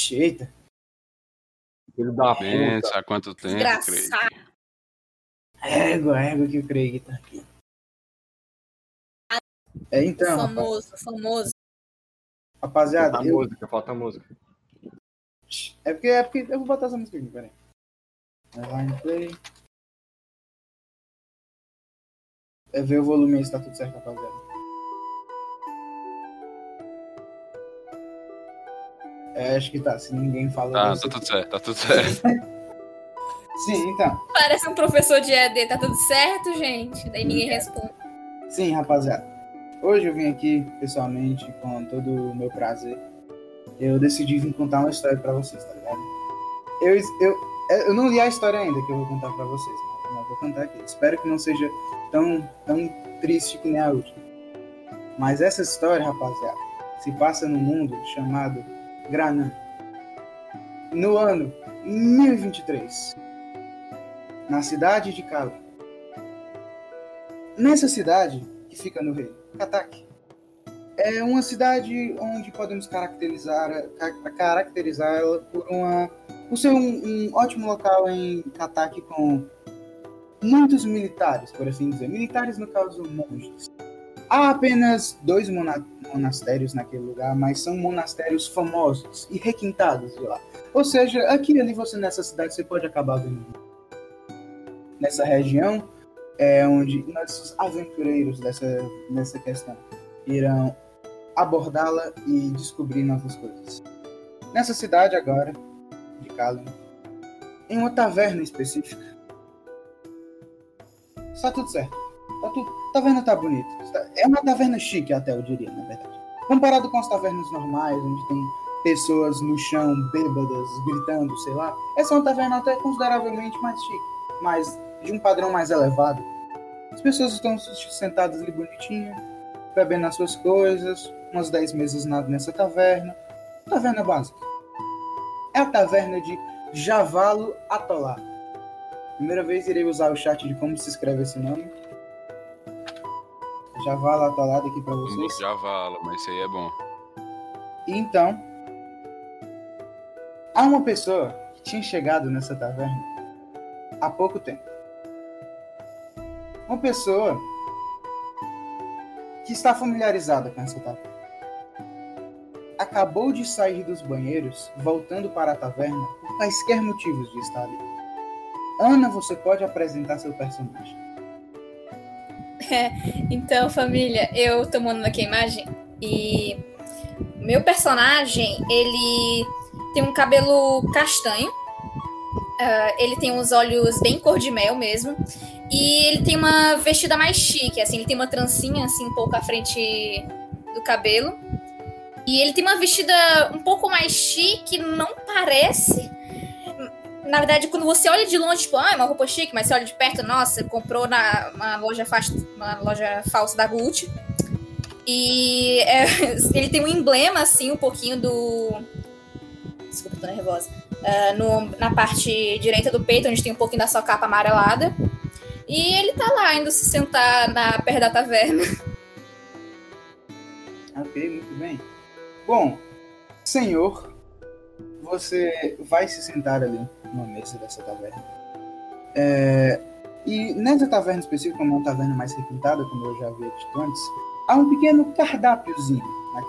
Eita. Filho da Pensa puta. há quanto tempo, Craig? Desgraçado. Égua que o Craig tá aqui. Então, Famoso. rapaziada, Falta música. É porque eu vou botar essa música aqui, peraí. Line play. É ver o volume aí se tá tudo certo, rapaziada. Acho que tá, se ninguém fala. Tá tudo certo, tá tudo certo. Sim, então. Parece um professor de EAD. Tá tudo certo, gente? Daí ninguém responde. Sim, rapaziada. Hoje eu vim aqui, pessoalmente, com todo o meu prazer. Eu decidi vir contar uma história pra vocês, tá ligado? Eu não li a história ainda que eu vou contar pra vocês, mas eu vou contar aqui. Espero que não seja tão triste que nem a última. Mas essa história, rapaziada, se passa num mundo chamado Granã. No ano 1023. Na cidade de Kala. Nessa cidade, que fica no reino Katak, é uma cidade onde podemos caracterizá-la por ser um ótimo local em Katak com muitos militares, por assim dizer. Militares, no caso, monges. Há apenas 2 monastérios naquele lugar, mas são monastérios famosos e requintados de lá. Ou seja, aqui e ali nessa cidade você pode acabar vendo. Nessa região é onde nossos aventureiros dessa questão irão abordá-la e descobrir novas coisas. Nessa cidade agora, de Kallen, em uma taverna específica, está tudo certo. A taverna tá bonita. É uma taverna chique até, eu diria, na verdade. Comparado com as tavernas normais, onde tem pessoas no chão, bêbadas, gritando, sei lá. Essa é uma taverna até consideravelmente mais chique, mas de um padrão mais elevado. As pessoas estão sentadas ali bonitinho, bebendo as suas coisas, umas 10 mesas nessa taverna. Taverna básica. É a taverna de Javalo Atolá. Primeira vez irei usar o chat de como se escreve esse nome. Javalo Atolá aqui pra vocês. Javalo, mas isso aí é bom. Então, há uma pessoa que tinha chegado nessa taverna há pouco tempo. Uma pessoa que está familiarizada com essa taverna. Acabou de sair dos banheiros, voltando para a taverna por quaisquer motivos de estar ali. Ana, você pode apresentar seu personagem. Então, família, eu tô mandando aqui a imagem e meu personagem, ele tem um cabelo castanho, ele tem uns olhos bem cor de mel mesmo, e ele tem uma vestida mais chique, assim, ele tem uma trancinha assim um pouco à frente do cabelo, e ele tem uma vestida um pouco mais chique, não parece. Na verdade, quando você olha de longe, tipo, é uma roupa chique, mas você olha de perto, nossa, comprou uma loja falsa da Gucci. E ele tem um emblema, assim, um pouquinho do... Desculpa, tô nervosa. Na parte direita do peito, onde tem um pouquinho da sua capa amarelada. E ele tá lá, indo se sentar perto da taverna. Ok, muito bem. Bom, senhor, você vai se sentar ali numa mesa dessa taverna. E nessa taverna específica, como é uma taverna mais requintada, como eu já havia dito antes, há um pequeno cardápiozinho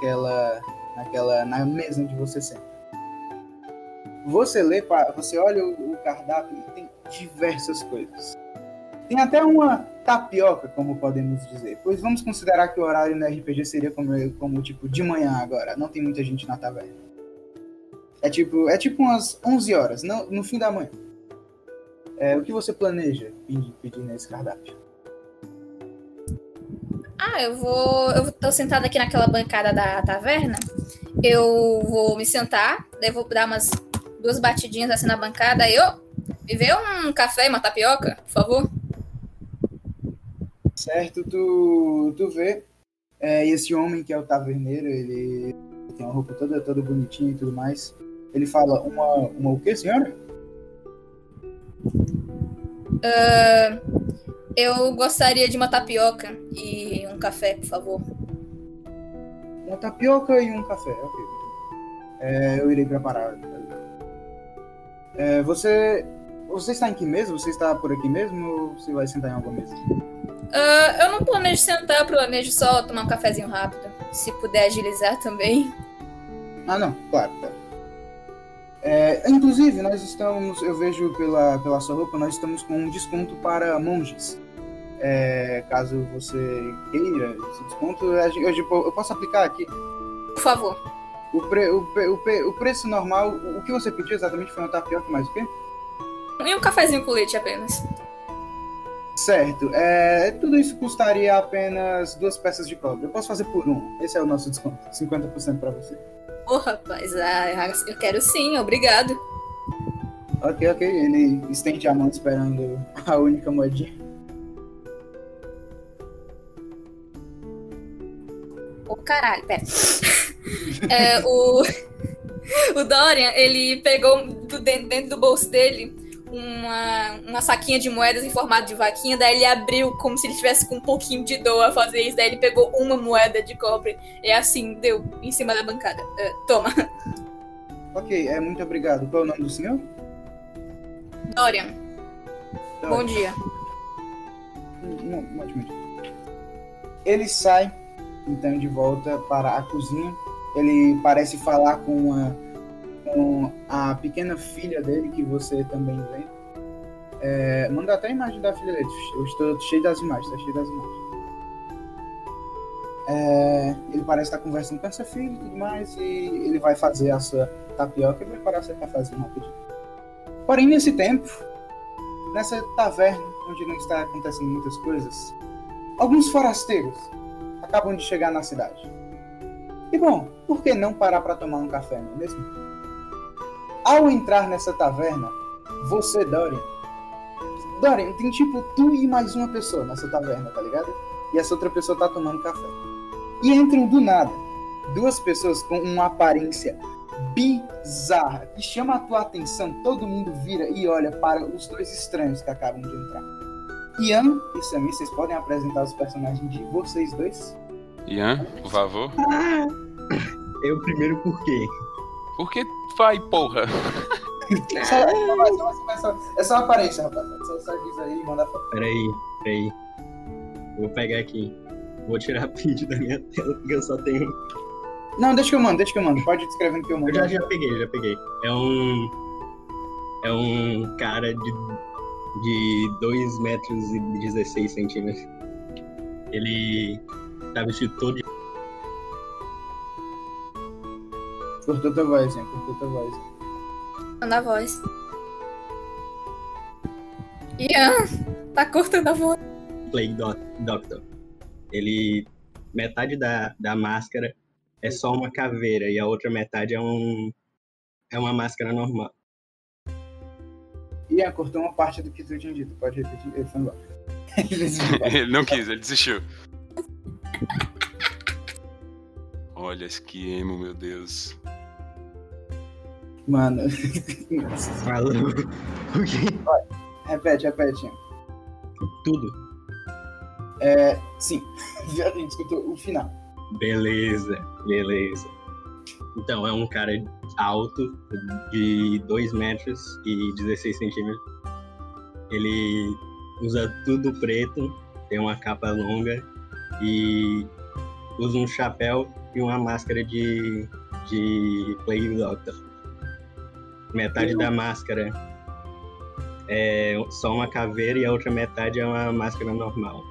na mesa onde você senta. Você olha o cardápio e tem diversas coisas. Tem até uma tapioca, como podemos dizer, pois vamos considerar que o horário no RPG seria como tipo de manhã agora, não tem muita gente na taverna. É tipo umas 11 horas, no fim da manhã. O que você planeja pedir nesse cardápio? Eu tô sentada aqui naquela bancada da taverna. Eu vou me sentar, daí vou dar umas 2 batidinhas assim na bancada. Aí, me vê um café e uma tapioca, por favor. Certo, tu vê esse homem que é o taverneiro, ele tem uma roupa toda bonitinha e tudo mais. Ele fala, uma o quê, senhora? Eu gostaria de uma tapioca e um café, por favor. Uma tapioca e um café, ok. Eu irei preparar Você está em que mesa? Você está por aqui mesmo ou você vai sentar em alguma mesa? Eu não planejo sentar, planejo só tomar um cafezinho rápido. Se puder agilizar também. Ah, não, claro. Inclusive, nós estamos, eu vejo pela sua roupa, nós estamos com um desconto para monges. Caso você queira esse desconto, eu posso aplicar aqui. Por favor. O preço normal, o que você pediu exatamente foi uma tapioca mais o quê? E um cafezinho com leite apenas. Certo. Tudo isso custaria apenas 2 peças de cobre. Eu posso fazer por 1. Esse é o nosso desconto. 50% para você. Ô, rapaz, eu quero sim, obrigado. Ok. Ele estende a mão esperando a única moedinha. Ô, caralho, pera. O Dorian, ele pegou dentro do bolso dele uma saquinha de moedas em formato de vaquinha, daí ele abriu como se ele estivesse com um pouquinho de dor a fazer isso, daí ele pegou uma moeda de cobre e assim, deu em cima da bancada. Toma. Ok, muito obrigado. Qual é o nome do senhor? Dorian. Bom dia. Ótimo. Ele sai, então, de volta para a cozinha. Ele parece falar com a pequena filha dele, que você também vê. Manda até a imagem da filha dele. Eu estou cheio das imagens, ele parece estar conversando com essa filha e tudo mais, e ele vai fazer a sua tapioca e preparar seu cafezinho rapidinho. Porém, nesse tempo, nessa taverna, onde não está acontecendo muitas coisas, alguns forasteiros acabam de chegar na cidade. E bom, por que não parar para tomar um café, não é mesmo? Ao entrar nessa taverna, você, Dorian, tem tipo tu e mais uma pessoa nessa taverna, tá ligado? E essa outra pessoa tá tomando café. E entram do nada 2 pessoas com uma aparência bizarra que chama a tua atenção. Todo mundo vira e olha para os 2 estranhos que acabam de entrar. Ian e Samir, vocês podem apresentar os personagens de vocês 2? Ian, por favor. Eu primeiro por quê? Por que vai, porra? É só aparência, rapaz. Só diz aí e manda foto. Peraí. Vou pegar aqui. Vou tirar a print da minha tela, porque eu só tenho... Não, deixa que eu mando. Pode ir descrevendo que eu mando. Eu já peguei. É um cara de 2 metros e 16 centímetros. Ele tá vestido todo de... Cortou tua voz, hein? Cortando a voz. Ian, tá cortando a voz. Plague Doctor. Ele... Metade da máscara é só uma caveira e a outra metade é uma máscara normal. Ian, cortou uma parte do que tu tinha dito. Pode repetir. Ele foi embora. Ele não quis, ele desistiu. Olha esse que emo, meu Deus. Mano. Falou. O quê? Repete, Ian. Tudo. Sim. Já escutou o final. Beleza. Então, é um cara alto, de 2 metros e 16 centímetros. Ele usa tudo preto, tem uma capa longa e usa um chapéu e uma máscara de Plague Doctor. Metade da máscara é só uma caveira e a outra metade é uma máscara normal.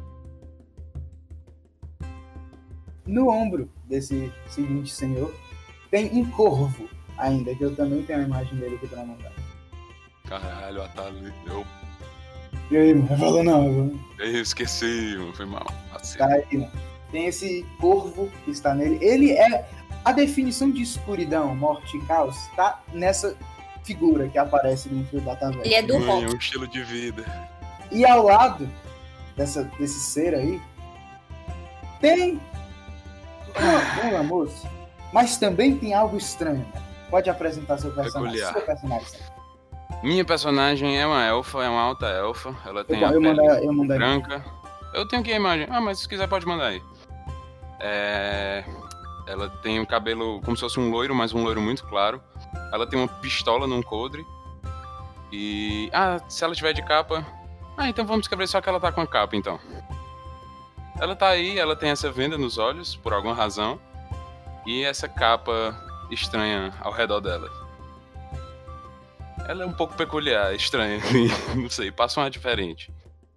No ombro desse seguinte senhor tem um corvo ainda, que eu também tenho a imagem dele aqui pra mandar. Caralho, Atali, E aí, mano? Falou não. Eu esqueci, mano, foi mal. Tá aí, mano. Tem esse corvo que está nele. Ele é a definição de escuridão, morte e caos, tá nessa figura que aparece dentro da taverna. Ele é do rock. É um estilo de vida. E ao lado desse ser aí tem uma moça, mas também tem algo estranho. Pode apresentar seu personagem. Minha personagem é uma elfa, é uma alta elfa. Ela tem a eu pele mandei branca. Eu tenho aqui a imagem. Mas se quiser pode mandar aí. Ela tem um cabelo como se fosse um loiro, mas um loiro muito claro. Ela tem uma pistola num coldre E... se ela tiver de capa... então vamos escrever só que ela tá com a capa, então. Ela tá aí, ela tem essa venda nos olhos, por alguma razão. E essa capa estranha ao redor dela. Ela é um pouco peculiar, estranha. Não sei, passa uma diferente.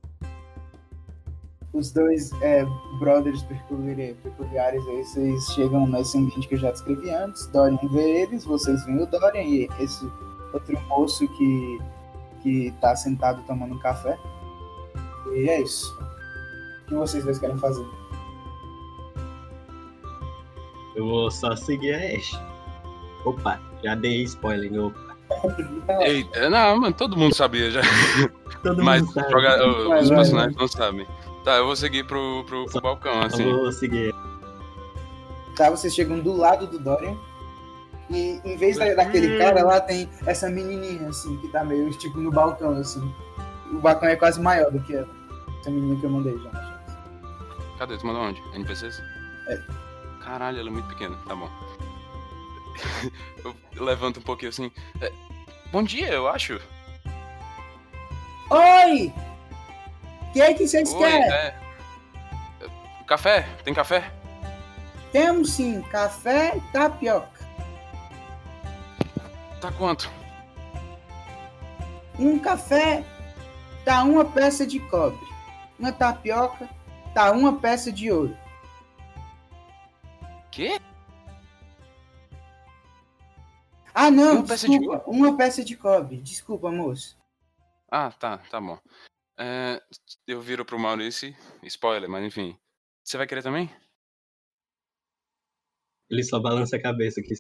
Os dois brothers peculiares aí, vocês chegam nesse ambiente que eu já descrevi antes. Dorian vê eles, vocês veem o Dorian e esse outro moço que tá sentado tomando um café. E é isso. O que vocês dois querem fazer? Eu vou só seguir a Ash. Opa, já dei spoiler, opa. Eita, não, mano, todo mundo sabia já. Todo Mas mundo sabe. os personagens não sabem. Tá, eu vou seguir pro balcão, assim. Eu vou seguir. Tá, vocês chegam do lado do Dorian. E em vez daquele cara, lá tem essa menininha, assim, que tá meio, tipo, no balcão, assim. O balcão é quase maior do que essa menina que eu mandei já. Cadê? Tu mandou onde? NPCs? É. Caralho, ela é muito pequena. Tá bom. Eu levanto um pouquinho assim. Bom dia, eu acho. Oi! O que é que vocês Oi, querem? Café? Tem café? Temos sim, café e tapioca. Tá quanto? Um café tá uma peça de cobre. Uma tapioca tá uma peça de ouro. Quê? Ah, não, Uma peça de desculpa. Uma peça de cobre. Desculpa, moço. Tá bom. Eu viro pro Maurício. Spoiler, mas enfim. Você vai querer também? Ele só balança a cabeça aqui.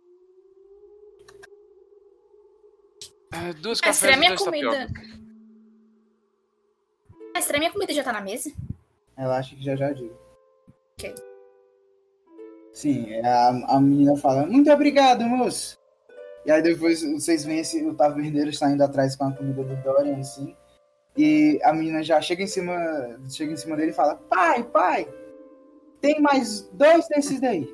Duas Mestre, cafés a e minha dois comida. tapioca. Mestre, a minha comida já tá na mesa? Ela acha que já digo. Ok. Sim, a menina fala, muito obrigado, moço. E aí depois vocês veem o taverneiro saindo atrás com a comida do Dorian, assim. E a menina já chega em cima dele e fala, pai, tem mais 2 desses daí.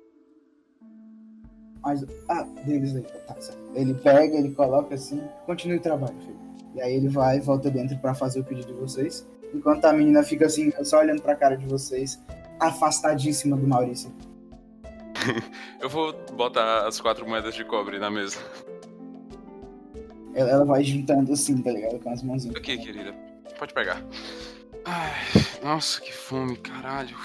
Deles aí. Tá, certo. Ele pega, ele coloca assim, continue o trabalho, filho. E aí ele vai e volta dentro pra fazer o pedido de vocês. Enquanto a menina fica assim, só olhando pra cara de vocês, afastadíssima do Maurício. Eu vou botar as 4 moedas de cobre na mesa. Ela vai juntando assim, tá ligado? Com as mãozinhas. Aqui, querida. Pode pegar. Ai, nossa, que fome, caralho.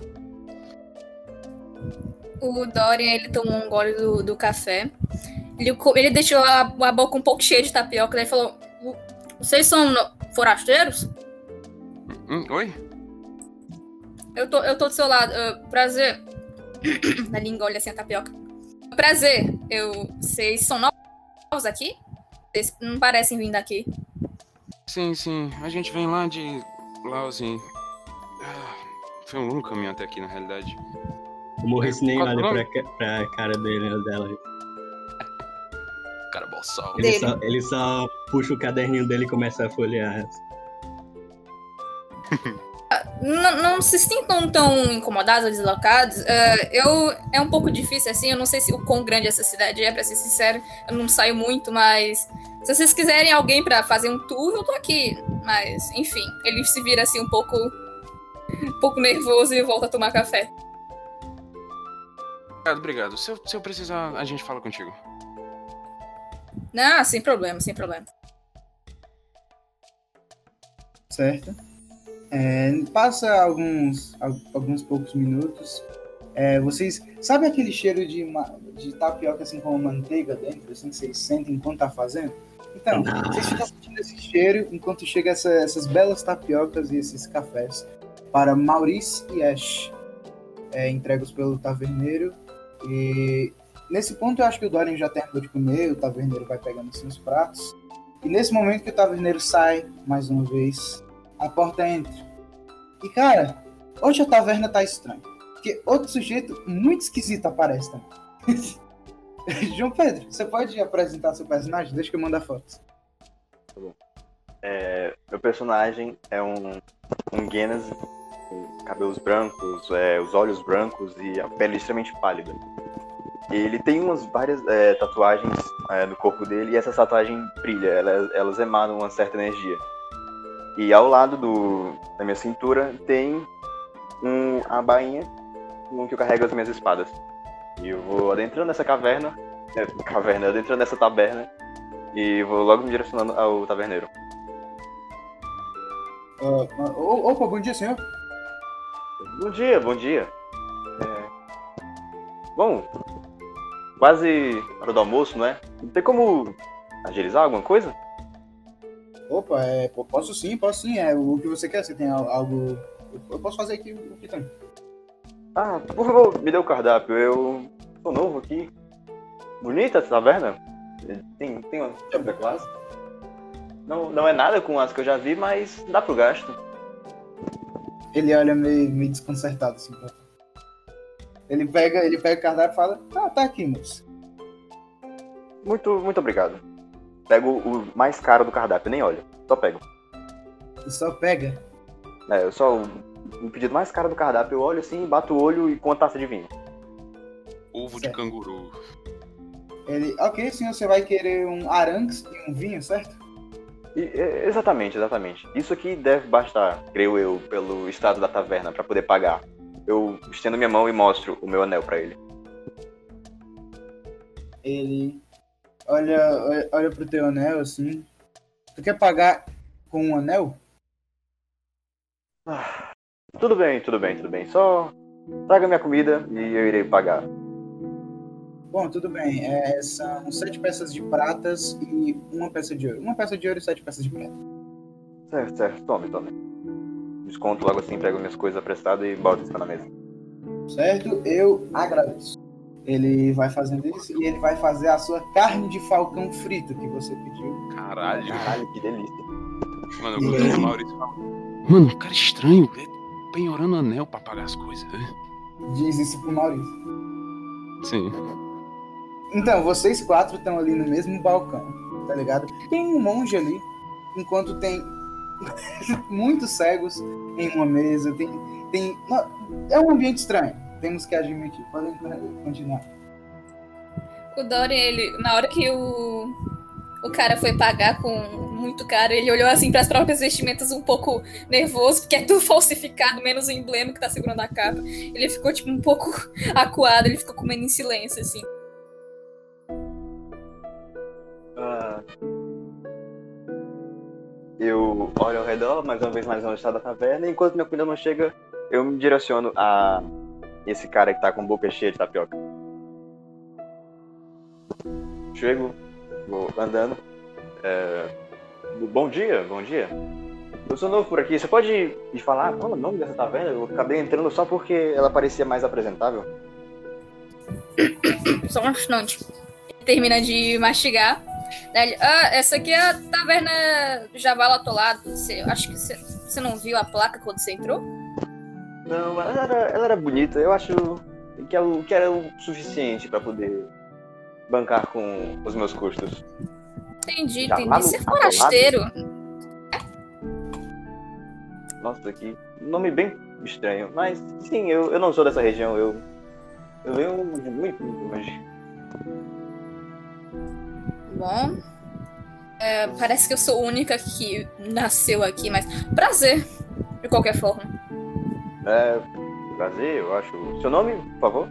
O Dorian, ele tomou um gole do café. Ele deixou a boca um pouco cheia de tapioca. Daí falou, vocês são forasteiros? Oi? Eu tô do seu lado. Prazer. Na língua, olha assim a tapioca. Prazer. Vocês são novos aqui? Vocês não parecem vir daqui. Sim. A gente vem lá de Lausin. Foi um longo caminho até aqui, na realidade. O Morris nem Qual é o olha nome? pra cara dela. Cara, boçal. Ele só puxa o caderninho dele e começa a folhear. Não se sintam tão incomodados ou deslocados. É um pouco difícil, assim. Eu não sei o quão grande essa cidade é, pra ser sincero. Eu não saio muito, mas... Se vocês quiserem alguém pra fazer um tour, eu tô aqui. Mas, enfim. Ele se vira, assim, um pouco nervoso e volta a tomar café. Obrigado. Se eu precisar, a gente fala contigo. Não, sem problema. Certo? Passa alguns poucos minutos. Vocês... Sabe aquele cheiro de tapioca assim com manteiga dentro, assim, que vocês sentem enquanto tá fazendo? Então, vocês ficam sentindo esse cheiro enquanto chega essas belas tapiocas e esses cafés para Maurice e Ash, entregues pelo taverneiro. E nesse ponto eu acho que o Dorian já terminou de comer, o taverneiro vai pegando assim os pratos. E nesse momento que o taverneiro sai, mais uma vez, a porta entra. E cara, hoje a taverna tá estranha. Porque outro sujeito muito esquisito aparece também. João Pedro, você pode apresentar seu personagem? Deixa que eu mando a foto. Tá bom. Meu personagem é um Genasi com cabelos brancos, os olhos brancos e a pele extremamente pálida. Ele tem várias tatuagens no corpo dele e essa tatuagem brilha, elas emanam uma certa energia. E ao lado da minha cintura tem a bainha com que eu carrego as minhas espadas. E eu vou adentrando nessa adentrando nessa taberna e vou logo me direcionando ao taverneiro. Opa, bom dia, senhor. Bom dia. Bom, quase hora do almoço, não é? Não tem como agilizar alguma coisa? Opa, posso sim. O que você quer? Você tem algo... Eu posso fazer aqui o que tem. Ah, por favor, me dê o cardápio. Eu sou novo aqui. Bonita essa taverna? Tem uma outra classe? Não é nada com as que eu já vi, mas dá pro gasto. Ele olha meio desconcertado assim pra... Ele pega o cardápio e fala, tá aqui, moço. Muito obrigado. Pego o mais caro do cardápio, nem olho. Só pego. Só pega? O pedido mais caro do cardápio, eu olho assim, bato o olho e com uma taça de vinho. Ovo de canguru. Ok, senhor, você vai querer um aranx e um vinho, certo? Exatamente. Isso aqui deve bastar, creio eu, pelo estado da taverna pra poder pagar. Eu estendo minha mão e mostro o meu anel pra ele. Ele olha pro teu anel assim. Tu quer pagar com um anel? Tudo bem. Só traga minha comida e eu irei pagar. Bom, tudo bem. São 7 peças de pratas e 1 peça de ouro. 1 peça de ouro e 7 peças de prata. Certo. Tome. Desconto logo assim, pego minhas coisas apressadas e boto isso na mesa. Certo? Eu agradeço. Ele vai fazendo isso e ele vai fazer a sua carne de falcão frito que você pediu. Caralho, que delícia. Mano, eu gostei do Maurício falando. Mano, cara estranho. Penhorando anel pra pagar as coisas. Diz isso pro Maurício. Sim. Então, vocês 4 estão ali no mesmo balcão, tá ligado? Tem um monge ali, enquanto tem muitos cegos em uma mesa. É um ambiente estranho, temos que admitir. Podem continuar. O Dorian, ele, na hora que o cara foi pagar com muito caro, ele olhou assim para as próprias vestimentas um pouco nervoso, porque é tudo falsificado, menos o emblema que tá segurando a capa. Ele ficou tipo um pouco acuado, ele ficou comendo em silêncio, assim. Eu olho ao redor, mais uma vez mais onde está da taverna, e enquanto minha comida não chega, eu me direciono a esse cara que tá com a boca cheia de tapioca. Chego, vou andando. Bom dia. Eu sou novo por aqui, você pode me falar qual é o nome dessa taverna? Eu acabei entrando só porque ela parecia mais apresentável. Só um instante. Termina de mastigar. Essa aqui é a taverna Javala Atolado. Acho que você não viu a placa quando você entrou? Não, ela era bonita. Eu acho que era o suficiente pra poder bancar com os meus custos. Entendi. Você é forasteiro. Nossa, que nome bem estranho. Mas sim, eu não sou dessa região. Eu venho de muito longe. Bom, parece que eu sou a única que nasceu aqui, mas prazer, de qualquer forma. Prazer, eu acho. Seu nome, por favor?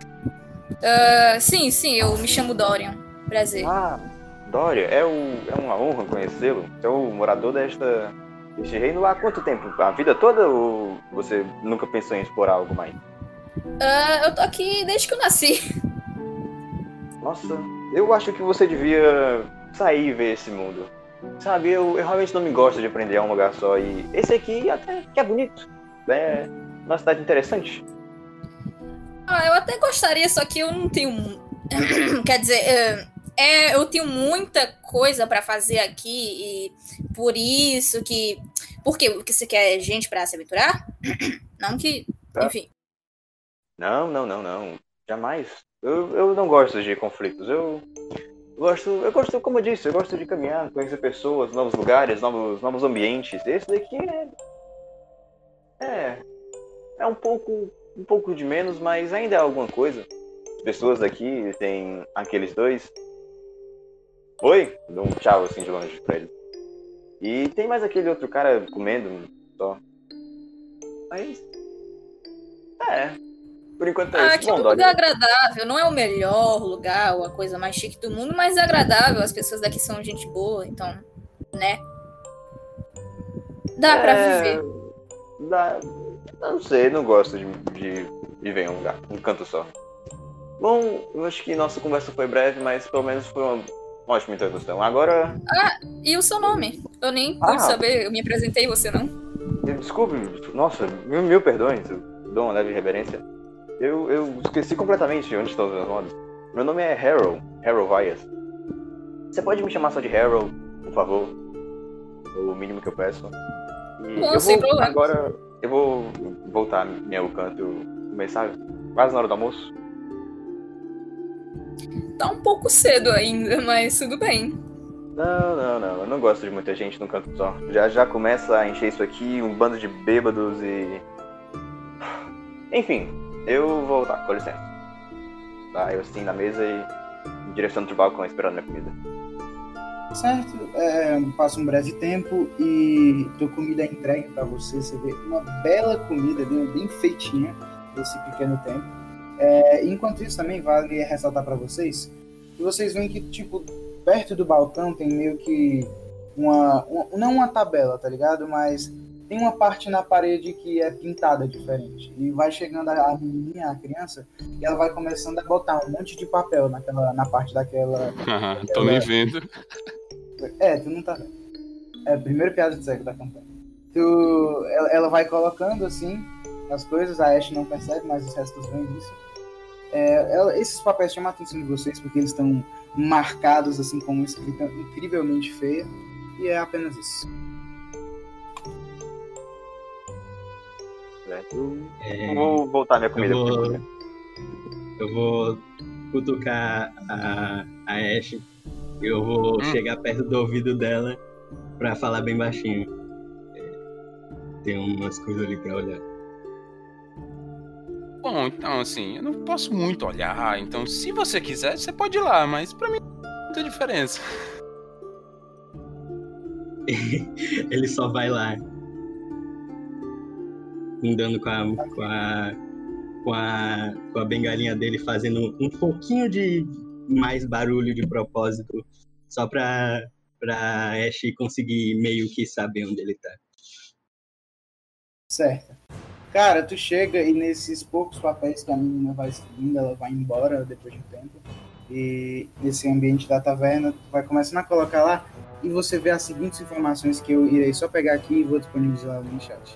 Sim, eu me chamo Dorian. Prazer. Dorian, é uma honra conhecê-lo. Você é o morador deste reino há quanto tempo? A vida toda ou você nunca pensou em explorar algo mais? Eu tô aqui desde que eu nasci. Nossa, eu acho que você devia sair e ver esse mundo. Sabe, eu realmente não me gosto de aprender a um lugar só. E esse aqui até que é bonito. É uma cidade interessante. Eu até gostaria, só que eu não tenho... Quer dizer, eu tenho muita coisa pra fazer aqui. E por isso que... Por quê? Porque você quer gente pra se aventurar? Não que... Enfim. Não. Jamais. Eu não gosto de conflitos. Eu gosto, como eu disse, eu gosto de caminhar, conhecer pessoas, novos lugares, novos ambientes. Esse daqui é um pouco de menos, mas ainda é alguma coisa. pessoas daqui, tem aqueles dois. Oi? Dou um tchau assim de longe pra ele. E tem mais aquele outro cara comendo só. Mas. Por enquanto é isso. Aqui é um lugar agradável. Não é o melhor lugar ou a coisa mais chique do mundo, mas é agradável. As pessoas daqui são gente boa, então, né? Dá pra viver. Dá. Eu não sei, não gosto de viver em um lugar, um canto só. Bom, eu acho que nossa conversa foi breve, mas pelo menos foi uma ótima introdução. Agora. E o seu nome? Eu nem pude saber, eu me apresentei, você não? Desculpe, nossa, mil perdões, eu dou uma leve reverência. Eu esqueci completamente onde estão os meus nomes. Meu nome é Harold Vyas. Você pode me chamar só de Harold, por favor? O mínimo que eu peço. E Bom, sem problema. Agora eu vou voltar ao meu canto começar quase na hora do almoço. Tá um pouco cedo ainda, mas tudo bem. Não, eu não gosto de muita gente num canto só. Já começa a encher isso aqui, um bando de bêbados e... Enfim, eu vou voltar, com licença. Tá, eu assim na mesa e em direção do balcão esperando minha comida. Certo, passa um breve tempo e tua comida é entregue pra você. Você vê uma bela comida, bem feitinha, nesse pequeno tempo. Enquanto isso também vale ressaltar pra vocês que vocês veem que, tipo, perto do balcão tem meio que não uma tabela, tá ligado? Mas tem uma parte na parede que é pintada diferente. E vai chegando a menininha, a criança, e ela vai começando a botar um monte de papel na parte daquela... Tô nem vendo. Tu não tá vendo. É a primeira piada de cego da campanha. Ela vai colocando assim as coisas, a Ashe não percebe, mas os restos veem isso. Esses papéis chamam a atenção de vocês porque eles estão marcados assim com uma escrita incrivelmente feia. E é apenas isso. Eu vou voltar minha comida. Eu vou cutucar a Ashe. Eu vou chegar perto do ouvido dela pra falar bem baixinho. Tem umas coisas ali pra olhar. Bom, então assim, eu não posso muito olhar, então se você quiser, você pode ir lá, mas pra mim não tem muita diferença. Ele só vai lá, andando com a bengalinha dele, fazendo um pouquinho de mais barulho de propósito, só pra Ashe conseguir meio que saber onde ele tá. Certo. Cara, tu chega e nesses poucos papéis que a menina vai escrevendo, ela vai embora depois de um tempo. E nesse ambiente da taverna, tu vai começando a colocar lá e você vê as seguintes informações que eu irei só pegar aqui e vou disponibilizar no chat.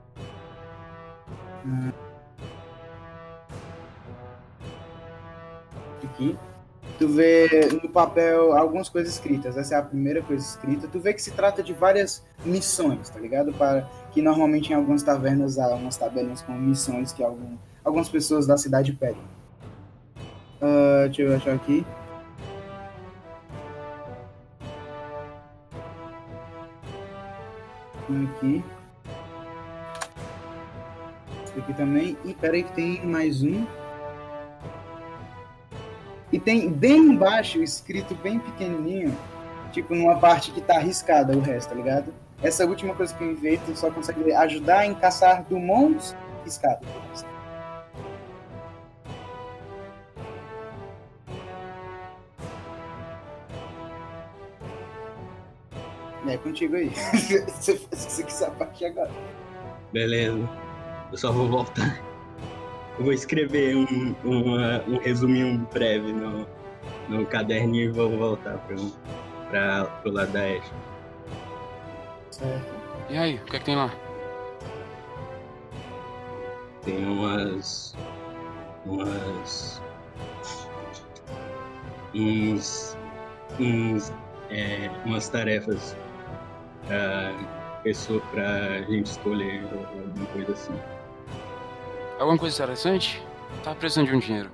Aqui. Tu vê no papel algumas coisas escritas. Essa é a primeira coisa escrita. Tu vê que se trata de várias missões, tá ligado? Que normalmente em algumas tavernas há umas tabelinhas com missões que algumas pessoas da cidade pedem. Deixa eu achar aqui. Aqui. Esse aqui também. E peraí que tem mais um. E tem bem embaixo, escrito bem pequenininho, tipo numa parte que tá arriscada o resto, tá ligado? Essa última coisa que eu enviei, tu só consegue ajudar em caçar Dumonts riscado. É contigo aí. Você quiser partir agora. Beleza. Eu só vou voltar. Eu vou escrever um resuminho breve no caderninho e vou voltar pro lado da Ashe. Certo. E aí, o que é que tem lá? Tem umas tarefas pra gente escolher alguma coisa assim. Alguma coisa interessante? Tava precisando de um dinheiro.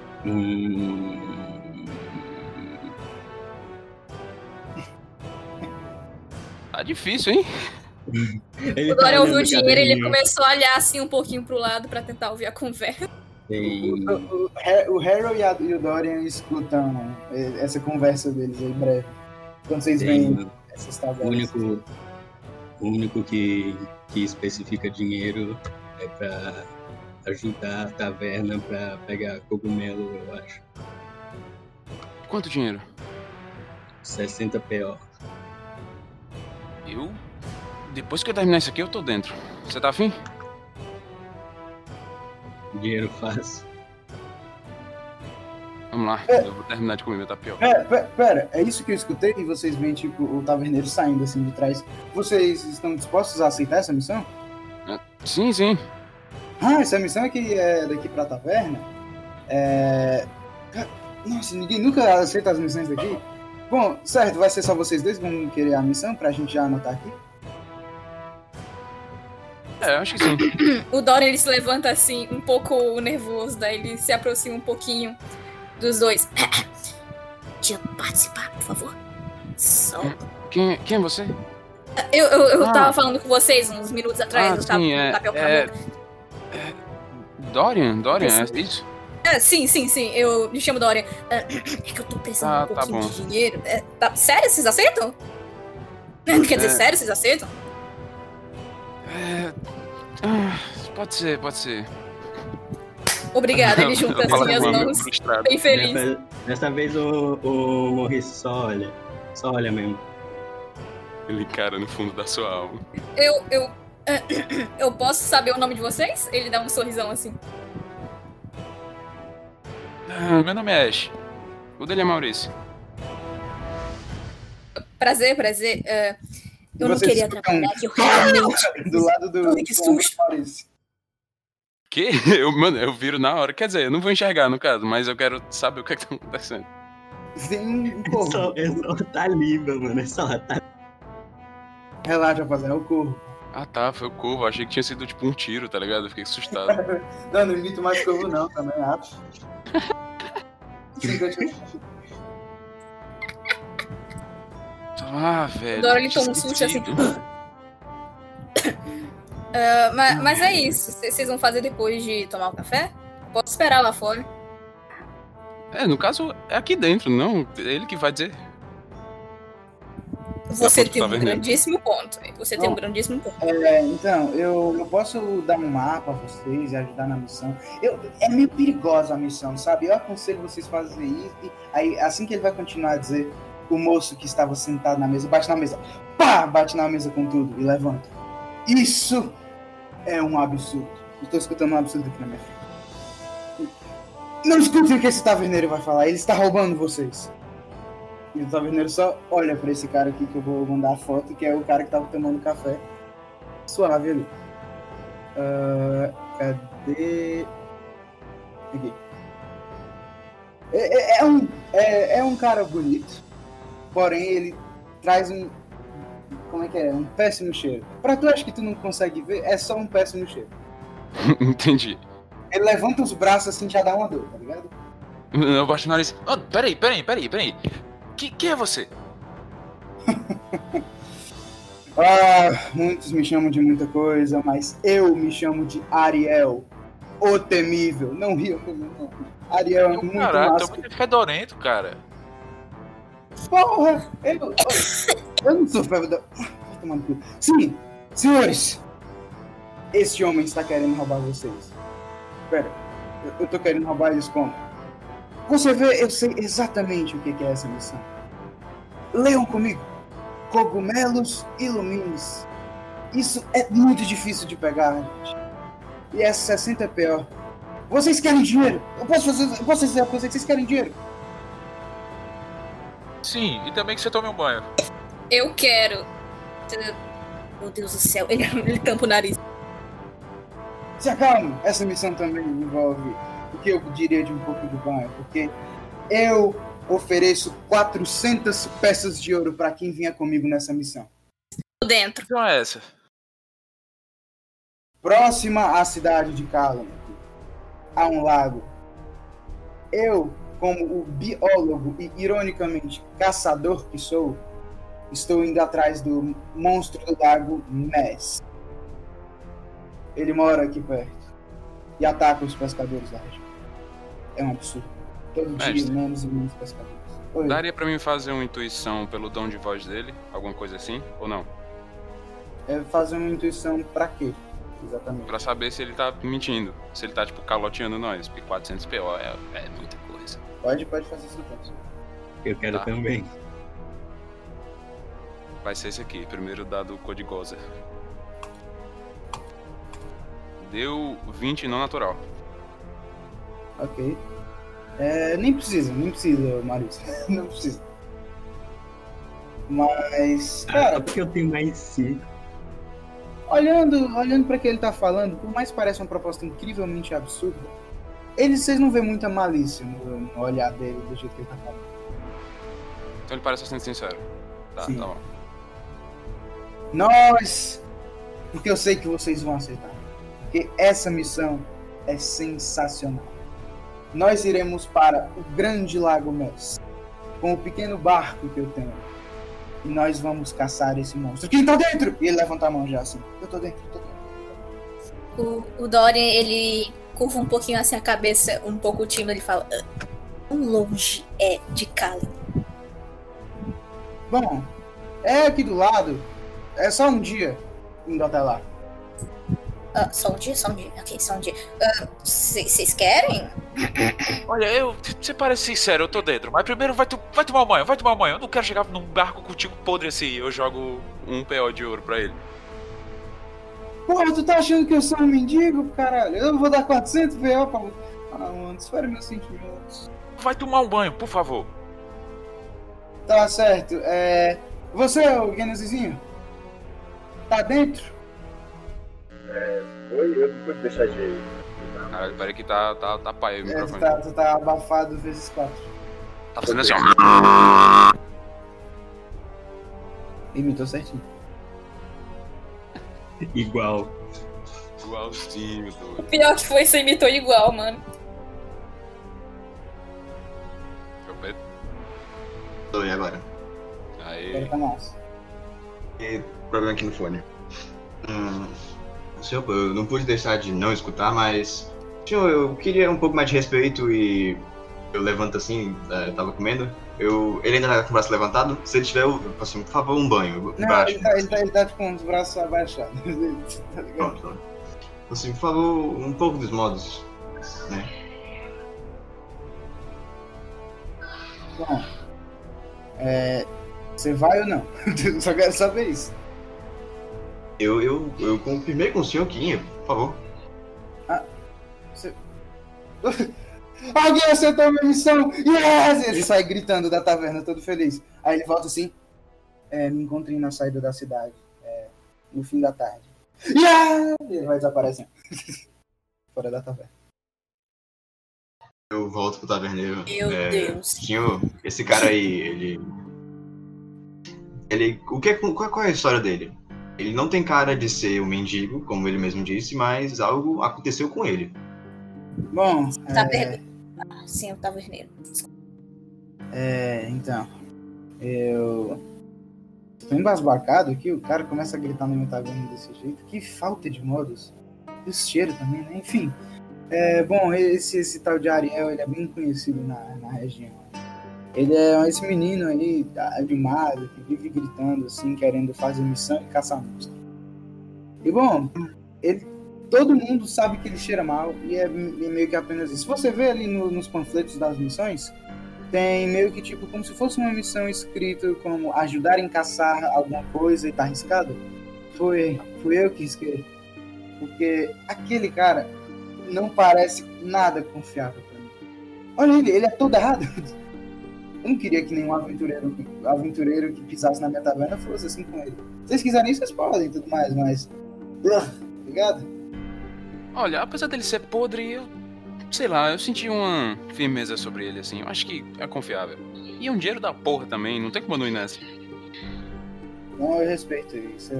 Tá difícil, hein? Quando o Dorian ouviu o dinheiro, ele começou a olhar assim um pouquinho pro lado pra tentar ouvir a conversa. Tem O Harry e o Dorian escutam essa conversa deles aí breve. Quando vocês veem essas o tabelas. único que especifica dinheiro é pra ajudar a taverna pra pegar cogumelo, eu acho. Quanto dinheiro? 60 PO. Depois que eu terminar isso aqui, eu tô dentro. Você tá afim? Dinheiro fácil. Vamos lá, eu vou terminar de comer meu tapioca. Pera, é isso que eu escutei e vocês veem, tipo, o taverneiro saindo assim de trás. Vocês estão dispostos a aceitar essa missão? Sim, sim. Essa missão aqui é daqui pra taverna? Nossa, ninguém nunca aceita as missões daqui? Bom, certo, vai ser só vocês dois que vão querer a missão pra gente já anotar aqui? Acho que sim. O Dorian, ele se levanta assim, um pouco nervoso, daí ele se aproxima um pouquinho dos dois. Deixa eu participar, por favor. Só. Quem é você? Eu tava falando com vocês uns minutos atrás, eu tava sim, com o papel pra boca. Dorian, é isso? Sim, eu me chamo Dorian. É que eu tô precisando um pouquinho bom. de dinheiro. Sério, vocês aceitam? Quer dizer, sério, vocês aceitam? Pode ser. Obrigada, ele junta Eu falo assim as com a mão mãos, frustrada. bem feliz. Dessa vez o Morris só olha mesmo. Ele encara no fundo da sua alma. Eu posso saber o nome de vocês? Ele dá um sorrisão assim. Meu nome é Ash. O dele é Maurício. Prazer. Eu não Vocês queria escutam atrapalhar, que eu realmente... do lado do... Ai, que susto. Que? Eu viro na hora. Quer dizer, eu não vou enxergar no caso, mas eu quero saber o que tá acontecendo. Tem um corvo. É só Taliba, mano. É só Taliba. Relaxa, rapaziada, é o corvo. Tá, foi o corvo. Achei que tinha sido tipo um tiro, tá ligado? Eu fiquei assustado. Não imito mais corvo não, também, acho. Velho. O Dora, ele toma um susto assim. Mas é isso. Vocês vão fazer depois de tomar o café? Pode esperar lá fora. No caso, é aqui dentro, não. É ele que vai dizer. Você tem um grandíssimo ponto. Então, eu posso dar um mapa a vocês e ajudar na missão. É meio perigosa a missão, sabe? Eu aconselho vocês fazerem isso. E aí, assim que ele vai continuar a dizer, o moço que estava sentado na mesa, bate na mesa. Pá! Bate na mesa com tudo e levanta. Isso é um absurdo. Estou escutando um absurdo aqui na minha frente. Não escutem o que esse taverneiro vai falar. Ele está roubando vocês. E o taverneiro só olha pra esse cara aqui que eu vou mandar a foto, que é o cara que tava tomando café suave ali. Cadê? Aqui. É um cara bonito, porém ele traz um... Como é que é? Um péssimo cheiro. Pra tu, acho que tu não consegue ver, é só um péssimo cheiro. Entendi. Ele levanta os braços assim, já dá uma dor, tá ligado? Eu baixo o nariz. Peraí. Quem é você? Muitos me chamam de muita coisa, mas eu me chamo de Ariel, o temível. Não rio, não. Ariel é muito massa. Tô muito fedorento, cara. Porra, eu não sou fedorento. Sim, senhores, este homem está querendo roubar vocês. Pera, eu tô querendo roubar eles como? Você vê, eu sei exatamente o que é essa missão. Leiam comigo. Cogumelos ilumines. Isso é muito difícil de pegar, gente. E é 60 PO. Vocês querem dinheiro? Eu posso dizer a coisa que vocês querem dinheiro? Sim, e também que você tome um banho. Eu quero. Meu Deus do céu, ele tampa o nariz. Se acalme, essa missão também envolve o que eu diria de um pouco de banho, porque eu ofereço 400 peças de ouro para quem vinha comigo nessa missão. Dentro. Então é essa. Próxima à cidade de Calamity, há um lago. Eu, como o biólogo e, ironicamente, caçador que sou, estou indo atrás do monstro do lago Ness. Ele mora aqui perto. e ataca os pescadores da região. É um absurdo. Todo dia, Mestre. menos e menos pescadores. Oi. Daria pra mim fazer uma intuição pelo tom de voz dele? Alguma coisa assim? Ou não? É fazer uma intuição pra quê? Exatamente. Pra saber se ele tá mentindo. Se ele tá, tipo, caloteando nós. Porque 400 PO é muita coisa. Pode fazer isso depois. Eu quero Tá. também. Vai ser esse aqui. Primeiro dado Codigosa. Deu 20 não natural. Ok. Nem precisa, Maurício. Não precisa. Mas, Só cara, porque eu tenho mais 5. olhando para que ele tá falando, por mais que pareça uma proposta incrivelmente absurda, vocês não vê muita malícia no olhar dele do jeito que ele tá falando. Então ele parece bastante sincero. Tá, Sim. tá bom. Porque eu sei que vocês vão aceitar. Porque essa missão é sensacional. Nós iremos para o grande Lago Mess, com o pequeno barco que eu tenho. E nós vamos caçar esse monstro. Quem tá dentro? E ele levanta a mão já assim. Eu tô dentro. O Dorian, ele curva um pouquinho assim a cabeça, um pouco tímido, ele fala: "Quão longe é de Cali?" Bom, é aqui do lado. É só um dia indo até lá. Só um dia? Ok, só um dia. Vocês querem? Olha, você parece sincero, eu tô dentro. Mas primeiro vai tomar banho, Eu não quero chegar num barco contigo podre assim. Eu jogo um PO de ouro pra ele. Porra, tu tá achando que eu sou um mendigo, caralho? Eu vou dar 400 VO pra... mano, espere meus sentimentos. Vai tomar um banho, por favor. Tá certo, Você é o Genezizinho? Tá dentro? Oi, eu não pude deixar de... Caralho, peraí que tá pai o microfone. Tu tá abafado vezes 4. Tá fazendo assim, ó. Imitou certinho. Igual. Igualzinho, doido. Pior que foi, você imitou igual, mano. Deixa eu ver. Oi, agora. Aí. Agora tá massa. Problema aqui no fone. Senhor, eu não pude deixar de não escutar, mas... Senhor, eu queria um pouco mais de respeito e... Eu levanto assim, tava comendo. Ele ainda tá com o braço levantado. Se ele tiver, eu assim, por favor, um banho. Não, Baixo. ele tá com os braços abaixados. Tá ligado? Pronto. Assim, por favor, um pouco dos modos, né? Bom, você vai ou não? Só quero saber isso. Eu confirmei com o senhor que ia, por favor. Alguém acertou a minha missão! Yes! Ele sai gritando da taverna, todo feliz. Aí ele volta assim. Me encontrei na saída da cidade. No fim da tarde. Yeah! E ele vai desaparecendo. Fora da taverna. Eu volto pro taverneiro. Meu Deus. Senhor, esse cara aí, qual é a história dele? Ele não tem cara de ser um mendigo, como ele mesmo disse, mas algo aconteceu com ele. Bom, Sim, o taverneiro. então. Eu tô embasbacado aqui, o cara começa a gritar no meu taverna desse jeito. Que falta de modos. E o cheiro também, né? Enfim. Bom, esse tal de Ariel, ele é bem conhecido na região. Ele é esse menino aí, animado, que vive gritando assim, querendo fazer missão e caçar monstro. E bom, todo mundo sabe que ele cheira mal e é meio que apenas isso. Se você vê ali nos panfletos das missões, tem meio que tipo como se fosse uma missão escrita como ajudar em caçar alguma coisa e tá arriscado. Fui eu que risquei. Porque aquele cara não parece nada confiável pra mim. Olha ele é todo errado. Eu não queria que nenhum aventureiro que pisasse na minha taverna fosse assim com ele. Se vocês quiserem isso, vocês podem e tudo mais, mas... Ligado? Olha, apesar dele ser podre, eu senti uma firmeza sobre ele, assim. Eu acho que é confiável. E é um dinheiro da porra também, não tem como não ir nessa. Não, eu respeito isso.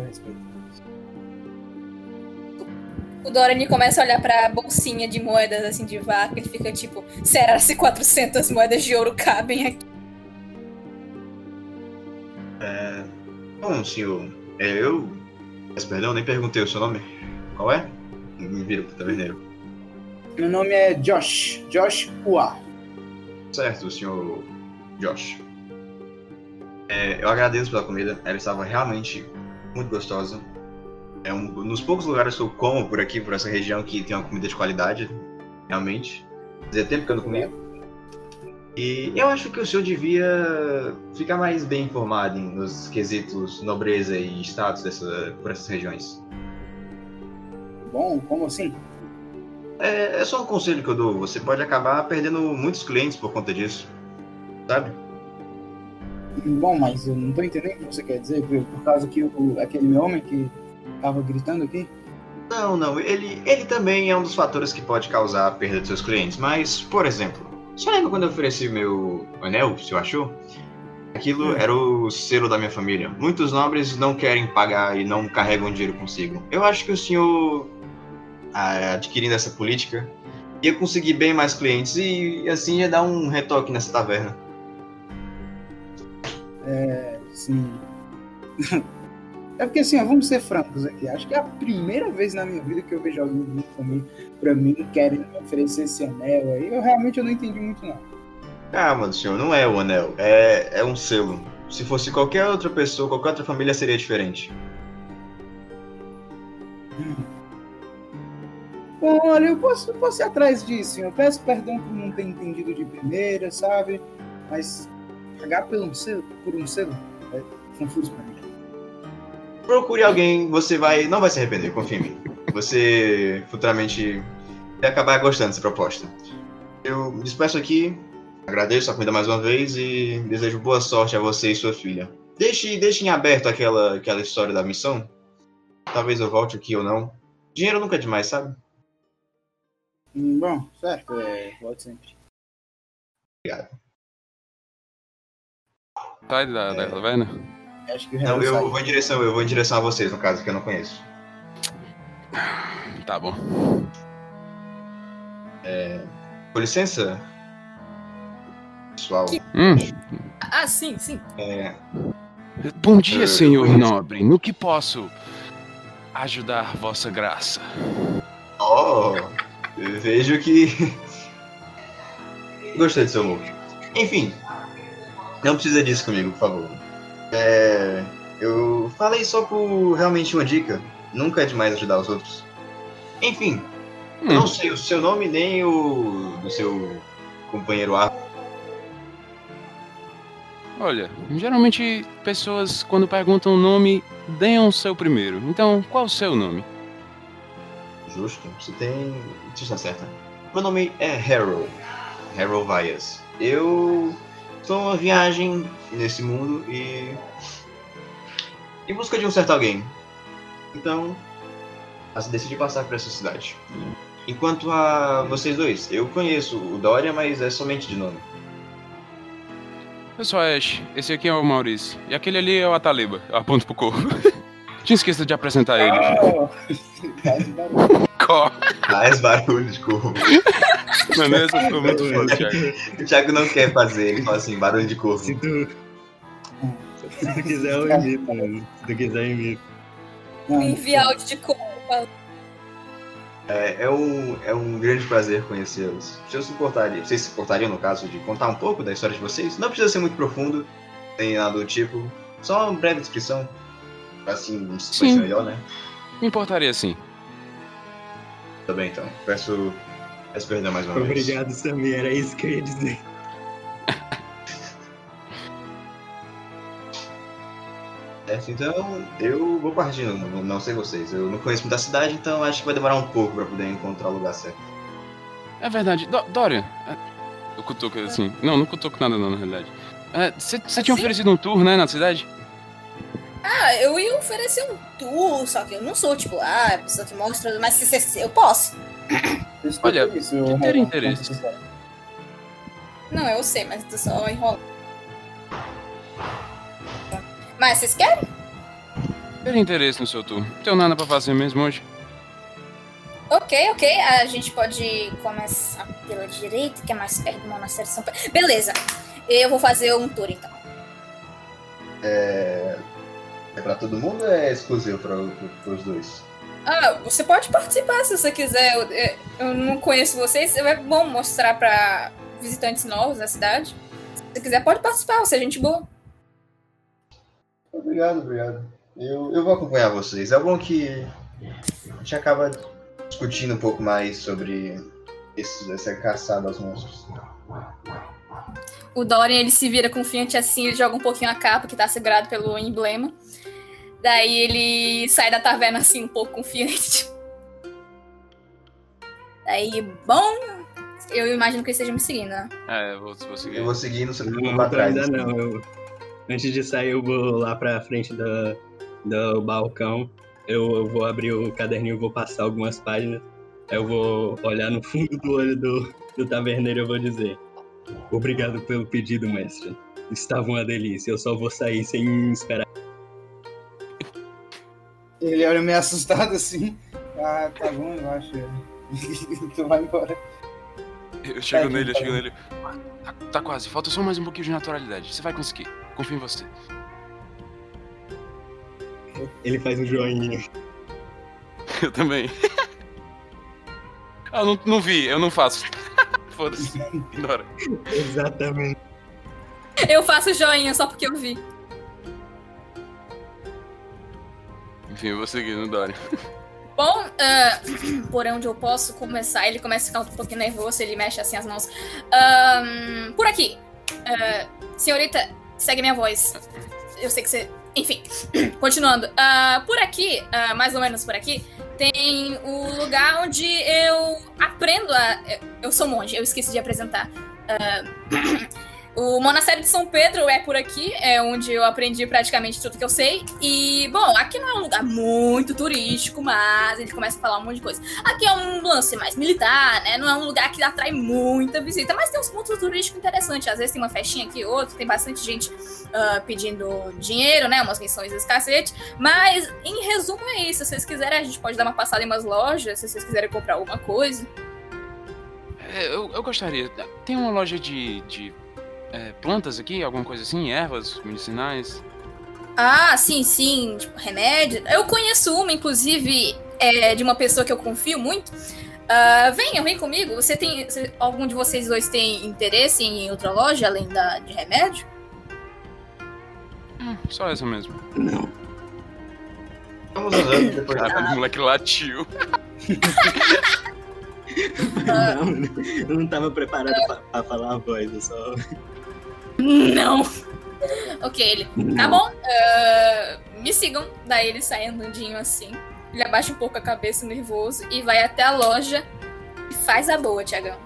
O Dorian começa a olhar pra bolsinha de moedas, assim, de vaca. Ele fica tipo, será se 400 moedas de ouro cabem aqui? Bom, senhor, eu... Peço perdão, nem perguntei o seu nome. Qual é? Me viro pro taverneiro. Meu nome é Josh Hua. Certo, senhor Josh. Eu agradeço pela comida, ela estava realmente muito gostosa. É um dos poucos lugares que eu como por aqui, por essa região, que tem uma comida de qualidade, realmente. Fazia tempo que eu não comia. E eu acho que o senhor devia ficar mais bem informado nos quesitos nobreza e status por essas regiões. Bom, como assim? É só um conselho que eu dou. Você pode acabar perdendo muitos clientes por conta disso, sabe? Bom, mas eu não tô entendendo o que você quer dizer, por causa que aquele homem que tava gritando aqui. Não, ele também é um dos fatores que pode causar a perda de seus clientes, mas, por exemplo, você lembra quando eu ofereci meu anel, que o senhor achou? Aquilo era o selo da minha família. Muitos nobres não querem pagar e não carregam dinheiro consigo. Eu acho que o senhor, adquirindo essa política, ia conseguir bem mais clientes e assim ia dar um retoque nessa taverna. Sim. É porque assim, vamos ser francos aqui. Acho que é a primeira vez na minha vida que eu vejo alguém vindo pra mim querendo me oferecer esse anel aí. Eu realmente não entendi muito, não. Mas senhor, não é o anel. É um selo. Se fosse qualquer outra pessoa, qualquer outra família, seria diferente. Bom, olha, eu posso ir atrás disso. Eu peço perdão por não ter entendido de primeira, sabe? Mas pagar por um selo é confuso pra mim. Procure alguém, você não vai se arrepender, confia em mim. Você futuramente vai acabar gostando dessa proposta. Eu me despeço aqui, agradeço a comida mais uma vez e desejo boa sorte a você e sua filha. Deixe em aberto aquela história da missão. Talvez eu volte aqui ou não. Dinheiro nunca é demais, sabe? Bom, certo, volte sempre. Obrigado. Sai da taverna? Acho que Não, eu vou em direção a vocês, no caso, que eu não conheço. Tá bom. Com licença, pessoal. Sim. Bom dia, senhor nobre. No que posso ajudar vossa graça? Eu vejo que... Gostei do seu look. Enfim, não precisa disso comigo, por favor. Eu falei só por realmente uma dica. Nunca é demais ajudar os outros. Enfim, eu não sei o seu nome nem o do seu companheiro Arthur. Olha, geralmente pessoas quando perguntam o nome, deem o seu primeiro. Então, qual o seu nome? Justo, você está certa. Meu nome é Harold Vaias. Eu estou numa viagem nesse mundo e em busca de um certo alguém. Então, decidi passar por essa cidade. Enquanto a vocês dois, eu conheço o Dória, mas é somente de nome. Eu sou Ash, esse aqui é o Maurício. E aquele ali é o Ataleba. Eu aponto pro corvo. Tinha esquecido de apresentar ele. Mais barulho de corvo. Mano, essa ficou muito foda, Thiago. O Thiago não quer fazer, ele fala assim, barulho de corvo. Se tu quiser, eu imito, mano. Se tu quiser, eu imito. Enviar áudio de como. É um grande prazer conhecê-los. Vocês se importariam, no caso, de contar um pouco da história de vocês? Não precisa ser muito profundo, nem nada do tipo. Só uma breve descrição. Assim, se conhecer melhor, né? Me importaria sim. Tá bem, então. Peço perdão mais uma vez. Obrigado, Samir. Era isso que eu ia dizer. Então, eu vou partindo, não sei vocês. Eu não conheço muito da cidade, então acho que vai demorar um pouco pra poder encontrar o lugar certo. É verdade. Dória, eu cutuco assim. Não cutuco nada não, na realidade. Você tinha oferecido um tour, né, na cidade? Eu ia oferecer um tour, só que eu não sou, tipo, a pessoa que mostra, mas se eu posso. Olha, de ter interesse. Não, eu sei, mas tô só enrolando. Mas vocês querem? Ter interesse no seu tour. Não tenho nada pra fazer mesmo hoje. Ok. A gente pode começar pela direita, que é mais perto do Monastério de São Pedro. Beleza. Eu vou fazer um tour, então. É pra todo mundo ou é exclusivo pros dois? Você pode participar se você quiser. Eu não conheço vocês. É bom mostrar pra visitantes novos da cidade. Se você quiser, pode participar. Você é gente boa. Obrigado. Eu vou acompanhar vocês. É bom que a gente acaba discutindo um pouco mais sobre essa caçada aos monstros. O Dorian, ele se vira confiante assim, ele joga um pouquinho a capa que tá segurado pelo emblema. Daí ele sai da taverna assim, um pouco confiante. Daí, bom, eu imagino que ele esteja me seguindo, né? Eu vou seguir. Eu vou seguindo, você Não, pra trás. ainda não. Antes de sair, eu vou lá pra frente do balcão. Eu vou abrir o caderninho, vou passar algumas páginas. Eu vou olhar no fundo do olho do taverneiro e eu vou dizer: obrigado pelo pedido, mestre. Estava uma delícia. Eu só vou sair sem esperar. Ele olha meio assustado assim. Ah, tá bom, eu acho. Tu vai embora. Eu chego nele. Tá quase. Falta só mais um pouquinho de naturalidade. Você vai conseguir. Confio em você. Ele faz um joinha. Eu também. Não vi, eu não faço. Foda-se. Ignora. Exatamente. Eu faço joinha só porque eu vi. Enfim, eu vou seguir no Dorian. Bom, por onde eu posso começar? Ele começa a ficar um pouquinho nervoso, ele mexe assim as mãos. Por aqui. Senhorita, segue minha voz. Eu sei que você... Enfim, continuando. Por aqui, mais ou menos por aqui, tem o lugar onde eu aprendo a... Eu sou monge, eu esqueci de apresentar. O Monastério de São Pedro é por aqui, é onde eu aprendi praticamente tudo que eu sei. E, bom, aqui não é um lugar muito turístico, mas ele começa a falar um monte de coisa. Aqui é um lance mais militar, né? Não é um lugar que atrai muita visita, mas tem uns pontos turísticos interessantes. Às vezes tem uma festinha aqui, outra, tem bastante gente pedindo dinheiro, né? Umas missões desse cacete. Mas, em resumo, é isso. Se vocês quiserem, a gente pode dar uma passada em umas lojas, se vocês quiserem comprar alguma coisa. Eu gostaria. Tem uma loja de plantas aqui? Alguma coisa assim? Ervas medicinais? Sim. Tipo, remédio. Eu conheço uma, inclusive, de uma pessoa que eu confio muito. Vem comigo. Algum de vocês dois tem interesse em outra loja, além de remédio? Só essa mesmo. Não. Vamos andando depois. O moleque latiu. Eu não tava preparado pra falar a voz, eu só... Não. Ok, ele... Tá bom, me sigam. Daí ele sai andandinho assim. Ele abaixa um pouco a cabeça, nervoso, e vai até a loja e faz a boa, Tiagão.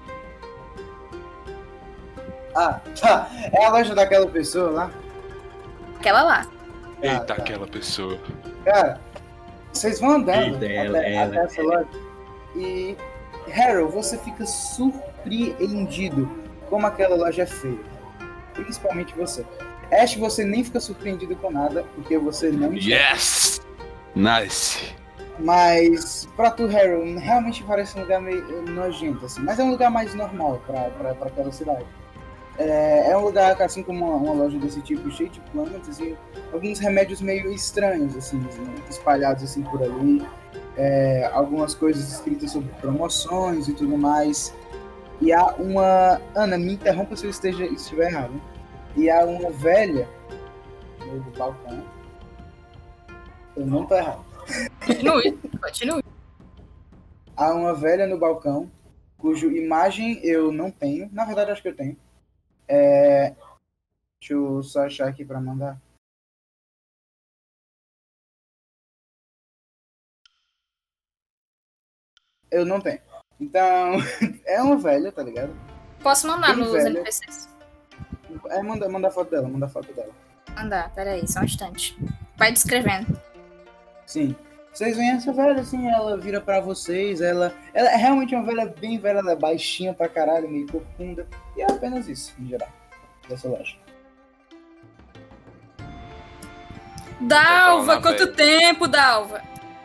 Tá. É a loja daquela pessoa lá? Aquela lá. Eita, tá. aquela pessoa. Cara, vocês vão andando Eita, até essa loja e... Harold, você fica surpreendido como aquela loja é feia. Principalmente você. Ash, você nem fica surpreendido com nada, porque você não... Yes! Nice! Mas, pra tu, Harold, realmente parece um lugar meio nojento, assim. Mas é um lugar mais normal pra aquela cidade. É um lugar, assim como uma loja desse tipo, cheio de plantas e alguns remédios meio estranhos, assim, espalhados assim por ali. Algumas coisas escritas sobre promoções e tudo mais. E há uma... Ana, me interrompa se eu estiver errado. E há uma velha no balcão. Eu não tô errado. Continue. Há uma velha no balcão, cuja imagem eu não tenho. Na verdade, acho que eu tenho. Deixa eu só achar aqui pra mandar. Eu não tenho. Então, é uma velha, tá ligado? Posso mandar Bem nos velha. NPCs? Manda foto dela, Mandar, peraí, só um instante. Vai descrevendo. Sim. Vocês veem essa velha, assim, ela vira pra vocês, ela é realmente uma velha bem velha, ela é baixinha pra caralho, meio corcunda, e é apenas isso, em geral, dessa loja. Dalva, quanto tempo, Dalva?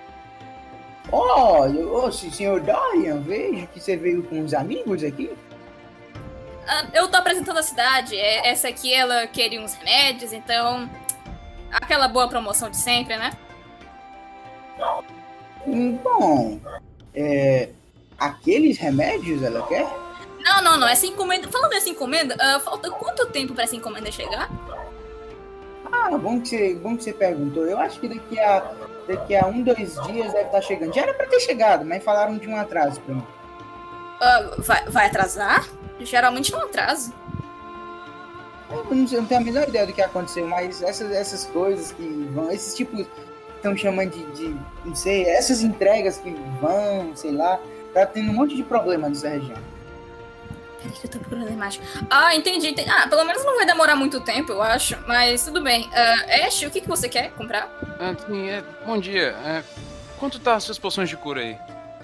Olha, senhor Dorian, vejo que você veio com uns amigos aqui. Eu tô apresentando a cidade. Essa aqui, ela queria uns remédios, então... Aquela boa promoção de sempre, né? Bom, aqueles remédios ela quer? Não, essa encomenda... Falando dessa encomenda, falta quanto tempo pra essa encomenda chegar? Bom que você perguntou. Eu acho que daqui a 1-2 dias deve estar chegando. Já era pra ter chegado, mas falaram de um atraso pra mim. Vai atrasar? Geralmente não atrasa. Eu não tenho a menor ideia do que aconteceu, mas essas coisas que vão... Esses tipos estão chamando de... Não sei, essas entregas que vão, sei lá... Tá tendo um monte de problema nessa região. Peraí que eu tô procurando a imagem. Entendi. Pelo menos não vai demorar muito tempo, eu acho. Mas tudo bem. Ash, o que você quer comprar? Sim, bom dia. Quanto tá as suas poções de cura aí?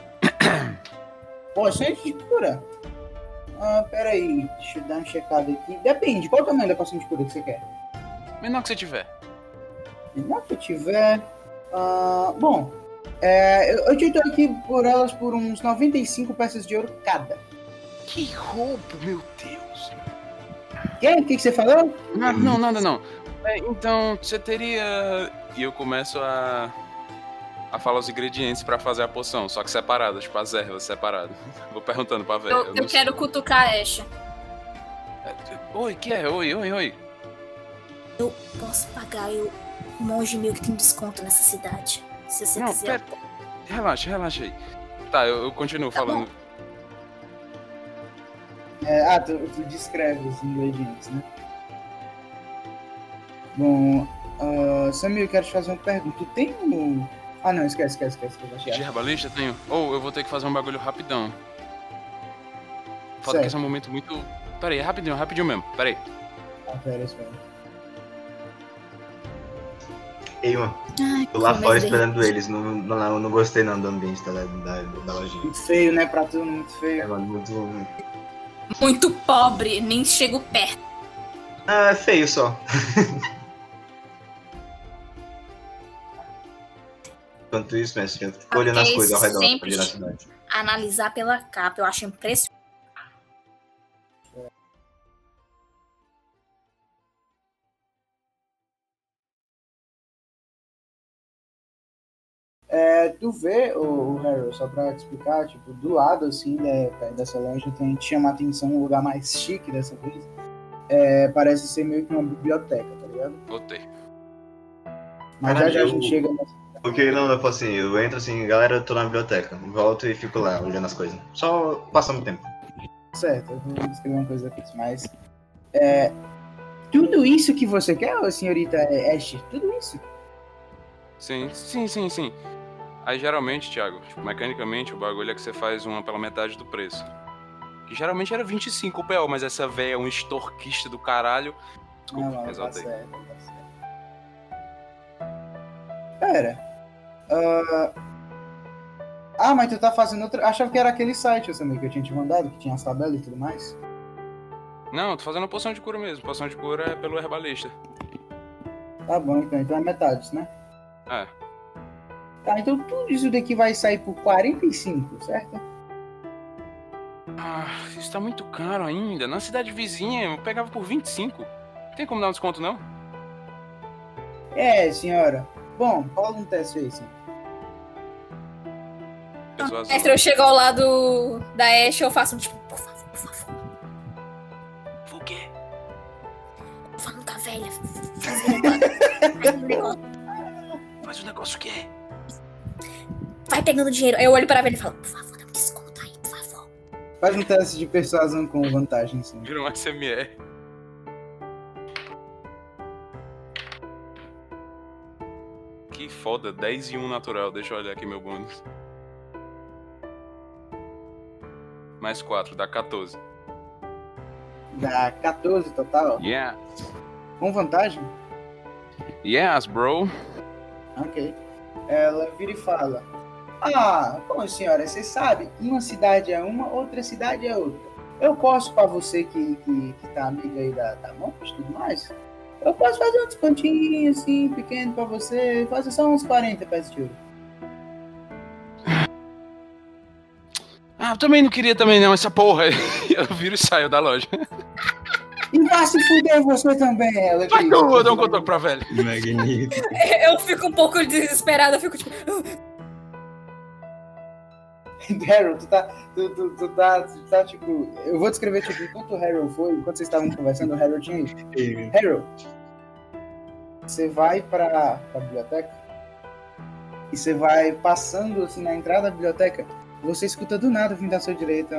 Poções de cura? Peraí. Deixa eu dar uma checada aqui. Depende. Qual o tamanho da poção de cura que você quer? Menor que você tiver. Menor que eu tiver... bom... eu te dou aqui por elas por uns 95 peças de ouro cada. Que roubo, meu Deus. O que você falou? Não, nada não. Então, você teria... E eu começo a falar os ingredientes pra fazer a poção, só que separado, tipo as ervas separadas. Vou perguntando pra velha. Eu quero cutucar a Ash. Oi, que é? Oi. Eu posso pagar, o monge meu que tem desconto nessa cidade. Se você quiser. Pera. Relaxa aí. Tá, eu continuo falando. Tu descreve os ingredientes, né? Bom, Samir, eu quero te fazer uma pergunta. Tu tem um... não, esquece. De herbalista tenho? Eu vou ter que fazer um bagulho rapidão. Foda que esse é um momento muito... Pera aí, rapidinho mesmo. Pera aí. Espera. Ei, mano. Tô lá fora esperando eles. Não gostei não do ambiente da lojinha. Muito feio, né? Pra tudo, muito feio. Mano, Muito pobre, nem chego perto. É feio só. Enquanto isso, mestre, eu fico olhando as coisas ao redor ali na cidade. Analisar pela capa, eu acho impressionante. Tu vê, o Harry, só pra te explicar, tipo, do lado, assim, dessa loja, tem que chamar a atenção um lugar mais chique dessa vez. Parece ser meio que uma biblioteca, tá ligado? Botei. Mas já a gente chega nessa... Porque eu falo assim, eu entro assim, galera, eu tô na biblioteca. Volto e fico lá, olhando as coisas. Só passando o tempo. Certo, eu vou escrever uma coisa aqui, mas... tudo isso que você quer, senhorita Ash? Tudo isso? Sim. Aí geralmente, Thiago, tipo, mecanicamente o bagulho é que você faz uma pela metade do preço. Que geralmente era 25 PO, mas essa véia é um extorquista do caralho. Desculpa, não, exaltei. Tá certo. Pera. Mas tu tá fazendo outra... Achava que era aquele site, também, que eu tinha te mandado, que tinha as tabelas e tudo mais. Não, tô fazendo uma poção de cura mesmo. Poção de cura é pelo herbalista. Tá bom, então é metade, né? Tá, então tudo isso daqui vai sair por 45, certo? Isso tá muito caro ainda. Na cidade vizinha eu pegava por 25. Tem como dar um desconto, não? Senhora. Bom, rola um teste aí, sim. Mestre, eu chego ao lado da Ash, eu faço tipo, por favor. O quê? Falando com a velha. Faz um negócio o quê? Vai pegando dinheiro. Aí eu olho pra velha e falo, por favor, dá um desconto aí, por favor. Faz um teste de persuasão com vantagem, sim. Vira um SMR. Que foda, 10 e 1 natural. Deixa eu olhar aqui meu bônus. Mais 4, dá 14. Dá 14 total? Yeah. Com vantagem? Yes, bro. Ok. Ela vira e fala: bom, senhora, você sabe, uma cidade é uma, outra cidade é outra. Eu posso, pra você que tá amiga aí da monte e tudo mais, eu posso fazer um descontinho assim, pequeno pra você, fazer só uns 40 peças de ouro. Eu também não queria não, essa porra. Eu viro e saio da loja. E vai se fuder você também, ela. Vai que eu vou dar um cotoco pra velha. Magnífico. Eu fico um pouco desesperada, eu fico tipo... Harold, tu tá, tipo... Eu vou descrever, tipo, enquanto o Harold foi, enquanto vocês estavam conversando, o Harold tinha ido. Harold, você vai pra biblioteca e você vai passando, assim, na entrada da biblioteca, você escuta do nada, vindo da sua direita,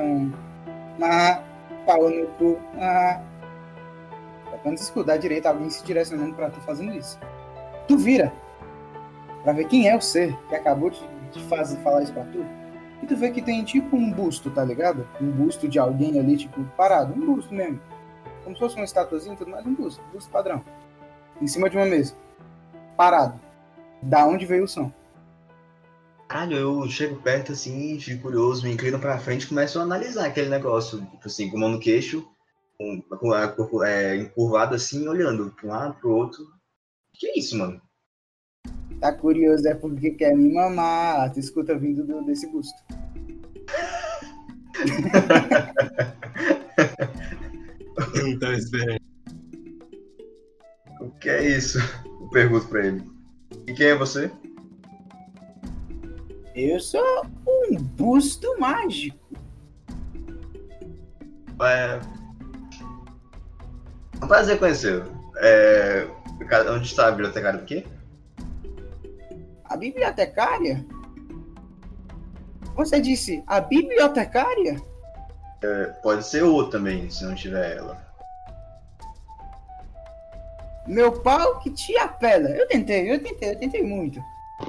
pau no cu, Quando você escuta da direita, alguém se direcionando pra tu fazendo isso. Tu vira pra ver quem é o ser que acabou de falar isso pra tu. E tu vê que tem tipo um busto, tá ligado? Um busto de alguém ali, tipo, parado. Um busto mesmo. Como se fosse uma estatuazinha e tudo mais, um busto padrão. Em cima de uma mesa. Parado. Da onde veio o som? Caralho, eu chego perto assim, fico curioso, me inclino pra frente e começo a analisar aquele negócio. Tipo assim, com a mão no queixo, com a corpo encurvado assim, olhando pra um lado, pro outro. Que é isso, mano? Tá curioso, é porque quer me mamar. Tu escuta vindo desse busto. Então, espera. O que é isso? Eu pergunto pra ele. E quem é você? Eu sou um busto mágico. É um prazer conhecê-lo. Onde está a bibliotecária aqui? A bibliotecária? Você disse a bibliotecária? Pode ser outra também, se não tiver ela. Meu pau que te apela. Eu tentei muito.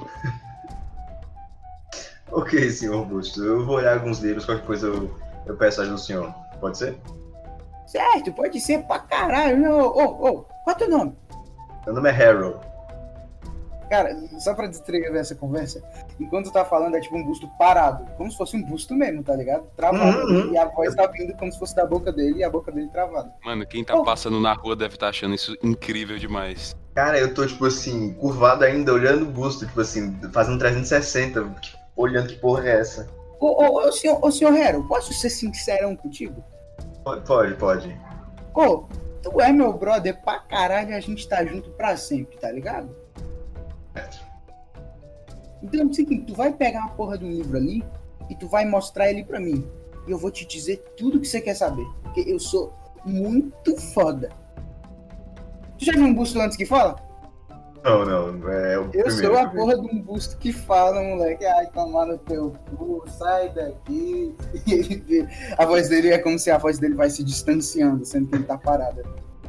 Ok, senhor Busto. Eu vou olhar alguns livros, qualquer coisa eu peço ajuda do senhor. Pode ser? Certo, pode ser pra caralho. Qual é teu nome? Meu nome é Harold. Cara, só pra descrever essa conversa, enquanto tá falando é tipo um busto parado, como se fosse um busto mesmo, tá ligado? Travado, e a voz tá vindo como se fosse da boca dele e a boca dele travada. Mano, quem tá passando na rua deve estar achando isso incrível demais. Cara, eu tô, tipo assim, curvado ainda, olhando o busto, tipo assim, fazendo 360, olhando que porra é essa. Ô, senhor Hero, posso ser sincerão contigo? Pode. Tu é meu brother pra caralho e a gente tá junto pra sempre, tá ligado? Então é o seguinte, tu vai pegar uma porra de um livro ali e tu vai mostrar ele pra mim. E eu vou te dizer tudo que você quer saber. Porque eu sou muito foda. Tu já viu um busto antes que fala? Não, é o Eu primeiro. sou a porra de um busto que fala, moleque. Ai, tomar no teu cu, sai daqui. A voz dele é como se a voz dele vai se distanciando, sendo que ele tá parado.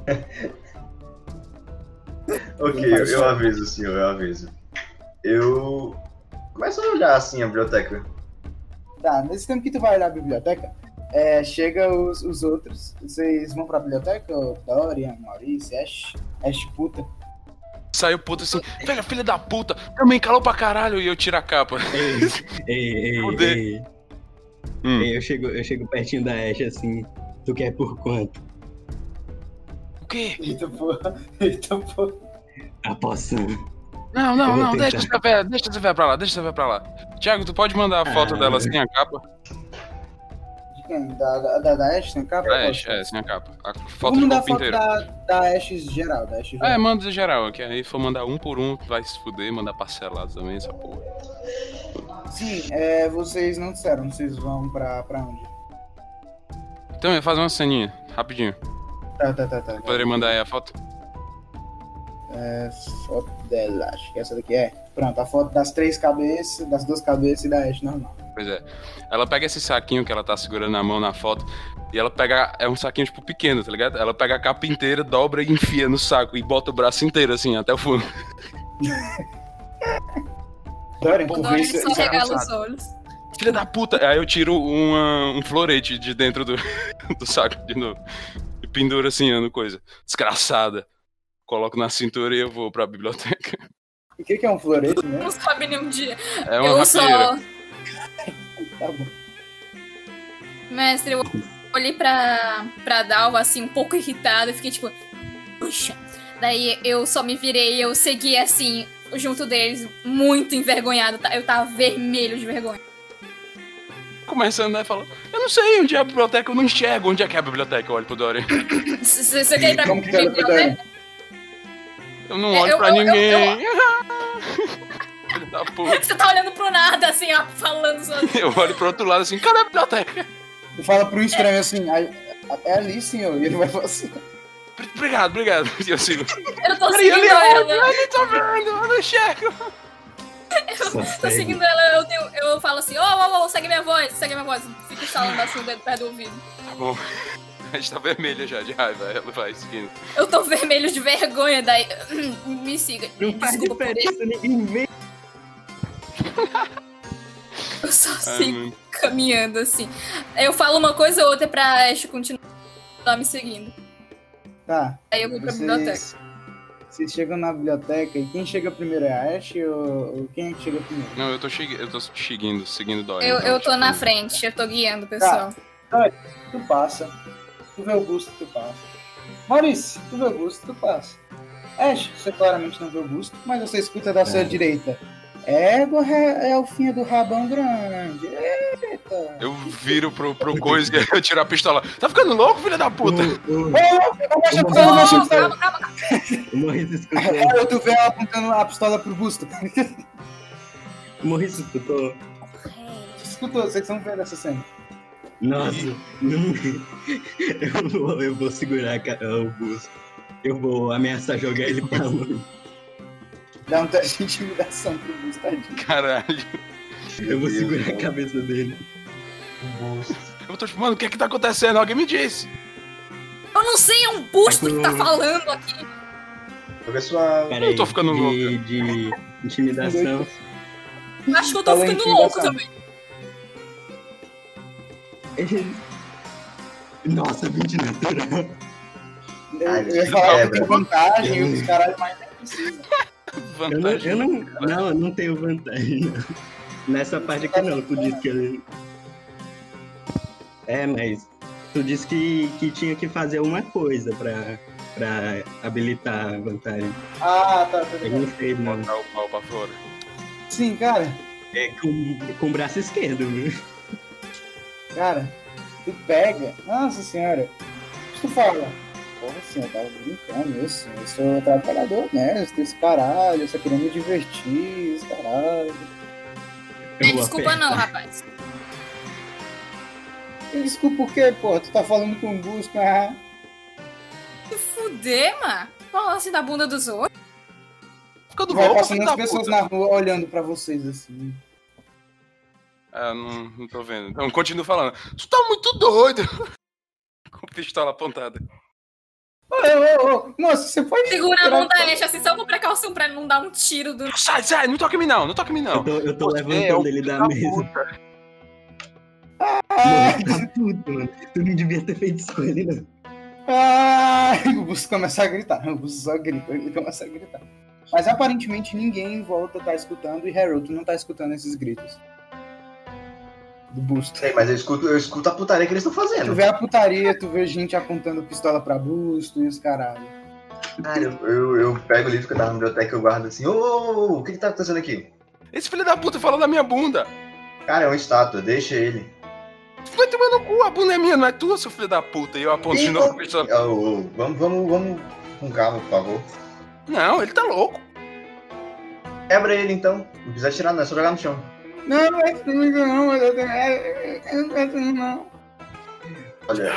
Ok, eu aviso, senhor, eu aviso. Eu começo a olhar assim a biblioteca. Tá, nesse tempo que tu vai olhar a biblioteca, chega os outros. Vocês vão pra biblioteca? Dorian, Maurício, Ash puta. Saiu puta assim, velho, filha da puta, também calou pra caralho, e eu tiro a capa. Ei, eu chego pertinho da Ash assim, tu quer por quanto? O quê? Eita porra. Apostando. Não, deixa essa véia pra lá. Thiago, tu pode mandar a foto dela sem a capa? De quem? Da Ash sem a capa? Da Ash, sem a capa. A foto Vou do mandar a corpo foto inteiro. da Ash geral, Manda geral, que aí for mandar um por um, vai se fuder, mandar parcelado também, essa porra. Sim, vocês não disseram, vocês vão pra onde? Então, eu ia fazer uma ceninha, rapidinho. Tá. Poderia mandar aí a foto? Foto dela, acho que essa daqui é. Pronto, a foto das 3 cabeças, das 2 cabeças e da Ash normal. Pois é. Ela pega esse saquinho que ela tá segurando na mão na foto e ela pega. É um saquinho tipo pequeno, tá ligado? Ela pega a capa inteira, dobra e enfia no saco e bota o braço inteiro assim, até o fundo. Dorian, Só regala os olhos. Filha da puta! Aí eu tiro um florete de dentro do saco de novo. E penduro assim, no coisa. Desgraçada. Coloco na cintura e eu vou pra biblioteca. O que é um florete, né? Não sabe nenhum dia. É uma Eu rapieira. Tá bom. Mestre, eu olhei pra Dalva, assim, um pouco irritada. E fiquei tipo, puxa. Daí eu só me virei e eu segui, assim, junto deles, muito envergonhado. Eu tava vermelho de vergonha. Começando, né, falando, eu não sei onde é a biblioteca, eu não enxergo onde é que é a biblioteca. Eu olho pro Dorian. Você quer ir pra Como que ela biblioteca? Eu não olho pra ninguém. Da puta. Você tá olhando pro nada, assim, ó, falando sozinho. Eu olho pro outro lado assim, cadê a biblioteca? E fala pro estranho assim, é ali, senhor. E ele vai falar assim. Obrigado. E eu sigo. Eu tô Peraí, seguindo eu ela. não tô vendo, eu não enxergo. Eu tô seguindo ela, eu falo assim, ô, segue minha voz. Fico instalando assim o dedo perto do ouvido. Tá bom. A gente tá vermelha já de raiva, ela vai seguindo. Eu tô vermelho de vergonha, daí. Me siga. Não faz Desculpa por isso. diferença, ninguém vê. Eu só sigo mano. caminhando assim. Eu falo uma coisa ou outra pra Ash continuar me seguindo. Tá. Aí eu vou pra biblioteca. Vocês chegam na biblioteca e quem chega primeiro é a Ash ou quem é que chega primeiro? Não, eu tô seguindo Dorian. Eu tô na frente, eu tô guiando o pessoal. Tu passa. Tu vê o busto, tu passa. Maurício, tu vê o busto, tu passa. Ash, você claramente não vê o busto, mas você escuta da sua direita. Égua é a alfinha do rabão grande. Eita. Eu viro pro coisa e eu tiro a pistola. Tá ficando louco, filho da puta? Calma. O Morris escutou. Tu vê ela apontando a pistola pro busto. O Morris escutou. Escutou, vocês estão vendo essa cena. Nossa, eu vou segurar o busto. Eu vou ameaçar jogar ele pra longe. Dá um teste de intimidação pro busto, tadinho. Caralho. Eu vou segurar a cabeça dele. Eu tô tipo, mano, o que é que tá acontecendo? Alguém me disse. Eu não sei, é um busto que tá falando aqui. Joga sua. Peraí, Eu tô ficando louco. De intimidação. Acho que eu tô Fala ficando intimidação. louco também. Nossa, 20 natural. Eu ia falar que tem vantagem e os caralho, mas nem precisa. Vantagem. Eu não tenho vantagem, não. Nessa parte aqui não, tu disse que ele... Mas tu disse que tinha que fazer uma coisa pra habilitar a vantagem. Ah, tá. Eu não sei, não. Botar o pau pra fora. Sim, cara. É com o braço esquerdo, viu? Cara, tu pega. Nossa senhora. Tu fala. Porra, assim, eu tava brincando, eu sou trabalhador, né? Esse caralho, eu só queria me divertir, esse caralho. Desculpa não, rapaz. Desculpa o quê, pô? Tu tá falando com o Busco, ah? Se fuder, mano. Fala assim da bunda dos outros. Ficando Vai louco, passando filho as da pessoas puta. na rua olhando pra vocês assim. Ah, não tô vendo. Então, continuo falando. Tu tá muito doido. Com pistola apontada. Ô, moça, você pode... Segura a mão da Ash, assim, só uma precaução pra não dar um tiro do... Sai, não toca em mim não. Eu tô Você é levantando um ele filho da da mesa. puta. Morris tá puto, mano. Tu não devia ter feito isso com ele, não. O Busco começa a gritar. O Busco só grita, ele começa a gritar. Mas aparentemente ninguém em volta tá escutando e Harold, tu não tá escutando esses gritos. Do Busto. Sei, mas eu escuto a putaria que eles estão Tu fazendo. vê a putaria, tu vê gente apontando pistola pra Busto e os caralho. Cara, eu pego o livro que eu tava na biblioteca e eu guardo assim, o que tá acontecendo aqui? Esse filho da puta falou na minha bunda. Cara, é uma estátua, deixa ele. Vai tomar no cu, a bunda é minha, não é tua, seu filho da puta. E eu aponto de novo a pistola. Vamos com calma, por favor. Não, ele tá louco. Quebra ele então. Não precisa tirar, não, é só jogar no chão. Não, não é comigo não, mas eu não quero não. Olha,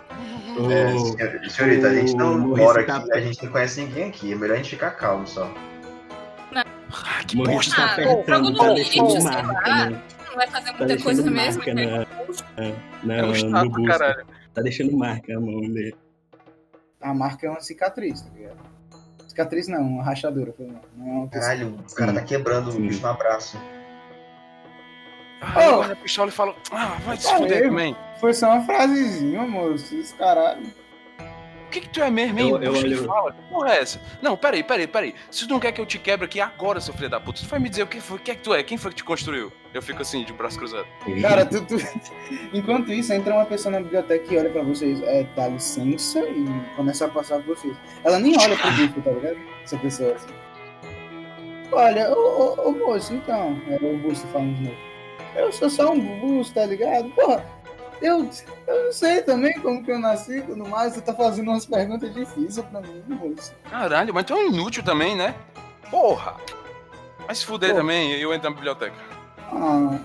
O senhorita, a gente não Morris mora tá- aqui, a gente não conhece ninguém aqui. É melhor a gente ficar calmo só. Ah, que Morris bosta. tá apertando, jogo tá no deixando lixo, sei marca, lá. né? Não vai fazer Tá muita coisa deixando mesmo. marca né? na, É um no estátua, busto. caralho. Tá deixando marca a mão dele. A marca é uma cicatriz, tá ligado? Cicatriz não, uma rachadura. Não é uma coisa. Caralho, o cara tá quebrando o bicho no abraço. Ah, eu olho a pistola e falo, vai se fuder também. Foi só uma frasezinha, moço. Esse caralho. O que tu é mesmo, hein? Eu Puxa, olho- fala, que porra é essa? Não, peraí. Se tu não quer que eu te quebre aqui agora, seu filho da puta, tu vai me dizer o que é que tu é? Quem foi que te construiu? Eu fico assim, de braço cruzado. Cara, enquanto isso, entra uma pessoa na biblioteca e olha pra vocês, dá licença e começa a passar por vocês. Ela nem olha pro bicho, tá ligado? Essa pessoa assim. Olha, ô moço, então. O Busto falando de novo. Eu sou só um Busto, tá ligado? Porra, eu não sei também como que eu nasci e tudo mais. Você tá fazendo umas perguntas difíceis pra mim, moço. Caralho, mas tu é um inútil também, né? Porra! Mas se fuder também, eu entro na biblioteca. Ah.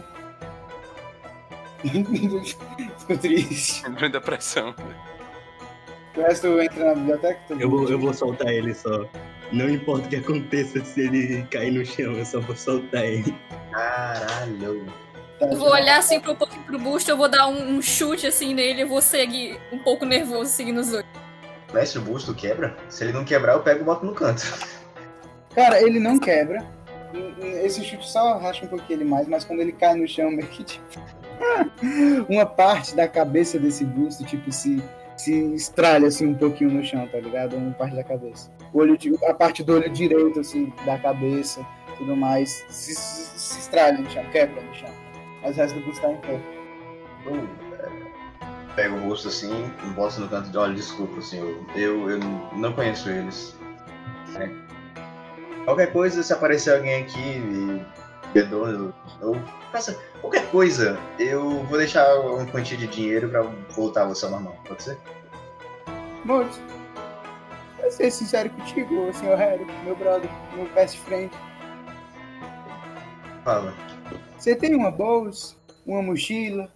Ficou triste. Entrou em depressão. O resto entra na biblioteca? Eu vou soltar ele só. Não importa o que aconteça se ele cair no chão, eu só vou soltar ele. Caralho. Eu vou olhar assim pro busto, eu vou dar um chute assim nele, eu vou seguir um pouco nervoso, seguindo os olhos. Mestre, o busto quebra? Se ele não quebrar, eu pego e boto no canto. Cara, ele não quebra. Esse chute só racha um pouquinho ele mais, mas quando ele cai no chão, meio que tipo... uma parte da cabeça desse busto, tipo, se estralha assim um pouquinho no chão, tá ligado? Uma parte da cabeça. A parte do olho direito, assim, da cabeça, tudo mais, se estralha no chão, quebra no chão. Mas o resto do busto tá em pé. Pego o busto assim, boto no canto de olho, desculpa, senhor. Eu não conheço eles. Qualquer coisa, se aparecer alguém aqui e ou faça qualquer coisa, eu vou deixar uma quantia de dinheiro pra voltar você ao normal, pode ser? Moço, eu ser sincero contigo, senhor Harry, meu brother, meu best friend. Fala. Você tem uma bolsa, uma mochila?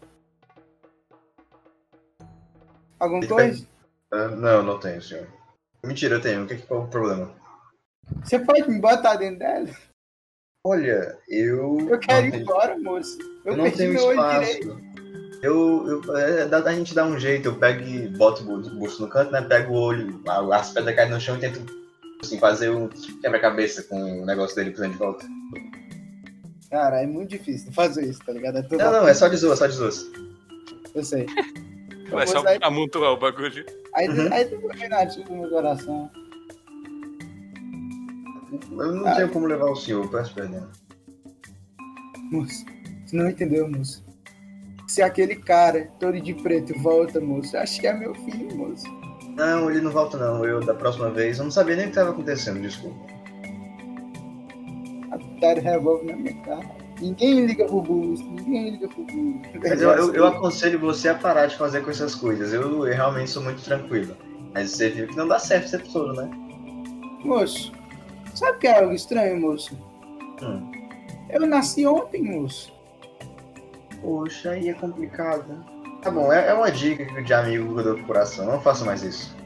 Alguma coisa? Não tenho, senhor. Mentira, eu tenho. Qual é o problema? Você pode me botar dentro dela? Olha, eu quero ir embora, moço. Eu não tenho espaço. A gente dá um jeito, eu pego e boto o busto no canto, né? Pego o olho, as pedras caem no chão e tento assim, fazer um quebra-cabeça com o negócio dele pra de volta. Cara, é muito difícil fazer isso, tá ligado? Não, é só de zoas. Eu sei. É só amontoar o bagulho. Aí tem um combinativo no meu coração. Eu não tenho como levar o senhor, peço perdão. Moço, você não entendeu, moço. Se aquele cara, todo de preto, volta, moço, acho que é meu filho, moço. Não, ele não volta não. Da próxima vez, eu não sabia nem o que estava acontecendo, desculpa. Apertaram o revólver na minha cara. Ninguém liga pro busto. Mas eu aconselho você a parar de fazer com essas coisas. Eu realmente sou muito tranquilo. Mas você viu que não dá certo ser todo, né? Moço, sabe o que é algo estranho, moço? Eu nasci ontem, moço. Poxa, aí é complicado. Tá bom, é uma dica de amigo que eu dou pro coração. Não faça mais isso.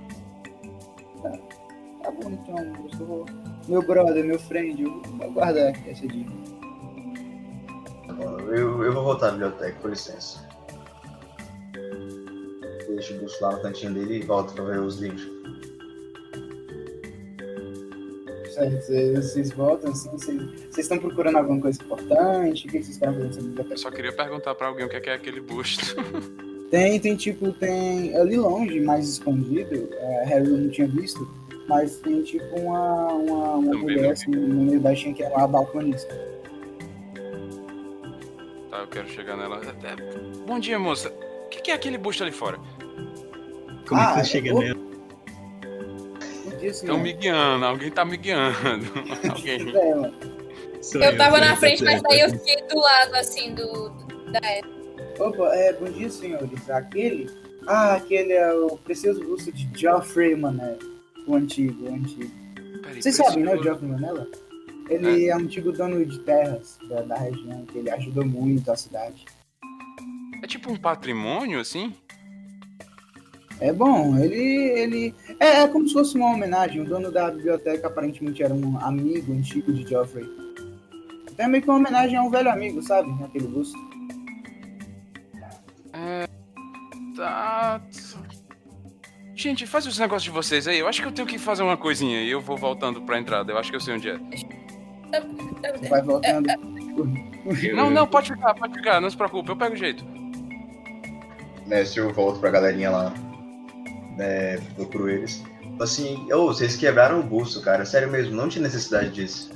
Tá bom, então, moço. Meu brother, meu friend, eu vou guardar aqui essa dica. Tá bom, eu vou voltar à biblioteca, com licença. Deixo o busto lá no cantinho dele e volto pra ver os livros. Vocês voltam, assim, vocês estão procurando alguma coisa importante? O que vocês querem fazer nessa biblioteca? Eu só queria perguntar pra alguém o que é aquele busto. Tem ali longe, mais escondido, Harry não tinha visto, mas tem tipo uma mulher assim, no meio baixinho que é uma balconista. Tá, eu quero chegar nela. Bom dia, moça. O que é aquele busto ali fora? Como é que você chega nela? Estão me guiando, alguém tá me guiando. Alguém. Eu tava na frente, mas daí eu fiquei do lado, assim, da Eva. Opa, bom dia, senhores. Aquele é o precioso busto de Geoffrey Manella. O antigo. Vocês sabem, né, o Geoffrey Manella? Ele é um antigo dono de terras da região, que ele ajudou muito a cidade. É tipo um patrimônio, assim? É bom, ele é como se fosse uma homenagem. O dono da biblioteca aparentemente era um amigo antigo de Geoffrey. Então é meio que uma homenagem a um velho amigo, sabe? Aquele busto. Tá. Gente, faz os negócios de vocês aí. Eu acho que eu tenho que fazer uma coisinha e eu vou voltando pra entrada. Eu acho que eu sei onde é. Vai voltando. Não, pode ficar, não se preocupe, eu pego o jeito. Se eu volto pra galerinha lá, procuro eles. Assim, vocês quebraram o busto, cara. Sério mesmo, não tinha necessidade disso.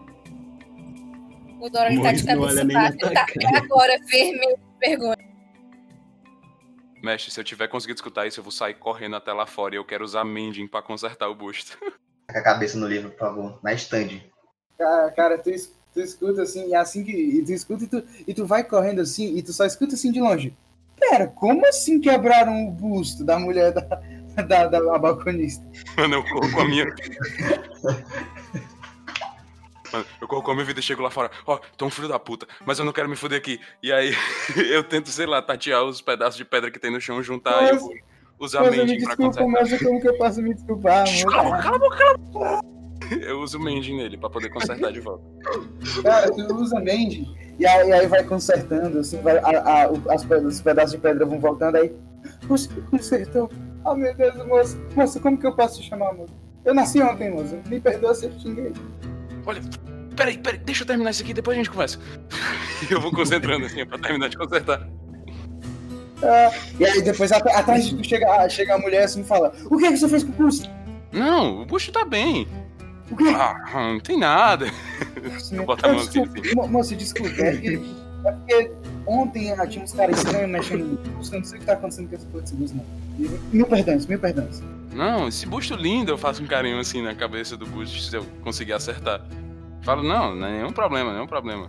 O Dora tá de cabeça baixa, tá agora vermelho de vergonha. Mestre, se eu tiver conseguido escutar isso, eu vou sair correndo até lá fora e eu quero usar mending pra consertar o busto. Taca a cabeça no livro, por favor, na estande. Cara, tu escuta assim, e assim que tu escuta e tu vai correndo assim, e tu só escuta assim de longe. Pera, como assim quebraram o busto da mulher da balconista? Mano, eu corro com a minha. Mano, eu corro com a minha vida e chego lá fora. Ó, tô um filho da puta, mas eu não quero me fuder aqui. E aí eu tento, sei lá, tatear os pedaços de pedra que tem no chão, juntar e eu vou usar Moça, me mending pra desculpa, consertar. mas como que eu posso me desculpar, moça? Cala a boca! Eu uso mending nele pra poder consertar de volta. Cara, tu usa mending e aí vai consertando, assim, os pedaços de pedra vão voltando, aí você consertou. Oh, meu Deus, moça, como que eu posso te chamar, moça? Eu nasci ontem, moça, me perdoa se eu te xinguei. Olha, peraí, deixa eu terminar isso aqui, depois a gente conversa. Eu vou concentrando assim, pra terminar de consertar. E aí depois atrás de tu chega a mulher assim e fala: o que é que você fez com o busto? Não, o bucho tá bem. O quê? Não tem nada. Eu boto a mão assim. Moça, desculpa, é porque ontem tinha uns caras estranhos mexendo no busto, eu não sei o que tá acontecendo com esse porra desse busto, não. Mil perdões. Não, esse busto lindo, eu faço um carinho assim na cabeça do busto, se eu conseguir acertar. Falo, não é nenhum problema.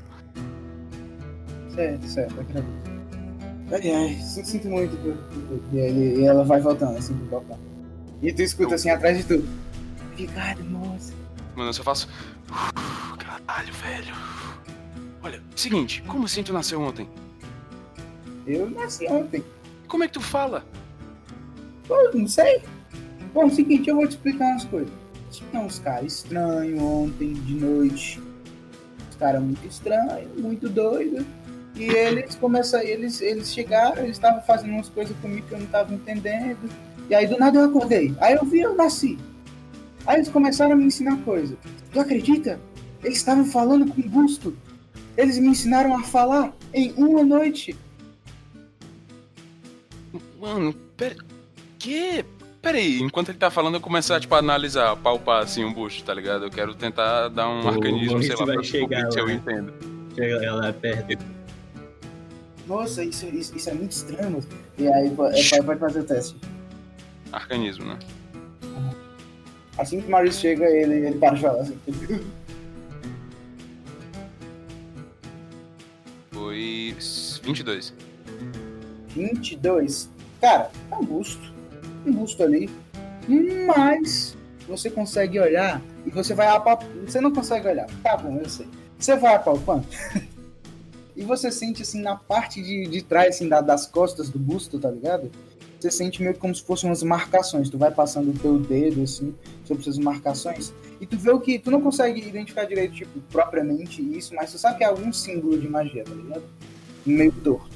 Certo, acredito. Ai, sinto muito. E ela vai voltando assim pro balcão. E tu escuta assim atrás de tu: Ricardo, moça. Mano, eu só faço. Caralho, velho. Olha, seguinte, como assim tu nasceu ontem? Eu nasci ontem. Como é que tu fala? Pô, não sei. Bom, é o seguinte, eu vou te explicar umas coisas. Tinha uns caras estranhos ontem de noite. Uns caras muito estranhos, muito doidos. E eles chegaram, eles estavam fazendo umas coisas comigo que eu não estava entendendo. E aí do nada eu acordei. Aí eu nasci. Aí eles começaram a me ensinar coisa. Tu acredita? Eles estavam falando com busto. Eles me ensinaram a falar em uma noite. Mano, Peraí, enquanto ele tá falando, eu começo a, tipo, analisar, palpar, assim, um busto, tá ligado? Eu quero tentar dar um arcanismo, sei lá, pra descobrir se eu entendo. Chega lá perto. Nossa, isso é muito estranho, moço. E aí pode fazer o teste. Arcanismo, né? Assim que o Maurício chega, ele para de falar assim. Foi 22. 22? Cara, é um busto ali. Mas você consegue olhar e você vai apalpando. Você não consegue olhar. Tá bom, eu sei. Você vai apalpando. E você sente assim na parte de trás, assim, das costas do busto, tá ligado? Você sente meio como se fossem umas marcações. Tu vai passando o teu dedo, assim, sobre essas marcações. E tu vê o que... Tu não consegue identificar direito, tipo, propriamente isso, mas tu sabe que é algum símbolo de magia, tá ligado? Meio torto.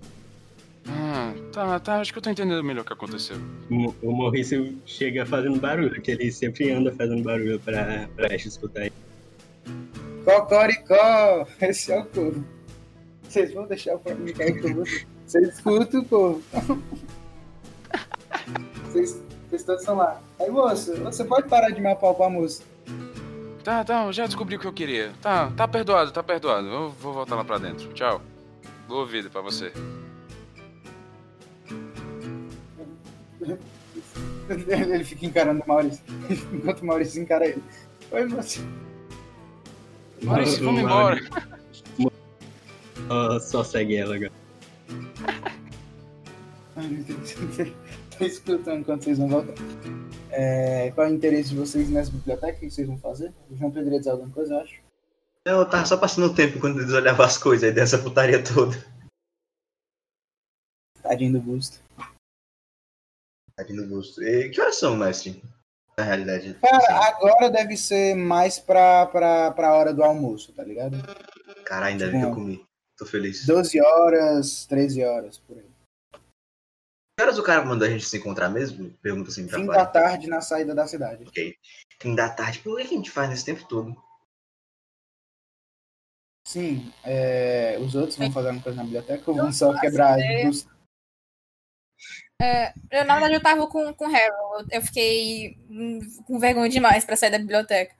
Tá, acho que eu tô entendendo melhor o que aconteceu. O Maurício chega fazendo barulho, que ele sempre anda fazendo barulho pra escutar ele. Cocoricó! Esse é o corvo. Vocês vão deixar o próprio cair com você? Vocês escutam o corvo. Vocês todos estão lá. Aí, moço, você pode parar de me apalpar, moço? Tá, já descobri o que eu queria. Tá perdoado. Eu vou voltar lá pra dentro. Tchau. Boa vida pra você. Ele fica encarando o Maurício, enquanto o Maurício encara ele. Oi, moço. Maurício, vamos embora. Só segue ela agora. Ai, meu Deus. Tô escutando enquanto vocês vão voltar. Qual é o interesse de vocês nessa biblioteca? O que vocês vão fazer? O João poderia dizer alguma coisa, eu acho. Eu tava só passando o tempo quando eles olhavam as coisas aí dessa putaria toda. Tadinho do busto. Tadinho do busto. E que horas são, mestre? Na realidade. Cara, agora deve ser mais pra hora do almoço, tá ligado? Caralho, ainda bem que eu comi. Tô feliz. 12 horas, 13 horas, por aí. Que horas o cara mandou a gente se encontrar mesmo? Pergunta assim pra Fim fora. da tarde na saída da cidade. Ok. Fim da tarde. Por que a gente faz nesse tempo todo? Sim, os outros vão fazer uma coisa na biblioteca ou vão só quebrar os... Na verdade, eu tava com o Harold. Eu fiquei com vergonha demais pra sair da biblioteca.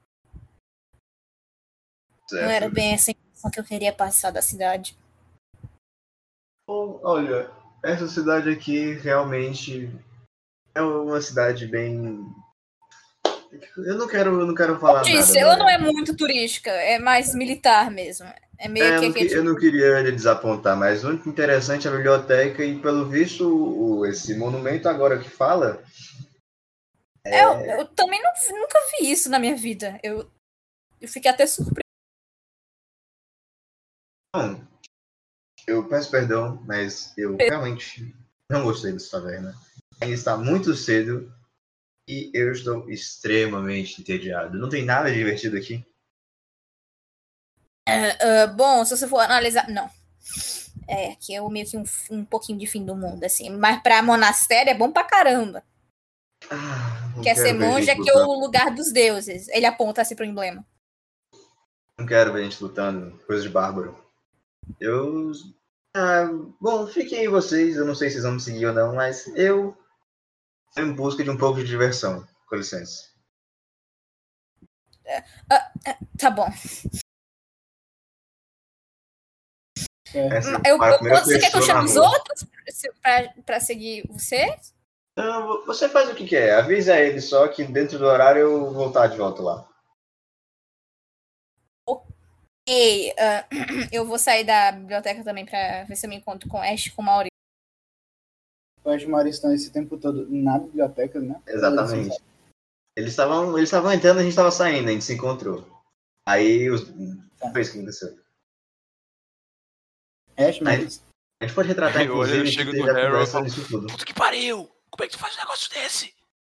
Certo. Não era bem essa impressão que eu queria passar da cidade. Bom, olha, essa cidade aqui realmente é uma cidade bem... Eu não quero falar nada. Ela não é muito turística, é mais militar mesmo. É meio eu não queria lhe desapontar, mas o único interessante é a biblioteca e, pelo visto, esse monumento agora que fala... Eu também nunca vi isso na minha vida. Eu fiquei até surpresa. Bom, eu peço perdão, mas eu realmente não gostei dessa taverna. Ainda está muito cedo e eu estou extremamente entediado. Não tem nada de divertido aqui. Bom, se você for analisar... Não. Aqui é meio que um pouquinho de fim do mundo, assim. Mas pra monastério é bom pra caramba. Não Quer quero ser ver monge gente aqui é lutando. o lugar dos deuses. Ele aponta assim pro emblema. Não quero ver gente lutando. Coisa de bárbaro. Eu... bom, fiquem aí vocês. Eu não sei se vocês vão me seguir ou não, mas eu... estou em busca de um pouco de diversão. Com licença. Tá bom. Essa Eu, foi a primeira você quer que eu pessoa chame na os rua. outros pra seguir você? Não, você faz o que quer. Avisa ele só que dentro do horário eu vou voltar de volta lá. Ei, eu vou sair da biblioteca também pra ver se eu me encontro com Ash e com o Maurício. Eu acho que o Maurício está esse tempo todo na biblioteca, né? Exatamente. Eles estavam entrando, a gente estava saindo, a gente se encontrou. Aí foi isso que aconteceu. Ash, Maurício. A gente pode retratar, Eu olho, inclusive, eu que chego teve no a Harry e conversa falo, nisso tudo. Puta que pariu! Como é que tu faz um negócio desse?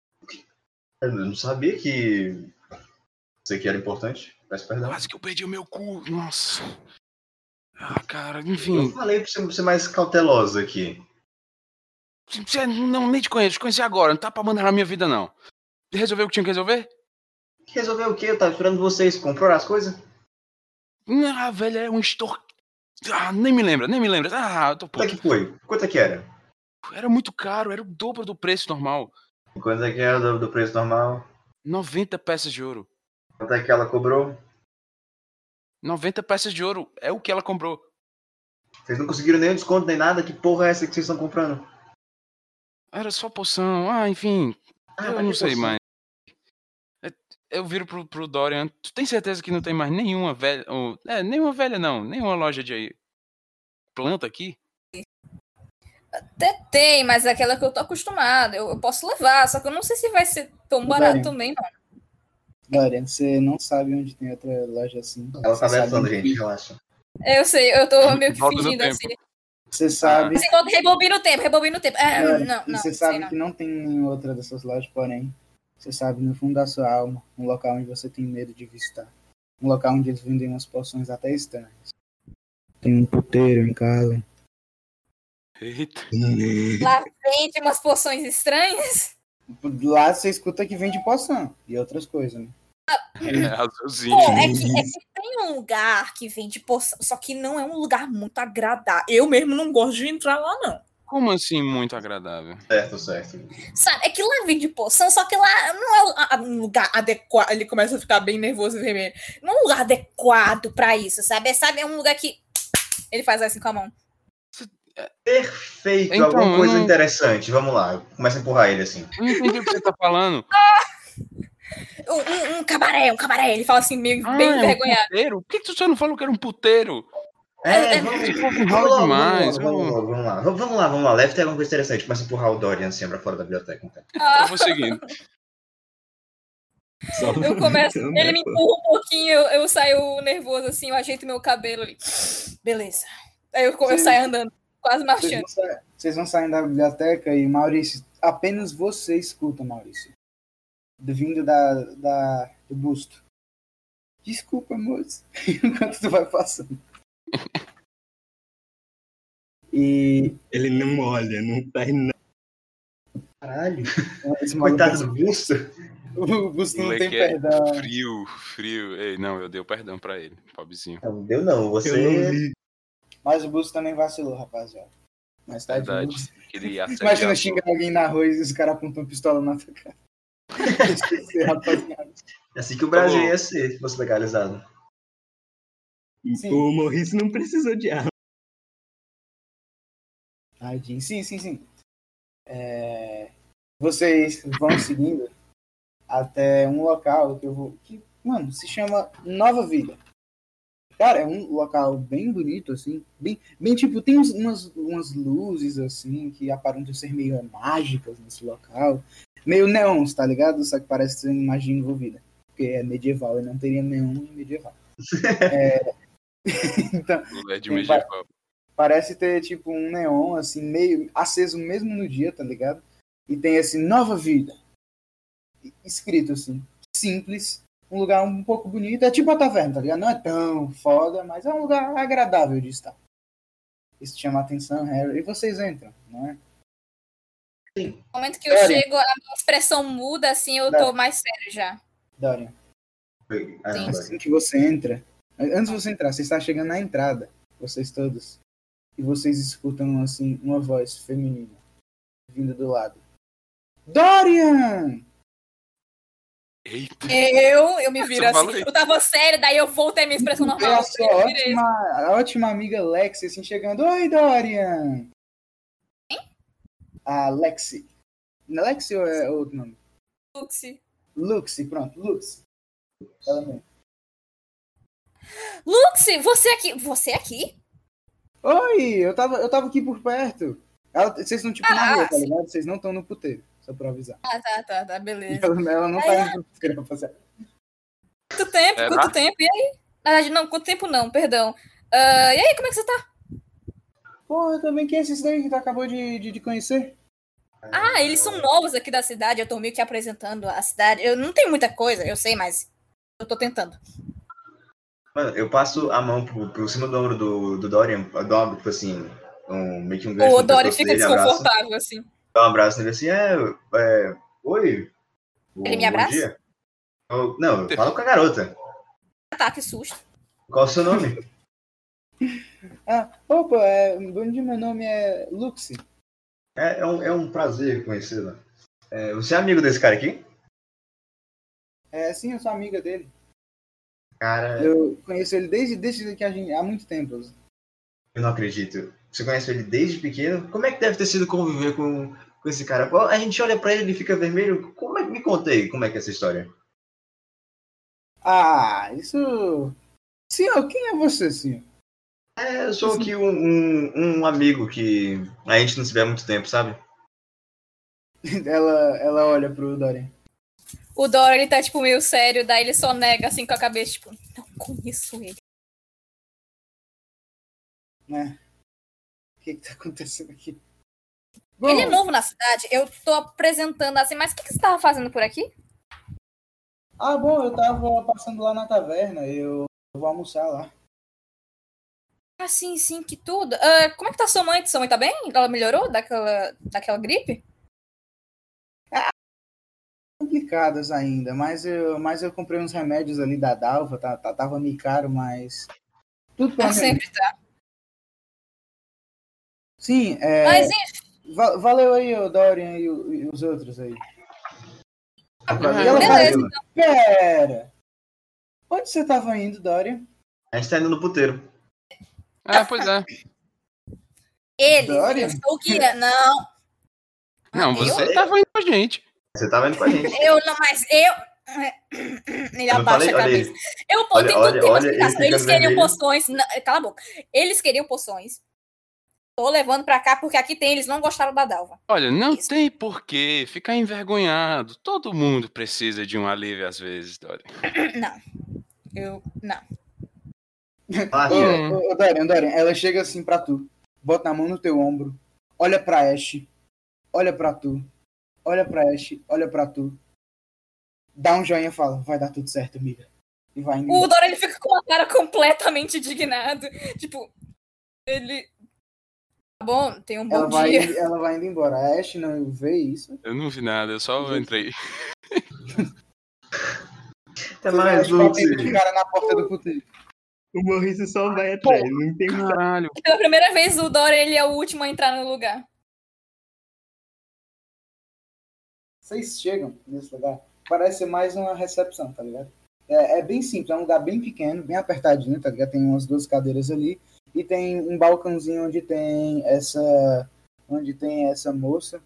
Eu não sabia que isso aqui era importante. Peço perdão. Quase que eu perdi o meu cu. Nossa. Ah, cara, Eu enfim. falei pra você ser mais cauteloso aqui. Você não nem te conheci agora. Não tá pra mandar na minha vida, não. Resolveu o que tinha que resolver? Resolveu o quê? Eu tava esperando vocês. Comprou as coisas? Ah, velho, é um extor... Ah, nem me lembra. Ah, eu tô Quanto é puto. que foi? Quanto é que era? Era muito caro, era o dobro do preço normal. Quanto é que era do preço normal? 90 peças de ouro. Quanto é que ela cobrou? 90 peças de ouro é o que ela comprou. Vocês não conseguiram nenhum desconto nem nada? Que porra é essa que vocês estão comprando? Era só poção. Ah, enfim. Eu não sei mais. Eu viro pro Dorian. Tu tem certeza que não tem mais nenhuma velha... nenhuma velha não. Nenhuma loja de planta aqui? Até tem, mas é aquela que eu tô acostumada. Eu posso levar, só que eu não sei se vai ser tão barato também, não. Dorian, você não sabe onde tem outra loja assim. Ela tá Você versando, sabe- gente, relaxa. Eu sei, eu tô meio que Volta no fingindo tempo. assim. Você sabe, Assim, quando rebobina o tempo. Dorian, Não, você sei sabe não. que não tem nenhuma outra dessas lojas, porém, você sabe no fundo da sua alma, um local onde você tem medo de visitar. Um local onde eles vendem umas poções até estranhas. Tem um puteiro em casa. Eita. Lá vende umas poções estranhas. Lá você escuta que vende poção e outras coisas, né? É azulzinho. Pô, é que tem um lugar que vende poção, só que não é um lugar muito agradável. Eu mesmo não gosto de entrar lá, não. Como assim muito agradável? Certo. Sabe, é que lá vende poção, só que lá não é um lugar adequado. Ele começa a ficar bem nervoso e vermelho. Não é um lugar adequado pra isso, sabe? É um lugar que... Ele faz assim com a mão. Perfeito, Então, alguma coisa eu não- interessante. Vamos lá, começa a empurrar ele assim. Eu não entendi o que você tá falando. Um cabaré. Ele fala assim, meio bem É um envergonhado. puteiro? Por que tu só não falou que era um puteiro? Vamos Enrola demais. Vamos lá. Deve ter alguma coisa interessante. Começa a empurrar o Dorian assim pra fora da biblioteca. Então. Eu vou seguindo. Eu começo, ele me empurra um pouquinho, eu saio nervoso assim, eu ajeito meu cabelo ali. Beleza. Aí eu saio andando, quase marchando. Vocês vão saindo da biblioteca e, Maurício, apenas você escuta, Maurício. Vindo do busto. Desculpa, moço. Enquanto tu vai passando. E Ele não olha, não faz nada. Caralho, esse maluco, coitado do busto. o busto não tem Moleque é perdão. frio. Ei, não, eu dei o perdão pra ele, pobrezinho. Não deu não, Eu não você... vi. Mas o busto também vacilou, rapaziada. Mais tarde, Verdade. Busto. Aquele Imagina assediador. xingar alguém na rua e os caras apontam pistola na tua cara. Esqueci, rapaziada. É assim que o Brasil Tá bom. ia ser, se fosse legalizado. Sim. O Maurício não precisou de arma. Tadinho. Sim. Vocês vão seguindo até um local que se chama Nova Vida. Cara, é um local bem bonito, assim, bem tipo, tem umas luzes, assim, que aparentam ser meio mágicas nesse local. Meio neons, tá ligado? Só que parece ter uma magia envolvida. porque é medieval e não teria nenhum medieval. Então, LED medieval. parece ter tipo um neon assim, meio aceso mesmo no dia, tá ligado? E tem assim, nova vida. Escrito assim, simples, um lugar um pouco bonito, é tipo a taverna, tá ligado? Não é tão foda, mas é um lugar agradável de estar. Isso chama a atenção, Harry, e vocês entram, não é? No momento que eu Dorian. chego, a minha expressão muda, assim, eu tô mais sério já. Dorian, Sim. assim que você entra, antes de você entrar, você está chegando na entrada, vocês todos, e vocês escutam assim uma voz feminina vindo do lado. Dorian! Eita. Eu me viro Você falou assim. isso. Eu tava séria, daí eu voltei à minha expressão Vê normal. a sua ótima amiga Lexi assim chegando. Oi, Dorian! Quem? A Lexi. Lexi ou é outro nome? Luxi. Luxi, pronto, Luxi. Ela mesmo. Luxi, você aqui? Você aqui? Oi, eu tava aqui por perto. Vocês estão tipo na rua, tá ligado? Vocês não estão no puteiro, só pra avisar. Tá, beleza. Ela não tá indo pro puteiro, rapaziada. Quanto tempo? Será? Quanto tempo? E aí? Na verdade, não, quanto tempo não, perdão. E aí, como é que você tá? Pô, eu também quem é esse daí que tu acabou de conhecer? Ah, eles são novos aqui da cidade, eu tô meio que apresentando a cidade. Eu não tenho muita coisa, eu sei, mas eu tô tentando. Mano, eu passo a mão por cima do ombro do Dorian, dou tipo assim, meio que um O gancho no Dory pescoço fica dele, abraço. desconfortável, assim. Dá um abraço nele assim, oi, Ele me bom abraça? dia. Não, fala com a garota. Tá, que susto. Qual o seu nome? Opa, bom dia, meu nome é Luxi. É um prazer conhecê-la. Você é amigo desse cara aqui? Sim, eu sou amiga dele. Cara, Eu conheço ele desde que há muito tempo. eu não acredito. Você conhece ele desde pequeno? Como é que deve ter sido conviver com esse cara? Pô, a gente olha pra ele, ele fica vermelho. Me contei como é que é essa história? Ah, isso... Senhor, quem é você, senhor? Eu sou aqui um amigo que a gente não se vê há muito tempo, sabe? Ela olha pro Dorian. O Dory, ele tá, tipo, meio sério, daí ele só nega, assim, com a cabeça, tipo, não conheço ele. Né? O que tá acontecendo aqui? Bom, Ele é novo na cidade, eu tô apresentando assim, mas o que você tava fazendo por aqui? bom, eu tava passando lá na taverna, eu vou almoçar lá. Ah, sim, que tudo. Como é que tá sua mãe? Sua mãe tá bem? Ela melhorou daquela gripe? Complicadas ainda, mas eu comprei uns remédios ali da Dalva, tava meio caro, mas tudo pra mim. Sempre tá. Sim, Mas enfim, valeu aí o Dorian e os outros aí. Prazer. E ela beleza. fala, pera, onde você tava indo, Dorian? A gente tá indo no puteiro. Pois é. Dorian? eu sou o guia. Não. Não, você tava indo com a gente. Você tava indo com a gente. Eu não, mas eu. Ele Eu não abaixa falei, a olha cabeça. aí. Tem tudo olha, ele explicação. fica Eles queriam vermelho. poções. Não, cala a boca. Eles queriam poções. Tô levando pra cá porque aqui tem, eles não gostaram da Dalva. Olha, não Isso. tem porquê ficar envergonhado. Todo mundo precisa de um alívio às vezes, Dorian. Não. Não. Ô, Dorian, ela chega assim pra tu, bota a mão no teu ombro, olha pra Ash, olha pra tu, olha pra Ash, olha pra tu, dá um joinha e fala, vai dar tudo certo, amiga. E vai indo. O Dora, ele fica com uma cara completamente indignado. Tipo, ele... Tá bom, tem um bom dia. Ela vai indo embora. A Ash não vê isso. Eu não vi nada, eu só entrei. Até mais, Luxi. O cara na porta do puteiro. O Maurício só vai atrás, não tem Caralho. Pela primeira vez, o Dora, ele é o último a entrar no lugar. Vocês chegam nesse lugar, parece ser mais uma recepção, tá ligado? É bem simples, é um lugar bem pequeno, bem apertadinho, tá ligado? Tem umas 2 cadeiras ali e tem um balcãozinho onde tem essa moça.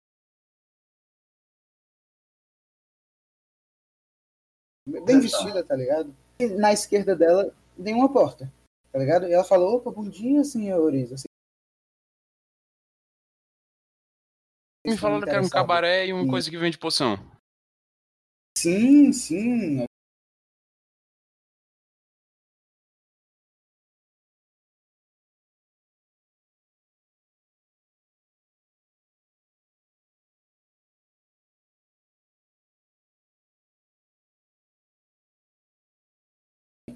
Bem vestida, tá ligado? E na esquerda dela tem uma porta, tá ligado? E ela falou, opa, bom dia, senhores. Assim, Me falaram que era um cabaré e uma coisa que vende poção. Sim.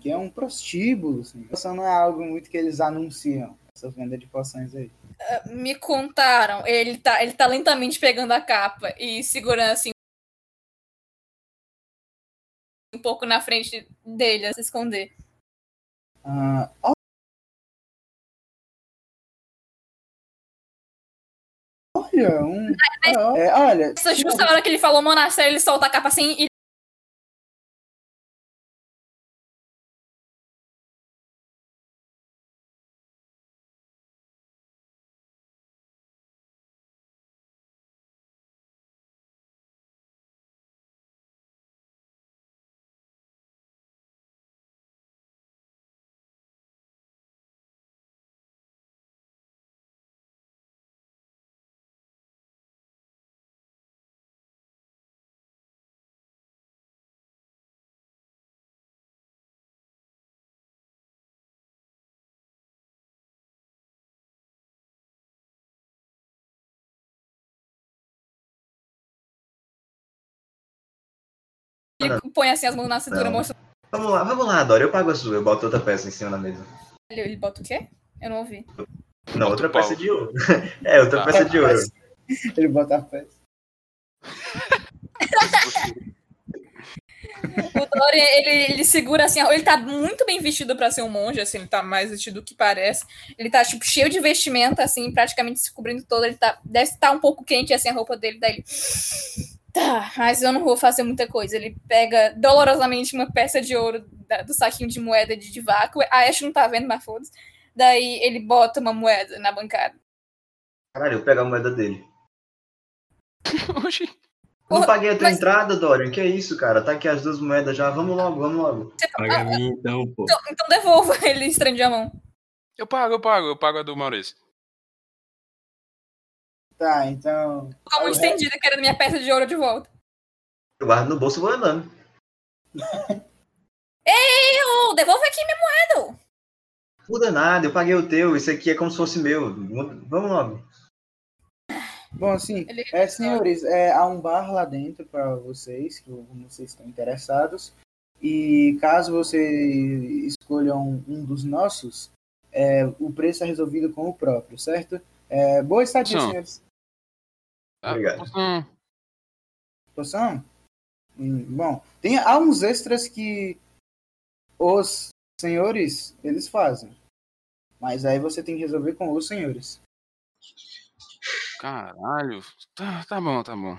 aqui é um prostíbulo, assim. Poção não é algo muito que eles anunciam, essa venda de poções aí. Me contaram, ele tá lentamente pegando a capa e segurando assim um pouco na frente dele, a se esconder. Olha, olha. Essa justa hora que ele falou monastério, ele solta a capa assim e ele põe assim as mãos na cintura, mostrando. Vamos lá, Dora, eu pago a sua, eu boto outra peça em cima da mesa. Ele bota o quê? Eu não ouvi. Não, outra peça de ouro. Outra peça de ouro. Ele bota a peça. O Dorian, ele segura assim, ele tá muito bem vestido pra ser um monge, assim, ele tá mais vestido do que parece. Ele tá, tipo, cheio de vestimenta, assim, praticamente se cobrindo todo. Ele deve estar um pouco quente, assim, a roupa dele. Daí ele... Tá, mas eu não vou fazer muita coisa. Ele pega dolorosamente uma peça de ouro do saquinho de moeda de vácuo. A Ash não tá vendo, mas foda-se. Daí ele bota uma moeda na bancada. Caralho, eu pego a moeda dele. Oxi. Eu não paguei a tua entrada, Dorian. Que é isso, cara? Tá aqui as duas moedas já. Vamos logo. Paga a mim então, pô. Então devolva. Ele estende a mão. Eu pago a do Maurício. Tá, então... Ficou muito estendida, querendo minha peça de ouro de volta. Eu guardo no bolso e vou andando. Ei, devolve aqui minha moeda. Muda nada, eu paguei o teu. Isso aqui é como se fosse meu. Vamos logo. Bom, assim, senhores, há um bar lá dentro para vocês, que vocês estão interessados. E caso vocês escolham um dos nossos, o preço é resolvido com o próprio, certo? Boa estadia, senhores. Obrigado. Poção? Bom, há uns extras que os senhores, eles fazem. Mas aí você tem que resolver com os senhores. Caralho. Tá bom.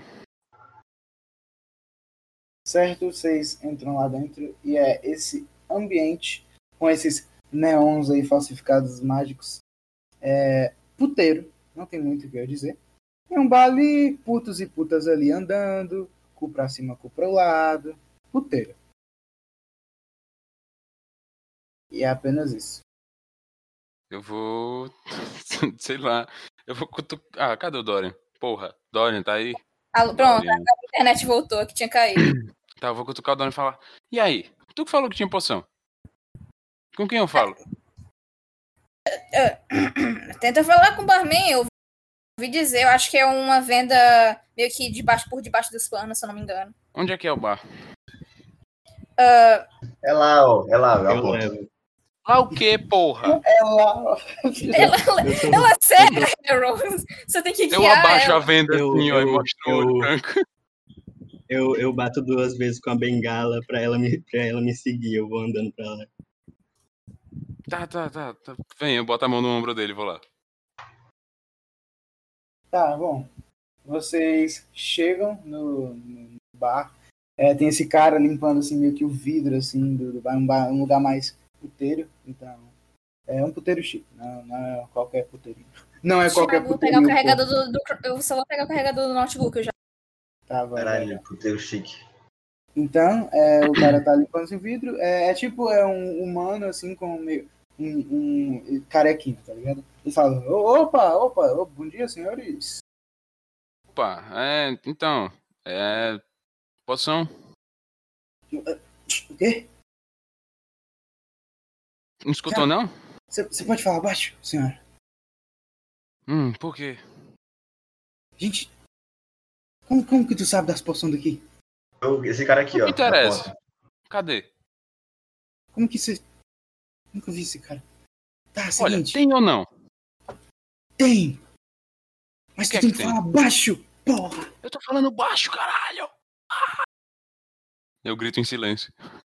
Certo? Vocês entram lá dentro e é esse ambiente com esses neons aí falsificados mágicos. Puteiro. Não tem muito o que eu dizer. Tem um bar ali, putos e putas ali andando, cu pra cima, cu pro lado. Puteiro. E é apenas isso. Eu vou... Sei lá. Eu vou cutucar... Ah, cadê o Dorian? Porra, Dorian, tá aí? Pronto, Dorian. A internet voltou, que tinha caído. Tá, eu vou cutucar o Dorian e falar... E aí? Tu que falou que tinha poção? Com quem eu falo? Tenta falar com o barman, eu ouvi dizer, eu acho que é uma venda meio que por debaixo dos panos, se eu não me engano. Onde é que é o bar? É lá, Eu levo. Lá o quê, porra? Ela é séria, Rose. Você tem que guiar eu abaixo ela. A venda assim, ó, e mostro o olho branco. Eu bato 2 vezes com a bengala pra ela me seguir. Eu vou andando pra lá. Tá. Vem, eu boto a mão no ombro dele e vou lá. Tá, bom. Vocês chegam no bar. Tem esse cara limpando assim, meio que o vidro assim, do bar, um lugar mais puteiro. Então, é um puteiro chique. Não é qualquer puteirinho. Não é qualquer Eu puteirinho. só vou pegar o carregador do notebook. Eu já... Tá, vai. Caralho, puteiro chique. Então, o cara tá limpando esse vidro. Tipo um humano assim, com meio... Um carequinho, tá ligado? Ele fala, opa, bom dia, senhores. Opa, então, poção? O quê? Não escutou, não? Você pode falar baixo, senhora? Por quê? Gente, como que tu sabe das poções daqui? Esse cara aqui, ó. Não interessa. Cadê? Como que você... Nunca vi esse cara. Tá, Olha, seguinte. tem ou não? Tem! Mas O que tu é tem que que tem? falar baixo, porra! Eu tô falando baixo, caralho! Eu grito em silêncio.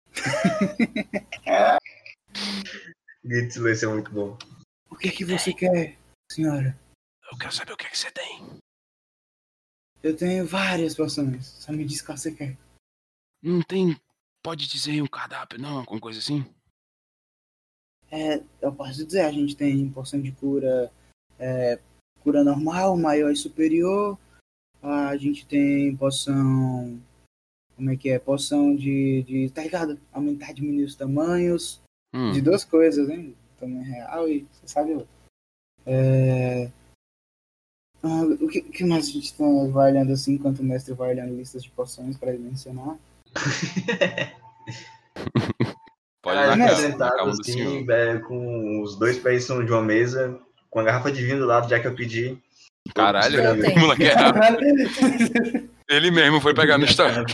Grito de silêncio é muito bom. O que é que você quer, senhora? Eu quero saber o que é que você tem. Eu tenho várias poções. Só me diz qual você quer. Não tem... Pode dizer aí um cardápio, não? Alguma coisa assim? Eu posso dizer, a gente tem poção de cura... cura normal, maior e superior. A gente tem poção... Como é que é? Poção de tá ligado? Aumentar, diminuir os tamanhos. De duas coisas, hein? Tamanho real e... Você sabe o... o que mais a gente vai olhando assim, enquanto o mestre vai olhando listas de poções para ele mencionar? Pode Cara, ir na sentado calma do assim, senhor. com os dois pés em cima de uma mesa, com a garrafa de vinho do lado, já que eu pedi. Caralho, Eu tenho. o moleque é rápido. Ele mesmo foi pegar no estoque.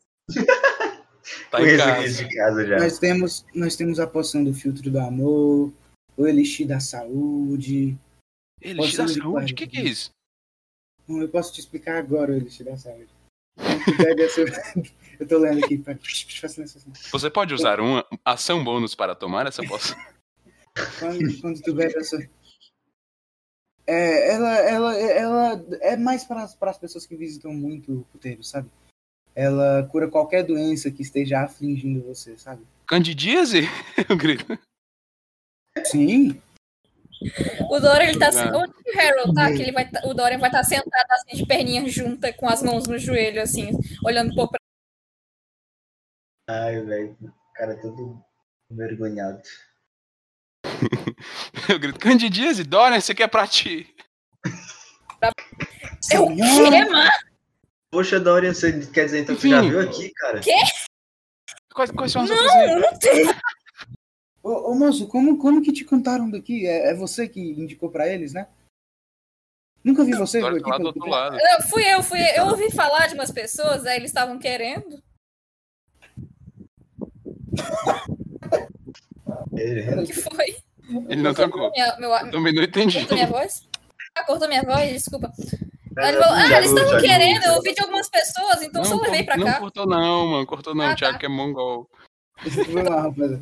Tá em Conheço casa. isso de casa já. Nós temos a poção do filtro do amor, o elixir da saúde. Elixir da saúde? O que é isso? Não, eu posso te explicar agora o elixir da saúde. Tu pega seu... Eu tô lendo aqui. Você pode usar uma ação bônus para tomar essa poção? Quando tu bebe essa... Ela é mais para as pessoas que visitam muito o puteiro, sabe? Ela cura qualquer doença que esteja afligindo você, sabe? Candidíase? Eu grito. Sim. O Dorian, ele tá... Obrigado. Onde o Harold tá? Que ele vai o Dorian vai estar sentado assim, de perninha junta, com as mãos no joelho, assim, olhando pro... Ai, velho, o cara é todo envergonhado. Eu grito, Candidíase, Dorian, isso aqui é pra ti. Eu quê, mano? Poxa, Dorian, você quer dizer então que você já viu aqui, cara? Quê? Quais são as Não, outras aí? eu não tenho. Ô moço, como que te contaram daqui? É você que indicou pra eles, né? Nunca vi você Dorian aqui tá lá do pelo outro puteiro. lado. Não, fui eu. Eu ouvi falar de umas pessoas, aí eles estavam querendo. O que foi? Ele não tocou. Eu também não entendi. Cortou minha voz? Cortou minha voz, desculpa. Aí ele falou, eles estavam querendo, eu ouvi de algumas pessoas, então só levei pra cá. Não cortou não, mano. Cortou não. Ah, O Thiago tá. que é mongol. Foi lá, rapaz.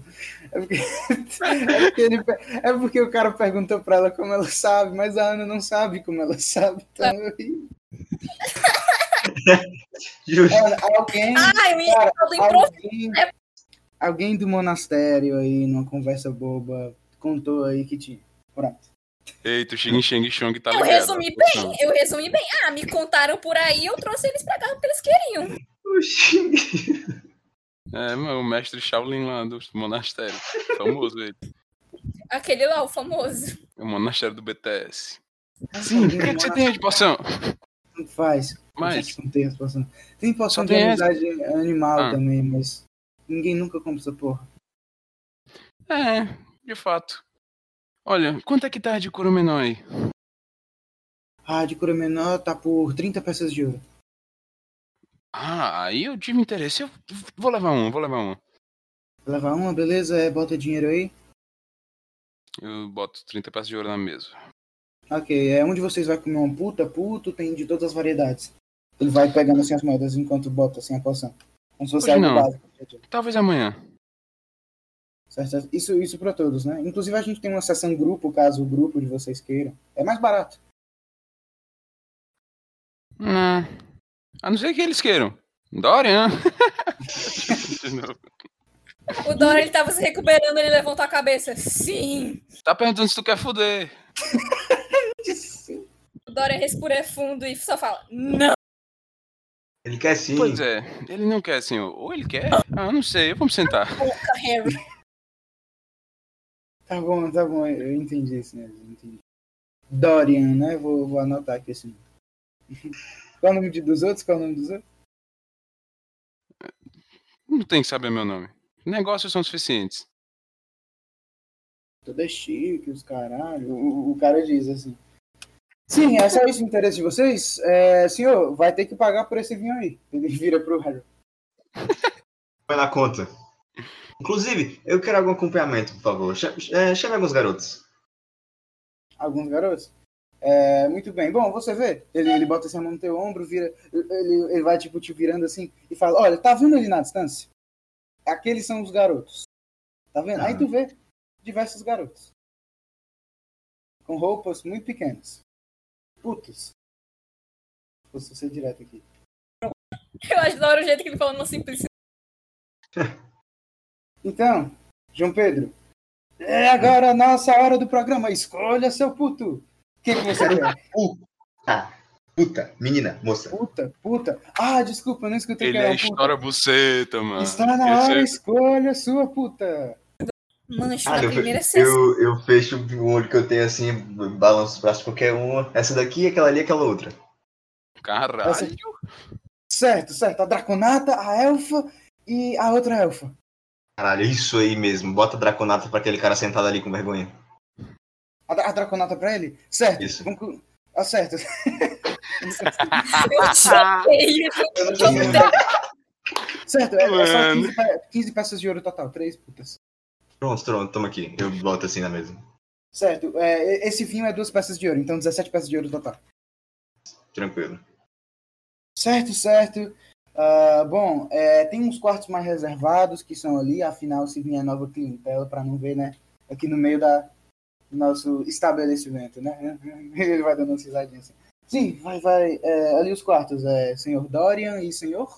É porque o cara perguntou pra ela como ela sabe, mas a Ana não sabe como ela sabe. Então eu ri. Alguém do monastério aí, numa conversa boba, contou aí que tinha. Pronto. Eita, o Xing Sheng Chong tá Eu ligado. resumi bem. Ah, me contaram por aí, eu trouxe eles pra cá porque eles queriam. Mano, o mestre Shaolin lá do monastério. Famoso ele. Aquele lá, o famoso. É o monastério do BTS. Sim, o que é que você tem aí de poção? Não faz. Mas... Eu já te contei as poções. Tem poção Só de tem amizade animal também, mas ninguém nunca compra essa porra. De fato. Olha, quanto é que tá de cura menor aí? A de cura menor tá por 30 peças de ouro. Aí eu tive interesse. Eu vou levar uma. Vou levar uma, beleza? Bota dinheiro aí. Eu boto 30 peças de ouro na mesa. Ok, onde vocês vão comer uma puto, tem de todas as variedades. Ele vai pegando assim as moedas enquanto bota assim a poção. Como se fosse Hoje algo não. básico. Talvez amanhã. Certo? Isso pra todos, né? Inclusive a gente tem uma sessão grupo, caso o grupo de vocês queiram. É mais barato. A não ser que eles queiram. Dorian. O Dorian, ele tava se recuperando, ele levantou a cabeça. Sim. Tá perguntando se tu quer foder. O Dorian respira fundo e só fala, não. Ele quer sim. Pois é, ele não quer, senhor. Ou ele quer? Não sei, vamos sentar. Harry. Tá bom, eu entendi isso mesmo. Entendi. Dorian, né? Vou anotar aqui assim. Qual é o nome dos outros? Não tem que saber meu nome. Negócios são suficientes. Todo é chique, os caralho. O cara diz assim. Sim, é só isso o interesse de vocês? Senhor, vai ter que pagar por esse vinho aí. Ele vira pro Harry. Vai na conta. Inclusive, eu quero algum acompanhamento, por favor. Chame alguns garotos. Alguns garotos? Muito bem. Bom, você vê, ele bota assim a mão no teu ombro, vira, ele vai tipo te virando assim e fala, olha, tá vendo ali na distância? Aqueles são os garotos. Tá vendo? Aí tu vê diversos garotos. Com roupas muito pequenas. Putas. Vou ser direto aqui. Eu adoro o jeito que ele falou na simplicidade. Então, João Pedro, é agora a nossa hora do programa. Escolha seu puto. O que você quer? Puta, menina, moça. Puta. Ah, desculpa, eu não escutei Ele que era é uma puta. estoura buceta, mano. Está na hora, escolha sua puta. Mancho na primeira sessão. Eu fecho o olho que eu tenho assim, balanço os braços qualquer uma. Essa daqui, aquela ali, aquela outra. Caralho. Certo. A Draconata, a Elfa e a outra Elfa. Caralho, isso aí mesmo. Bota a Draconata pra aquele cara sentado ali com vergonha. A Draconata pra ele? Certo. Isso. Certo. Eu chutei. Certo, é só 15 peças de ouro total. 3 putas. Pronto, toma aqui. Eu boto assim na mesa. Certo, esse vinho é 2 peças de ouro, então 17 peças de ouro total. Tranquilo. Certo. Bom, tem uns quartos mais reservados que são ali, afinal, se vier nova clientela, pra não ver, né? Aqui no meio do nosso estabelecimento, né? Ele vai dando uma risadinha assim. Sim, vai. Ali os quartos, senhor Dorian e senhor?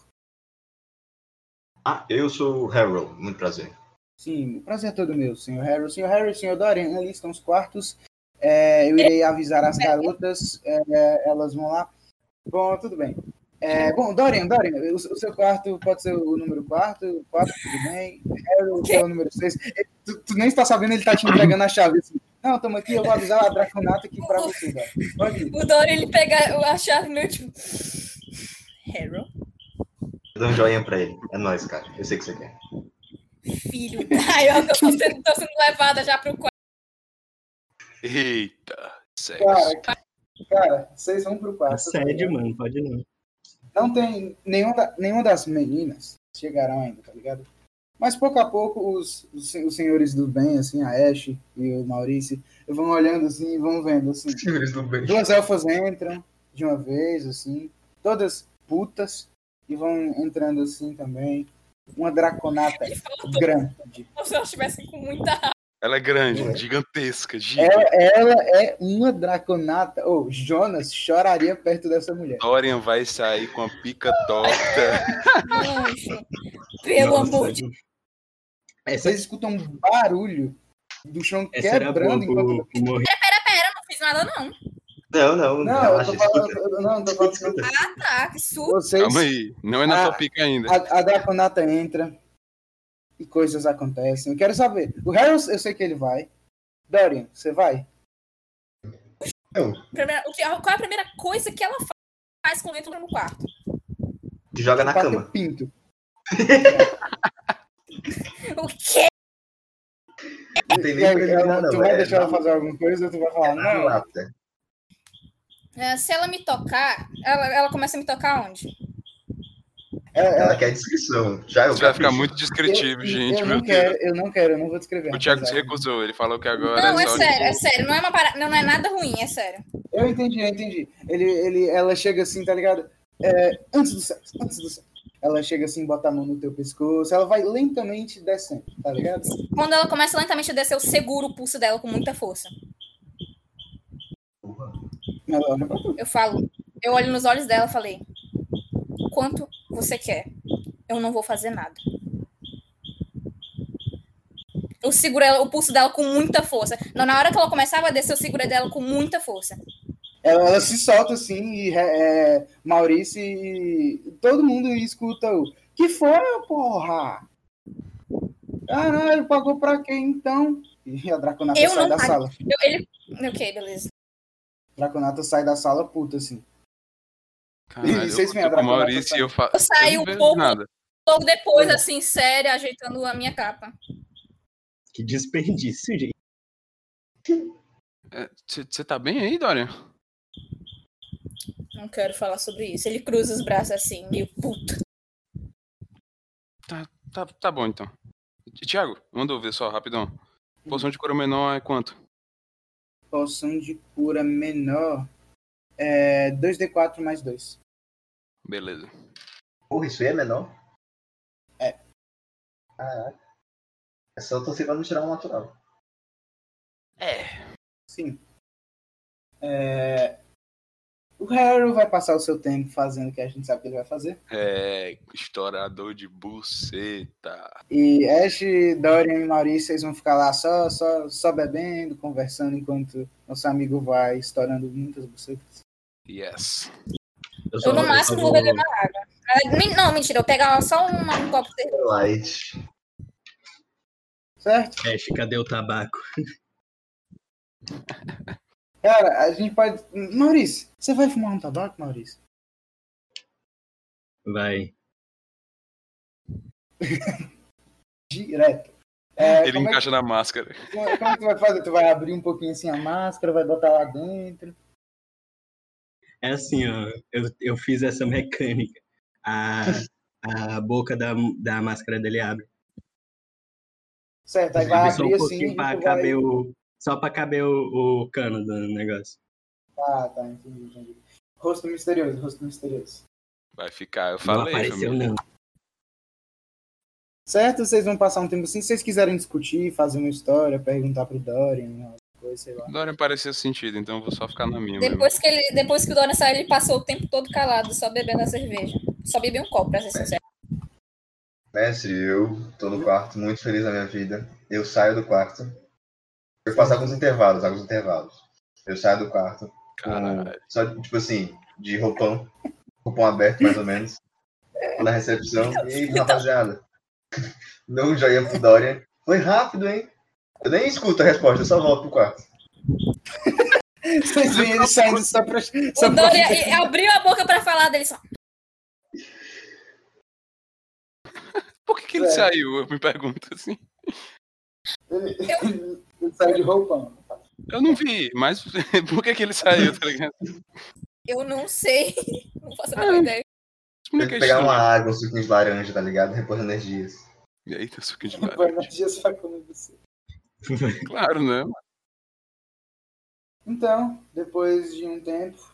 Eu sou o Harold, muito prazer. Sim, o prazer é todo meu, senhor Harold. Senhor Harold, senhor Dorian, ali estão os quartos. Eu irei avisar as garotas, elas vão lá. Bom, tudo bem. Bom, Dorian, o seu quarto pode ser o número 4, tudo bem. Harold, que é o número 6. Tu nem está sabendo, ele está te entregando a chave. Assim. Não, estamos aqui, eu vou avisar a Draconata aqui para você, Dorian. Pode ir. O Dorian, ele pega a chave meio tipo... Harold? Dá um joinha pra ele. É nóis, cara. Eu sei que você quer. Filho. Ai, eu tô sendo levada já pro quarto. Eita, sexo. Cara, vocês vão pro quarto. Sério, mano, pode não. Não tem nenhuma das meninas chegaram ainda, tá ligado? Mas pouco a pouco os senhores do bem, assim, a Ashe e o Maurício, vão olhando assim e vão vendo, assim. Senhores do bem. 2 elfas entram de uma vez, assim, todas putas, e vão entrando assim também. Uma Draconata grande. Como se elas estivessem com muita raiva. Ela é grande, gigantesca, Ela é uma Draconata. Jonas choraria perto dessa mulher. Dorian vai sair com a pica torta. Mancho. Pelo amor de Deus. Vocês escutam um barulho do chão quebrando enquanto... Pera, não fiz nada não. Não, eu tô falando. Ah, tá, que susto. Calma aí, não é na sua pica ainda. A Draconata entra e coisas acontecem. Eu quero saber. O Harold, eu sei que ele vai. Dorian, você vai? Não. Qual é a primeira coisa que ela faz quando entra no quarto? Joga na cama. Pinto. O quê? Não tem nem pra não. Tu vai deixar ela fazer alguma coisa ou tu vai falar, não? Se ela me tocar, ela começa a me tocar onde? Ela quer descrição. Isso vai ficar muito descritivo, gente. Eu não vou descrever. O Thiago se recusou, ele falou que agora não, é só... É sério, não é nada ruim, é sério. Eu entendi. Ela chega assim, tá ligado? Antes do sexo. Ela chega assim, bota a mão no teu pescoço, ela vai lentamente descendo, tá ligado? Quando ela começa lentamente a descer, eu seguro o pulso dela com muita força. Eu olho nos olhos dela e falei, quanto você quer? Eu não vou fazer nada. Eu seguro o pulso dela com muita força. Na hora que ela começava a descer, eu segurei dela com muita força. Ela se solta assim, e Maurício e todo mundo escuta o que foi, porra? Caralho, pagou pra quem então? E a Draconata sai da sala. Ok, beleza. A Draconata sai da sala puta, assim. Caralho, eu tô com o Maurício e eu faço... Eu saio um pouco logo depois, assim, séria, ajeitando a minha capa. Que desperdício, gente. Você tá bem aí, Dorian? Não quero falar sobre isso. Ele cruza os braços assim, meio puto. Tá bom, então. Thiago, manda ver só, rapidão. Poção de cura menor é quanto? Poção de cura menor é 2d4 mais 2. Beleza. Porra, isso aí é menor? É. Caraca. É só eu tô tentando tirar um natural. Sim. O Harry vai passar o seu tempo fazendo o que a gente sabe que ele vai fazer. Estourador de buceta. E Ash, Dorian e Maurício, vocês vão ficar lá só bebendo, conversando, enquanto nosso amigo vai estourando muitas bucetas. Yes. Eu no máximo vou beber uma água. Não, mentira, eu pegar só um copo de cerveja. Light. Certo? Ash, cadê o tabaco? Cara, a gente pode... Maurício, você vai fumar um tabaco, Maurício? Vai. Direto. Ele encaixa na máscara. Como é que tu vai fazer? Tu vai abrir um pouquinho assim a máscara, vai botar lá dentro. É assim, ó. Eu fiz essa mecânica. A boca da máscara dele abre. Certo, aí vai Só abrir um assim pouquinho e pra tu caber vai... Só pra caber o cano do negócio. Tá, entendi. Rosto misterioso. Vai ficar, eu Não falei, apareceu, família. não. Certo, vocês vão passar um tempo assim, se vocês quiserem discutir, fazer uma história, perguntar pro Dorian, alguma coisa, sei lá. Dorian parecia sentido, então eu vou só ficar na minha mesmo. Depois que o Dorian saiu, ele passou o tempo todo calado, só bebendo a cerveja. Só bebi um copo, pra ser sincero. Mestre, eu tô no quarto, muito feliz na minha vida. Eu saio do quarto. Eu vou passar alguns intervalos. Eu saio do quarto. Só, tipo assim, de roupão aberto, mais ou menos. Tô na recepção. E aí, rapaziada? Dou um joinha pro Dorian. Foi rápido, hein? Eu nem escuto a resposta, eu só volto pro quarto. Vocês veem ele saindo só pra... O Dorian abriu a boca pra falar dele só. Por que ele saiu? Eu me pergunto assim. Ele saiu de roupão. Eu não vi, mas por que ele saiu, tá ligado? Eu não sei. Não faço a menor ideia. Tem que pegar uma água, um suquinho de laranja, tá ligado? Repor energias. E aí, tem suquinho de Repor laranja. energias vai comer você. Claro, né? Então, depois de um tempo,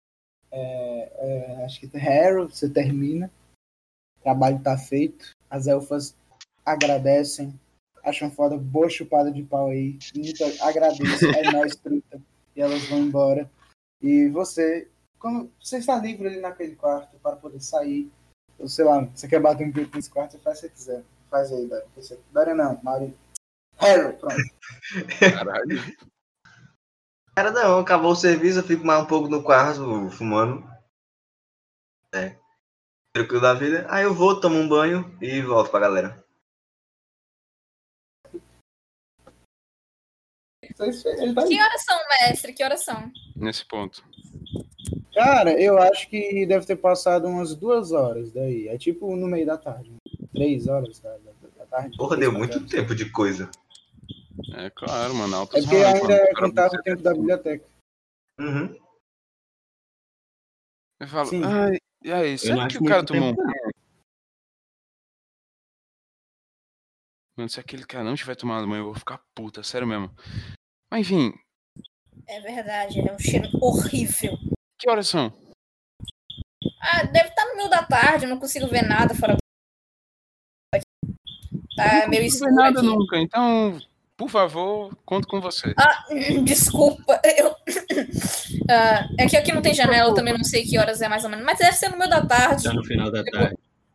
acho que Harry, você termina. O trabalho tá feito. As elfas agradecem. Acham foda, boa chupada de pau aí. Muito agradeço. É nóis, truta. E elas vão embora. E você, quando você está livre ali naquele quarto para poder sair, ou sei lá, você quer bater um peito nesse quarto, você faz o que você quiser. Faz aí, Dorian. Dorian não, Mauri. Harry, pronto. Caralho. Cara, não, acabou o serviço, eu fico mais um pouco no quarto, fumando. Tranquilo da vida. Aí eu vou, tomo um banho e volto pra galera. Ele tá aí. Que horas são, mestre? Que horas são? Nesse ponto. Cara, eu acho que deve ter passado umas 2 horas daí. É tipo no meio da tarde. 3 horas da tarde. Porra, deu muito tempo de coisa. É claro, mano. É porque ainda contava o tempo da biblioteca. Uhum. Eu falo, Sim. ai, e aí, não será acho que o cara muito tomou um tempo, banho? Mano, se aquele cara não tiver tomado banho, eu vou ficar puta, sério mesmo. Mas enfim, É verdade, é um cheiro horrível. que horas são? Deve estar no meio da tarde, eu não consigo ver nada fora. Tá meio Não escuro vê nada aqui. nunca, então, por favor, conto com você. Desculpa. É que aqui não tem janela, eu também não sei que horas é mais ou menos. Mas deve ser no meio da tarde. Tá no final da tarde.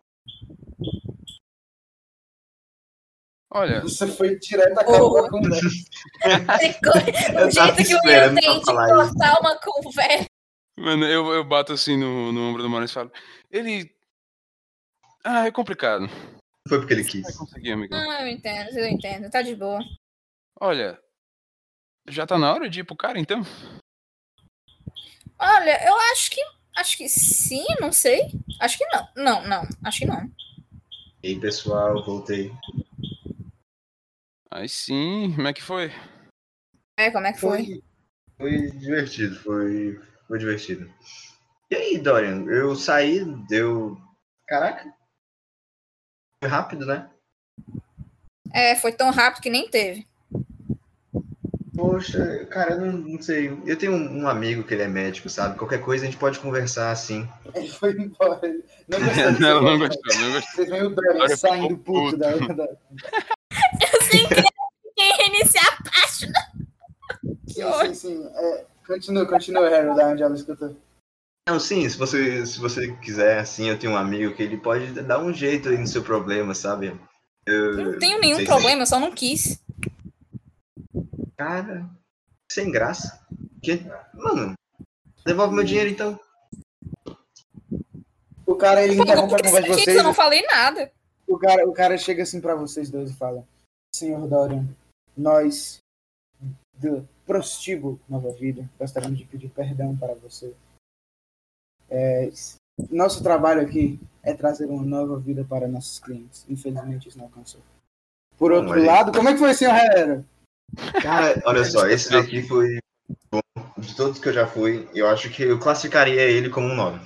Olha, Você foi direto a cabo da conversa. O jeito que o Will tem de cortar uma conversa. mano, eu bato assim no ombro do Maurício e falo, ele... é complicado. Foi porque ele quis. Vai conseguir, amigão. Eu entendo. Tá de boa. Olha, já tá na hora de ir pro cara, então? Olha, eu acho que sim, não sei. Acho que não. Não, acho que não. E aí, pessoal, voltei. Aí sim, como é que foi? Como é que foi? Foi divertido, foi divertido. E aí, Dorian, eu saí, deu... Caraca. Foi rápido, né? Foi tão rápido que nem teve. Poxa, cara, eu não sei. Eu tenho um amigo que ele é médico, sabe? Qualquer coisa a gente pode conversar assim. Ele foi embora. Não Não gostou. gostou. Vocês veem o Dorian saindo puto da... Eu sem querer reiniciar a página. Sim. Continua, Harold, da onde ela escutou. Não, sim, se você quiser, assim, eu tenho um amigo que ele pode dar um jeito aí no seu problema, sabe? Não tenho nenhum sei problema, eu só não quis. Cara, sem graça. Mano, devolve meu dinheiro então. O cara, ele interrompe a conversa de vocês. Eu não falei nada. O cara chega assim pra vocês dois e fala: Senhor Dorian, nós do prostíbulo Nova Vida gostaríamos de pedir perdão para você. Nosso trabalho aqui é trazer uma nova vida para nossos clientes. Infelizmente isso não alcançou. Por outro lado, como é que foi, senhor Herrera? Cara, olha só, esse daqui foi bom. De todos que eu já fui, eu acho que eu classificaria ele como um 9.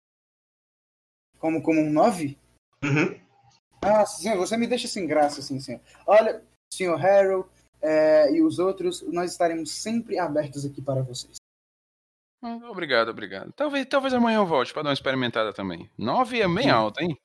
Como um 9? Uhum. Ah, senhor, você me deixa sem graça, assim, senhor. Olha, senhor Harold e os outros, nós estaremos sempre abertos aqui para vocês. Obrigado. Talvez amanhã eu volte pra dar uma experimentada também. 9 é bem alto, hein?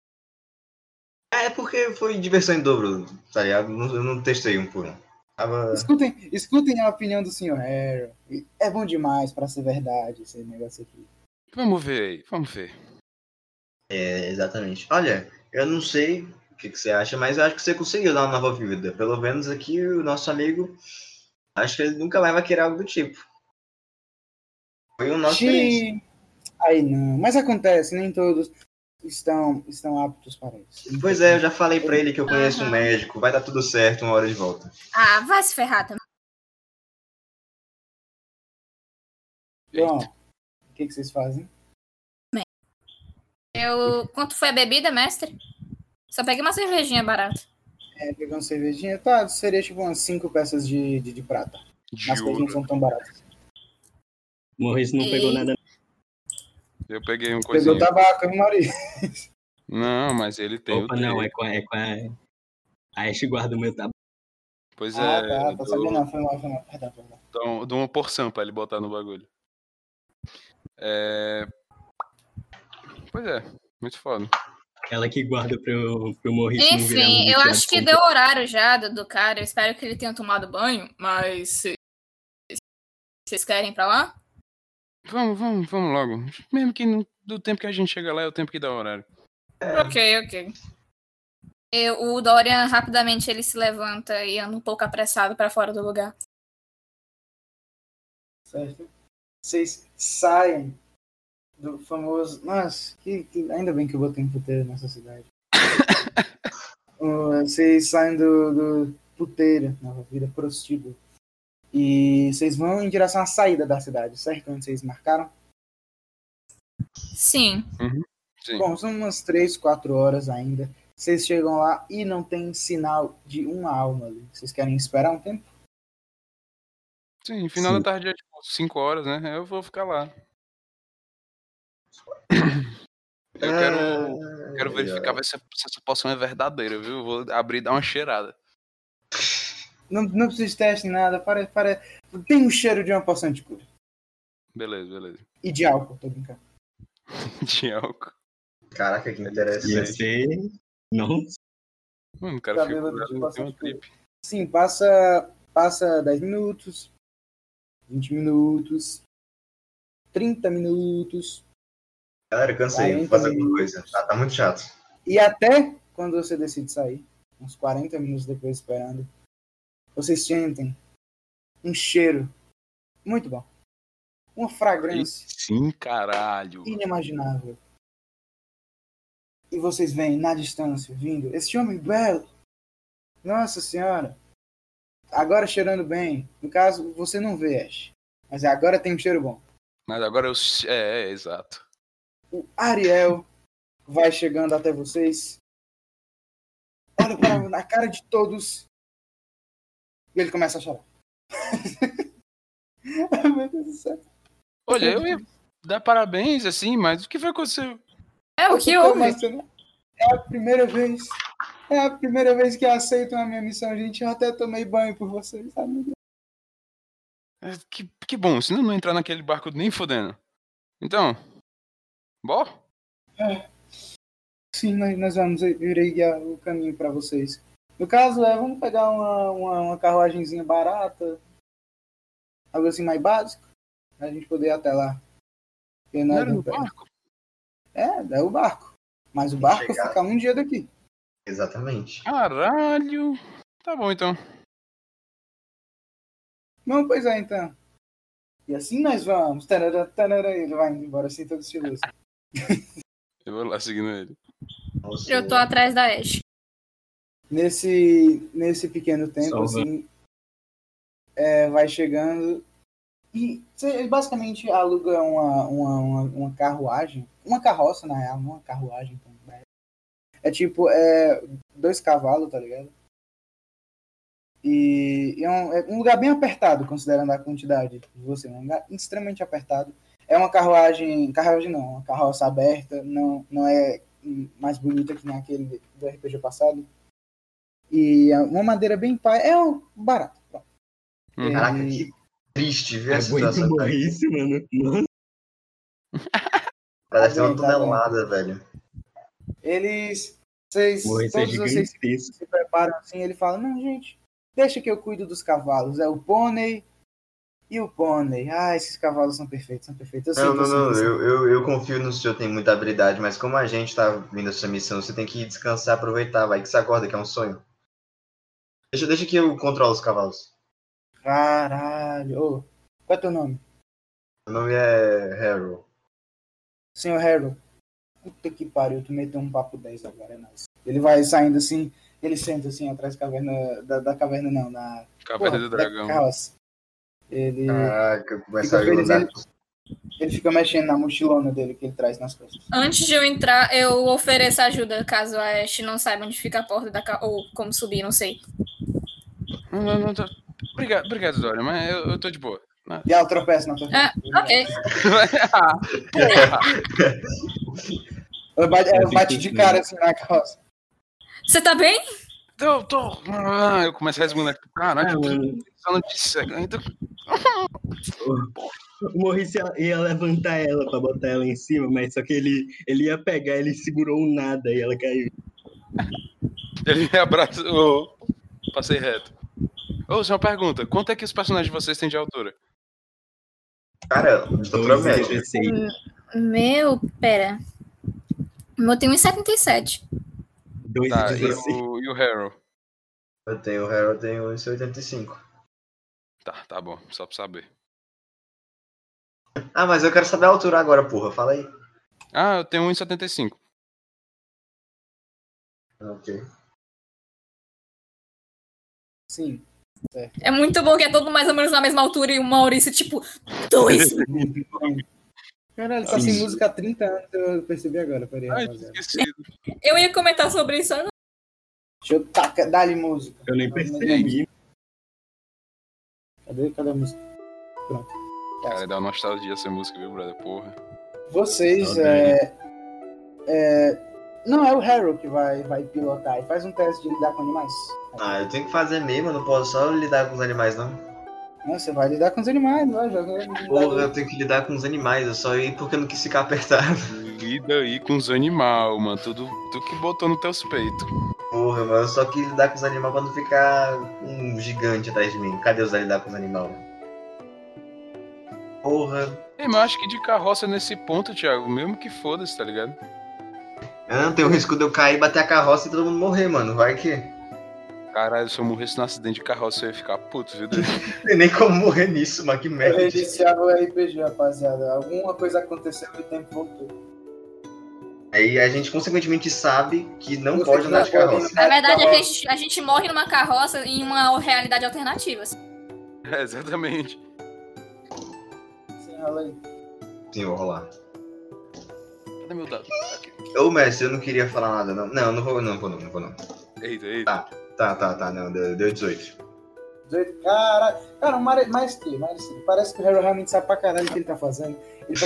É porque foi diversão em dobro, tá ligado? Eu não testei um por um. Escutem a opinião do senhor Harold. É bom demais para ser verdade esse negócio aqui. Vamos ver. Exatamente. Olha, eu não sei o que você acha, mas eu acho que você conseguiu dar uma nova vida. Pelo menos aqui o nosso amigo, acho que ele nunca mais vai querer algo do tipo. Foi um nosso experiência. Aí não, mas acontece, nem todos estão aptos para isso. Pois é, eu já falei pra ele que eu conheço um médico, vai dar tudo certo uma hora de volta. Ah, vai se ferrar também. Bom, o que vocês fazem? Quanto foi a bebida, mestre? Só peguei uma cervejinha barata. Peguei uma cervejinha, tá, seria tipo umas 5 peças de prata. As coisas não são tão baratas. Morris não pegou nada. Eu peguei um coisinho. Pegou tabaco, hein, Maurício? Não, mas ele tem. Opa, não, é com a Ash guarda o meu tabaco. Pois tá sabendo não, foi mal. Perdão. Então, dou uma porção pra ele botar no bagulho. Pois é, muito foda. Ela que guarda pro Morris não virar Enfim, eu acho que deu horário já do cara. Eu espero que ele tenha tomado banho, mas vocês querem ir pra lá? Vamos logo. Mesmo que do tempo que a gente chega lá é o tempo que dá o horário. Ok. O Dorian, rapidamente, ele se levanta e anda um pouco apressado pra fora do lugar. Certo. Vocês saem do famoso... Nossa, ainda bem que eu botei um puteiro nessa cidade. Vocês saem do puteiro, Nova Vida, prostíbulo. E vocês vão em direção à saída da cidade, certo? Onde vocês marcaram? Sim. Uhum. Sim. Bom, são umas 3-4 horas ainda. Vocês chegam lá e não tem sinal de uma alma ali. Vocês querem esperar um tempo? Sim, final da tarde é tipo 5 horas, né? Eu vou ficar lá. Eu quero verificar se essa poção é verdadeira, viu? Eu vou abrir e dar uma cheirada. Não precisa de teste nem nada. Tem um cheiro de uma poção de cura. Beleza. E de álcool, tô brincando. De álcool. Caraca, que interessante. Não. Mano, o cara ficou tem uma trip. Sim, passa 10 minutos, 20 minutos, 30 minutos. Galera, cansei, vou fazer alguma coisa. Tá muito chato. E até quando você decide sair, uns 40 minutos depois esperando, vocês sentem um cheiro muito bom. Uma fragrância. Sim, caralho. Inimaginável. E vocês veem na distância, vindo, esse homem belo. Nossa senhora. Agora cheirando bem. No caso, você não vê, Ash. Mas agora tem um cheiro bom. Mas agora eu... exato. O Ariel vai chegando até vocês. Olha na cara de todos. E ele começa a chorar. Meu Deus do céu. Olha, eu ia dar parabéns, assim, mas o que foi que aconteceu? O que houve? É a primeira vez É a primeira vez que aceitam a minha missão, gente. Eu até tomei banho por vocês, sabe? Que bom, senão não entrar naquele barco nem fodendo. Então, bora? Sim, nós vamos. Eu irei guiar o caminho para vocês. No caso, vamos pegar uma carruagenzinha barata, algo assim mais básico, pra gente poder ir até lá. Não era no barco? É o barco. Mas o barco fica um dia daqui. Exatamente. Caralho. Tá bom, então. Não, pois é, então. E assim nós vamos. Tarará, tarará, ele vai embora assim, todo estiloso. Eu vou lá seguindo ele. Nossa, Eu tô atrás da Ashe. Nesse pequeno tempo, Salva. assim, vai chegando e ele basicamente aluga uma carruagem, uma carroça, na real, não uma carruagem. Então, é tipo, 2 cavalos, tá ligado? E é um lugar bem apertado, considerando a quantidade de você. Um lugar extremamente apertado. É uma carruagem não, uma carroça aberta, não é mais bonita que naquele do RPG passado. E é uma madeira bem pai, barato. Caraca, que triste ver É essa muito situação. burrice, mano. Nossa. Deve ter uma Tá bem. tonelada, velho. Burrice é Todos vocês gigantesco. se preparam assim, ele fala, não, gente, deixa que eu cuido dos cavalos. É o pônei e o pônei. Ah, esses cavalos são perfeitos, Eu sei que Não, você- eu confio no senhor, tem muita habilidade, mas como a gente tá vindo essa missão, você tem que descansar, aproveitar, vai que você acorda, que é um sonho. Deixa que eu controlo os cavalos. Caralho. Ô, qual é teu nome? Meu nome é Harold. Senhor Harold. Puta que pariu, tu meteu um papo 10 agora, é nóis. Ele vai saindo assim, ele senta assim atrás da caverna, da caverna não, na... Caverna do da Dragão. carroça. Ele... Caraca, eu começo Fica a feliz, ajudar. Ele fica mexendo na mochilona dele que ele traz nas costas. Antes de eu entrar, eu ofereço ajuda, caso a Ashe não saiba onde fica a porta ou como subir, não sei. Não, tá. Obrigado, Dória, mas eu tô de boa. E ela tropeça na tua Ah, ok. Porra! Ela bate de cara assim na carroça. Você tá bem? Tô. Eu começo a resmungar. Caralho, mano. só notícia. Então... O Maurice ia levantar ela pra botar ela em cima, mas só que ele ia pegar, ele segurou um nada e ela caiu. Ele me abraçou. Passei reto. Ô, só uma pergunta. Quanto é que os personagens de vocês têm de altura? Cara, estatura média. 2,16. Pera. O meu tem 1,77. Tá, e 2,16. o Harold? Eu tenho o Harold, tenho 1,85. Tá bom, só pra saber. Ah, mas eu quero saber a altura agora, porra. Fala aí. Ah, eu tenho 1,75. Ok. Sim. É muito bom que é todo mais ou menos na mesma altura e o Maurício, tipo, 2. Caralho, tá Sim. sem música há 30 anos, eu percebi agora. Peraí, Ai, rapaziada. esquecido. Eu ia comentar sobre isso agora. Deixa eu dar-lhe música. Eu nem percebi. Cadê a música? Pronto. Cara, dá uma nostalgia essa música, viu, brother? Porra. Vocês, Saudade. não, é o Harold que vai pilotar. E faz um teste de lidar com animais. Ah, eu tenho que fazer mesmo, eu não posso só lidar com os animais, não. Não, você vai lidar com os animais, vai jogar. Porra, eu tenho que lidar com os animais, eu só ir porque eu não quis ficar apertado. Lida aí com os animais, mano. Tu que botou nos teus peitos. Porra, mas eu só quis lidar com os animais pra não ficar um gigante atrás de mim. Cadê os a lidar com os animais? Porra. Ei, mas eu acho que de carroça nesse ponto, Thiago, mesmo que foda-se, tá ligado? Eu não tenho risco de eu cair, bater a carroça e todo mundo morrer, mano. Vai que. Caralho, se eu morresse num acidente de carroça, eu ia ficar puto, viu? Deus? Não tem nem como morrer nisso, mano. Que Eu merda. reiniciava o RPG, rapaziada. Alguma coisa aconteceu e o tempo voltou. Aí a gente consequentemente sabe que não Você pode que andar não de pode carroça. andar. Na verdade, a gente morre numa carroça em uma realidade alternativa. É, exatamente. Sim, rola aí. Sim, vou rolar. Cadê meu dado? Aqui. Ô, mestre, eu não queria falar nada, não. Não, não vou não. Eita. Tá, não, deu 18. 18. Cara, mais que. Parece que o Harold realmente sabe pra caralho o que ele tá fazendo. Ele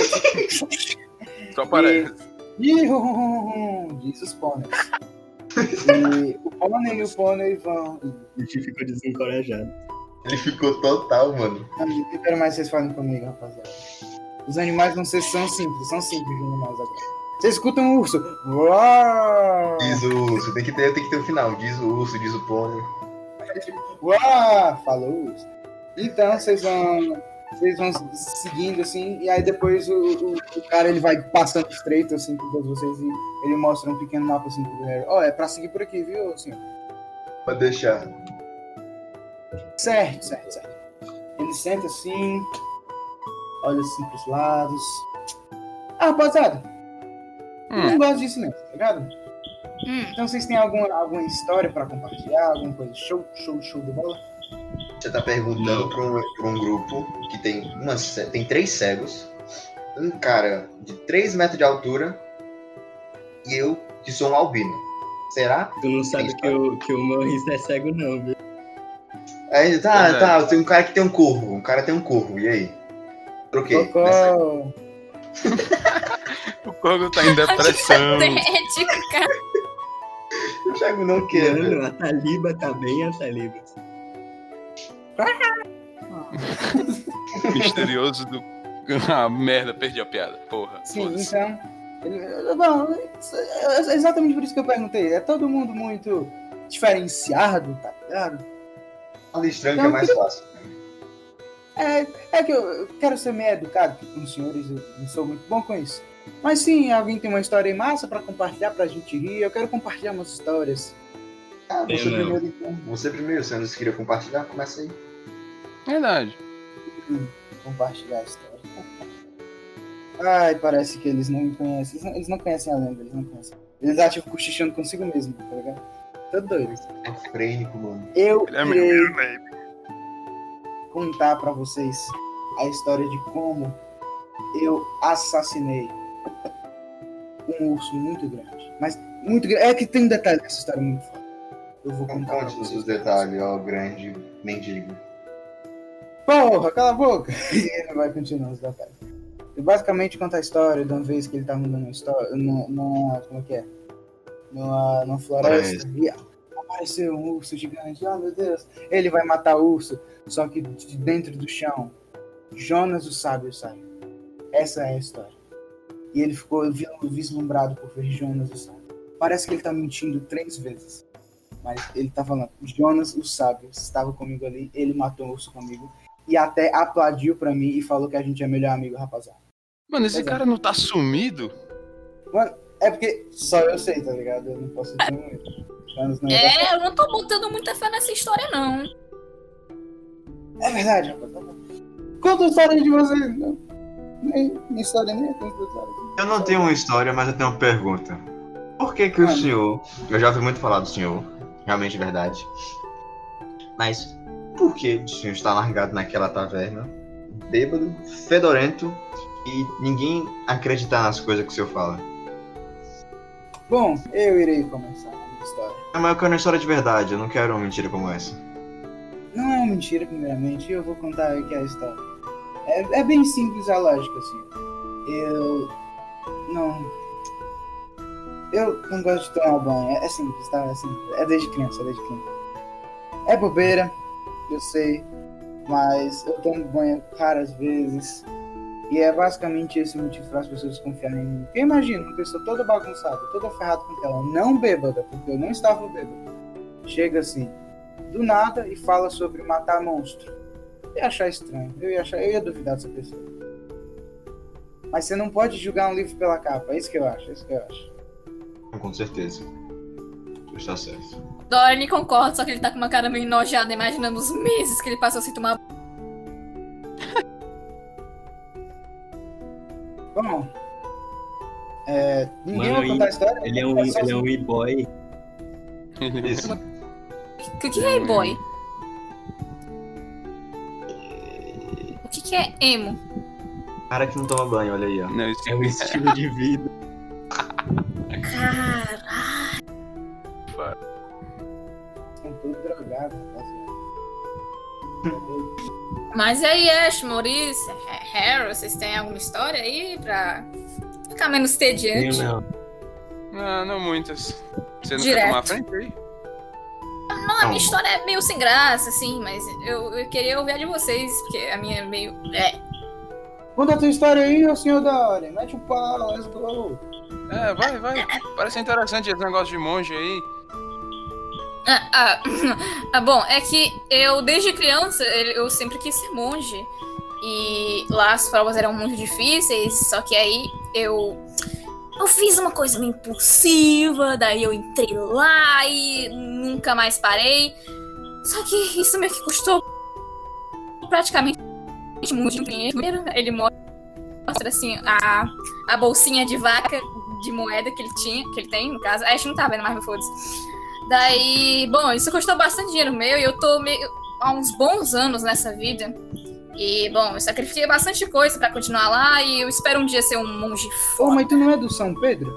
tá Só parece. diz os pôneis. E o Pônei e o Pônei vão. A gente ficou desencorajado. Ele ficou total, mano. Eu não quero mais que vocês falem comigo, rapaziada. Os animais são simples os animais agora. Vocês escutam o urso. Uau! Diz o urso, tem que ter o final. Diz o urso, diz o pônei. Uau! Falou o urso. Então vocês vão seguindo assim, e aí depois o cara ele vai passando estreito assim por todos vocês e ele mostra um pequeno mapa assim pro Harry. Ó, é pra seguir por aqui, viu, senhor? Pode deixar. Certo. Ele senta assim, olha assim pros lados. Ah, rapaziada, eu não gosto disso não, tá ligado? Então vocês têm alguma história pra compartilhar, alguma coisa show de bola? Você tá perguntando pra um grupo que tem 3 cegos, um cara de 3 metros de altura e eu que sou um albino. Será? Tu não sabe que o Morris é cego não, viu? Aí, tá, tem um cara que tem um corvo. E aí? Troquei. O Kogo tá em depressão. Patético, cara. O Thiago não quer. Mano, a Taliba tá bem, a Taliba. Misterioso do... Ah, merda, perdi a piada. Porra. Sim, foda-se. então... Bom, é exatamente por isso que eu perguntei. É todo mundo muito diferenciado, tá ligado? Fala estranho que é mais fácil. É que eu quero ser meio educado com os senhores, eu não sou muito bom com isso. Mas sim, alguém tem uma história aí massa pra compartilhar, pra gente rir. Eu quero compartilhar umas histórias. Ah, você primeiro então. Você primeiro, se você queria compartilhar, começa aí. Verdade. Compartilhar a história. Ai, parece que eles não me conhecem. Eles não conhecem a lenda, eles não conhecem. Eles acham cochichando consigo mesmo, tá ligado? Todo doido. É frênico, mano. Eu Ele é meu irei name. contar pra vocês a história de como eu assassinei um urso muito grande. Mas muito grande. É que tem um detalhe dessa história muito forte. Eu vou Não contar pra conte vocês. os detalhes, ó, grande mendigo. Porra, cala a boca! E ele vai continuar os detalhes. Eu basicamente conto a história de uma vez que ele tá mandando uma história. Como é que é? Numa floresta. E apareceu um urso gigante. Oh, meu Deus! Ele vai matar o urso. Só que de dentro do chão, Jonas o sábio sai. Essa é a história. E ele ficou vislumbrado por ver Jonas o sábio. Parece que ele tá mentindo 3 vezes. Mas ele tá falando, Jonas o sábio estava comigo ali, ele matou o urso comigo. E até aplaudiu pra mim e falou que a gente é melhor amigo, rapaziada. Mano, esse cara não tá sumido? Mano, é porque só eu sei, tá ligado? Eu não posso dizer muito. Jonas não Eu não tô botando muita fé nessa história, não. É verdade, rapaziada. Conta a história de vocês. Não. Nem história nem é conta a história. Eu não tenho uma história, mas eu tenho uma pergunta. Por que o senhor... Eu já ouvi muito falar do senhor, realmente é verdade. Mas por que o senhor está largado naquela taverna, bêbado, fedorento, e ninguém acredita nas coisas que o senhor fala? Bom, eu irei começar a minha história. Mas eu quero uma história de verdade, eu não quero uma mentira como essa. Não é uma mentira, primeiramente, eu vou contar aqui a história. É bem simples a lógica, assim. Eu não gosto de tomar banho. É simples, tá? É simples. É desde criança. É bobeira, eu sei. Mas eu tomo banho raras vezes. E é basicamente esse o motivo para as pessoas confiarem em mim. Porque imagina, uma pessoa toda bagunçada, toda ferrada com tela, não bêbada, porque eu não estava bêbado. Chega assim, do nada, e fala sobre matar monstro. Eu ia achar estranho. Eu ia duvidar dessa pessoa. Mas você não pode julgar um livro pela capa. É isso que eu acho. Com certeza. Está certo. Dorian concorda, só que ele tá com uma cara meio enojada, imaginando os meses que ele passou sem tomar. Bom, ninguém vai contar a história? Ele é um e-boy. Isso. O que é boy? O que é emo? Cara que não toma banho, olha aí, ó. Não, isso É um estilo de vida. Caralho. Estão todos drogados, rapaziada. Mas aí, Ash, Maurice, Harry, vocês têm alguma história aí pra ficar menos tediante? Não. Não muitas. Você não Direto. quer tomar a frente aí? Não, a minha história é meio sem graça, assim, mas eu queria ouvir a de vocês, porque a minha é meio... Conta a tua história aí, ô senhor Dorian. Mete o pau, let's go. Vai. Parece interessante esse negócio de monge aí. Bom, é que eu, desde criança, eu sempre quis ser monge. E lá as provas eram muito difíceis, só que aí eu fiz uma coisa meio impulsiva, daí eu entrei lá e nunca mais parei. Só que isso meio que custou praticamente muito dinheiro. Ele mostra assim a bolsinha de vaca de moeda que ele tem, no caso. A gente não tá vendo mais, meu foda-se. Daí, bom, isso custou bastante dinheiro meu e eu tô meio há uns bons anos nessa vida. E, bom, eu sacrifiquei bastante coisa pra continuar lá e eu espero um dia ser um monge foda. Mas tu não é do São Pedro?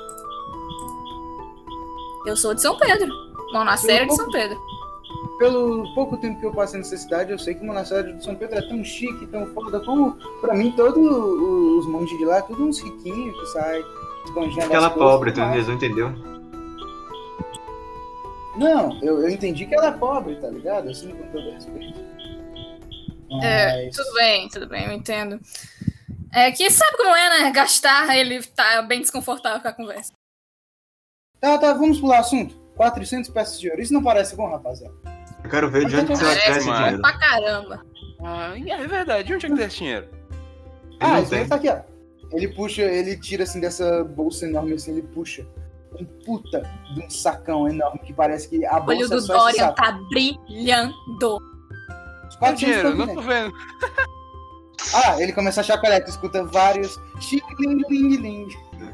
Eu sou de São Pedro, monastério de São Pedro. Pelo pouco tempo que eu passei nessa cidade, eu sei que o monastério de São Pedro é tão chique, tão foda, como, pra mim, todos os monges de lá, tudo uns riquinhos que saem escondendo Aquela pobre, tu não entendeu? Não, eu entendi que ela é pobre, tá ligado? Assim, com todo respeito. Mas... Tudo bem, eu entendo. É que sabe como é, né? Gastar, ele tá bem desconfortável com a conversa. Tá, vamos pular o assunto. 400 peças de ouro, isso não parece bom, rapaziada? Eu quero ver de onde você vai tirar esse dinheiro. Pra caramba. É verdade, de onde é que tem esse dinheiro? Esse dinheiro tá aqui, ó. Ele tira assim dessa bolsa enorme assim, ele puxa um puta de um sacão enorme que parece que a bolsa o olho do é só Dorian tá brilhando. Qual dinheiro? Não tô vendo. Ele começa a chacoalhar, tu escuta vários xing-ling-ling-ling.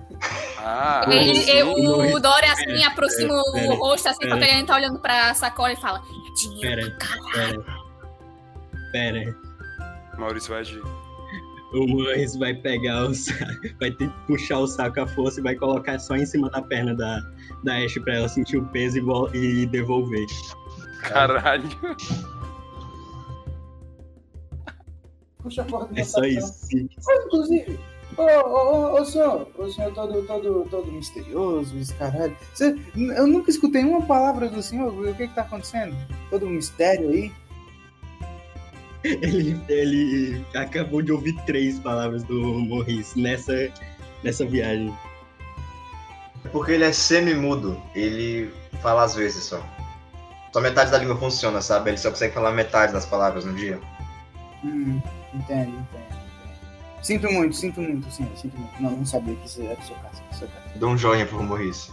O Dorian assim aproxima o rosto assim, porque ele tá olhando pra sacola e fala: é dinheiro pra caralho. Pera. Maurício vai agir. O Morris vai pegar o saco, vai ter que puxar o saco à força e vai colocar só em cima da perna da Ashe pra ela sentir o peso e devolver. Caralho. Puxa a porra do É só isso. Inclusive, o senhor todo misterioso, esse caralho. Eu nunca escutei uma palavra do senhor. O que tá acontecendo? Todo um mistério aí. Ele acabou de ouvir 3 palavras do Morris nessa viagem. Porque ele é semi-mudo. Ele fala às vezes só. Só metade da língua funciona, sabe? Ele só consegue falar metade das palavras no dia. Entendo. Sinto muito, sim, sinto muito. Não sabia que isso era o seu caso. Dou um joinha pro Morris.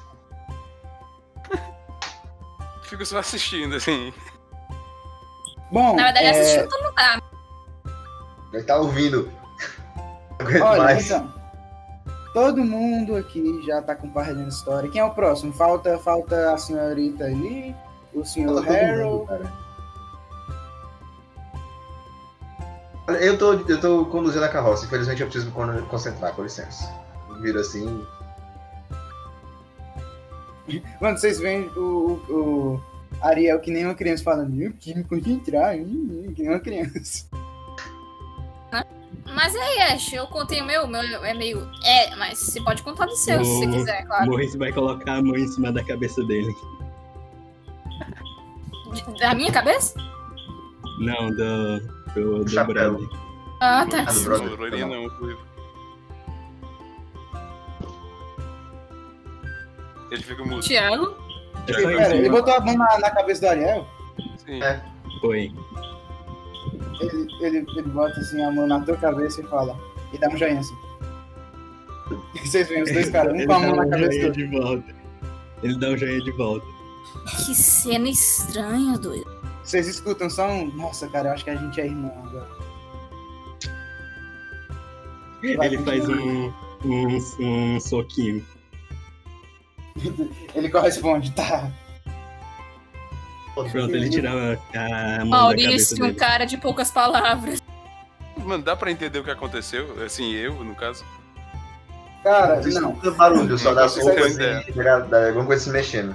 Fico só assistindo, assim. Bom, na verdade, assistindo tu não tá. Ele tá ouvindo. Olha, então. Todo mundo aqui já tá compartilhando história. Quem é o próximo? Falta a senhorita ali, o senhor Harold. Eu tô conduzindo a carroça. Infelizmente eu preciso me concentrar, com licença. Eu viro assim. Mano, vocês veem o Ariel que nem uma criança falando, eu preciso me concentrar, que nem uma criança. Mas aí, Ash, eu contei o meu é meio... mas você pode contar do seu, se você quiser, claro. O Morris vai colocar a mão em cima da cabeça dele. Da minha cabeça? Não, do chapéu. brother. Tá. Do brother. Ele fica mudo. Thiago? Pera, ele botou a mão na cabeça do Ariel? Sim. Foi. Ele bota assim a mão na tua cabeça e fala. E dá um joinha assim. E vocês veem os dois caras, um com a mão na cabeça do outro. Ele dá um joinha de volta. Que cena estranha, doido. Vocês escutam só um. Nossa, cara, eu acho que a gente é irmão agora. Ele faz um soquinho. Ele corresponde, tá. Pronto, ele tira a mão Maurício, da cabeça dele. um cara de poucas palavras. Mano, dá pra entender o que aconteceu? Assim, eu, no caso. Cara, Não não. tem barulho, só dá Você sopa sabe- e alguma coisa se mexendo.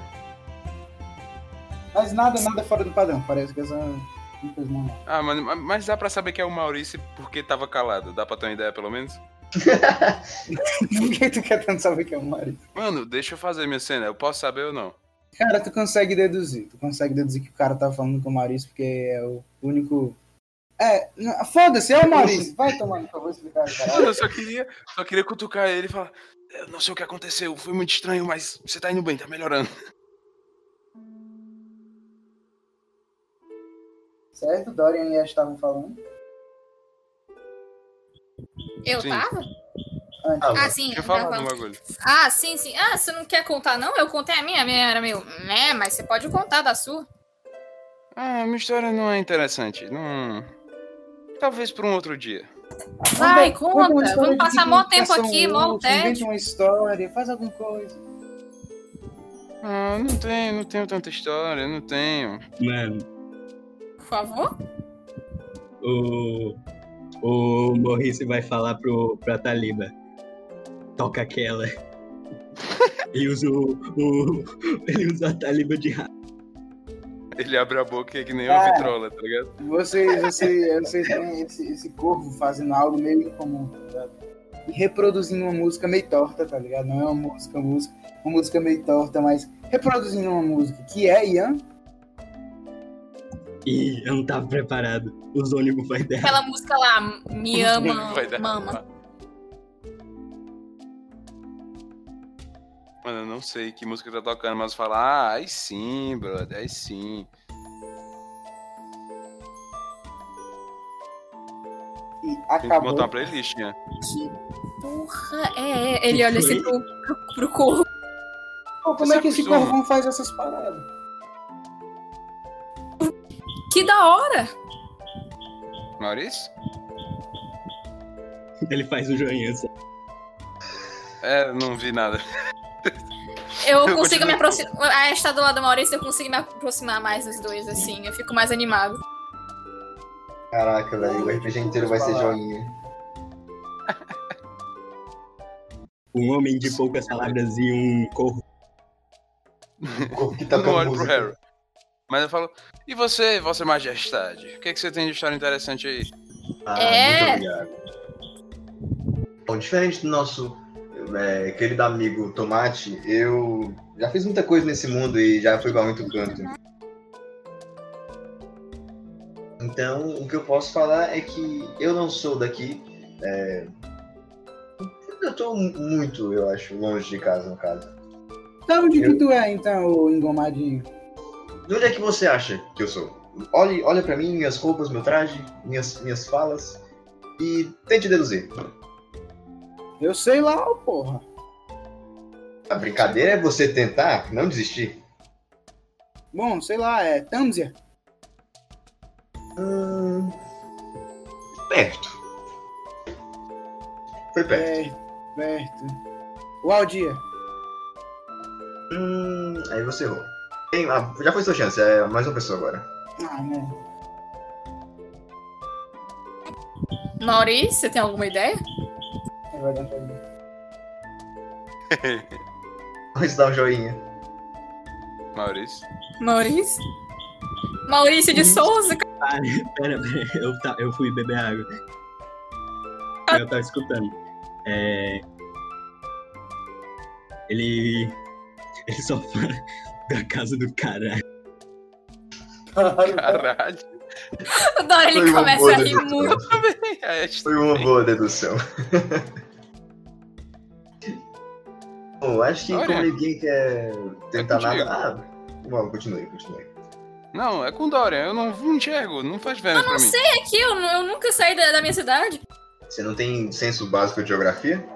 Mas nada fora do padrão. Parece que essa coisa normal. Mano, mas dá pra saber que é o Maurício porque tava calado. Dá pra ter uma ideia, pelo menos? Por que tu quer tanto saber que é o Mário? Mano, deixa eu fazer minha cena. Eu posso saber ou não? Cara, tu consegue deduzir. Tu consegue deduzir que o cara tá falando com o Maurício, porque é o único... Foda-se, é o Maurício. Vai tomando, por favor, explicar, cara. Mano, eu só queria cutucar ele e falar, eu não sei o que aconteceu, foi muito estranho, mas você tá indo bem, tá melhorando. Certo? Dorian e Ash estavam falando. Eu Sim. tava? Antes. Sim. Deixa eu eu falar tava do falando. bagulho. Sim. Você não quer contar, não? Eu contei a minha era meio... mas você pode contar da sua. Minha história não é interessante, não... Talvez pra um outro dia. Vai, Conta uma conta. história Vamos de passar que mó tempo caça um aqui, mó urso, inventa tédio. uma história, faz alguma coisa. Não tenho tanta história, não tenho. Mano, Por favor. o Maurício vai falar pra Taliba. Toca aquela. E usa ele usa a Taliba de rato. Ele abre a boca que nem uma vitrola, tá ligado? Vocês têm esse corvo fazendo algo meio incomum, tá ligado? E reproduzindo uma música meio torta, tá ligado? Não é uma música meio torta, mas reproduzindo uma música que é Ian. Ih, eu não tava preparado. Os ônibus vai der. Aquela música lá, me ama, Vai dar. mama. Mano, eu não sei que música tá tocando, mas fala, aí sim, brother, aí sim. E Tem que acabou. montar uma playlist, né? Que porra é? Ele olha assim pro corpo. Pô, como é que esse corvão faz essas paradas? Que da hora! Maurício? Ele faz o joinha. Não vi nada. Eu consigo me aproximar. A Ash tá do lado do Maurício, eu consigo me aproximar mais dos dois, assim. Eu fico mais animado. Caraca, velho, o RPG inteiro vai ser joinha. Um homem de poucas palavras e um corvo. O corpo que Eu tá não com olho pro música. Harry. Mas eu falo, e você, Vossa Majestade? O que você tem de história interessante aí? É. Muito obrigado. Bom, diferente do nosso querido amigo Tomate, eu já fiz muita coisa nesse mundo e já fui pra muito canto. Então, o que eu posso falar é que eu não sou daqui. Eu tô muito, eu acho, longe de casa, no caso. Então, onde que tu é, então, ô engomadinho? De onde é que você acha que eu sou? Olha pra mim, minhas roupas, meu traje, minhas falas e tente deduzir. Eu sei lá, ô porra. A brincadeira é você tentar não desistir. Bom, sei lá, é Tamsia. Perto. Foi perto. Perto. O Aldia. Aí você errou. Já foi sua chance, é mais uma pessoa agora. Né? Maurício, você tem alguma ideia? É verdade, é verdade. Vamos dar um joinha. Maurício? Maurício de Souza. Pera, eu fui beber água. Eu tava escutando. Ele só fala da casa do caralho. Caralho. O Dora, ele Foi uma começa boa a rir dedução. muito. Foi uma boa dedução. Bom, acho que Olha, como ninguém quer tentar contigo. nada. Bom, continue. Não, é com Dorian, eu não enxergo, não faz diferença pra mim. É aqui, eu nunca saí da minha cidade. Você não tem senso básico de geografia?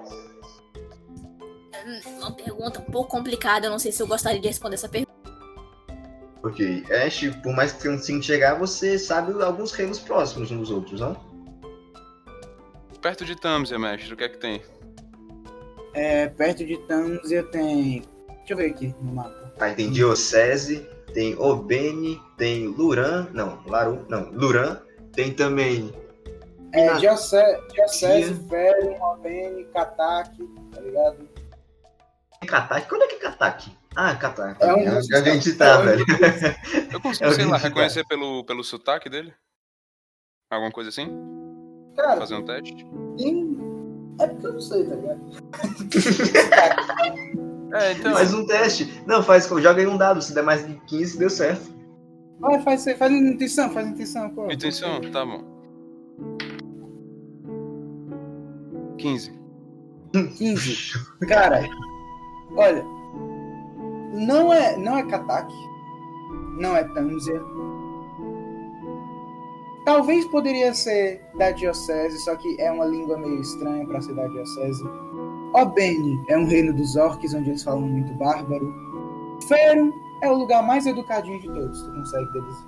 Uma pergunta um pouco complicada, eu não sei se eu gostaria de responder essa pergunta. Porque Ash, por mais que você não consiga chegar, você sabe alguns reinos próximos uns dos outros, não? Perto de Tamsia, mestre, o que é que tem? Perto de Tamsia tem... Deixa eu ver aqui no mapa. Aí tem Diocese, tem Obene, tem Luran, tem também... Diocese, Férium, Obene, Katak, tá ligado? Katak? Quando é que é Katak? Ah, Katak. É um É dos- onde a gente tá, é um velho. Eu consigo, É sei lá, onde tá. reconhecer pelo sotaque dele? Alguma coisa assim? Cara, Fazer um teste? tem... É porque eu não sei, tá ligado? Então... Faz um teste. Não, joga aí um dado. Se der mais de 15, deu certo. Faz intuição, pô. Intuição? Tá bom. 15. 15. Cara, olha, não é Katak, não é Tanzia. Talvez poderia ser da diocese, só que é uma língua meio estranha pra ser da diocese. Obene é um reino dos orcs, onde eles falam muito bárbaro. Ferum é o lugar mais educadinho de todos, tu consegue deduzir.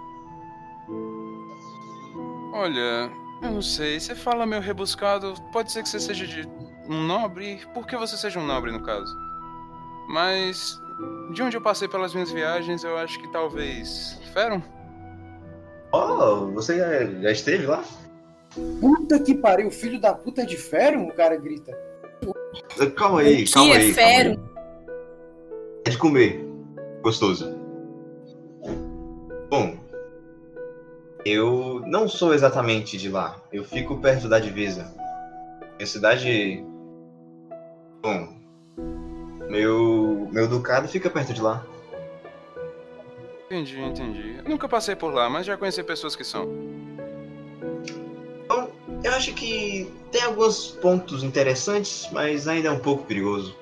Olha, eu não sei, você fala meio rebuscado, pode ser que você seja de um nobre, por que você seja um nobre no caso? Mas, de onde eu passei pelas minhas viagens, eu acho que talvez... Ferum? Oh, você já esteve lá? Puta que pariu, o filho da puta é de Ferum? O cara grita. Calma aí. Ferum? É de comer. Gostoso. Bom, eu não sou exatamente de lá. Eu fico perto da divisa. Minha cidade... Bom, meu ducado fica perto de lá. Entendi. Eu nunca passei por lá, mas já conheci pessoas que são. Bom, eu acho que tem alguns pontos interessantes, mas ainda é um pouco perigoso.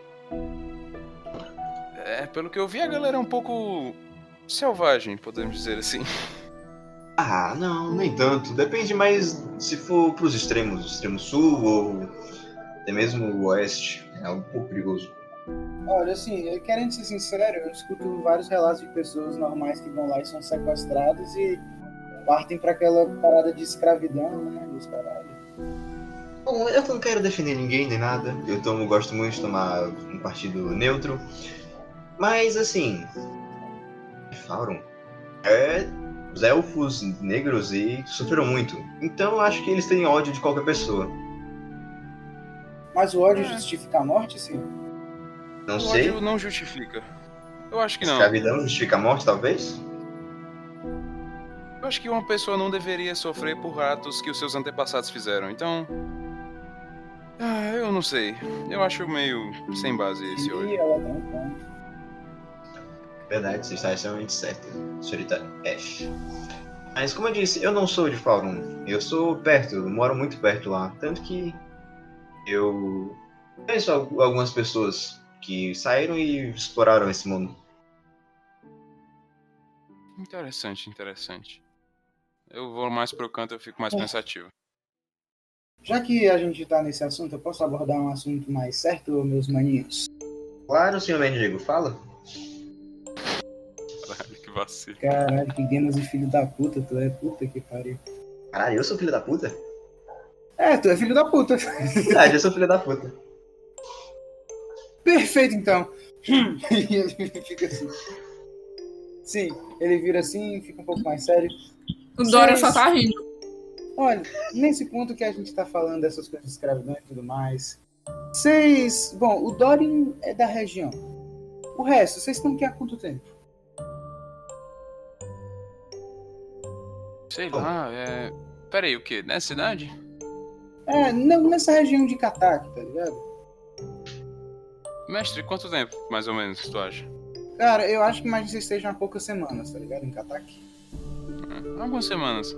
Pelo que eu vi, a galera é um pouco selvagem, podemos dizer assim. Ah, não, nem tanto. Depende mais se for pros extremos, extremo sul ou até mesmo o oeste. É um pouco perigoso. Olha, assim, querendo ser sincero, eu escuto vários relatos de pessoas normais que vão lá e são sequestradas e partem pra aquela parada de escravidão, né, dos caralho. Bom, eu não quero defender ninguém nem nada. Eu gosto muito de tomar um partido neutro. Mas, assim... Falaram... Os elfos negros e sofreram muito. Então eu acho que eles têm ódio de qualquer pessoa. Mas o ódio justifica a morte, sim? Não sei. O ódio não justifica. Eu acho que não. Escravidão justifica a morte, talvez? Eu acho que uma pessoa não deveria sofrer por atos que os seus antepassados fizeram. Então... eu não sei. Eu acho meio sem base esse ódio. Ela tem um ponto. Verdade, você está extremamente certa, senhorita Ash. Mas como eu disse, eu não sou de Faerun. Eu sou perto, eu moro muito perto lá. Tanto que eu conheço algumas pessoas que saíram e exploraram esse mundo. Interessante. Eu vou mais pro canto, eu fico mais pensativo. Já que a gente tá nesse assunto, eu posso abordar um assunto mais certo, meus maninhos? Claro, senhor mendigo, fala. Caralho, que vacilo. Caralho, que gamas de filho da puta, tu é puta que pariu. Caralho, eu sou filho da puta? Tu é filho da puta. Verdade, eu sou filho da puta. Perfeito, então. E ele fica assim. Sim, ele vira assim e fica um pouco mais sério. O Dorian só tá rindo. Olha, nesse ponto que a gente tá falando dessas coisas de escravidão e tudo mais, vocês... Bom, o Dorian é da região. O resto, vocês estão aqui há quanto tempo? Sei lá, Peraí, o quê? Nessa cidade? Não, nessa região de Katak, tá ligado? Mestre, quanto tempo, mais ou menos, tu acha? Cara, eu acho que imagina que vocês estejam há poucas semanas, tá ligado? Em Katak. Algumas semanas.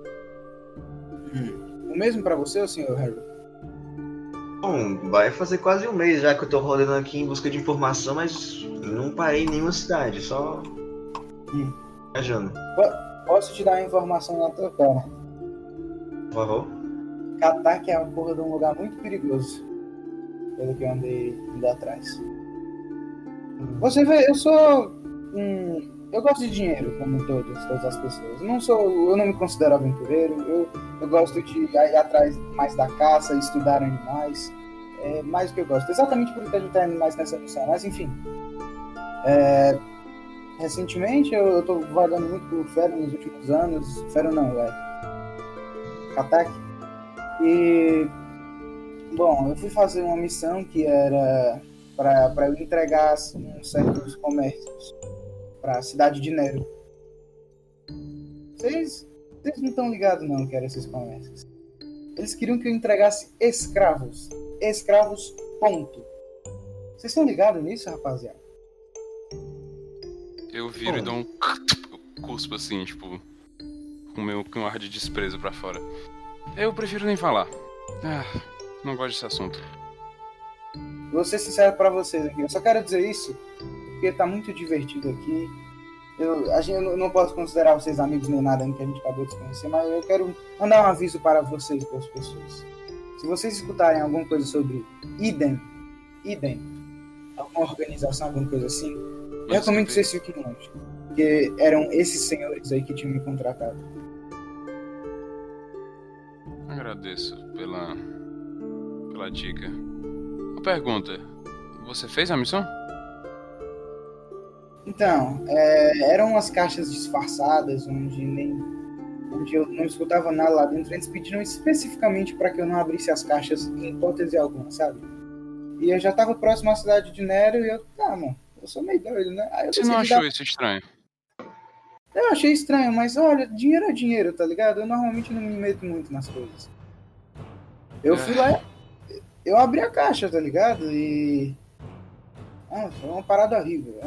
O mesmo pra você, ou senhor Harry? Bom, vai fazer quase um mês já que eu tô rodando aqui em busca de informação, mas não parei em nenhuma cidade, só viajando. Posso te dar uma informação na tua cara. Por favor. Katak é uma porra de um lugar muito perigoso. Pelo que eu andei indo atrás. Você vê, eu gosto de dinheiro, como todas as pessoas. Eu não me considero aventureiro. Eu gosto de ir atrás mais da caça, estudar animais. É mais o que eu gosto. Exatamente por que a gente tá indo mais nessa missão. Mas enfim. Recentemente eu tô vagando muito por Ferum nos últimos anos. Ferum não, Katak. E... Bom, eu fui fazer uma missão que era para eu entregar certos comércios para a cidade de Nero. Vocês não estão ligados não que eram esses comércios. Eles queriam que eu entregasse escravos. Escravos, ponto. Vocês estão ligados nisso, rapaziada? Eu viro e dou um cuspo assim, tipo, com um ar de desprezo pra fora. Eu prefiro nem falar. Não gosto desse assunto. Vou ser sincero pra vocês aqui. Eu só quero dizer isso porque tá muito divertido aqui. Eu não posso considerar vocês amigos nem nada que a gente acabou de se conhecer, mas eu quero mandar um aviso para vocês, para as pessoas. Se vocês escutarem alguma coisa sobre Eden, alguma organização, alguma coisa assim, eu recomendo que vocês fiquem longe. Porque eram esses senhores aí que tinham me contratado. Agradeço pela dica. Uma pergunta. Você fez a missão? Então, eram umas caixas disfarçadas, onde eu não escutava nada lá dentro. Eles pediram especificamente para que eu não abrisse as caixas em hipótese alguma, sabe? E eu já estava próximo à cidade de Nero e mano, eu sou meio doido, né? Aí Você não achou isso estranho? Eu achei estranho, mas olha, dinheiro é dinheiro, tá ligado? Eu normalmente não me meto muito nas coisas. Eu fui lá, eu abri a caixa, tá ligado? E... foi uma parada horrível,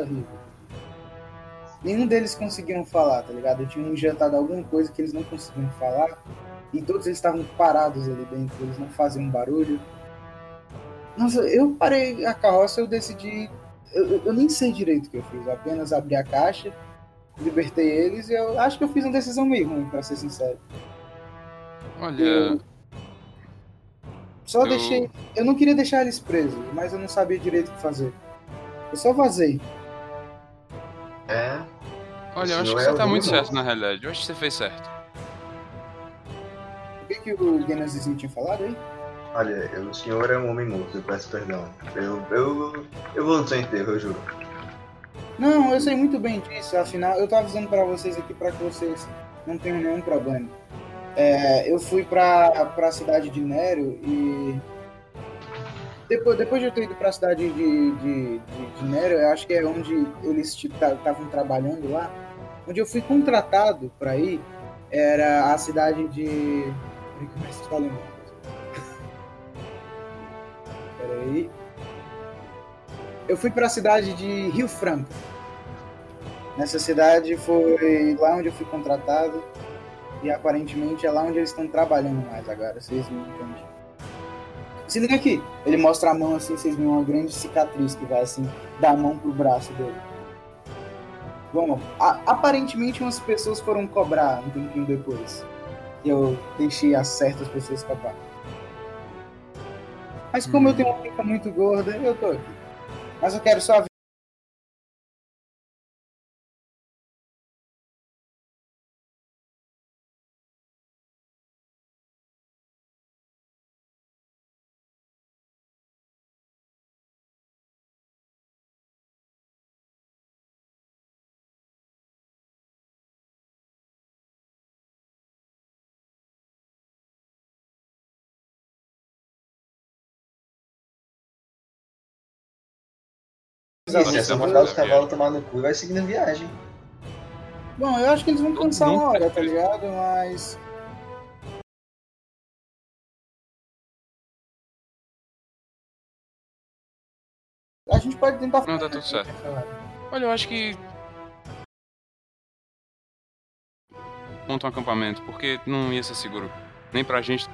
Nenhum deles conseguiam falar, tá ligado? Eu tinha injetado alguma coisa que eles não conseguiam falar. E todos eles estavam parados ali dentro, eles não faziam barulho. Nossa, eu parei a carroça, eu decidi... Eu nem sei direito o que eu fiz, eu apenas abri a caixa, libertei eles e eu acho que eu fiz uma decisão meio ruim, pra ser sincero. Olha... Deixei... Eu não queria deixar eles presos, mas eu não sabia direito o que fazer. Eu só vazei. Olha, eu acho que você tá muito certo, na realidade. Eu acho que você fez certo. O que o Genesizinho tinha falado aí? Olha, o senhor é um homem morto, eu peço perdão. Eu vou no seu enterro, eu juro. Não, eu sei muito bem disso, afinal, eu tô avisando pra vocês aqui pra que vocês não tenham nenhum problema. Eu fui pra cidade de Nero e... Depois de eu ter ido pra cidade de Nero, eu acho que é onde eles estavam trabalhando lá, onde eu fui contratado pra ir, era a cidade de... Peraí. Eu fui pra cidade de Rio Franco. Nessa cidade foi lá onde eu fui contratado e aparentemente é lá onde eles estão trabalhando mais agora, vocês não entendem. Se liga aqui, ele mostra a mão assim, vocês veem uma grande cicatriz que vai assim, da mão pro braço dele. Bom, aparentemente umas pessoas foram cobrar um tempinho depois. E eu deixei as certas pessoas cobrar. Mas como eu tenho uma pica muito gorda, eu tô aqui. Mas eu quero só ver. Isso, é só mandar os cavalos tomar no cu e vai seguindo a viagem. Bom, eu acho que eles vão cansar uma hora, tá ligado? Mas... a gente pode tentar... Não, tá tudo certo. Olha, eu acho que... monta um acampamento, porque não ia ser seguro. Nem pra gente...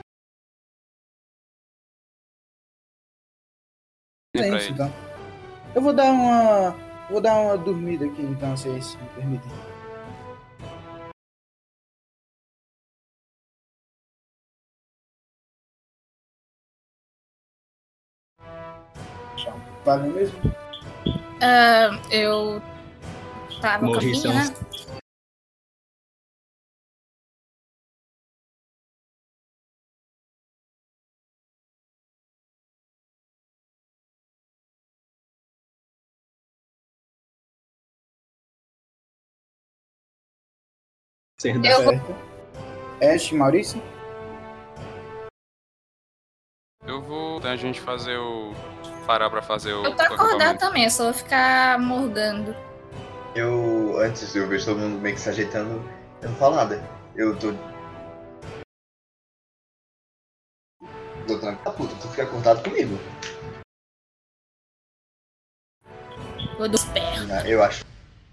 nem pra ele. Então. Eu vou dar uma dormida aqui, então, se vocês me permitem. Valeu mesmo? Eu tava no caminho, né? Ash, Maurício? Eu vou a gente fazer o... parar pra fazer o... eu tô acordado também, eu só vou ficar morgando. Antes eu vejo todo mundo meio que se ajeitando, eu não falo nada. Eu tô... puta, tu fica acordado comigo. Eu dou pernas. Eu acho.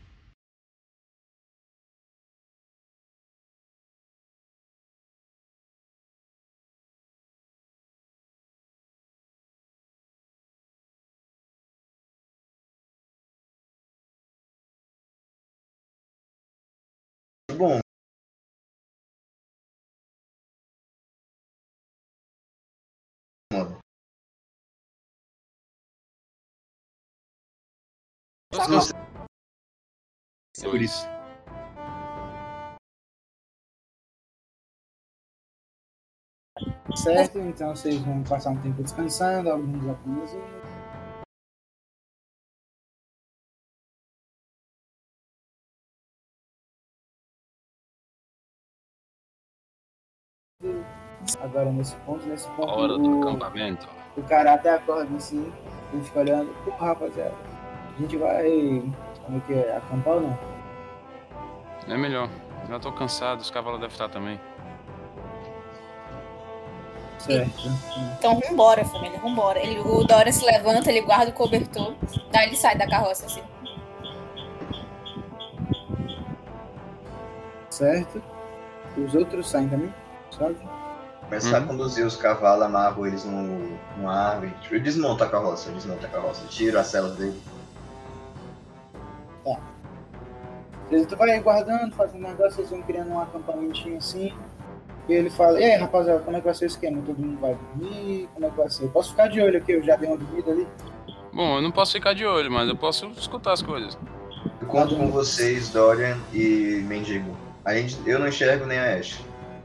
Bom. Por isso. Certo, então vocês vão passar um tempo descansando, alguns apenas. Agora nesse ponto Hora do acampamento. o cara até acorda assim, ele fica olhando, pô, rapaziada, a gente vai, como é que é, acampar ou não? É melhor. Já tô cansado, os cavalos devem estar também. Certo. Então vambora, família, vambora. O Dorian se levanta, ele guarda o cobertor, daí ele sai da carroça, assim. Certo. Os outros saem também, sabe? Começar a conduzir os cavalos, amarro eles numa árvore. Tipo, eu desmonto a carroça, tiro as celas dele. Tá. Tu vai guardando, fazendo negócio, vocês vão criando um acampamentinho assim. E ele fala, e aí rapaziada, como é que vai ser o esquema? Todo mundo vai dormir? Como é que vai ser? Eu posso ficar de olho aqui, eu já dei uma dormida ali. Bom, eu não posso ficar de olho, mas eu posso escutar as coisas. Eu conto com vocês, Dorian e Mendigo. Eu não enxergo nem a Ash.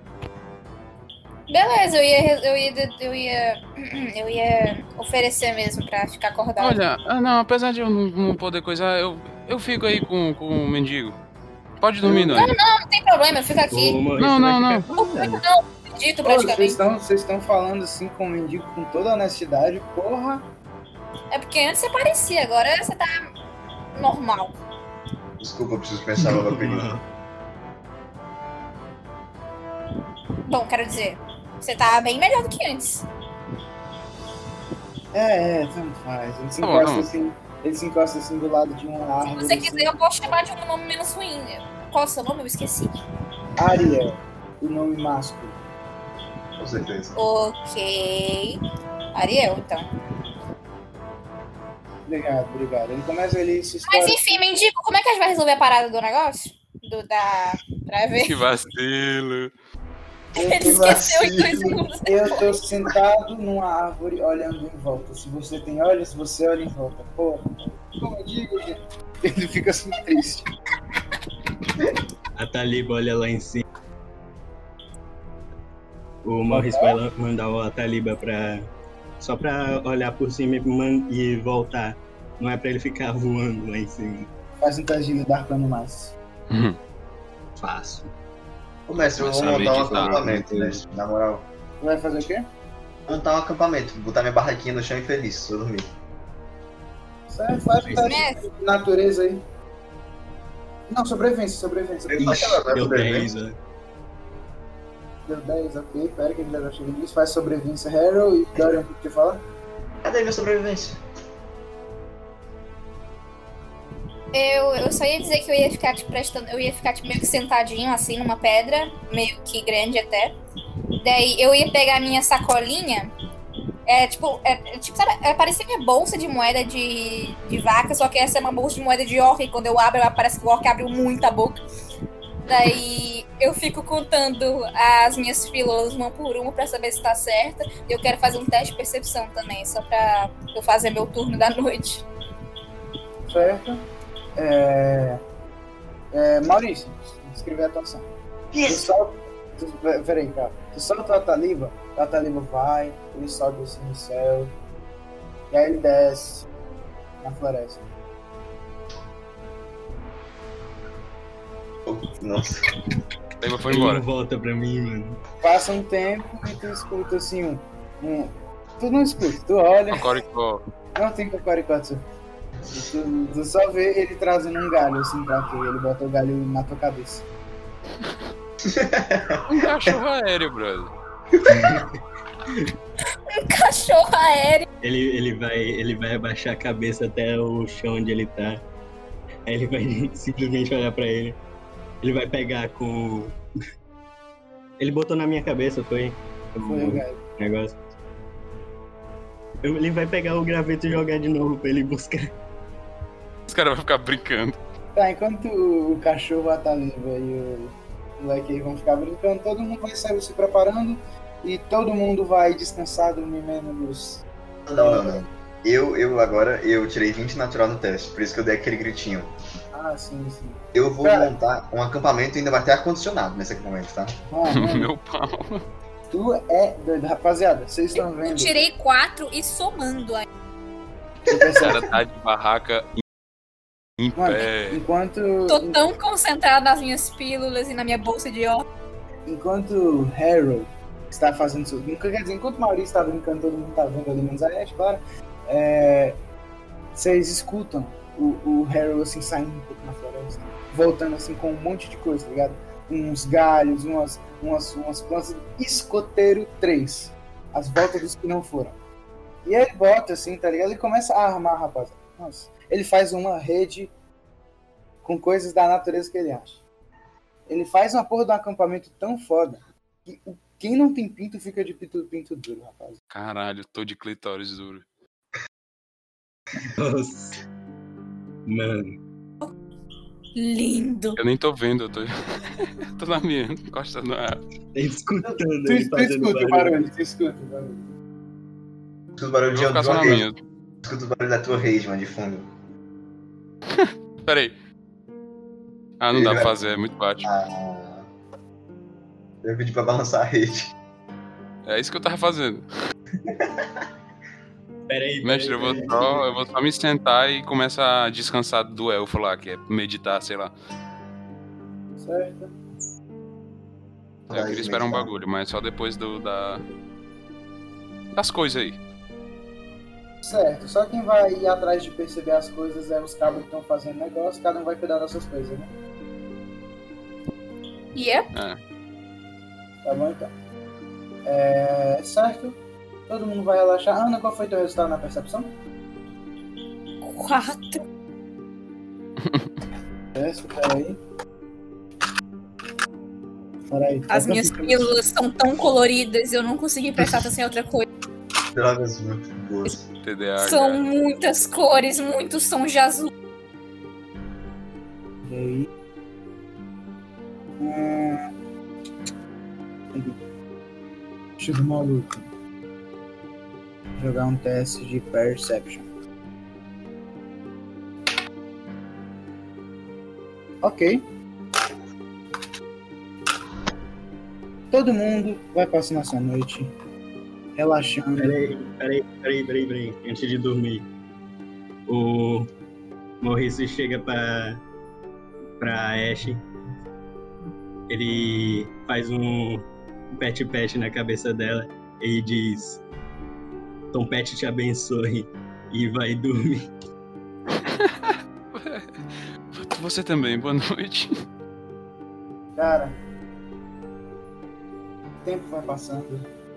Beleza, eu ia oferecer mesmo pra ficar acordado. Olha, não, apesar de eu não poder coisar, eu fico aí com o mendigo. Pode dormir, Dani. Não tem problema, eu fico aqui. Não. Acredito Pô, praticamente. vocês estão falando assim com o mendigo com toda honestidade, porra. É porque antes você parecia, agora você tá normal. Desculpa, eu preciso pensar no meu apelido. Bom, quero dizer, você tá bem melhor do que antes. Tanto faz. Ele se encosta assim do lado de uma árvore. Se você quiser, eu posso chamar de um nome menos ruim. Qual é o seu nome? Eu esqueci. Ariel, o nome másculo. Com certeza. Ok. Ariel, então. Obrigado. Ele começa ali se escolhe. Mas enfim, mendigo, como é que a gente vai resolver a parada do negócio? Pra ver. Que vacilo. Ele esqueceu em 2 segundos. Eu tô sentado numa árvore olhando em volta. Se você tem olhos, você olha em volta. Porra, como eu digo, gente? Ele fica assim triste. A Taliba olha lá em cima. O Morris vai lá mandar a Taliba só pra olhar por cima e voltar. Não é pra ele ficar voando lá em cima. Faz um teste de lidar com animais. Fácil. Ô, mestre, eu vou montar um acampamento, mestre, na moral. Tu vai fazer o quê? Montar um acampamento, botar minha barraquinha no chão e feliz, eu dormir. Certo, faz um teste de natureza aí. Não, sobrevivência. Deu 10, né? Deu 10, ok. Pera que ele já chegou nisso. Faz sobrevivência, Harold e Dorian, o que você fala? Cadê minha sobrevivência? Eu só ia dizer que eu ia ficar meio que sentadinho assim numa pedra, meio que grande até. Daí eu ia pegar a minha sacolinha. Sabe, parecia minha bolsa de moeda de vaca, só que essa é uma bolsa de moeda de orc, e quando eu abro, parece que o orc abriu muita boca. Daí eu fico contando as minhas pílulas uma por uma pra saber se tá certa. Eu quero fazer um teste de percepção também, só pra eu fazer meu turno da noite. Certo. Maurício, escrever a atuação. Yes. Peraí, cara. Tu solta a Taliba vai, ele sobe assim no céu, e aí ele desce na floresta. Nossa. Ele foi embora. Ele volta pra mim, mano. Passa um tempo e tu escuta assim tu não escuta, tu olha. Cocoricó. Não tem cocoricó, tu só vê ele trazendo um galho assim pra tu, ele bota o galho na tua cabeça. Um cachorro aéreo, brother. Um cachorro aéreo. Ele vai abaixar a cabeça até o chão onde ele tá. Aí ele vai simplesmente olhar pra ele. Ele vai pegar com... Ele botou na minha cabeça, foi? Foi, velho. Negócio. Ele vai pegar o graveto e jogar de novo pra ele buscar. Os caras vão ficar brincando. Tá, enquanto o cachorro, a Taliva e o moleque aí vão ficar brincando, todo mundo vai sair se preparando e todo mundo vai descansar, dormir menos. Não. Eu tirei 20 natural no teste, por isso que eu dei aquele gritinho. Ah, sim. Eu vou Cara, montar um acampamento e ainda vai ter ar-condicionado nesse acampamento, tá? mano, Meu pau. tu é doido. Rapaziada, vocês estão vendo? Eu tirei 4 e somando aí. O cara tá de barraca em Mano, pé. enquanto Tô tão concentrada nas minhas pílulas e na minha bolsa de óculos. enquanto Harold está fazendo isso, quer dizer, enquanto o Maurício está brincando, todo mundo tá vendo ali menos a Ash, claro. Vocês escutam o Harold assim saindo um pouco na floresta, voltando assim com um monte de coisa, tá ligado? Uns galhos, umas plantas, escoteiro 3, as voltas dos que não foram. E aí ele bota assim, tá ligado? Ele começa a armar, rapaziada. Nossa, ele faz uma rede com coisas da natureza que ele acha. Ele faz uma porra de um acampamento tão foda que quem não tem pinto fica de pinto duro, rapaz. Caralho, tô de clitóris duro. Nossa. Mano. Lindo. Eu nem tô vendo, eu tô. tô na minha, encostando na árvore. Tá escutando Tu ele fazendo escuta o barulho, tu escuta o barulho. Escuta o barulho Eu de vou ficar só na rage. minha. Escuta o barulho da tua rage, mano, de fundo. Pera aí. Ah, não dá pra fazer, é muito baixo. Eu pedi pra balançar a rede. É isso que eu tava fazendo. Peraí. Mestre, eu vou só me sentar e começar a descansar do elfo lá, que é meditar, sei lá. Certo? Eu queria esperar um bagulho, mas só depois das coisas aí. Certo, só quem vai ir atrás de perceber as coisas é os cabos que estão fazendo negócio, cada um vai cuidar das suas coisas, né? Yep. Tá bom então. Certo? Todo mundo vai relaxar. Ana, qual foi teu resultado na percepção? 4. Certo, peraí. Peraí. As minhas pílulas são tão coloridas, eu não consegui prestar atenção em outra coisa. Drogas muito boas. TDAH. São muitas cores, muitos sons de azul. Peraí. Deixa eu maluco. Jogar um teste de Perception. Ok. Todo mundo vai passando essa noite relaxando. Peraí. Antes de dormir, o Maurício chega pra Ash. Ele faz um pet na cabeça dela e diz: Tom Pet te abençoe, e vai dormir. Você também, boa noite. Cara, o tempo vai passando.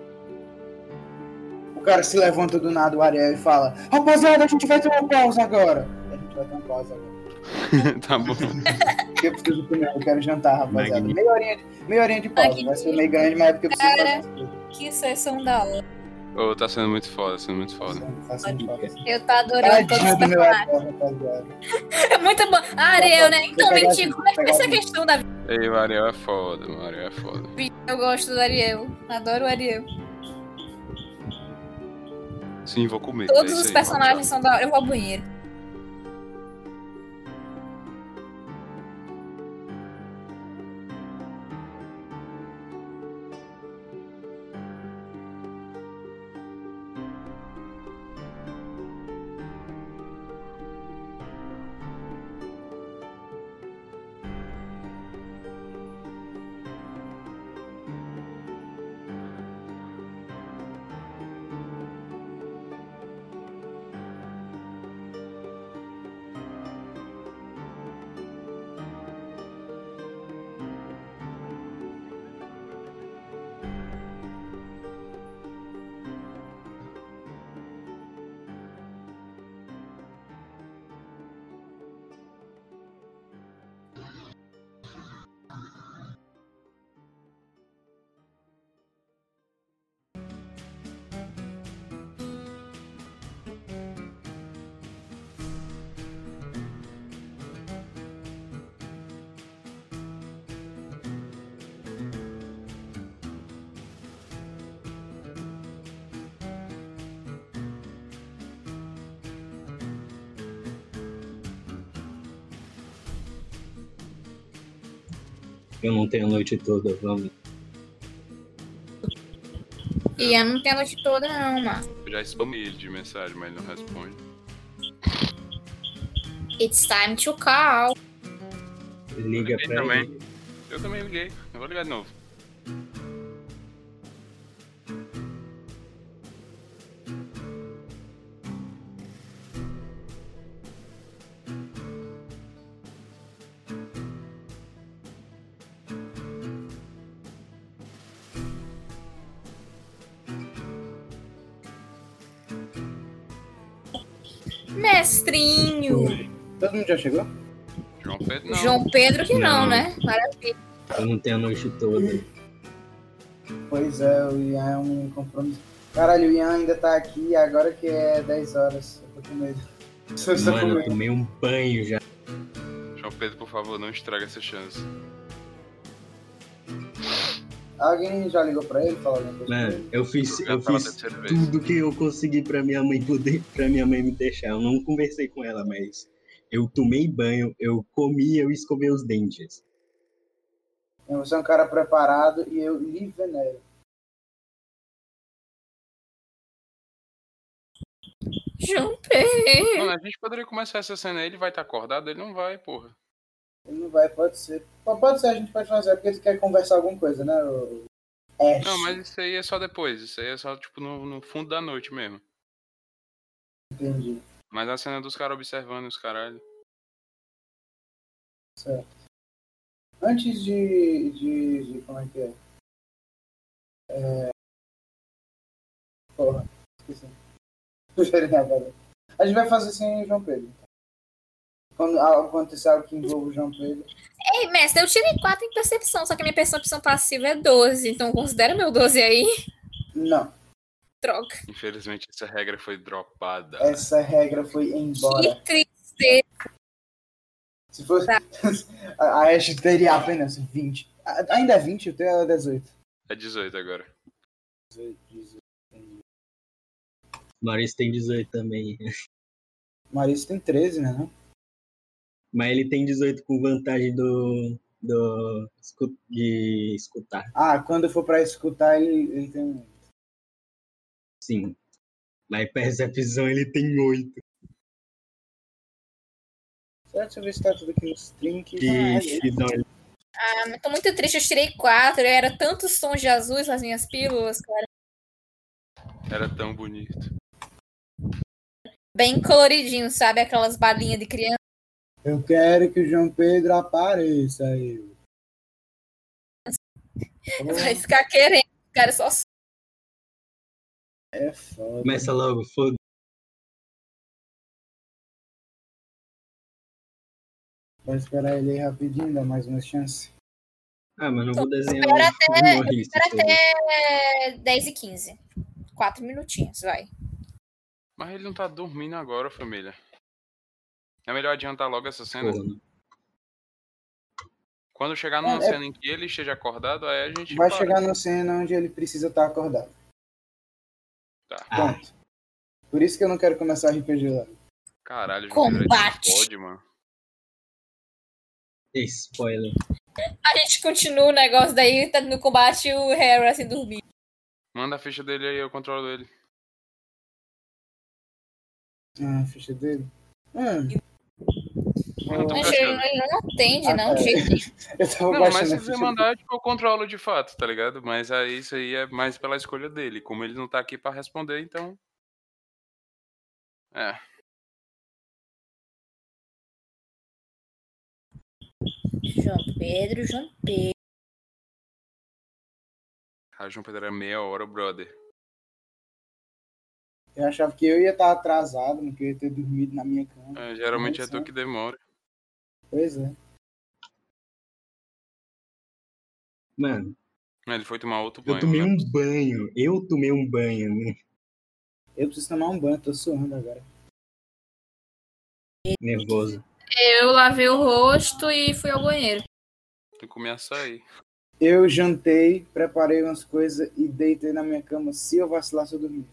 O cara se levanta do nada, o Ariel, e fala: rapaziada, a gente vai ter uma pausa agora. A gente vai ter uma pausa agora. Tá bom. Porque eu preciso comer, eu quero jantar, rapaziada. Meia horinha de pausa. Vai ser meio grande, mas é porque eu preciso Cara, fazer. que sessão da hora. Ô, tá sendo muito foda, Eu tô adorando todos os Tadinho do meu personagens. Ariel, rapaziada. É muito bom. Ah, Ariel, né? Então, mentira, como é que vai ser a questão da vida? Ei, o Ariel é foda, o Ariel é foda. Eu gosto do Ariel. Adoro o Ariel. Sim, vou comer. Todos é isso os aí, personagens são da hora. Eu vou ao banheiro. Eu não tenho a noite toda, vamos. E eu não tenho a noite toda, não, mano. Eu já spamei ele de mensagem, mas ele não responde. It's time to call. Liga pra também. ele. Eu também liguei. Eu vou ligar de novo. Mestrinho. Todo mundo já chegou? João Pedro não. João Pedro que não, Não. né? Maravilha. Eu não tenho a noite toda. Pois é, o Ian é um compromisso. Caralho, o Ian ainda tá aqui agora que é 10 horas. Eu tô com medo. Só estou com Mano, eu medo. tomei um banho já. João Pedro, por favor, não estraga essa chance. Alguém já ligou pra ele? Falou alguma coisa pra Mano, ele? eu fiz Já pela terceira vez. tudo que eu consegui pra minha mãe me deixar. Eu não conversei com ela, mas eu tomei banho, eu comi, eu escovei os dentes. Você é um cara preparado e eu lhe venero. João Pedro. Mano, a gente poderia começar essa cena aí, ele vai estar acordado? Ele não vai, porra. Ele não vai, pode ser. Pode ser, a gente pode fazer, porque tu quer conversar alguma coisa, né? Ash. Não, mas isso aí é só depois. Isso aí é só, tipo, no fundo da noite mesmo. Entendi. Mas a cena dos caras observando os caralho. Certo. Antes de como é que é? Porra, esqueci. A gente vai fazer sem João Pedro. Quando acontecer algo que envolva o João Pedro. Ei, mestre, eu tirei 4 em percepção, só que a minha percepção passiva é 12. Então considera meu 12 aí. Não. Droga. Infelizmente, essa regra foi dropada. Essa regra foi embora. Que tristeza. Se fosse. A Ash teria apenas 20. Ainda é 20? Eu tenho 18. É 18 agora. 18. Maurício tem 18 também. Maurício tem 13, né? Não? Mas ele tem 18 com vantagem de escutar. Ah, quando for pra escutar, ele tem. Sim. Mas percepção ele tem 8. Certo, deixa eu ver se tá tudo aqui nos trinques. Que dá Ah, mas tô muito triste, eu tirei 4. Era tantos tons de azuis nas minhas pílulas, cara. Era tão bonito. Bem coloridinho, sabe? Aquelas balinhas de criança. Eu quero que o João Pedro apareça aí. Vai ficar querendo, cara, só. É foda. Começa logo, foda. Vai esperar ele aí rapidinho, dá mais uma chance. Ah, mas não vou desenhar Espera até, o Maurício. espera até 10h15. 4 minutinhos, vai. Mas ele não tá dormindo agora, família. É melhor adiantar logo essa cena. Porra. Quando chegar numa cena em que ele esteja acordado, aí a gente Vai para. chegar na cena onde ele precisa estar acordado. Tá. Ponto. Por isso que eu não quero começar RPG lá. Caralho, Combate. pode, mano. Spoiler. A gente continua o negócio daí, tá no combate e o Harry assim dormir. Manda a ficha dele aí, eu controlo ele. Ah, a ficha dele. Não, tô Mas baixando. ele não atende, não, de jeito nenhum. Eu tava Não, mas baixando se a você ficha mandar, tipo, eu controlo de fato, tá ligado? Mas aí isso aí é mais pela escolha dele. Como ele não tá aqui pra responder, então. É. João Pedro. A João Pedro era meia hora, brother. Eu achava que eu ia estar atrasado, não queria ter dormido na minha cama. É, geralmente é Mas, tu que demora. Pois é. Mano, Ele foi tomar outro eu banho. tomei né? um banho. Eu tomei um banho, né? Eu preciso tomar um banho, tô suando agora. Nervoso. Eu lavei o rosto e fui ao banheiro. Tu comia açaí. Eu jantei, preparei umas coisas e deitei na minha cama. Se eu vacilasse, eu dormia.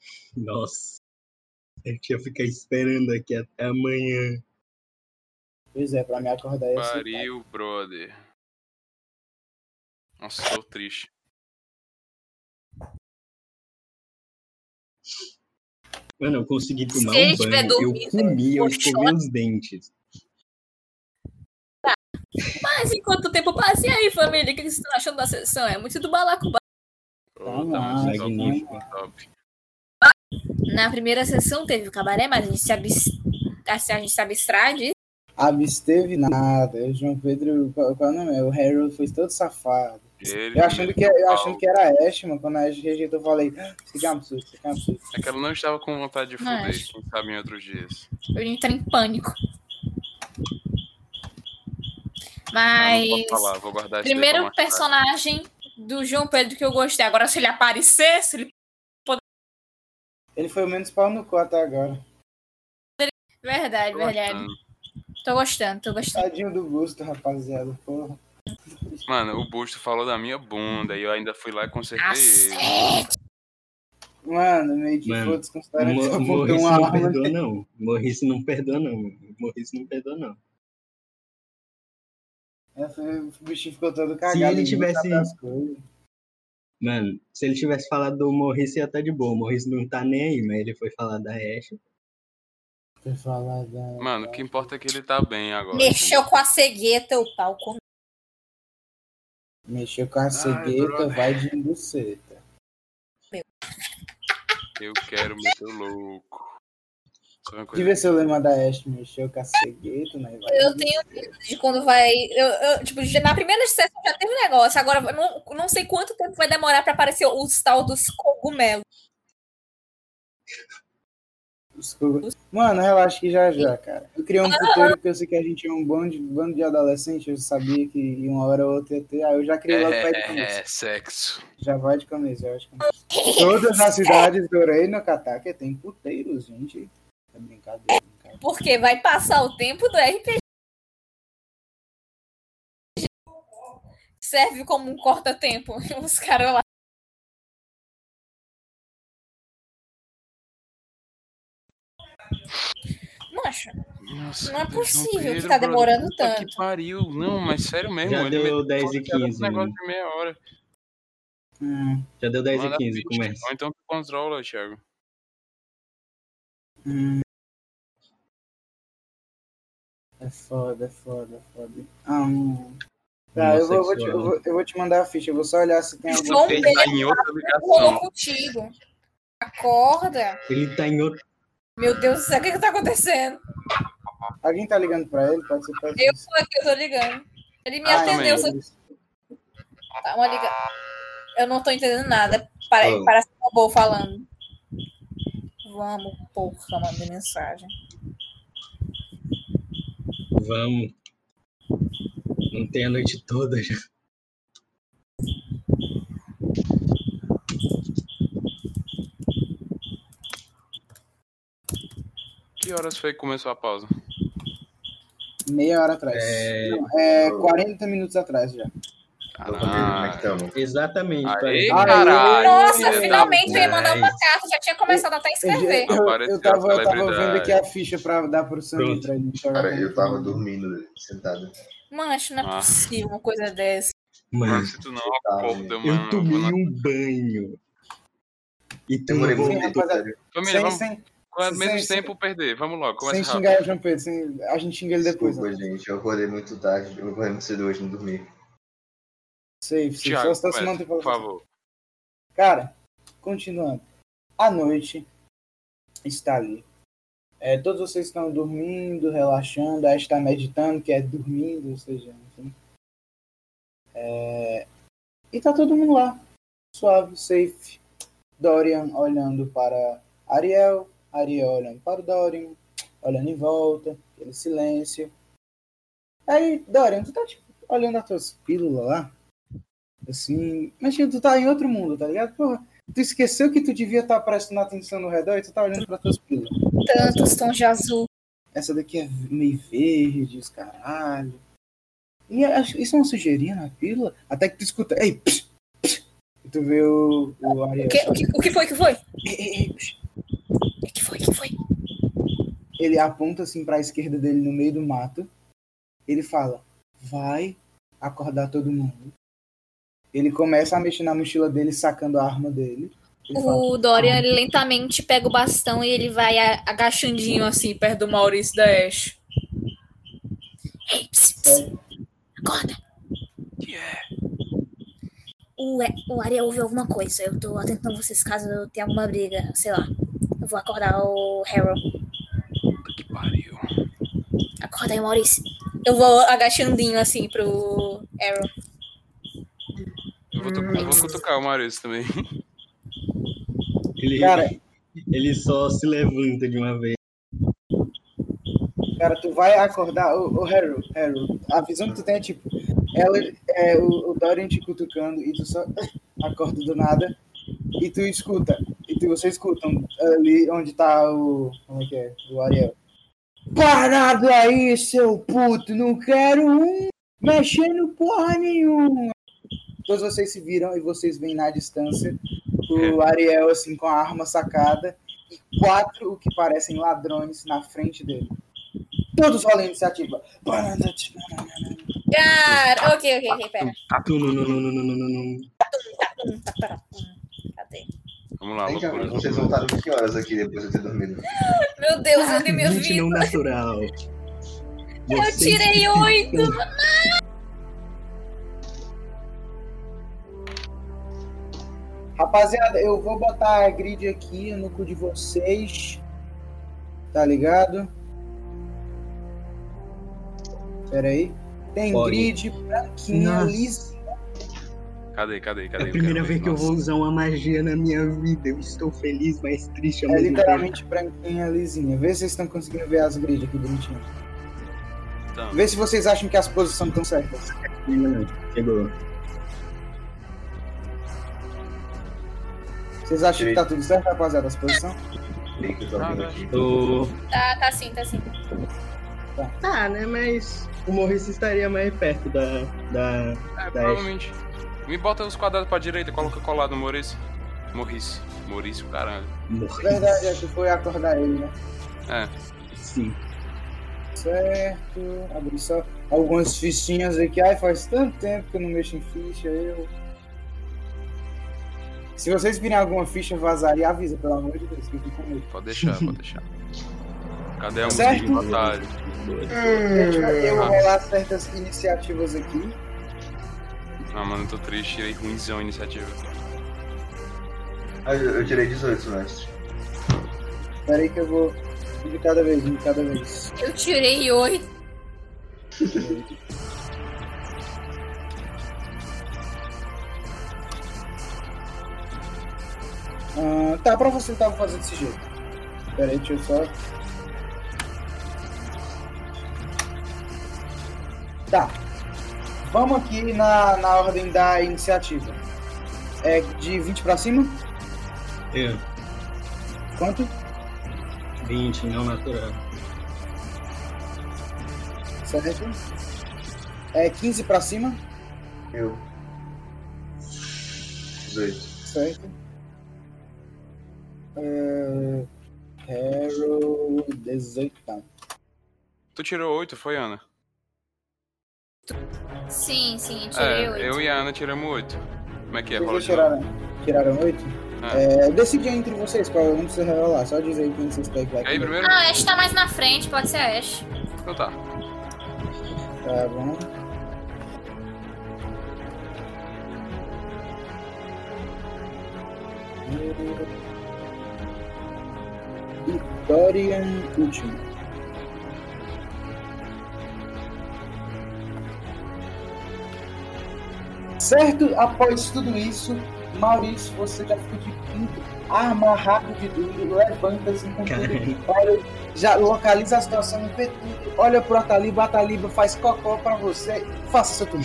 Nossa. A gente ia ficar esperando aqui até amanhã. Pois é, pra me acordar ia ser. Pariu, brother. Nossa, tô triste. Mano, eu consegui tomar Se ele um estiver banho, eu dormindo, comi, eu eu escovei os dentes. Mas enquanto o tempo passa, e aí, família, o que vocês estão achando da sessão? É muito do balacobaco. Pô, Tá tá muito top, magnífico. muito top. Na primeira sessão teve o cabaré, mas a gente se abstrai disso. Absteve nada. O João Pedro, qual é o nome? O Harold foi todo safado. Ele Eu achando que era a Ash, mano. Quando a Ash rejeitou, eu falei, isso aqui é um absurdo, isso aqui é um absurdo. É que ela não estava com vontade de fuder, Mas- quem sabe em outros dias. Eu entrei em pânico. Eu Mas. não posso falar, vou guardar esse Primeiro daí pra mais tarde. personagem do João Pedro que eu gostei. Agora, se ele aparecesse, ele... Ele foi o menos pau no cu até agora. Verdade, Tô verdade. gostando. Tô gostando. Tadinho do Busto, rapaziada. Porra. Mano, o Busto falou da minha bunda e eu ainda fui lá e consertei ele. Cacete! Mano, meio que Mano, foda-se, considerando que só apontou Morrice uma não arma. perdoa, não. Morrice não perdoa, não. Morrice não perdoa, não. O bichinho ficou todo cagado. ele ninguém tivesse- sabe as coisas. Mano, se ele tivesse falado do Morrice, ia estar de boa. O Morrice não tá nem aí, mas ele foi falar da Ash. Foi falar da... Mano, o que importa é que ele tá bem agora. Mexeu com a cegueta, o pau comeu. Mexeu com a cegueta, brother. vai de buceta. Eu quero meter o louco. Só uma coisa. Devia ser o lema da Ash, mexeu com a cegueta, né? Vai Eu de tenho buceta. medo de quando vai. Tipo, na primeira sessão já teve negócio. Agora, eu não sei quanto tempo vai demorar pra aparecer os tal dos cogumelos. Mano, relaxa que já, cara. Eu criei um puteiro porque eu sei que a gente é um bando de adolescente. Eu sabia que uma hora ou outra ia ter. Aí eu já criei logo pé de começo. Sexo. Já vai de começo, já vai de começo. Todas as cidades do Reino Katake tem puteiros, gente. É brincadeira. Porque vai passar o tempo do RPG. Serve como um corta-tempo. Os caras lá. Mancha, Nossa, não é João possível que Pedro, tá brother, demorando puta tanto. Que pariu. Não, mas sério mesmo. Já ele deu meteu 10 e todo esse 15, negócio mano. de meia hora. Já deu 10 Manda e 15, ficha. começa. Ou então tu controla, Thiago. É foda. Tá, eu vou te mandar a ficha. Eu vou só olhar se tem algum. João Ele Pedro tá em outra rolou ligação. contigo. Acorda. Ele tá em outro. Meu Deus do céu, o que tá acontecendo? Alguém tá ligando pra ele? Pode ser pra Eu tô aqui, eu tô ligando. Ele me atendeu, só tá uma liga. Eu não tô entendendo nada. Parece um robô falando. Vamos, porra, mandei mensagem. Vamos. Não tem a noite toda já. Que horas foi que começou a pausa? Meia hora atrás. Não, 40 minutos atrás já. Ô, família, como é que estamos? Exatamente. Aê, parece. caralho. Nossa, Filha finalmente da eu ia mandar uma Nice. carta, já tinha começado até a escrever. Apareceu Eu tava a celebridade. vendo aqui a ficha pra dar pro Samir Pronto. pra gente jogar. Cara, eu tava dormindo sentado. Mancho, não é Ah. possível uma coisa dessa. Mano, Mano, se tu não acorda, mano. eu tomei um banho. E tu Demorei não muito voltou. tempo, sério. Família, vamos Sem com menos sem- tempo perder. Vamos logo, sem começa xingar rápido. o João Pedro. A gente xinga ele depois. Desculpa, gente. Eu acordei muito tarde. Eu acordei muito cedo hoje, não dormi. Safe. Thiago, Só se tá se começa, mantendo por favor. Cara, continuando. A noite está ali. Todos vocês estão dormindo, relaxando. A está meditando, que é dormindo, ou seja, enfim. E tá todo mundo lá. Suave, safe. Dorian olhando para Ariel. Ariel olhando para o Dorian. Olhando em volta. Aquele silêncio. Aí, Dorian, tu tá tipo, olhando as tuas pílulas lá. Assim. Mas tu tá em outro mundo, tá ligado? Porra, tu esqueceu que tu devia estar prestando atenção no redor e tu tá olhando para tuas pílulas. Tantos tons de azul. Essa daqui é meio verde, os caralho. E isso é uma sujeirinha na pílula? Até que tu escuta. Ei, psh, psh, e tu vê o Ariel. O que foi? Ei, psh. O que foi? Ele aponta assim pra esquerda dele no meio do mato. Ele fala, vai acordar todo mundo. Ele começa a mexer na mochila dele, sacando a arma dele. O Dorian ele lentamente pega o bastão e ele vai agachandinho assim, perto do Maurício da Ash. Ei, acorda. O Ariel ouviu alguma coisa. Eu tô atentando vocês caso tenha alguma briga, sei lá. Eu vou acordar o Harold. Que pariu. Acorda aí, Maurício. Eu vou agachandinho assim pro Harold. Eu vou cutucar o Maurício também. Ele só se levanta de uma vez. Cara, tu vai acordar o Harold. A visão que tu tem é tipo, o Dorian te cutucando e tu só acorda do nada e tu escuta. Vocês escutam ali onde tá o Ariel. Parado aí, seu puto, não quero mexendo porra nenhuma. Todos vocês se viram e vocês veem na distância o Ariel assim com a arma sacada e 4 o que parecem ladrões na frente dele. Todos rolam a iniciativa. Cara, ok, pera. Cadê? Vamos lá, loucura. Vocês voltaram que horas aqui depois de eu ter dormido? Meu Deus, eu dei minha vida. Não natural. Eu tirei 8. Rapaziada, eu vou botar a grid aqui no cu de vocês. Tá ligado? Pera aí. Tem grid branquinha, lisinha. Cadê? É a primeira vez que eu vou usar uma magia na minha vida. Eu estou feliz, mas triste ao mesmo tempo. Literalmente branquinha, lisinha. Vê se vocês estão conseguindo ver as grids aqui bonitinho. Então. Vê se vocês acham que as posições estão certas. Chegou. Vocês acham que tá tudo certo, rapaziada, as posições? Tá sim. Tá, né? Mas o Maurício estaria mais perto da provavelmente. Me bota os quadrados pra direita, coloca colado no Maurício. Maurício, caralho. Verdade, tu foi acordar ele, né? É. Sim. Certo. Abri só algumas fichinhas aqui. Ai, faz tanto tempo que eu não mexo em ficha, Se vocês virem alguma ficha vazar, avisa, pelo amor de Deus, que eu fico com medo. Pode deixar. Cadê a música de batalha? Eu vou rolar certas iniciativas aqui. Não, mano, eu tô triste, tirei ruimzão a iniciativa. Eu tirei 18, mestre. Espera aí que eu vou de cada vez. Eu tirei 8. Tá, pra você tava fazendo desse jeito. Espera aí, deixa eu só... Tá. Vamos aqui na ordem da iniciativa. É de 20 pra cima? Eu. Quanto? 20, não natural. Certo. É 15 pra cima? Eu. 18. Certo. Harold 18, tá. Tu tirou 8, foi, Ana? Sim, tirei 8. Eu e a Ana tiramos 8. Como é que é? Vocês tiraram 8? Decide entre vocês qual não precisa revelar, só dizer quem vocês querem que vai. Aí, primeiro? A Ash tá mais na frente, pode ser a Ash. Então tá. Tá bom. E Dorian último. Certo? Após tudo isso, Maurício, você já ficou de pinto, amarrado de duro, levanta-se com tudo, olha, já localiza a situação, vê tudo, olha pro Ataliba, a Ataliba faz cocô pra você, faça isso tudo.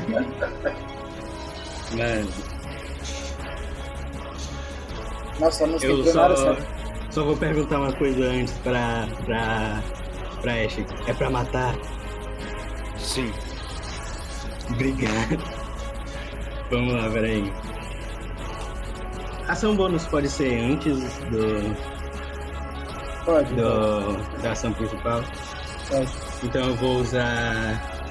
Mano. Nossa, a música eu entrou na hora certa. Só vou perguntar uma coisa antes pra Ash. É pra matar? Sim. Obrigado. Vamos lá, peraí. Ação bônus pode ser antes Pode. Da ação principal? Pode. Então eu vou usar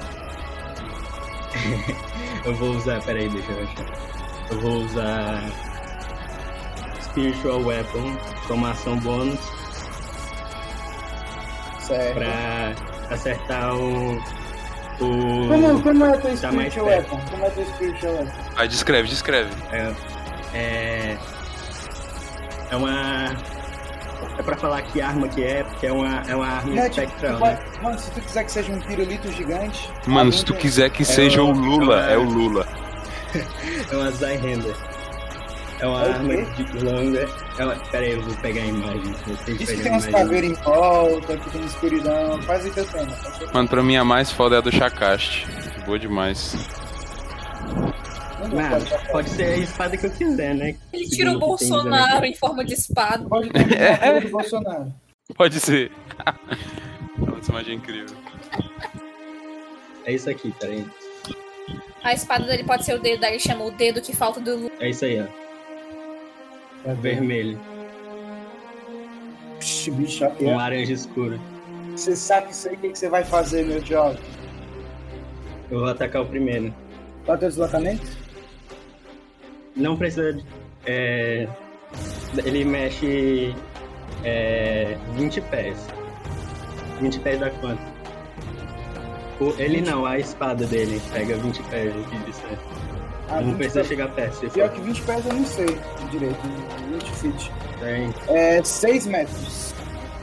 Eu vou usar... Peraí, deixa eu achar. Eu vou usar... Spiritual Weapon como ação bônus. Certo. Pra acertar o... Como é teu Tá mais Spiritual perto. Weapon? Como é teu Spiritual Weapon? Aí descreve. É uma... É pra falar que arma que é, porque é uma arma Não, tipo, espectral, tu né? pode- Mano, se tu quiser que seja um pirulito gigante... Mano, alguém se tu tem- quiser que seja o Lula, é o Lula. É uma Zyhender. É uma É o arma quê? de longa. Pera aí, eu vou pegar a imagem. Vocês Diz que pegam tem a uns imagem. caveiros em volta, que tem escuridão. Faz aí teu tema. Faz teu tema. Mano, pra mim a mais foda é a do Chakaste. Boa demais. Não, Mano, pode ser a espada que eu quiser, né? Ele tira o Segundo o que tem dizendo Bolsonaro aqui. em forma de espada. Pode ter a do Bolsonaro. Pode ser. Essa imagem é incrível. É isso aqui, peraí. A espada dele pode ser o dedo, daí ele chama o dedo que falta do Lula. É isso aí, ó. Vermelho. Psh, bicho, aqui, Um ó. laranja escuro. Você sabe isso aí, o que que você vai fazer, meu jovem? Eu vou atacar o primeiro. Qual é o teu deslocamento? Não precisa de... Ele mexe... 20 pés. 20 pés dá quanto? Ele não, a espada dele pega 20 pés, o que disser. Ah, Não 20 precisa pés. chegar perto, se Pior for. que 20 pés eu não sei direito. 20 feet. Tem. 6 metros.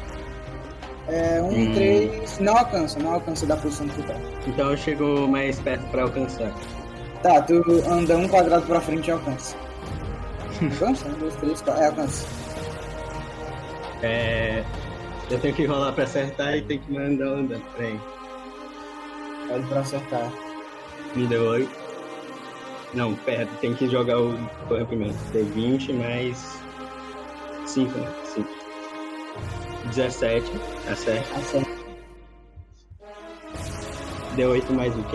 3. Não alcança da posição que tu tá. Então eu chego mais perto pra alcançar. Tá, tu anda um quadrado pra frente e alcança. Alcança? 1, 2, 3, 4. Alcança. Eu tenho que rolar pra acertar e tenho que mandar andando. Peraí. Pode pra acertar. Me deu 8. Não, pera, tem que jogar o correr primeiro. Deu 20 mais 5, né? 5. 17, acerta. Acerta. Deu 8 mais o quê?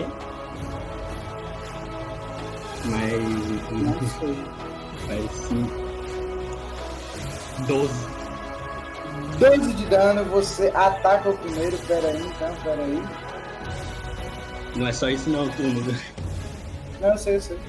Mais Não sei. 5. 12. 12 de dano, você ataca o primeiro. Peraí. Não é só isso não, turno. Não, eu sei.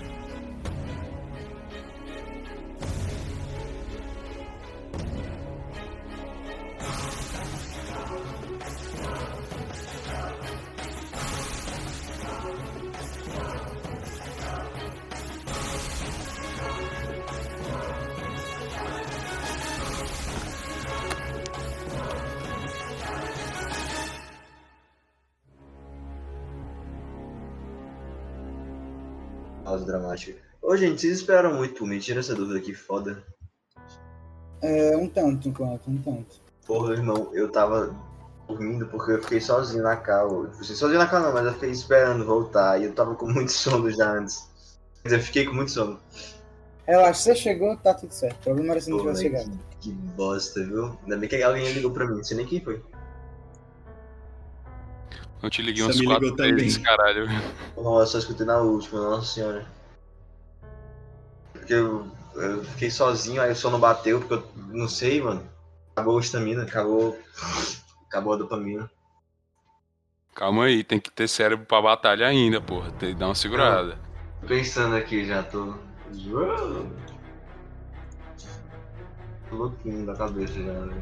Pausa dramática. Ô, gente, vocês esperaram muito por mim? Tira essa dúvida aqui, foda. Um tanto. Porra, irmão, eu tava dormindo porque eu fiquei sozinho na cal. Sozinho na cal não, mas eu fiquei esperando voltar e eu tava com muito sono já antes. Quer dizer, eu fiquei com muito sono. Relaxa, você chegou, tá tudo certo. O problema era se não Pô, tivesse velho, chegado. que bosta, viu? Ainda bem que alguém ligou pra mim, não sei nem quem foi. Eu te liguei Você uns me 4 ligou vezes, também. caralho. Nossa, só escutei na última, nossa senhora. Porque eu fiquei sozinho, aí o sono bateu, porque eu não sei, mano. Acabou a estamina, acabou a dopamina. Calma aí, tem que ter cérebro pra batalha ainda, porra. Tem que dar uma segurada. Tô pensando aqui já, tô louquinho da cabeça já, né?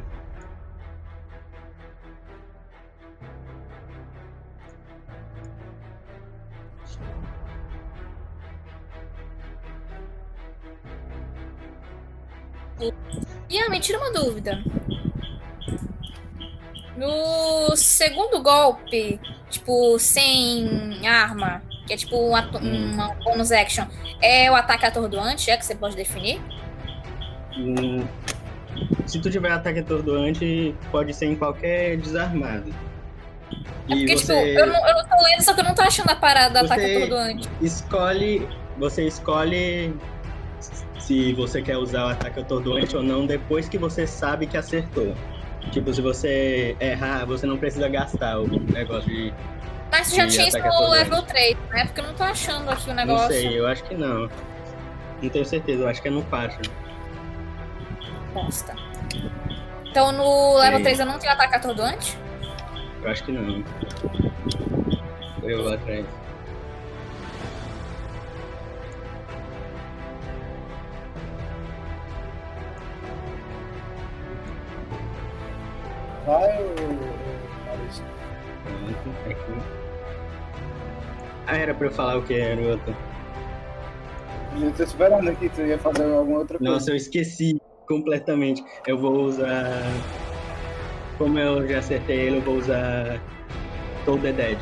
E me tira uma dúvida. No segundo golpe, tipo, sem arma, que é tipo uma bonus action, é o ataque atordoante, é que você pode definir? Se tu tiver ataque atordoante, pode ser em qualquer desarmado. É porque, tipo, eu não tô lendo, só que eu não tô achando a parada do ataque atordoante. Você escolhe se você quer usar o ataque atordoante ou não depois que você sabe que acertou. Tipo, se você errar, você não precisa gastar o negócio de... Mas já tinha isso ataque no atordoante. level 3, né? Porque eu não tô achando aqui o Não negócio. sei, eu acho que não. Não tenho certeza, eu acho que é no 4. Bosta. Então no level Sim. 3 eu não tenho ataque atordoante? Eu acho que não. Eu vou atrás. Vai ou Maurício? Era pra eu falar o que era o outro. Eu tô esperando aqui, tu ia fazer alguma outra coisa. Nossa, eu esqueci completamente. Eu vou usar... Como eu já acertei ele, eu vou usar Toll the Dead.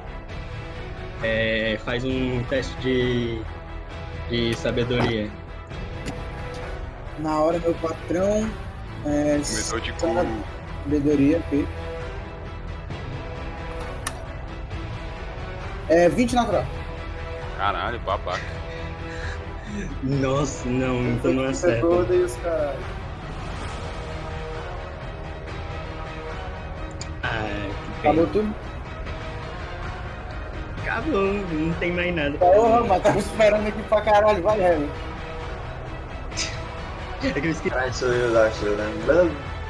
Faz um teste de sabedoria. Na hora, meu patrão... Começou de cu. Sabedoria, ok. 20 natural. Caralho, babaca. Nossa, não, então não acerta. Toda e os caralho. Que Acabou pena. tudo? Acabou, não tem mais nada. Porra, mas tava esperando aqui pra caralho, vai, Helen. É que eu esqueci. Caralho, sou eu, acho, né?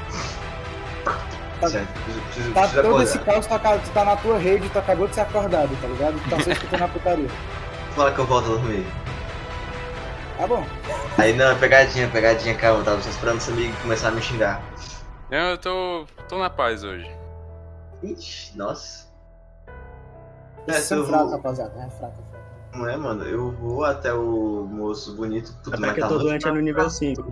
Tá, Certo, preciso tá todo acordar. esse caos, tu tá na tua rede, tu acabou de ser acordado, tá ligado? Tu tá só escutando a putaria. Fala que eu volto a dormir. Tá bom. Aí não, pegadinha, calma, tava só esperando esse amigo começar a me xingar. Eu tô na paz hoje. Ixi, nossa. Vocês Se são eu fracos, vou... rapaziada. É fraco. Não é, mano, eu vou até o moço bonito, tudo Ataque atordoante é no nível 5.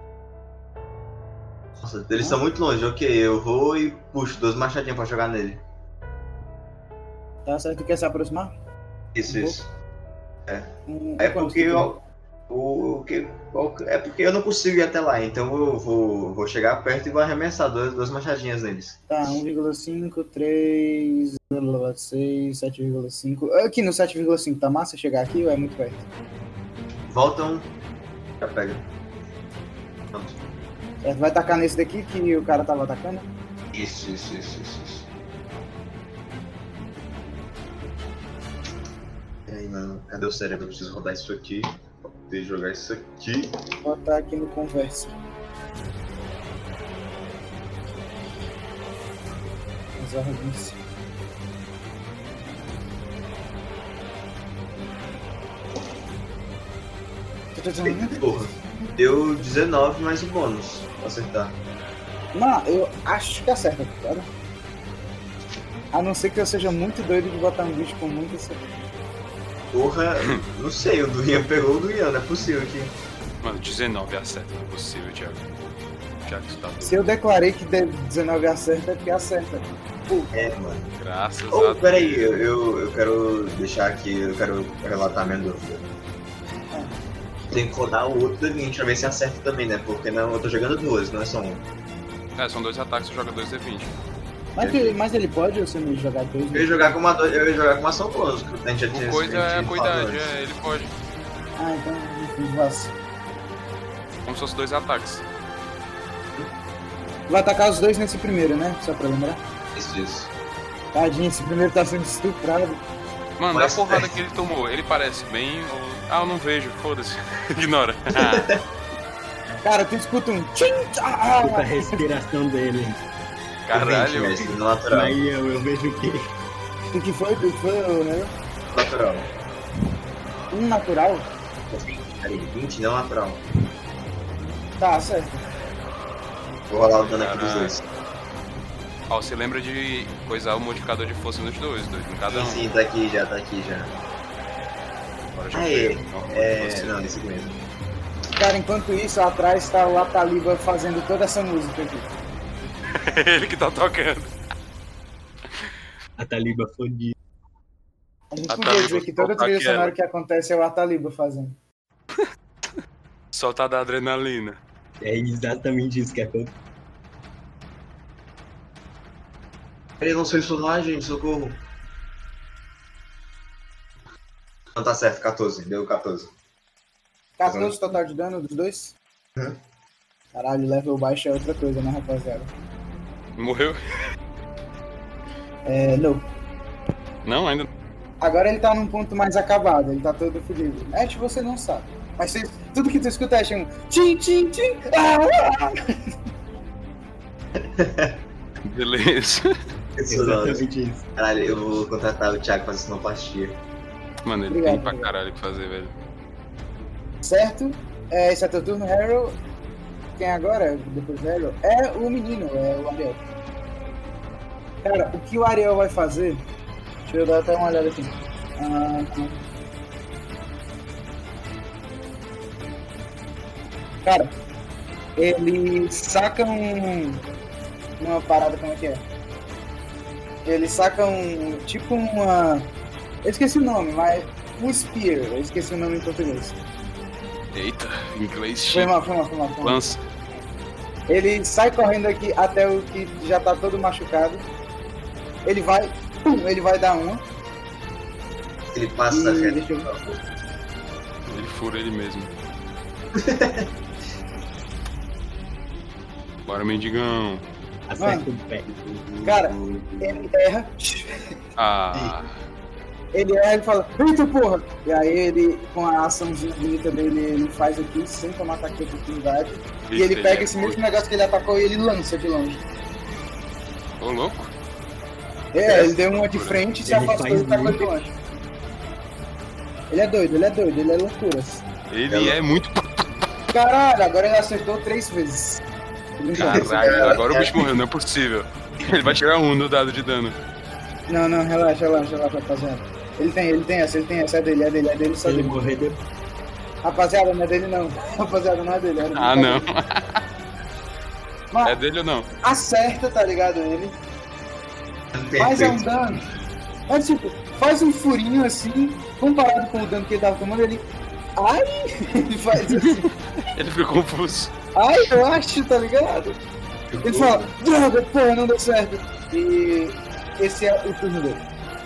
Nossa, eles estão muito longe, ok, eu vou e puxo 2 machadinhos pra jogar nele. Tá certo, tu quer se aproximar? Isso. É Quanto porque tu é porque eu não consigo ir até lá, então eu vou chegar perto e vou arremessar 2 machadinhas neles. Tá, 1,5, 3, 6, 7,5. Aqui no 7,5, tá massa chegar aqui ou é muito perto? Voltam, já pega. Pronto. Certo, vai tacar nesse daqui que o cara tava atacando? Isso. E aí, mano, cadê o cérebro? Eu preciso rodar isso aqui. Preciso jogar isso aqui. Vou botar aqui no conversa. Zardice. Porra, deu 19 mais o bônus pra acertar. Não, eu acho que acerta, cara. A não ser que eu seja muito doido de botar um bicho com muito acerto. Porra, não sei, o do Ian pegou o do Ian, não é possível que... Mano, 19 acerta, não é possível, Thiago. Thiago, tu tá doido. Se eu declarei que 19 acerta, é porque acerta. Mano. Graças a Oh, Deus. peraí, eu quero deixar aqui, eu quero relatar minha dúvida. Tem que rodar o outro D20 pra ver se acerta também, né? Porque não, eu tô jogando 2, não é só um. São 2 ataques, você joga 2 D20. Mas ele pode ou você me jogar 2? Eu ia jogar com uma ação bônus, que a gente já tinha... O coisa é a falado cuidade, antes. ele pode. Ah, então, enfim, vaza. Como se fosse 2 ataques. Vai atacar os dois nesse primeiro, né? Só pra lembrar. Isso. Tadinho, esse primeiro tá sendo estuprado. Mano, Mas- da porrada que ele tomou, ele parece bem ou... Ah, eu não vejo, foda-se. Ignora. Cara, tu escuta um tchim, Escuta a respiração dele. Caralho. Mestre, no natural. Aí eu vejo o quê? O que foi, né? Natural. Um natural? Peraí, 20 não natural. Tá, certo. Vou rolar o dano aqui dos Caralho. dois. Ó, você lembra de coisar o modificador de força nos dois em cada um. Sim, tá aqui já. Agora já Aí, foi. não, esse mesmo. Cara, enquanto isso, atrás tá o Lataliba fazendo toda essa música aqui. Ele que tá tocando. A Taliba fodida. A gente Ataliba, podia dizer que toda soltar trilha aquela. sonora que acontece é o Ataliba fazendo. Soltar da adrenalina. É exatamente isso que acontece. Ele não sei solar, gente, socorro. Não tá certo, 14, deu 14. 14 total de dano dos dois? Uhum. Caralho, level baixo é outra coisa, né, rapaziada? Morreu? Não. Não, ainda. Agora ele tá num ponto mais acabado, ele tá todo fodido. Ash, você não sabe. Mas tudo que tu escuta é um tchim, tchim, tchim. Beleza. Exatamente isso. Caralho, eu vou contratar o Thiago pra fazer sinoplastia. Mano, ele Obrigado, tem pra obrigado. caralho o que fazer, velho. Certo? Esse é teu turno, Harold. Quem agora, depois do Harold, é o menino, é o Ariel. Cara, o que o Ariel vai fazer... Deixa eu dar até uma olhada aqui. Cara, ele saca uma parada, como é que é? Ele saca tipo uma... Eu esqueci o nome, mas... Um spear, eu esqueci o nome em português. Eita, inglês Foi chique. mal. Lança. Ele sai correndo aqui até o que já tá todo machucado. Ele vai dar uma. Ele passa a reta. Deixa eu... Ele fura ele mesmo. Bora, mendigão. Acerta o pé. Cara, ele erra. Ah, Ele erra e fala, eita porra! E aí ele, com a açãozinha bonita dele, ele faz aqui sem tomar ataque de oportunidade. E ele pega esse mesmo negócio que ele atacou e ele lança de longe. ô louco. Ele deu uma de frente, se Ele afastou faz e tacou de muito. longe. Ele é doido, ele é loucuras. Ele é muito. Caralho, agora ele acertou 3 vezes. Caralho, agora o bicho morreu, não é possível. Ele vai tirar 1 no dado de dano. Não, relaxa, rapaziada. Ele tem essa, é dele, só Ele dele. morrer depois. Rapaziada, não é dele não. Rapaziada, não é dele. Ah, não. Mas É dele ou não? acerta, tá ligado? Ele faz Perfeito. um dano. Mas, tipo, faz um furinho assim, comparado com o dano que ele tava tomando, ele. Ai! Ele faz assim. Ele ficou confuso. Ai, eu acho, tá ligado? Ele fala, droga, porra, não deu certo. E esse é o turno dele.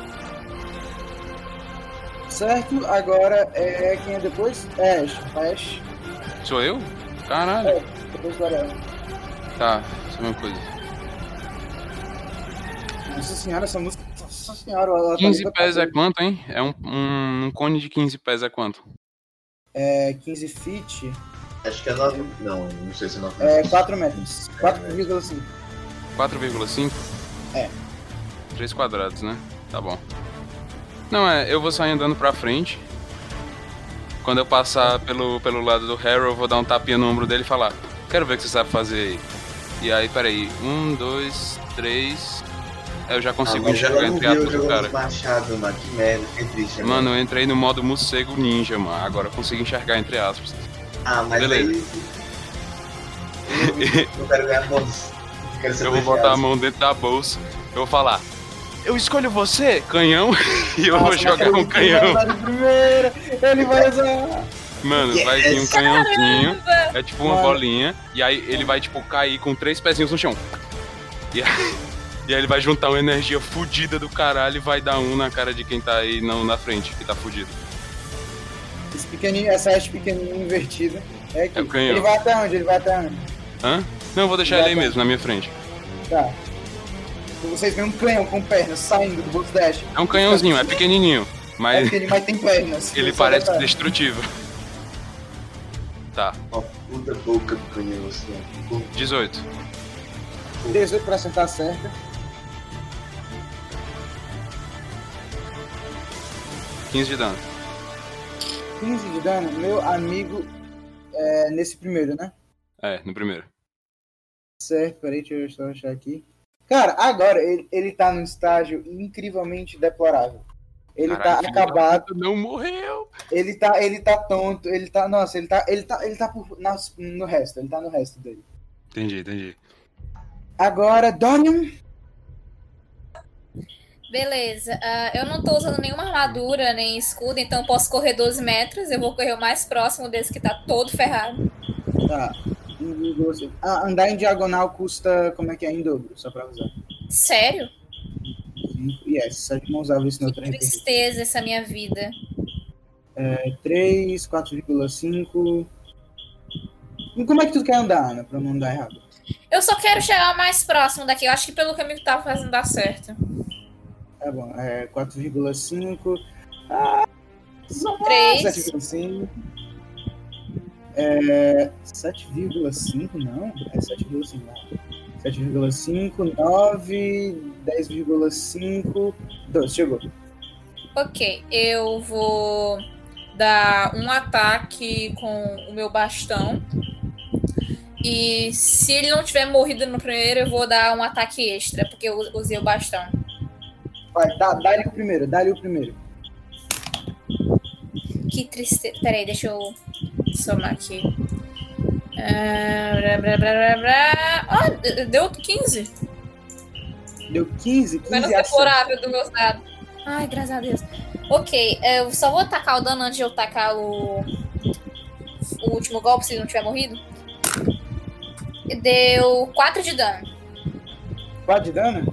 Certo, agora é quem é depois? Ash. Sou eu? Caralho. Depois do Ariel. Tá, só uma coisa. Nossa senhora, essa música. Nossa senhora, ela tá 15 linda pés pra é quanto, hein? É um cone de 15 pés é quanto? 15 feet, Acho que é 9. Não sei se é 9. 4 metros. 4,5. 4,5? É. 3 quadrados, né? Tá bom. Não, eu vou sair andando pra frente. Quando eu passar pelo lado do Harrow, eu vou dar um tapinha no ombro dele e falar: quero ver o que você sabe fazer aí. E aí, peraí. 1, 2, 3. Eu já consigo enxergar entre aspas do cara. Machado, mano. Que merda, que triste, Mano, eu entrei no modo morcego ninja, mano. Agora eu consigo enxergar entre aspas. Ah, mas Beleza. aí... Eu quero ganhar bônus. Eu vou botar a mão dentro da bolsa. Eu vou falar: eu escolho você, canhão. E eu vou jogar com o canhão. Ele vai usar. Mano, vai vir um canhãozinho. É tipo uma Mano. bolinha. E aí ele vai, tipo, cair com 3 pezinhos no chão. E aí ele vai juntar uma energia fudida do caralho e vai dar um na cara de quem tá aí na frente, que tá fudido. Esse pequenininho, essa haste pequenininha invertida. É aqui. É o canhão. Ele vai até onde? Hã? Não, eu vou deixar ele aí mesmo, na minha frente. Tá. Então vocês veem um canhão com pernas saindo do bolso da haste. É um canhãozinho, é pequenininho. Mas Mas tem pernas. ele Só parece detalhe. destrutivo. Tá, Uma puta boca do canhão, assim, ó. 18. 18 pra acertar certa. 15 de dano. 15 de dano. Meu amigo, nesse primeiro, né? É, no primeiro. Certo, peraí, deixa eu só achar aqui. Cara, agora ele tá num estágio incrivelmente deplorável. Ele Caralho, tá filho da acabado, puta, não morreu. ele tá tonto, ele tá no resto, ele tá no resto dele. Entendi. Agora, Dorian, Beleza, eu não tô usando nenhuma armadura nem escudo, então eu posso correr 12 metros. Eu vou correr o mais próximo desse que tá todo ferrado. tá. Andar em diagonal custa, como é que é, em dobro, só pra usar. Sério? Yes, só que não usava isso no Que outro RPG. tristeza essa minha vida. 3, 4,5. E como é que tu quer andar, Ana, pra não andar errado? Eu só quero chegar mais próximo daqui. Eu acho que pelo caminho que tava fazendo dar certo. Tá bom, 4,5. 3. 7,5. 7,5 não? 7,5 não. 7,5, 9, 10,5, 12, chegou. Ok, eu vou dar um ataque com o meu bastão. E se ele não tiver morrido no primeiro, eu vou dar um ataque extra, porque eu usei o bastão. Vai, dá-lhe o primeiro. Que tristeza. Peraí, deixa eu somar aqui. Deu 15. Deu 15? Menos deplorável do meu dado. Ai, graças a Deus. Ok, eu só vou tacar o dano antes de eu tacar o último golpe, se ele não tiver morrido. Deu 4 de dano. 4 de dano?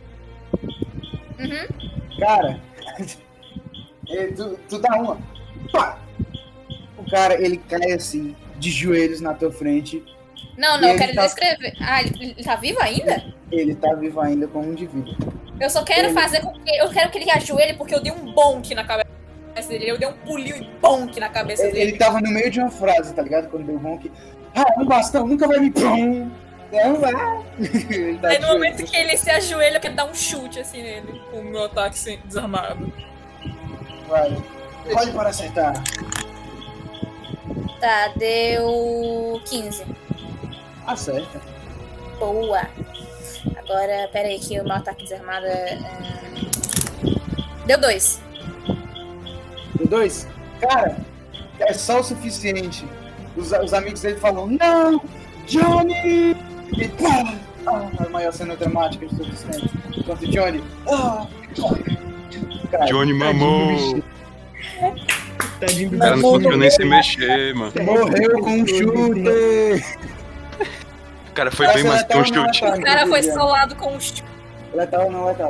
Uhum. Cara, tu dá uma. Pá! O cara, ele cai assim, de joelhos na tua frente. Não, eu quero descrever. Ah, ele tá vivo ainda? Ele tá vivo ainda com 1 de vida. Eu só quero fazer com que. Eu quero que ele ajoelhe porque eu dei um bonk na cabeça dele. Eu dei um pulinho e bonk na cabeça dele. Ele tava no meio de uma frase, tá ligado? Quando deu bonk. Ah, um bastão nunca vai me. Não vai. Tá aí no momento que ele se ajoelha, eu quero dar um chute assim nele. Com o meu ataque desarmado. Vai. Pode para acertar. Tá, deu 15. Acerta. Boa. Agora, pera aí que o meu ataque desarmado Deu 2. Deu 2? Cara, é só o suficiente. Os amigos dele falam, não, Johnny! E pá! A maior cena dramática de todos os tempos. Enquanto Johnny... Cara, Johnny mamou! Tadinho do O cara não conseguiu nem se mexer, mano. Morreu com um chute! O cara foi bem mais que um chute. O cara foi solado com um chute. Letal não letal.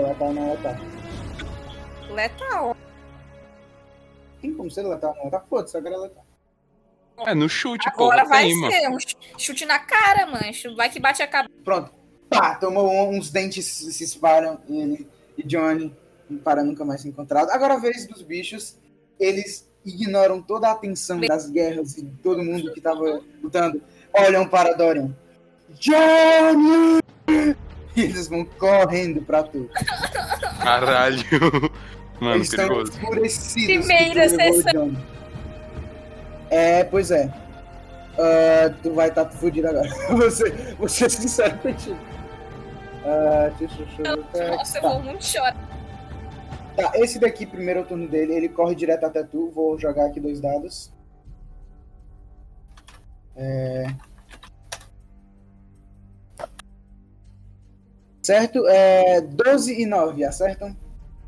Letal. Tem como ser letal não letal? Foda-se, agora é letal. É, no chute, agora pô. vai Tem, ser um chute na cara, mancho. Vai que bate a cabeça. Pronto. Pá, tomou uns dentes se espalham. Ele e Johnny para nunca mais ser encontrado. Agora a vez dos bichos. Eles ignoram toda a atenção das guerras e todo mundo que tava lutando. Olham para Dorian. Johnny! E eles vão correndo pra tu. Caralho. Mano, Eles estão perigoso. enfurecidos. Primeira sessão. Pois é. Tu vai estar fudido agora. Você sinceramente. Nossa, eu vou muito chorar. Tá, esse daqui, primeiro é o turno dele. Ele corre direto até tu. Vou jogar aqui 2 dados. Certo? 12 e 9, acertam?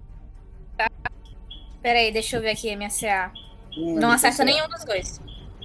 Pera aí, deixa eu ver aqui a minha CA. Não acerta nenhum dos dois.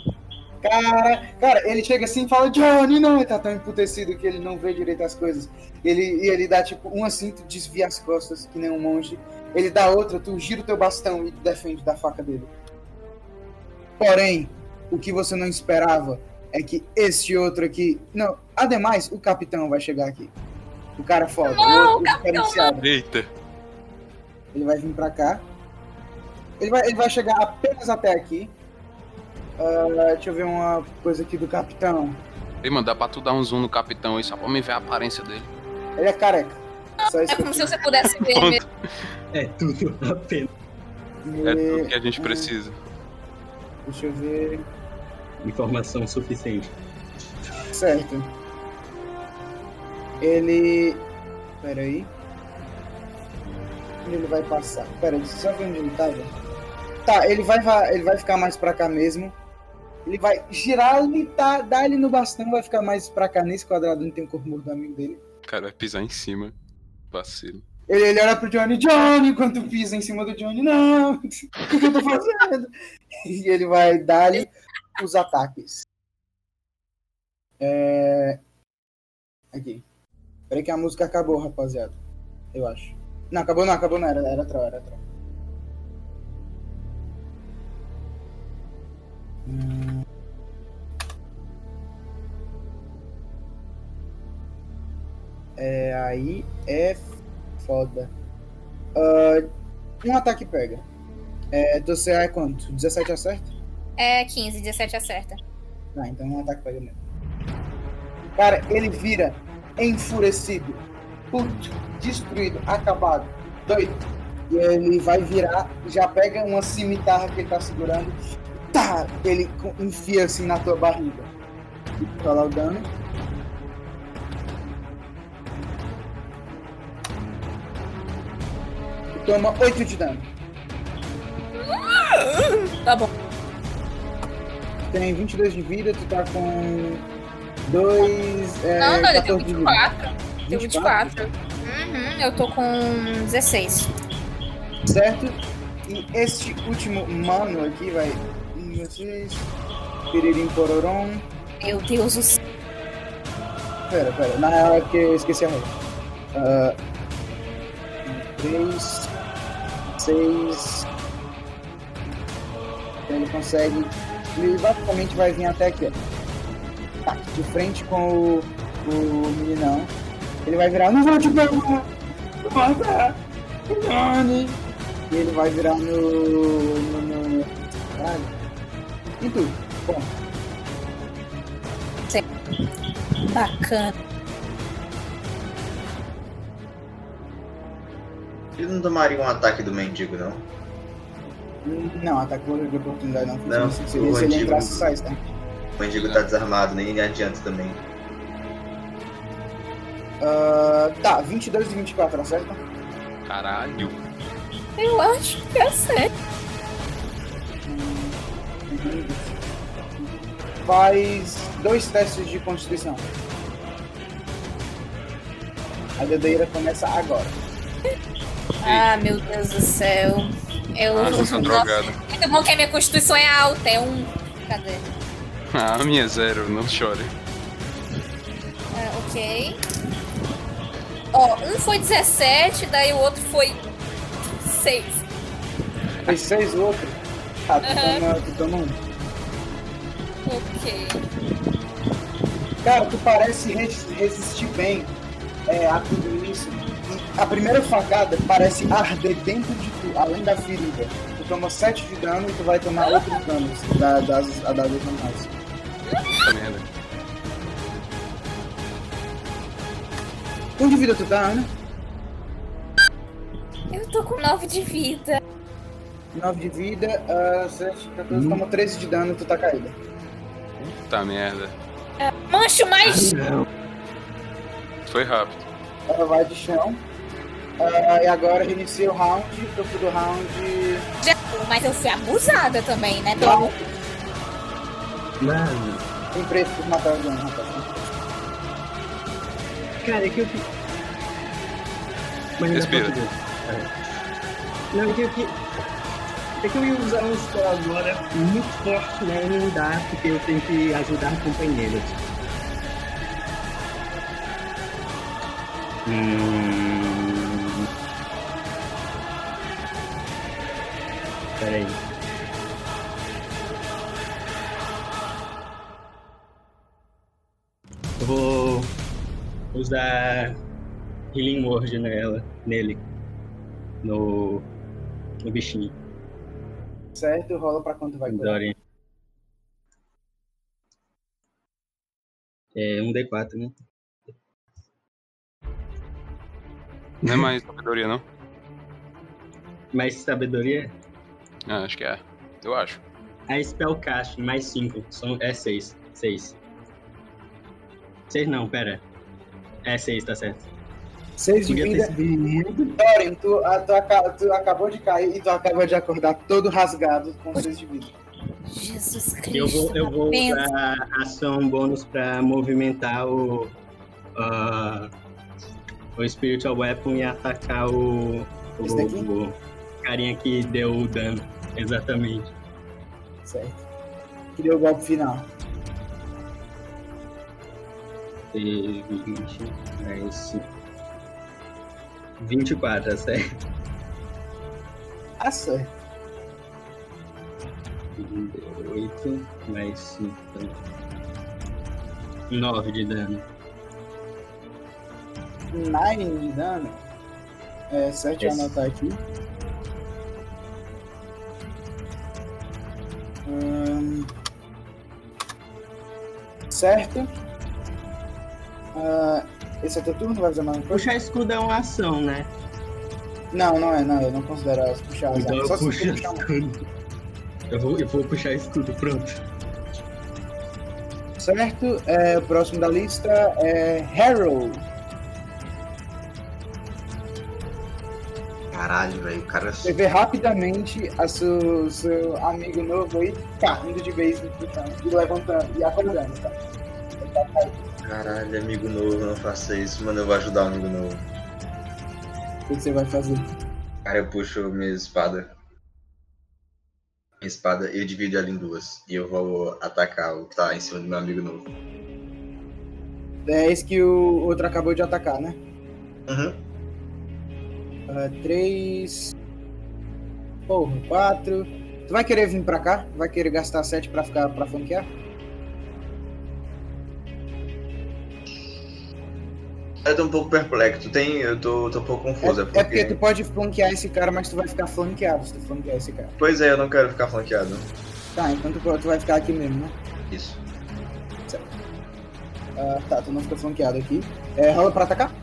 Cara, ele chega assim e fala, Johnny, não, ele tá tão emputecido que ele não vê direito as coisas. Ele dá tipo um assim, tu desvia as costas, que nem um monge. Ele dá outra, tu gira o teu bastão e tu defende da faca dele. Porém, o que você não esperava é que esse outro aqui... Não, ademais, o capitão vai chegar aqui. O cara foda. Não, o capitão não. Eita. Ele vai vir pra cá. Ele vai chegar apenas até aqui. Deixa eu ver uma coisa aqui do capitão. Ei, mano, dá pra tu dar um zoom no capitão aí, só pra me ver a aparência dele. Ele é careca. Só isso É como aqui. se você pudesse ver mesmo. É tudo apenas. É tudo que a gente precisa. Deixa eu ver. Informação suficiente. Certo. Ele... Pera aí. Onde ele vai passar? Pera, deixa eu só ver onde ele tava. Tá, ele vai ficar mais pra cá mesmo. Ele vai girar e dar ele no bastão, vai ficar mais pra cá nesse quadrado onde tem o corpo morto do amigo dele. O cara vai pisar em cima. Vacilo. Ele olha pro Johnny, enquanto pisa em cima do Johnny, não, o que eu tô fazendo? E ele vai dar-lhe os ataques. Aqui. Peraí que a música acabou, rapaziada. Eu acho. Não, acabou não, era troll. Aí é foda. Um ataque pega. Do CA é quanto? 17 acerta? 15, 17 acerta. Então um ataque pega mesmo. Cara, ele vira enfurecido, puto, destruído, acabado, doido. E ele vai virar, já pega uma cimitarra que ele tá segurando, tá, ele enfia assim na tua barriga. E rola o dano. toma 8 de dano. Tá bom. Tem 22 de vida, tu tá com 2... Não, ele tem 14 de vida. 24. Tem 24. Eu tô com 16. Certo? E este último mano aqui vai... 16... Piririm pororom... Meu Deus do céu. Pera. Na real é porque eu esqueci a regra. 3... 6... Então ele consegue... Ele basicamente vai vir até aqui, ó. Tá, de frente com o meninão. Ele vai virar... Não vou te pegar! Mata! Dane! E ele vai virar no... Caralho. E tu? Bom. Sim. Bacana. Ele não tomaria um ataque do mendigo, não? Não, ataque de oportunidade não. Não, seria se ele mendigo- entrasse e saísse, tá? O mendigo tá desarmado, nem adianta também. Tá, 22 e 24, acerta? Caralho. Eu acho que é certo. Faz 2 testes de constituição. A dedeira começa agora. Ah, meu Deus do céu. Vocês são drogados. Muito bom que a minha constituição é alta. É 1. Cadê? A minha é 0, não chore. Ok. Ó, um foi 17, daí o outro foi 6. Fez 6 o outro. Tá, tu toma 1. Ok. Cara, tu parece resistir bem a tudo isso. E a primeira facada parece arder dentro de tu, além da ferida. Tu toma 7 de dano e tu vai tomar outros danos das adagas normais. Puta merda. Quanto de vida tu tá, Ana? Eu tô com 9 de vida. 9 de vida, 7, 14, toma 13 de dano e tu tá caída. Puta merda. Mancho mais. Foi rápido. Ela vai de chão. E agora reinicia o round, topo do round. Mas eu fui abusada também, né? Mano, Tem preço por matar o dano, rapaz. cara, é que eu... Mas ainda Respira. posso ver. Não, é que eu ia usar um spell agora muito forte, né? Não dá, porque eu tenho que ajudar companheiros. Peraí. Eu vou usar Healing Word nele. No bichinho. Certo, rola pra quanto vai curar. Dorian. É um D4, né? Não é mais sabedoria, não? Mais sabedoria. Ah, acho que é. Eu acho. A Spellcast mais 5. É 6. 6 não, pera. É 6, tá certo. 6 de Podia ter vida. sido muito. Dorian, tu acabou de cair e tu acaba de acordar todo rasgado com 6 de vida. Jesus Cristo. Eu vou usar ação bônus pra movimentar o Spiritual Weapon e atacar o carinha que deu o dano. Exatamente. Certo. Que deu o golpe final. E 20 mais 5. 24, certo? Acerta. 8 mais 5. 9 de dano. 9 de dano. Certo, eu anotar aqui. Certo. Esse é teu turno? Vai fazer mais uma coisa? Puxar escudo é uma ação, né? Não, eu não considero elas puxar as Então armas. eu Só se puxo tu puxar uma. escudo. Eu vou puxar escudo, pronto. Certo. O próximo da lista é Harold. Caralho, velho, o cara... Você vê rapidamente seu amigo novo aí caindo de vez no chão e levantando e acordando, tá? Ele tá caído. Caralho, amigo novo, não faça isso, mano, eu vou ajudar o amigo novo. O que você vai fazer? Cara, eu puxo minha espada. Minha espada, eu divido ela em duas. E eu vou atacar o que tá em cima do meu amigo novo. É esse que o outro acabou de atacar, né? Uhum. 3... Porra, 4... Tu vai querer vir pra cá? Vai querer gastar 7 pra flanquear? Eu tô um pouco perplexo, eu tô um pouco confuso. É porque tu pode flanquear esse cara, mas tu vai ficar flanqueado se tu flanquear esse cara. Pois é, eu não quero ficar flanqueado. Tá, então tu vai ficar aqui mesmo, né? Isso. Certo. Tá, tu não fica flanqueado aqui. Rola pra atacar?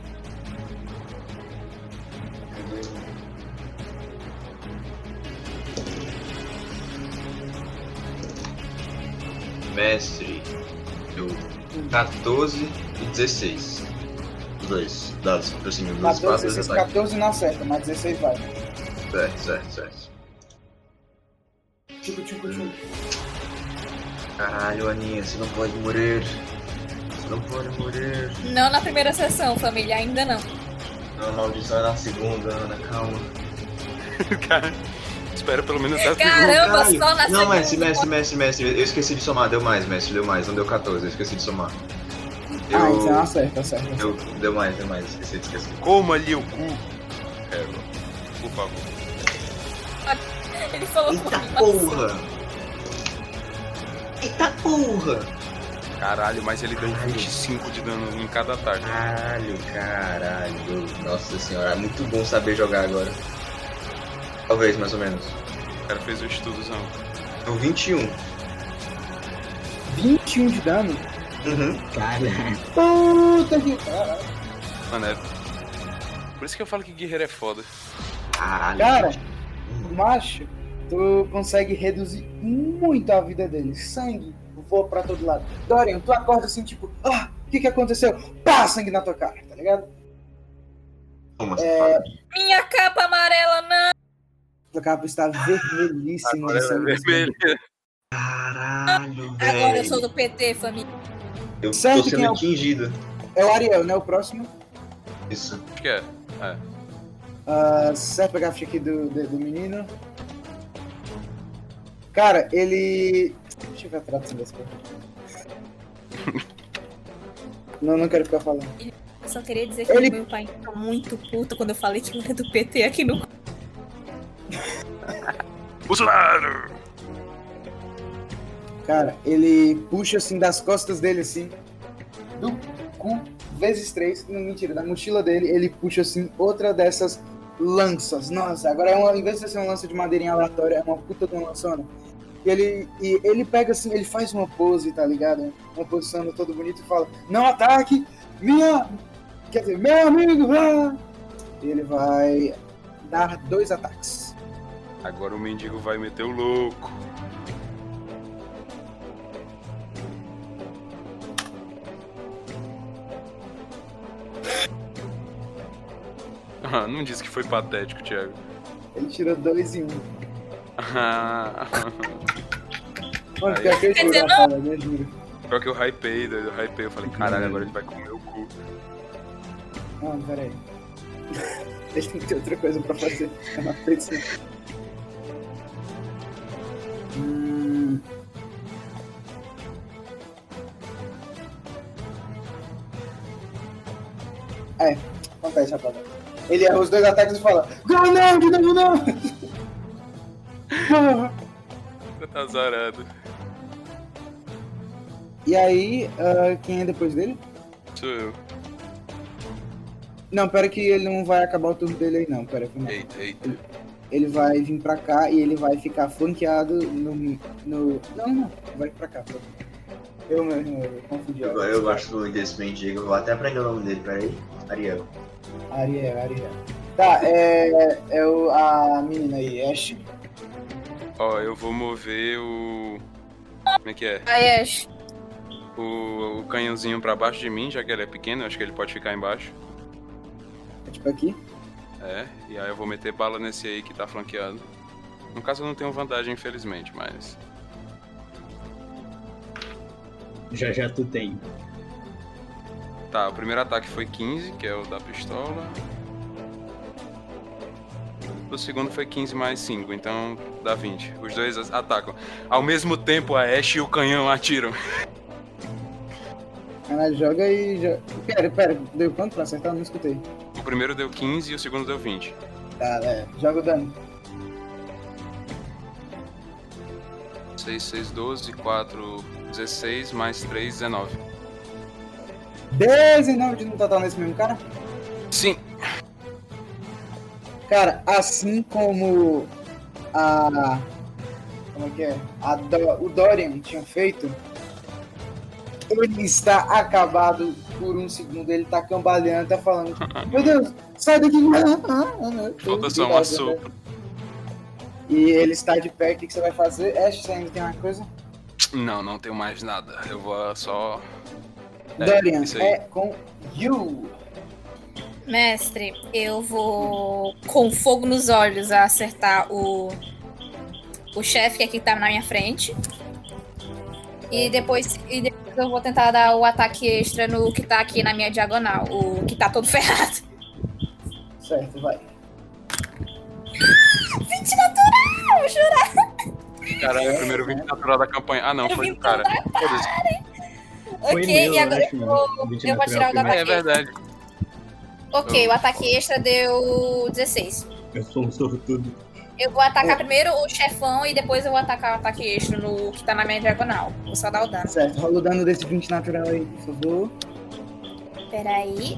Mestre, eu 14 e 16. Os dois dados pra cima. 14 não acerta, mas 16 vai. Certo. Tchucu. Caralho, Aninha, você não pode morrer. Não na primeira sessão, família, ainda não. Não, maldição é na segunda, Ana, calma. Cara, espera pelo menos até a Caramba, Caralho. só na Não, segunda. mestre, eu esqueci de somar, deu mais, não deu 14, eu esqueci de somar. Então acerta. Deu mais, esqueci. Coma ali o cu. Por favor. Ele falou Eita comigo. porra! Caralho, mas ele deu 25 de dano em cada ataque. Caralho. Nossa senhora, é muito bom saber jogar agora. Talvez, mais ou menos. O cara fez o estudozão. Deu 21. 21 de dano? Uhum. Caralho. Puta que caralho. Mano, por isso que eu falo que guerreiro é foda. Caralho. Cara, macho, tu consegue reduzir muito a vida dele. Sangue voa pra todo lado. Dorian, tu acorda assim, tipo, o que aconteceu? Pá, sangue na tua cara, tá ligado? Toma, Minha capa amarela, não! Tua capa está vermelhíssima. Agora ela é vermelha. Caralho, Agora eu velho. sou do PT, família. Eu Certo, tô quem é sendo o- atingido. É o Ariel, né? O próximo. Isso. Acho que é. Serve pegar a ficha aqui do menino. Cara, ele... Deixa eu ver a tradução das coisas. Não quero ficar falando. Eu só queria dizer que Ele- meu pai ficou muito puto quando eu falei que ele é do PT aqui no... Bolsonaro! Cara, ele puxa assim das costas dele, assim, do cu, vezes 3, não, mentira, da mochila dele, ele puxa assim outra dessas lanças. Nossa, agora em vez de ser uma lança de madeirinha aleatória, é uma puta de uma lançona. E ele pega assim, ele faz uma pose, tá ligado? Uma posição todo bonito e fala: não ataque, meu amigo! E ele vai dar 2 ataques. Agora o mendigo vai meter o louco. Não disse que foi patético, Thiago. Ele tirou 2 em 1. Mano, Aí. pior que eu Quer juro, dizer, Rafael, eu juro. Pior que eu hypei, doido. Eu falei, caralho, agora ele vai comer o cu. Não, peraí. Ele tem que ter outra coisa pra fazer. Eu não acredito. Acontece, rapaziada. Ele erra os 2 ataques e fala: não, de novo não! Tá azarado. E aí, quem é depois dele? Sou eu. Não, pera que ele não vai acabar o turno dele aí não, pera que não. Eita. Ele vai vir pra cá e ele vai ficar flanqueado no... Não, vai pra cá. Eu confundi. Agora eu gosto muito desse mendigo, eu vou até aprender o nome dele, peraí. Ariel. Ariel. Tá, a menina aí, Ash. Ó, eu vou mover o... Como é que é? Aí, Ash. O canhãozinho pra baixo de mim, já que ele é pequeno, acho que ele pode ficar embaixo. É tipo aqui. E aí eu vou meter bala nesse aí que tá flanqueado. No caso eu não tenho vantagem, infelizmente, mas... Já tu tem. Tá, o primeiro ataque foi 15, que é o da pistola. O segundo foi 15 mais 5, então dá 20. Os dois atacam. Ao mesmo tempo, a Ashe e o canhão atiram. Ela joga e... Pera, deu quanto pra acertar? Não escutei. O primeiro deu 15 e o segundo deu 20. Tá, joga o dano. 6, 6, 12, 4, 16, mais 3, 19. 19 no total nesse mesmo cara? Sim. Cara, assim como como é que é? O Dorian tinha feito, ele está acabado por um segundo, ele tá cambaleando, tá falando, meu Deus, sai daqui! Falta só uma sopa. E ele está de pé, o que você vai fazer? Ashe, você ainda tem uma coisa? Não tenho mais nada. Eu vou só... Dorian, é com you. Mestre, eu vou com fogo nos olhos acertar o chefe que tá na minha frente. E depois eu vou tentar dar o ataque extra no que tá aqui na minha diagonal, o que tá todo ferrado. Certo, vai. 20 natural, vou jurar. Caralho, é o primeiro 20 natural da campanha. Ah, não, foi do cara. Ok, e agora eu vou tirar o do ataque. É verdade. Ok, o ataque extra deu 16. Eu sou um sortudo. Eu vou atacar primeiro o chefão e depois eu vou atacar o ataque extra no que tá na minha diagonal. Vou só dar o dano. Certo, rola o dano desse 20 natural aí, por favor. Peraí.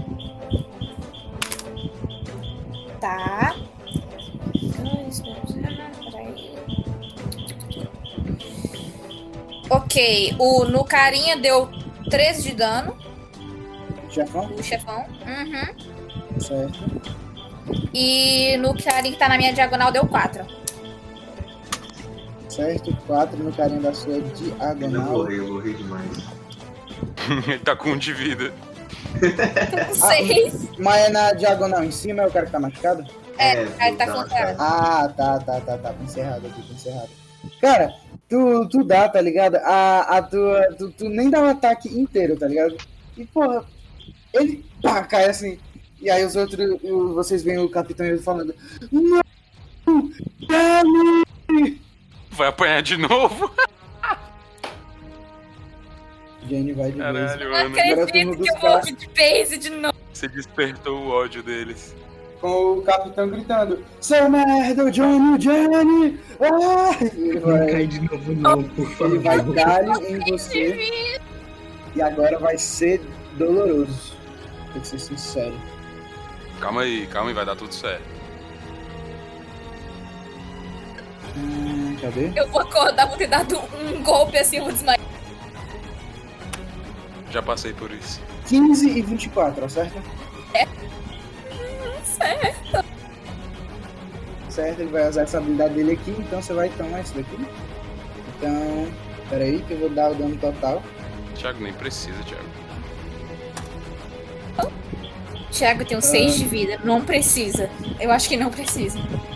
Tá. 2, 2, peraí. Ok, no carinha deu 13 de dano. Chefão? O chefão. Uhum. Certo. E no carinha que tá na minha diagonal deu 4. Certo, 4 no carinha da sua diagonal. Eu morri demais. Ele tá com 1 de vida. Tô com 6. Mas é na diagonal em cima, é o cara que tá machucado? Ele tá flanqueado. Ah, tá. Tá encerrado aqui, tá encerrado. Cara, tu dá, tá ligado? Tu nem dá um ataque inteiro, tá ligado? E, porra, ele cai assim. E aí os outros, vocês veem o capitão ele falando: não! Vai apanhar de novo? Jenny vai de vez. Caralho, Não mano. acredito que eu morro de base de novo. Você despertou o ódio deles. Com o capitão gritando: seu merda, Johnny! Ah! Ele Não cai de novo não, por favor. Ele vai galho em você. E agora vai ser doloroso. Tem que ser sincero. Calma aí, vai dar tudo certo. Cadê? Eu vou acordar, vou ter dado um golpe assim, eu vou desmaiar. Já passei por isso. 15 e 24, certo? Certo. Certo, ele vai usar essa habilidade dele aqui, então você vai tomar isso daqui. Então, peraí que eu vou dar o dano total. Thiago, nem precisa, Thiago. Thiago tem 6 de vida, não precisa. Eu acho que não precisa.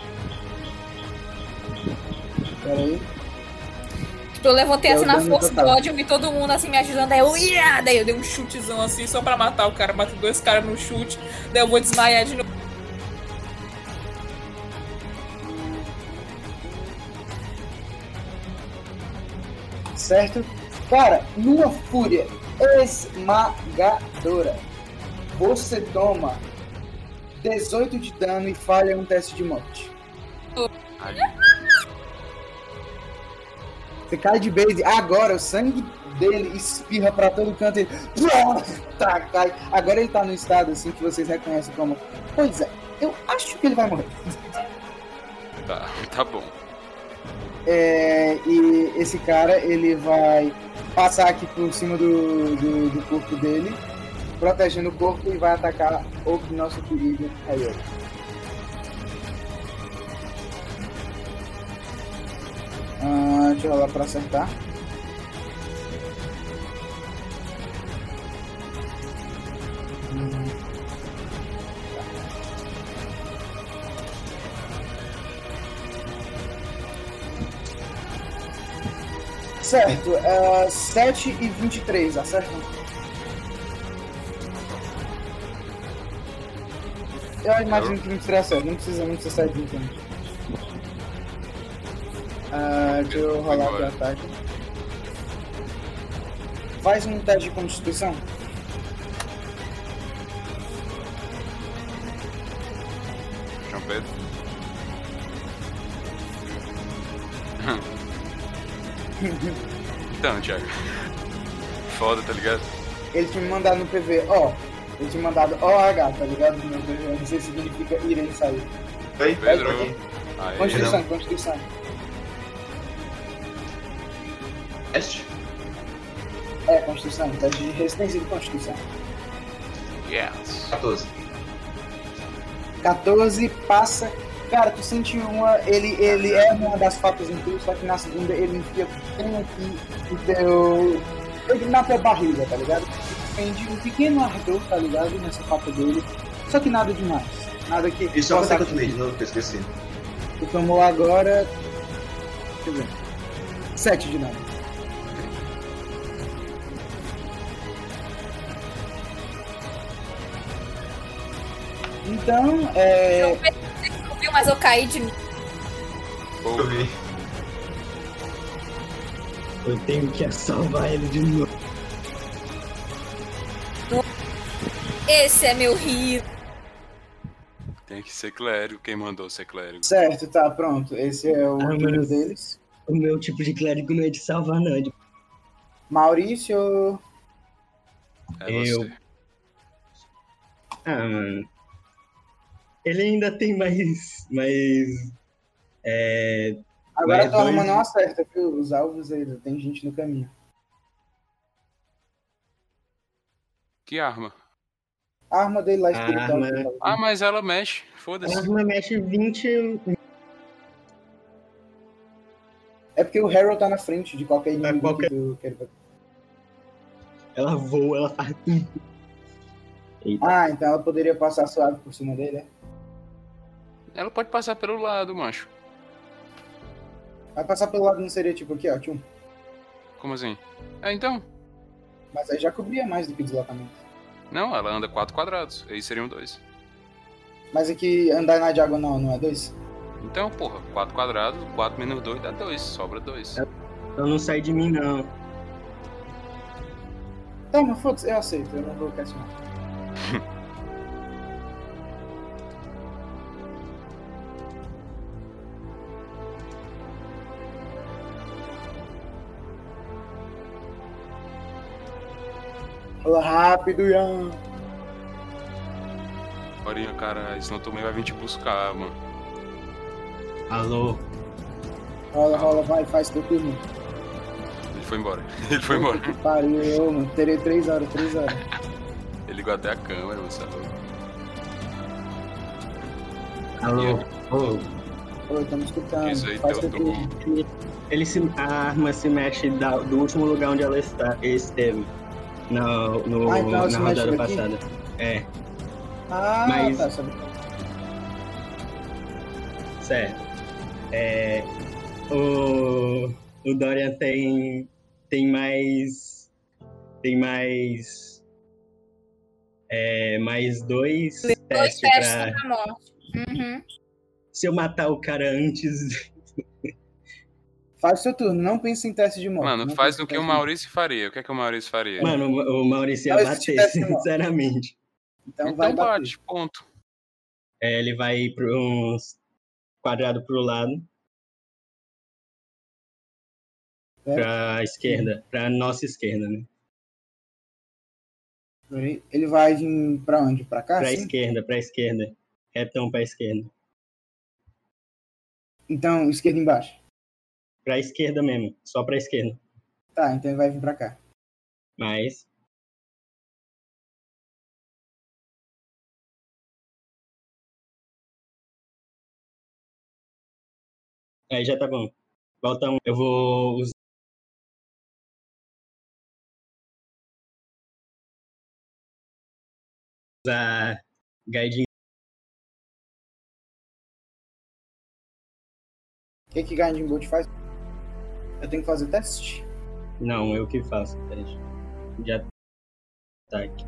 Peraí. Tipo, eu levantei assim na força do total. ódio, eu vi todo mundo assim me ajudando, daí daí eu dei um chutezão assim só pra matar o cara, matei 2 caras no chute, daí eu vou desmaiar de novo. Certo? Cara, numa fúria esmagadora, você toma 18 de dano e falha um teste de morte. Você cai de base. Agora o sangue dele espirra pra todo canto. Ele... Tá, cai. Agora ele tá no estado assim que vocês reconhecem como: pois é, eu acho que ele vai morrer. Tá bom. E esse cara, ele vai passar aqui por cima do corpo dele, protegendo o corpo, e vai atacar o nosso querido Rael. Deixa eu rolar pra acertar. Certo, 7 e 23, acertam? Eu imagino que 23 acerta, não precisa sair de 21. Deixa eu rolar o ataque. Faz um teste de constituição. João Pedro. Então, Thiago. Foda, tá ligado? Ele tinha me mandado no PV, ó. Ele tinha mandado OH, tá ligado? No PV, eu não sei se significa irem sair. Oi? Pedro. Aí, Constituição, Constituição. Teste? Constituição, teste de resistência de Constituição. Yes. 14. 14, passa. Cara, tu sente uma. Ele é uma das facas em tudo, só que na segunda ele enfia bem aqui no teu. Na tua barriga, tá ligado? Tu sente um pequeno ardor, tá ligado? Nessa faca dele. Só que nada demais. Nada que. E só possa quanto é que eu tomei de novo, que eu esqueci. Tu tomou agora. Deixa eu ver. 7 de dano. Então, João Pedro, você não viu, mas eu caí de. Eu vi. Eu tenho que salvar ele de novo. Esse é meu rio. Tem que ser clérigo. Quem mandou ser clérigo? certo, tá, pronto. Esse é o turno mas- deles. O meu tipo de clérigo não é de salvar, não. É de... Maurício. É Eu- você. mano. Ele ainda tem mais. Agora Mas a tua arma dois- não acerta, viu? Os alvos aí, tem gente no caminho. Que arma? A arma dele lá A espiritual. arma- que eu tava Ah, mas ela mexe. A Foda-se. arma mexe 20. É porque o Harold tá na frente de qualquer inimigo qualquer- que tu queira. Ela voa, ela faz tudo. Eita. Ah, então ela poderia passar suave por cima dele, é? Ela pode passar pelo lado, macho. Vai passar pelo lado, não seria tipo aqui, ó, tchum. Como assim? Então. Mas aí já cobria mais do que deslocamento. Não, ela anda 4 quadrados. Aí seriam 2. Mas aqui andar na diagonal não é 2? Então, porra, 4 quadrados, 4 menos 2 dá 2. Sobra 2. Ela não sai de mim, não. Tá, mas foda-se, eu aceito, eu não vou questionar. Fala rápido, Ian. Orinha, cara, senão tu também vai vir te buscar, mano. Alô? Rola, vai, faz teu turno. Ele foi embora. Ele foi embora. Que pariu, mano. Terei 3 horas. Ele ligou até a câmera, você é louco. Alô? Oi, estamos escutando. Isso aí, Faz teu teu turno. A arma se mexe do último lugar onde ela esteve. Então ela se Na mexe rodada daqui? passada. É, Ah, Mas- tá, sabe. certo. O Dorian tem mais. Mais 2 Dois testes testes pra. na morte. Uhum. Se eu matar o cara antes. Faz seu turno, não pense em teste de morte. Mano, não faz pense em do que o teste de Maurício faria. O que é que o Maurício faria? Mano, o Maurício ia Mas se bater, tivesse morte. sinceramente. morte. Então vai Então bater. bate, ponto. Ele vai uns quadrado pro lado. Certo. Pra esquerda. Pra nossa esquerda, né? Peraí, ele vai vir pra onde? Pra cá? Pra sim? esquerda, retão pra esquerda. Então, esquerda embaixo. Pra esquerda mesmo, só pra esquerda. Tá, então ele vai vir pra cá. Mas. Aí já tá bom. Volta um. Eu vou usar Guiding. O que Guiding Bolt faz? Eu tenho que fazer teste? Não, eu que faço o teste de ataque.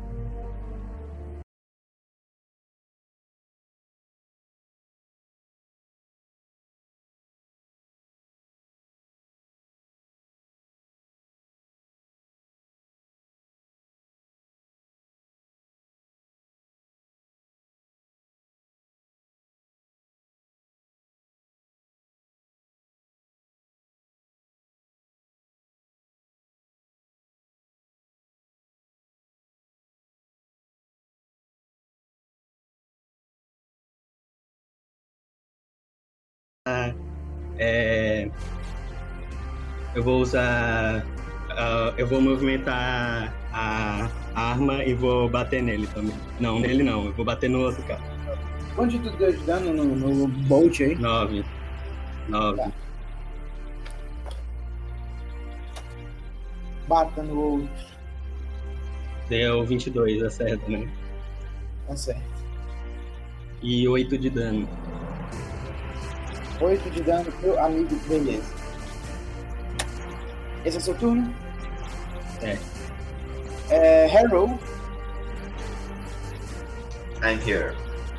Eu vou usar. Eu vou movimentar a arma e vou bater nele também. Não, nele não, eu vou bater no outro cara. Onde tu deu de dano no Bolt aí? 9. Tá. Bata no outro. Deu 22, acerta, né? Tá certo. E 8 de dano. 8 de dano pro amigo, beleza. Esse é seu turno? Harrow. I'm here.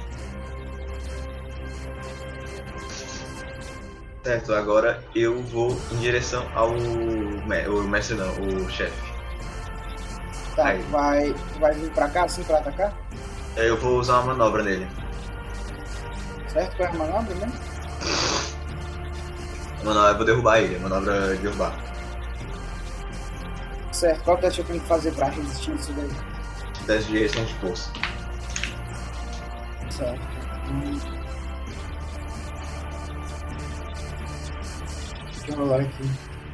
Certo, agora eu vou em direção ao mestre não, o chefe. Tá, Aí. vai vir pra cá, assim, pra atacar? Eu vou usar uma manobra nele. Certo? Qual é a manobra, né? Eu vou derrubar ele, manobra de derrubar. Certo, qual teste eu tenho que fazer pra resistir isso daí? Teste de resistência de força. Certo. Deixa eu rolar aqui.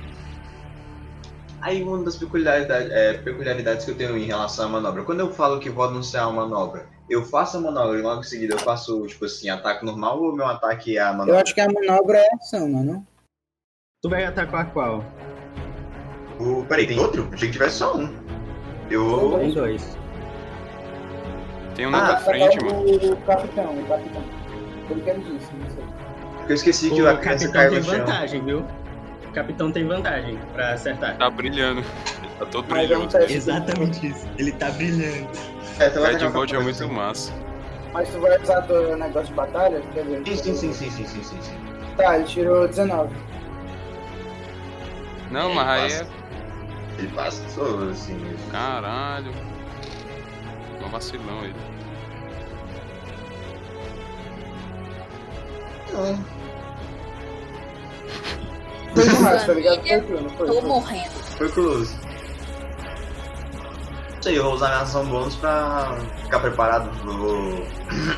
Aí uma das peculiaridades que eu tenho em relação à manobra. Quando eu falo que vou anunciar uma manobra, eu faço a manobra e logo em seguida eu faço, tipo assim, ataque normal ou meu ataque é a manobra? Eu acho que a manobra é ação, não? Tu vai atacar qual? Peraí, tem outro? Achei que tivesse só um. Tem 2. Tem um na tua frente, mano. O capitão. Ele quer dizer isso, não sei. Porque eu esqueci que O a criança capitão caiu tem no chão. vantagem, viu? O capitão tem vantagem pra acertar. Tá brilhando. Tá todo Mas é um brilhoso. teste. Exatamente isso. Ele tá brilhando. Tu vai Red atacar Bolt é com muito força. massa. Mas tu vai usar teu negócio de batalha? Quer ver? Sim. Tá, ele tirou 19. Não, mas aí é. Ele passou, assim. Caralho. Um vacilão ele. Foi demais, tá ligado? Foi tudo, não foi? Tô morrendo. Foi close. Isso aí, eu vou usar minha ação bônus pra ficar preparado. Eu vou.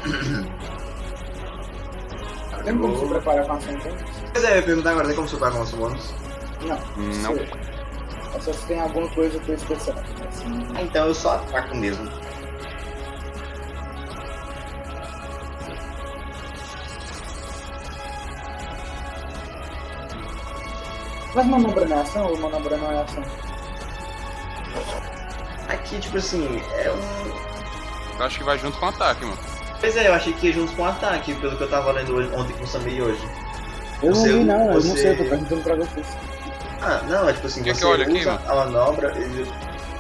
Tem como se preparar com a ação bônus? Pois é, eu ia perguntar agora, tem como superar com ação bônus? Não. É só se tem alguma coisa pra especial. Assim, Então eu só ataco mesmo. mas manobra não é ação ou manobra não é ação? Aqui, tipo assim, é um. Eu acho que vai junto com o ataque, mano. Pois é, eu achei que ia junto com o ataque, pelo que eu tava lendo ontem com o Samei hoje. Eu Você- não vi não, eu não você- sei, eu tô perguntando pra vocês. Ah, não, é tipo assim, Quer você que eu olhe aqui, usa mano? a manobra, ele...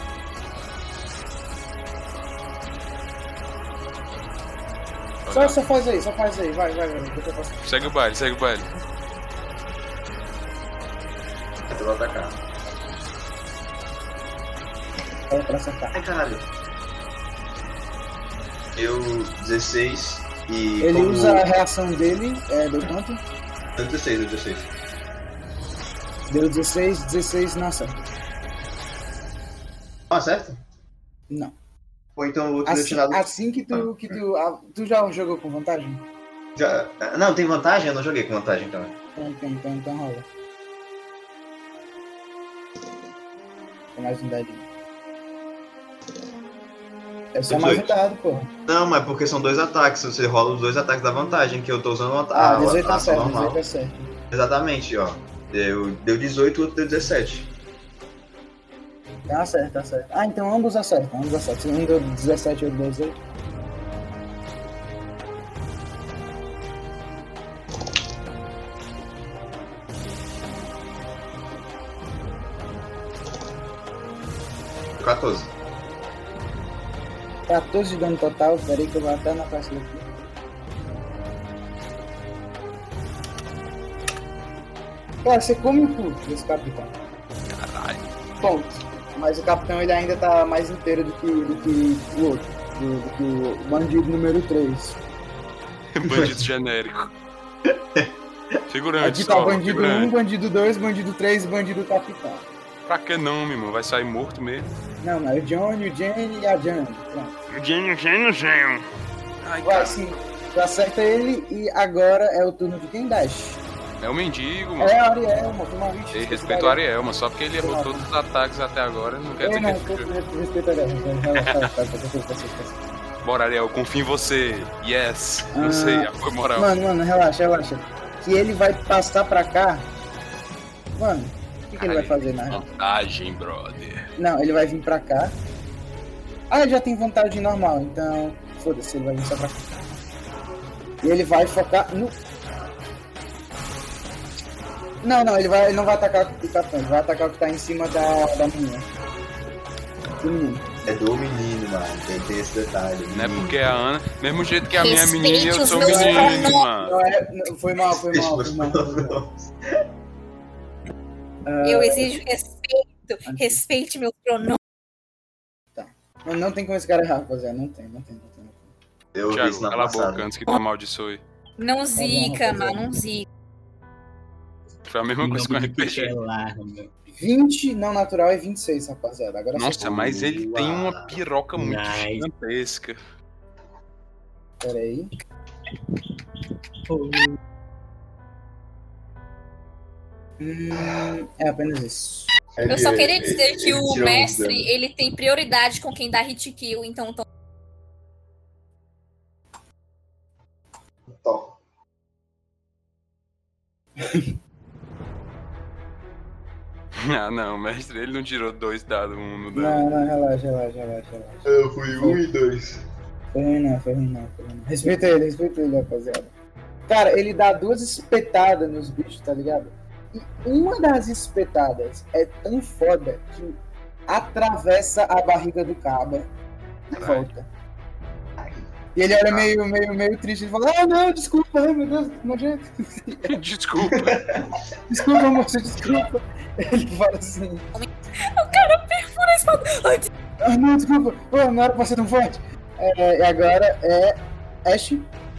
Só faz aí, vai, depois eu faço. Segue o baile. Eu vou atacar. É pra acertar. Ai, caralho. Eu, 16 e... Ele como... usa a reação dele, deu quanto? Deu 16. Deu 16 na ação. Ah, certo? Não. Ou então o outro destinado... Assim que tu tu já jogou com vantagem? Já... Não, tem vantagem? Eu não joguei com vantagem, então. Então rola. Tem mais um dadinho. É só mais um dado, porra. Não, mas porque são 2 ataques. Você rola os 2 ataques da vantagem, que eu tô usando Ah, a 18 tá ação certo, normal. 18 é certo. Exatamente, ó. Deu 18 e o outro deu 17. Tá certo. Ah, então ambos acertam. Se um deu 17 e outro deu 18. 14. 14 de dano total, peraí que eu vou até anotar isso aqui. Cara, você come o cu desse capitão. Caralho. Ponto. Mas o capitão ele ainda tá mais inteiro do que o outro. Do que o bandido número 3. Bandido genérico. Figurante Aqui tá só, bandido figurante. 1, bandido 2, bandido 3 e bandido capitão. Pra que não, meu irmão? Vai sair morto mesmo. Não, o Johnny, o Jenny e a Jane. Pronto. Gênio. Ai, Vai cara. sim, tu acerta ele e agora é o turno de quem Dash. É o mendigo, mano. É a Ariel, mano. Foi uma vítima. Ei, respeito o Ariel, mas só porque ele errou todos os ataques até agora, não quer dizer que ele fugiu. Respeito a Ariel. Bora, Ariel, confio em você. Yes. Não sei, foi moral. Mano, relaxa. Que ele vai passar pra cá. Mano, o que ele vai fazer, na real? Vantagem, brother. Não, ele vai vir pra cá. Ah, ele já tem vantagem normal, então... Foda-se, ele vai vir só pra cá. E ele vai focar no... Não, ele não vai atacar o capitão, ele vai atacar o que tá em cima da menina. Do menino. É do menino, mano. Tem esse detalhe. Não é porque a Ana... Mesmo jeito que a minha Respeite menina, eu os sou meus menino, pronomes. mano. Não, foi mal. Eu exijo respeito. Respeite meu pronome. Não tem como esse cara errar, rapaziada. Não tem. Eu vi Thiago, isso na cala a boca passada. antes que tu amaldiçoe. Não zica, rapaziada. mano, não zica. Foi a mesma coisa com o RPG. 20 não natural é 26, rapaziada. Agora Nossa, mas ele tem uma piroca muito Nice. gigantesca. Pera aí. É apenas isso. Eu só queria dizer que o tirou mestre, uns ele tem prioridade com quem dá hit kill, então... Top. Ah, não, mestre, ele não tirou 2 dados, 1 no dano. Não, relaxa. Eu fui 1 e 2. Foi ruim não. Respeita ele, rapaziada. Cara, ele dá 2 espetadas nos bichos, tá ligado? E uma das espetadas é tão foda que atravessa a barriga do caba e volta. E ele olha meio triste e fala: Ah, não, desculpa, ai meu Deus, não adianta. Desculpa. Desculpa, moça, desculpa. Ele fala assim: O cara perfura a espada. Ai, Ah, não, desculpa, pô, não era pra ser tão forte. E agora é Ash.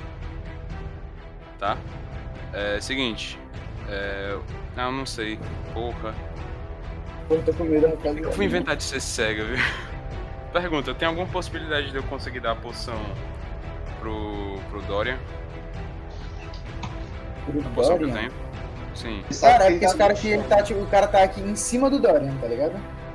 Tá? Seguinte. Não sei. Porra. Pô, tô com medo, rapaziada. Eu fui inventar de ser cega, viu? Pergunta, tem alguma possibilidade de eu conseguir dar a poção pro Dorian? A poção que eu tenho? Sim. Cara, é porque esse cara aqui, o cara tá aqui em cima do Dorian, tá ligado?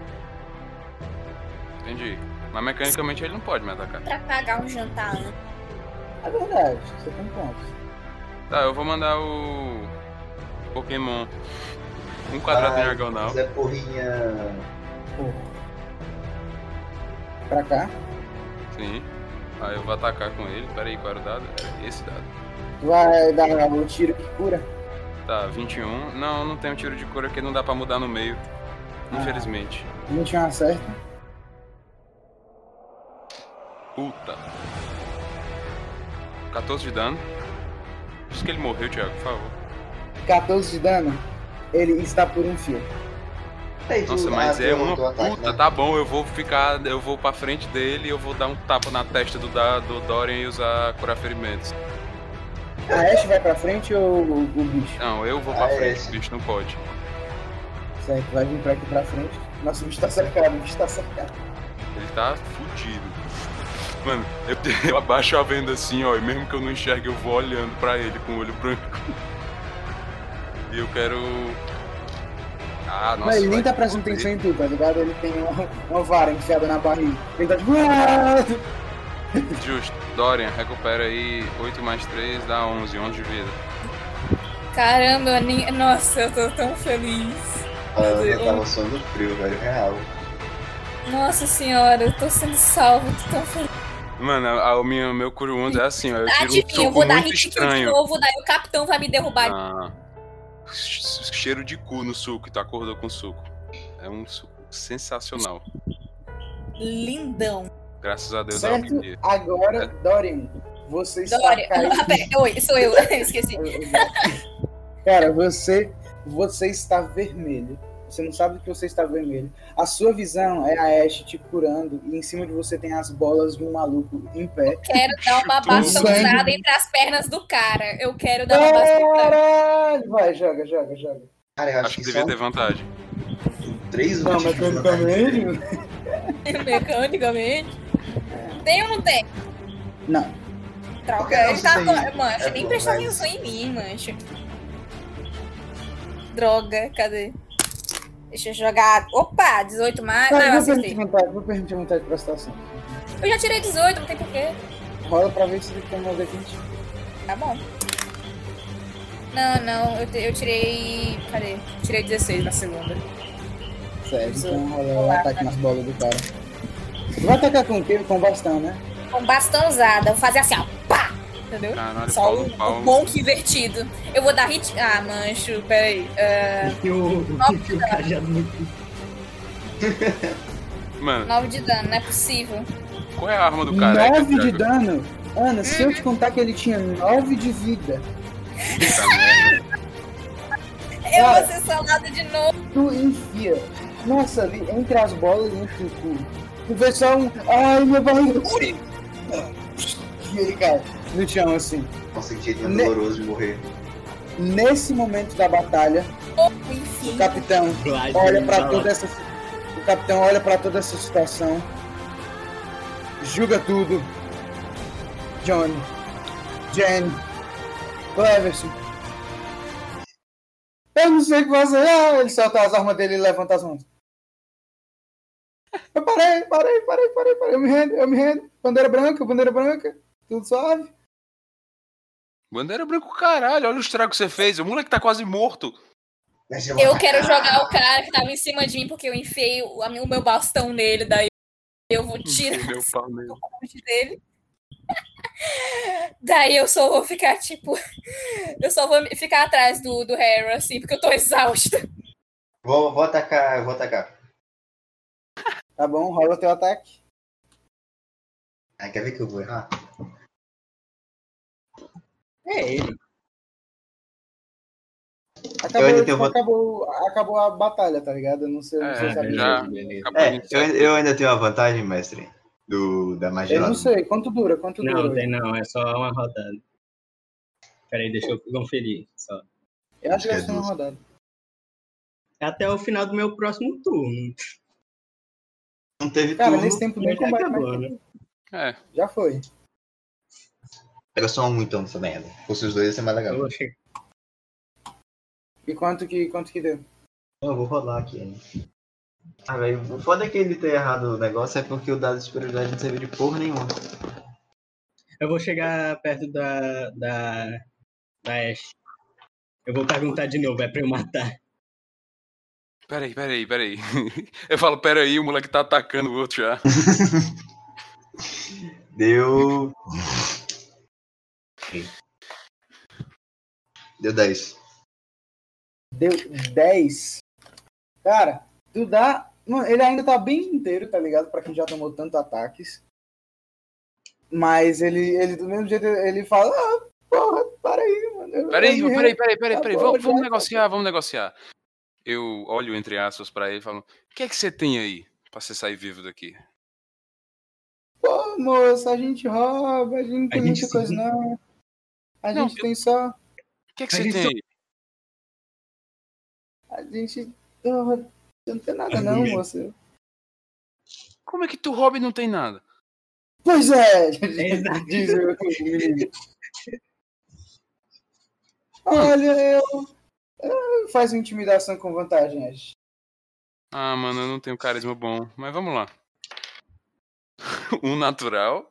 Entendi. Mas mecanicamente ele não pode me atacar. pra pagar um jantar antes. É verdade, você tem pontos. Tá, eu vou mandar o Pokémon um quadrado diagonal. Zé Porrinha. Porra. Pra cá. Sim. Aí eu vou atacar com ele. Pera aí, qual era o dado? Era esse dado. Tu vai dar o tiro que cura. Tá, 21. Não tem um tiro de cura que não dá pra mudar no meio. Infelizmente. 21 acerta. Puta. 14 de dano. Diz que ele morreu, Thiago, por favor. 14 de dano. Ele está por um fio. Nossa, mas é uma puta. Tá bom, eu vou pra frente dele e eu vou dar um tapa na testa do Dorian e usar curar ferimentos. A Ash vai pra frente ou o bicho? Não, eu vou pra frente, Ash. o bicho não pode. Certo, vai vir pra aqui pra frente. Nossa, o bicho tá cercado, Ele tá fudido. Mano, eu abaixo a venda assim, ó, e mesmo que eu não enxergue, eu vou olhando pra ele com o olho branco. E eu quero... Ah, nossa. Mas ele nem vai tá prestando foder. atenção em tu, tá ligado? Ele tem uma vara enfiada na barriga. Ele tá tipo... Justo. Dorian, recupera aí 8 mais 3, dá 11 de vida. Caramba, eu nem... Nossa, eu tô tão feliz. Eu tava suando frio, velho, real. Nossa senhora, eu tô sendo salvo, tô tão feliz. Mano, o meu Cure Wounds é assim, ó, eu tiro um Adivinha, eu soco vou dar muito hit kill de estranho. novo, daí o capitão vai me derrubar. Cheiro de cu no suco, tu acordou com suco. É um suco sensacional. lindão. Graças a Deus. Certo? Agora, Dorian, você está Dória. caído. Oi, sou eu. Esqueci. Cara, você está vermelho. Você não sabe que você está vermelho. A sua visão é a Ashe te curando e em cima de você tem as bolas de um maluco em pé. Quero dar uma bastonzada entre as pernas do cara. Eu quero dar uma bastonzada. Caralho! Vai, joga. Cara, eu Acho que devia ter vantagem. 3 Não, mecanicamente. Mecanicamente. Tem ou não tem? Não. Troca. Ele tá. Mancha, Mancha, nem prestou atenção em mim, mancha. Droga, cadê? Deixa eu jogar. Opa, 18 mais. Tá, Ah, eu vou acertei. permitir vontade pra situação. Eu já tirei 18, não tem porquê. Rola pra ver se ele tem uma D20. Tá bom. Não, eu tirei. Cadê? Tirei 16 na segunda. Sério, então rola um ataque nas bolas do cara. Vai atacar com o quê? Com bastão, né? Com bastãozada, vou fazer assim, ó. Pá! Entendeu? Caralho, Só Paulo, um Paulo. monk invertido. Eu vou dar hit. Ah, mancho, peraí. Enfia o cajado no cu. Mano, 9 de dano, não é possível. qual é a arma do cara? 9 de dano? Ana, se eu te contar que ele tinha 9 de vida, Eu Cara. vou ser salada de novo. tu enfia. Nossa, ali entre as bolas e entre o cu. Tu vê só um. Ai, minha barriga. Ui! E ele cai no chão assim. Nossa, que jeitinho doloroso de morrer. Nesse momento da batalha, o capitão olha pra toda essa. O capitão olha pra toda essa situação. Julga tudo. Johnny. Jen. Cleverson. Eu não sei o que fazer. Ah, ele solta as armas dele e levanta as mãos. Eu parei. Eu me rendo. Bandeira branca. Tudo suave. Bandeira branca, caralho, olha o estrago que você fez. O moleque tá quase morto. Eu quero jogar o cara que tava em cima de mim porque eu enfiei o meu bastão nele, daí eu vou tirar Meu pau nele. o corte dele. Daí eu só vou ficar, tipo... Eu só vou ficar atrás do Harry, assim, porque eu tô exausta. Vou atacar. Tá bom, rola o teu ataque. Ah, quer ver que eu vou errar? É ele. Acabou a batalha, tá ligado? Eu não sei, não sei se sabe. já. Beleza. Eu ainda tenho a vantagem, mestre, da magia. Eu não sei, quanto dura? Não, tem não, é só uma rodada. Peraí, deixa eu conferir. Só. Eu acho que essa é uma rodada. Até o final do meu próximo turno. Não teve Cara, turno. nesse tempo nem Já combate acabou, mais. né? É. Já foi. Pega só um então dessa merda. Se fosse os dois ia ser mais legal. Eu vou chegar. E quanto que deu? Eu vou rolar aqui ainda. Ah, velho, o foda é que ele ter errado o negócio é porque o dado de superioridade não serviu de porra nenhuma. Eu vou chegar perto da Ashe. Eu vou perguntar de novo, é pra eu matar. Peraí. Eu falo, peraí, o moleque tá atacando o outro já. Deu 10. Deu 10. Cara, tu dá... Mano, ele ainda tá bem inteiro, tá ligado? Pra quem já tomou tantos ataques. Mas ele do mesmo jeito, ele fala... Ah, porra, para aí, mano. Peraí. Tá bom, Vamos negociar. Eu olho entre aspas pra ele e falo, o que é que você tem aí pra você sair vivo daqui? Pô, moça, a gente rouba, a gente não tem muita coisa, não. A gente tem só... O que é que você tem aí? A gente... Eu não tem nada, não, moça. Como é que tu rouba e não tem nada? Pois é, Exato. diz o menino. Olha, eu faço intimidação com vantagem, Ash. Ah, mano, eu não tenho carisma bom. Mas vamos lá. Um natural.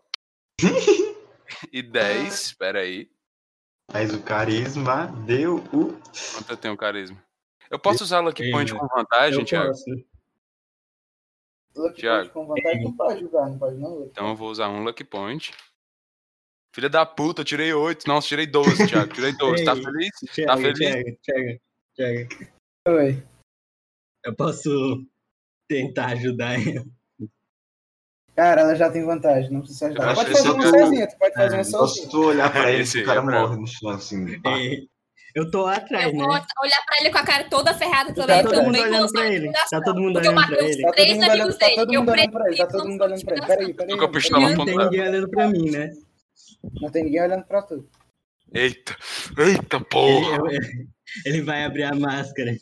E 10, peraí. Mas o carisma deu o... Quanto eu tenho carisma? Eu posso usar Lucky Point com vantagem, Eu Thiago? posso. Lucky Thiago. Point com vantagem não pode usar, não pode não. Então eu vou usar um Lucky Point. Filha da puta, eu tirei 8. Nossa, tirei 12, Thiago. Tirei 12. Tá Ei, feliz? Thiago, Tá feliz? Thiago. Oi. Eu posso tentar ajudar ele. Cara, ela já tem vantagem, não precisa ajudar. Eu Pode acho que fazer uma se eu- sozinha, tu pode fazer uma Só sozinha. se tu olhar pra ele, Esse o cara aí é brabo. morre no chão, assim. pá. Eu tô atrás, Eu vou né? olhar pra ele com a cara toda ferrada Tá também. todo mundo também olhando vou pra usar ele. intimidação, Tá todo mundo porque eu olhando pra matei os ele. Tá todo três mundo olhando, amigos tá dele. todo Eu mundo olhando pra ele, tá preciso todo mundo olhando pra ele. Peraí. Tô com a pistola Não tem apontada. ninguém olhando pra mim, né? Não tem ninguém olhando pra tu. Eita, porra. Ele vai abrir a máscara.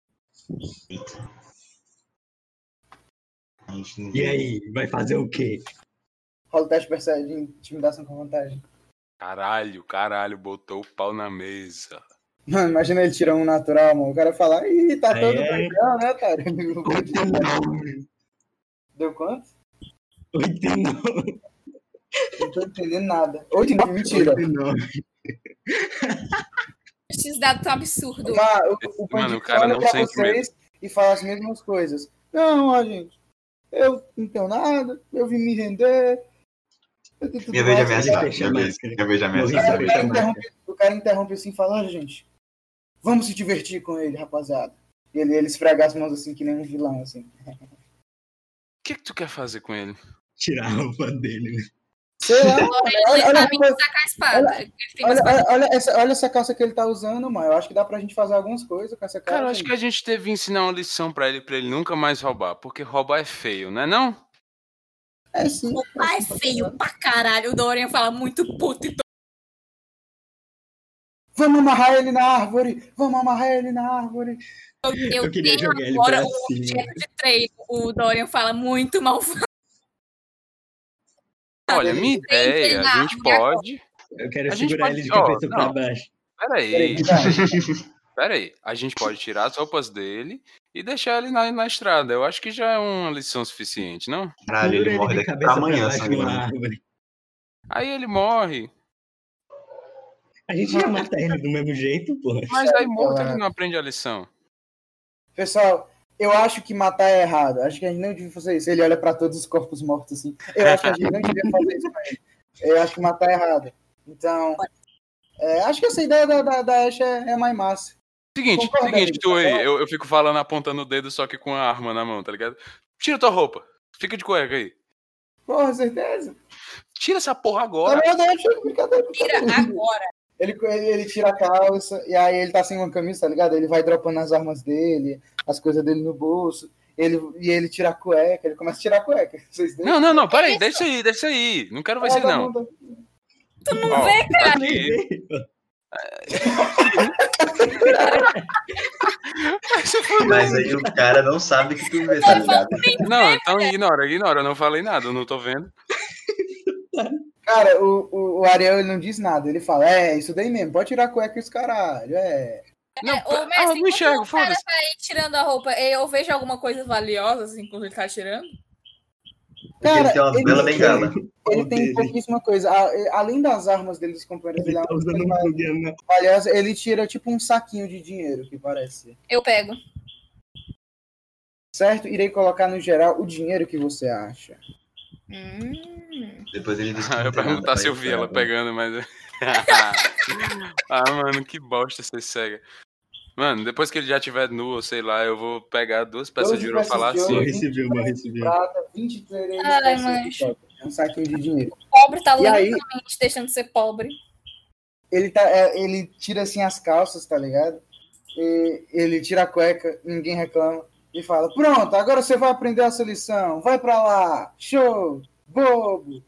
A gente não E vê. aí, vai fazer o quê? Rola o teste de intimidação com vantagem. Caralho, botou o pau na mesa. Mano, imagina ele tirando um natural, mano. O cara fala, ih, tá Aí todo é. doidão, né, cara? Deu quanto? 89. Não tô entendendo nada. 89, mentira. 89. Esses dados são absurdos. O Mano, bandido o cara olha não pra sente vocês e fala as mesmas coisas. Não, ó, gente, eu não tenho nada, eu vim me render. Minha vez de Deixa ameaçar. eu Minha vez de ameaçar. O cara interrompe assim e fala, olha, gente, vamos se divertir com ele, rapaziada. E ele esfrega as mãos assim, que nem um vilão, assim. O que tu quer fazer com ele? Tirar a roupa dele, né? Sei lá, Ele olha, sabe sacar a espada. Ele tem uma espada. olha essa calça que ele tá usando, mano. Eu acho que dá pra gente fazer algumas coisas com essa calça. Cara, eu acho que a gente teve que ensinar uma lição pra ele nunca mais roubar. Porque roubar é feio, né não? É sim. O pai é feio pra caralho. O Dorian fala muito puto e Vamos amarrar ele na árvore! Vamos amarrar ele na árvore! eu queria tenho jogar ele agora pra o cima. objeto de treino. O Dorian fala muito mal. Olha, ele minha tem que ideia, ir a na gente árvore pode... Eu quero A gente segurar pode- ele de ó, cabeça pra não. baixo. Peraí, Peraí. peraí. A gente pode tirar as roupas dele e deixar ele na estrada. Eu acho que já é uma lição suficiente, não? Caralho, ele Segura morre de daqui cabeça pra amanhã, pra baixo numa sangrando. árvore. Aí ele morre. A gente já mata ele do mesmo jeito, porra. Mas aí morto galera. ele não aprende a lição. Pessoal, eu acho que matar é errado. Acho que a gente não devia fazer isso. Ele olha pra todos os corpos mortos assim. Eu acho que a gente não devia fazer isso com ele. Eu acho que matar é errado. Então, acho que essa ideia da Ashe é mais massa. Seguinte, Concorda, tu aí, amigo? eu fico falando apontando o dedo só que com a arma na mão, tá ligado? Tira tua roupa. Fica de cueca aí. Porra, certeza. Tira essa porra Tá agora. verdade, brincadeira. Tira agora. Ele tira a calça, e aí ele tá sem uma camisa, tá ligado? Ele vai dropando as armas dele, as coisas dele no bolso, ele tira a cueca, ele começa a tirar a cueca. Vocês deixam? Não, peraí, deixa aí. Não quero ver isso aí, não. Tu não Ó, vê, cara? aqui. Mas aí o cara não sabe que tu vê, tá ligado? Não, então ignora, eu não falei nada, eu não tô vendo. Cara, o Ariel ele não diz nada, ele fala, isso daí mesmo, pode tirar a cueca e os caralho, Não, Ô, mestre, não enxergo, enquanto o cara foda-se. tá aí tirando a roupa, eu vejo alguma coisa valiosa, assim, quando ele tá tirando? Cara, Ele tem uma bela bengala. Ele tem pouquíssima coisa. Além das armas dele, dos companheiros Ele dele, tá usando um programa. aliás, ele tira tipo um saquinho de dinheiro, que parece. Eu pego. Certo? Irei colocar no geral o dinheiro que você acha. Depois ele diz que Eu não ia tem perguntar nada se eu pra vi isso, ela né? pegando, mas. Mano, que bosta ser cega. Mano, depois que ele já tiver nu, ou sei lá, eu vou pegar 2 peças de ouro e falar assim. Morre civil, morre civil. Prata, 23 Ai, peças de mancho. prata. É um saquinho de dinheiro. O pobre tá E aí- lentamente deixando de ser pobre. Ele tira assim as calças, tá ligado? E ele tira a cueca, ninguém reclama. E fala, pronto, agora você vai aprender essa lição. Vai pra lá. Show. Bobo.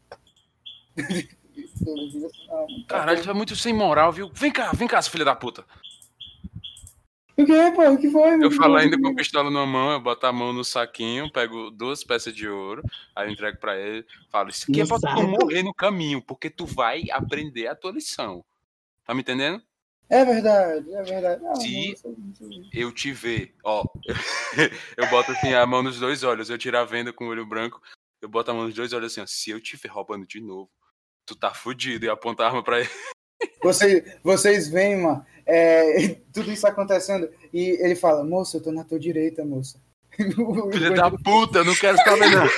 Caralho, tu é muito sem moral, viu? Vem cá, seu filho da puta. O que, pô? O que foi? Eu falo ainda com a pistola na mão, eu boto a mão no saquinho, pego 2 peças de ouro, aí eu entrego pra ele, falo, isso aqui é No pra tu saco? morrer no caminho, porque tu vai aprender a tua lição. Tá me entendendo? É verdade. Não, Se- não, Eu te ver, ó. Eu boto assim a mão nos 2 olhos, eu tiro a venda com o olho branco, eu boto a mão nos 2 olhos assim, ó. Se eu te ver roubando de novo, tu tá fudido, e aponta a arma pra ele. Vocês veem, mano, tudo isso acontecendo e ele fala, moça, eu tô na tua direita, moça. Filha da puta, eu não quero saber não.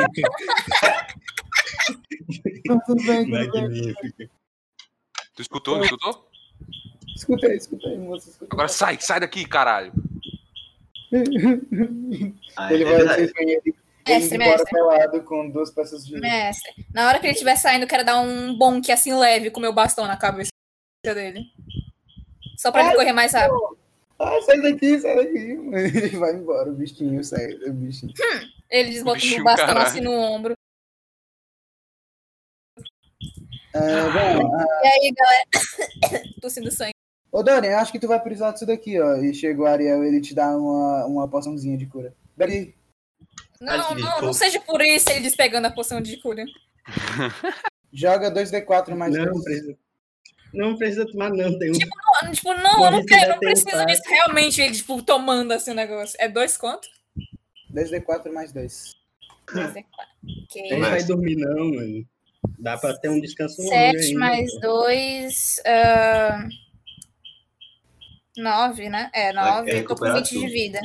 Tudo bem. Magnífico. Tu escutou? Escutei, moça. Escutei. Agora sai daqui, caralho. Aí Ele ele vai, vai- vocês veem Ele indo Mestre, embora mestre. pelado com 2 peças de... Mestre, na hora que ele estiver saindo, eu quero dar um bonk assim leve com o meu bastão na cabeça dele. Só pra ele correr mais rápido. Ah, sai daqui, sai daqui. Ele vai embora, o bichinho sai. O bichinho. Ele desbota o Bichinho, bastão caralho. assim no ombro. Bom, E aí, galera? Tossindo sangue. ô Dorian, acho que tu vai precisar disso daqui, ó. E chega o Ariel, ele te dá uma poçãozinha de cura. Peraí. Não seja por isso ele despegando a poção de cura. Joga 2d4 mais Não 2. precisa. Não precisa tomar, não. Tem um. Tipo, não, eu não quero, não preciso disso. Realmente, ele, tipo, tomando assim o negócio. É 2 quanto? 2d4 mais 2. 2d4. Ele Ok. não vai dormir, não, mano. Dá pra ter um descanso longo 7 ainda, mais pô. 2. 9, né? É, 9. Vai Eu tô com recuperar 20 de tudo. vida.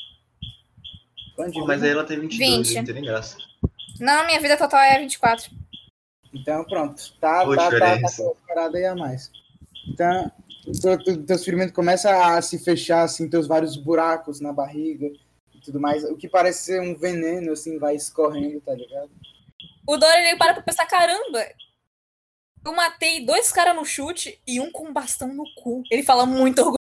Pô, mas aí ela tem 22, 20. não tem nem graça. Não, minha vida total é 24. Então, pronto. Tá Boa diferença. parada aí a mais. Então, teu ferimento começa a se fechar, assim, teus vários buracos na barriga e tudo mais. O que parece ser um veneno, assim, vai escorrendo, tá ligado? O Dorian, ele para pra pensar, caramba, eu matei 2 caras no chute e um com um bastão no cu. Ele fala muito orgulhoso.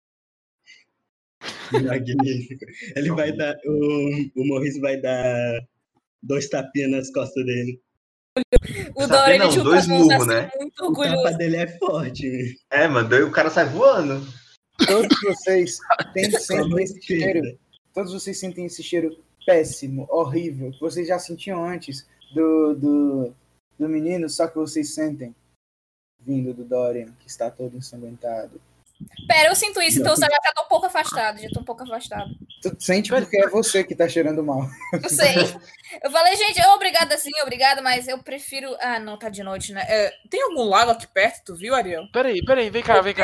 Magnífico. Ele vai dar. O Morris vai dar 2 tapinhas nas costas dele. O Tá Dorian, vendo? ele junta Dois as mãos murros, assim, né? muito O orgulhoso. tapa dele é forte, velho. É, mano, daí o cara sai voando. Todos vocês sentem Como esse cheiro. esquerda. Todos vocês sentem esse cheiro péssimo, horrível, que vocês já sentiam antes do menino, só que vocês sentem vindo do Dorian, que está todo ensanguentado. Pera, eu sinto isso, então eu já tô um pouco afastado. Tu sente porque é você que tá cheirando mal. Eu sei. Eu falei, gente, obrigada sim, obrigada, mas eu prefiro... Ah, não, tá de noite, né? Tem algum lago aqui perto, tu viu, Ariel? Peraí, vem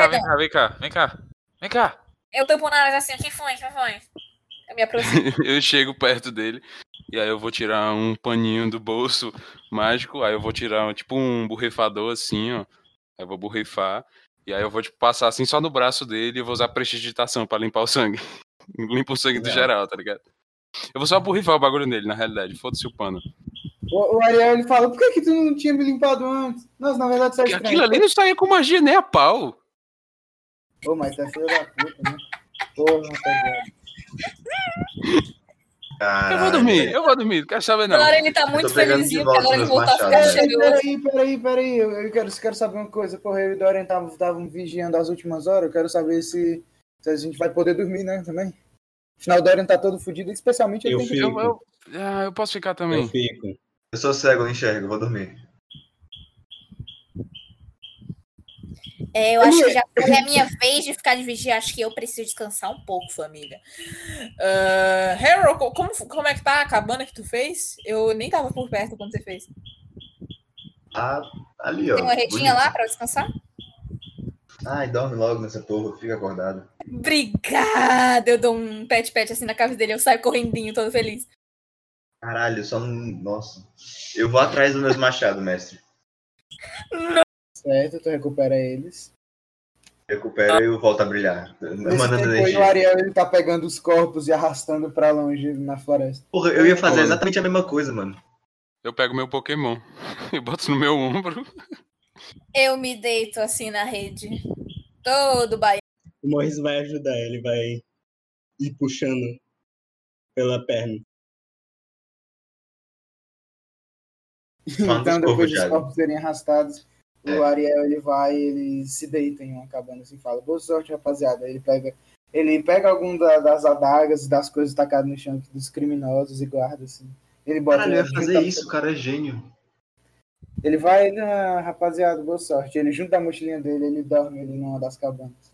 cá. Eu tampo o nariz assim, quem foi? Eu me aproximo. Eu chego perto dele e aí eu vou tirar um paninho do bolso mágico, aí eu vou tirar tipo um borrifador assim, ó. Aí eu vou borrifar e aí eu vou tipo, passar assim só no braço dele e vou usar prestidigitação pra limpar o sangue. Limpa o sangue do geral, tá ligado? Eu vou só borrifar o bagulho nele, na realidade. Foda-se o pano. O Ariel, ele fala, por que tu não tinha me limpado antes? Nossa, na verdade isso é Porque estranho. aquilo ali não saía com magia nem a pau. Ô, mas tá filho da puta, né? Porra, rapaziada. Eu vou dormir, não quero saber não. Agora ele tá muito tô pegando felizinho, de porque volta agora ele meus voltou a ficar machados, né? cheiroso. Peraí. Eu quero saber uma coisa. Porra, eu e o Dorian estavam vigiando as últimas horas. Eu quero saber se a gente vai poder dormir, né, também. Afinal, o Dorian tá todo fodido, especialmente Eu tenho que- fico. Eu posso ficar Eu também. fico. Eu sou cego, eu não enxergo, eu vou dormir. Eu acho que já foi a minha vez de ficar de vigia. Acho que eu preciso descansar um pouco, família. Harold, como é que tá a cabana que tu fez? Eu nem tava por perto quando você fez. Ah, ali, ó. Tem uma redinha lá pra eu descansar? Ai, dorme logo nessa porra, fica acordado. Obrigada! Eu dou um pet assim na cabeça dele. Eu saio correndinho, todo feliz. Caralho, só não. Nossa. Eu vou atrás dos meus machados, mestre. Certo, tu recupera eles. Recupero e eu volto a brilhar. Nesse Mandando tempo aí, o energia. Ariel, ele tá pegando os corpos e arrastando pra longe na floresta. Porra, eu ia fazer exatamente a mesma coisa, mano. Eu pego meu Pokémon e boto no meu ombro. Eu me deito assim na rede. Todo baiano. O Morris vai ajudar, ele vai ir puxando pela perna. Quantos Então, depois corpos dos já? corpos serem arrastados, o Ariel, ele se deita em uma cabana assim e fala, boa sorte, rapaziada. Ele pega algum das adagas, das coisas tacadas no chão dos criminosos e guarda assim. Ele bota... Caralho, eu ia fazer isso, o cara é gênio. Ele vai, rapaziada, boa sorte. Ele junta a mochilinha dele, ele dorme ali numa das cabanas.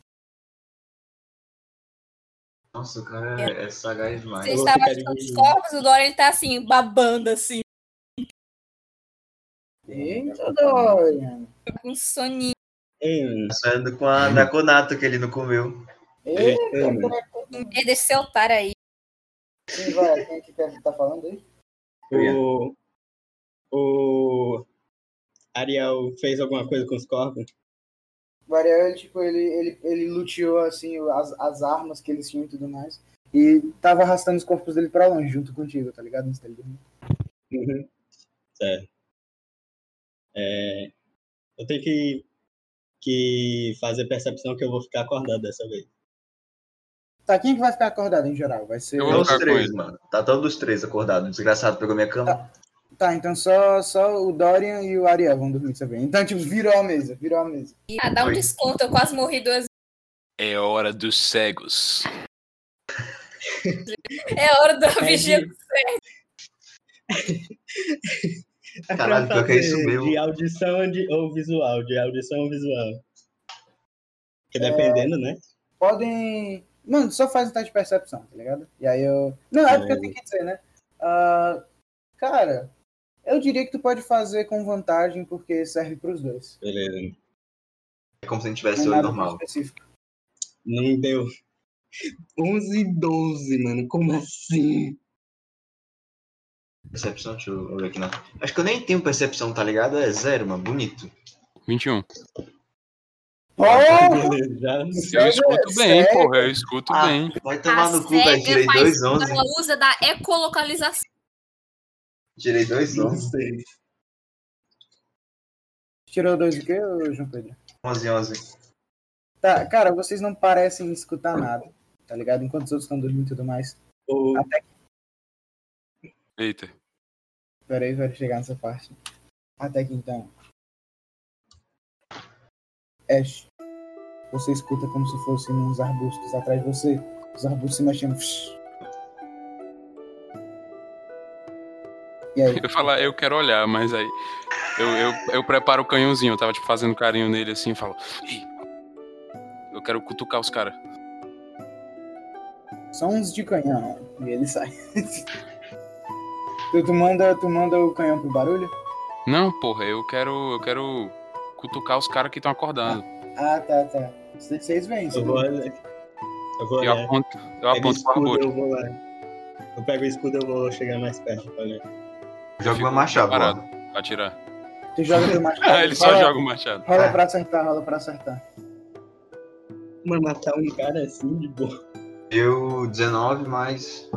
Nossa, o cara é sagaz demais. Você Eu vou estava ficar de ajudando os vigia. corpos, o Dorian ele tá assim, babando assim, Eita, Dorian. com soninho. Ei, Sonhando com a Draconato que ele não comeu. Eita, mano. Ele desse otário aí. quem vai? Quem é que tá falando aí? O Ariel fez alguma coisa com os corpos? O Ariel, ele luteou assim as armas que eles tinham e tudo mais. E tava arrastando os corpos dele pra longe, junto contigo, tá ligado? Antes dele dormir. Certo. Eu tenho que fazer percepção que eu vou ficar acordado dessa vez. Tá, quem que vai ficar acordado em geral? Vai ser... Eu Tá vou os ficar com três, ele. mano. Tá todos os três acordados. O desgraçado pegou minha cama. Tá, então só o Dorian e o Ariel vão dormir também. Então, tipo, virou a mesa. Ah, dá um Oi. desconto, eu quase morri 2 vezes. É hora dos cegos. É hora da vigia. É Caralho, pra pior que é isso fazer mesmo. de audição ou visual, de audição ou visual. Porque dependendo, né? Podem... Mano, só faz um teste de percepção, tá ligado? E aí eu... Não, é porque eu tenho que dizer, né? Cara, eu diria que tu pode fazer com vantagem, porque serve pros dois. Beleza. É como se a gente Não tivesse é olho nada normal. muito específico. Não deu. 11 e 12, mano. Como assim? Percepção, deixa eu ver aqui não. Acho que eu nem tenho percepção, tá ligado? É 0, mano. Bonito. 21. Oh! Beleza. Já Eu escuto bem, sério? porra. Eu escuto bem. Vai A tomar no cu, velho. Tirei cega 2, 11. ela usa da ecolocalização. Tirei 2, Não 11. sei. Tirou 2 o quê, João Pedro? 11, 11. Tá, cara, vocês não parecem escutar nada, tá ligado? Enquanto os outros estão dormindo e tudo mais. O- Até que... Eita. Peraí, vai chegar nessa parte. Até que então... Ash, você escuta como se fossem uns arbustos atrás de você. Os arbustos se mexendo. E aí? Eu ia falar, eu quero olhar, mas aí eu preparo o canhãozinho. Eu tava tipo fazendo carinho nele assim e falo: "Ih, eu quero cutucar os caras." São uns de canhão. E ele sai. tu manda o canhão pro barulho? Não, porra, eu quero cutucar os caras que estão acordando. Ah, tá. Vocês veem. Eu vou olhar. Eu olhar. aponto Pego o pro escudo, arbusto. eu vou lá. Eu pego o escudo, eu vou chegar mais perto pra olhar. Joga meu machado, Parado mano. pra atirar. Tu joga teu machado. Ah, ele só joga o machado. Rola pra acertar. Mas matar um cara assim de boa. Eu 19 mais.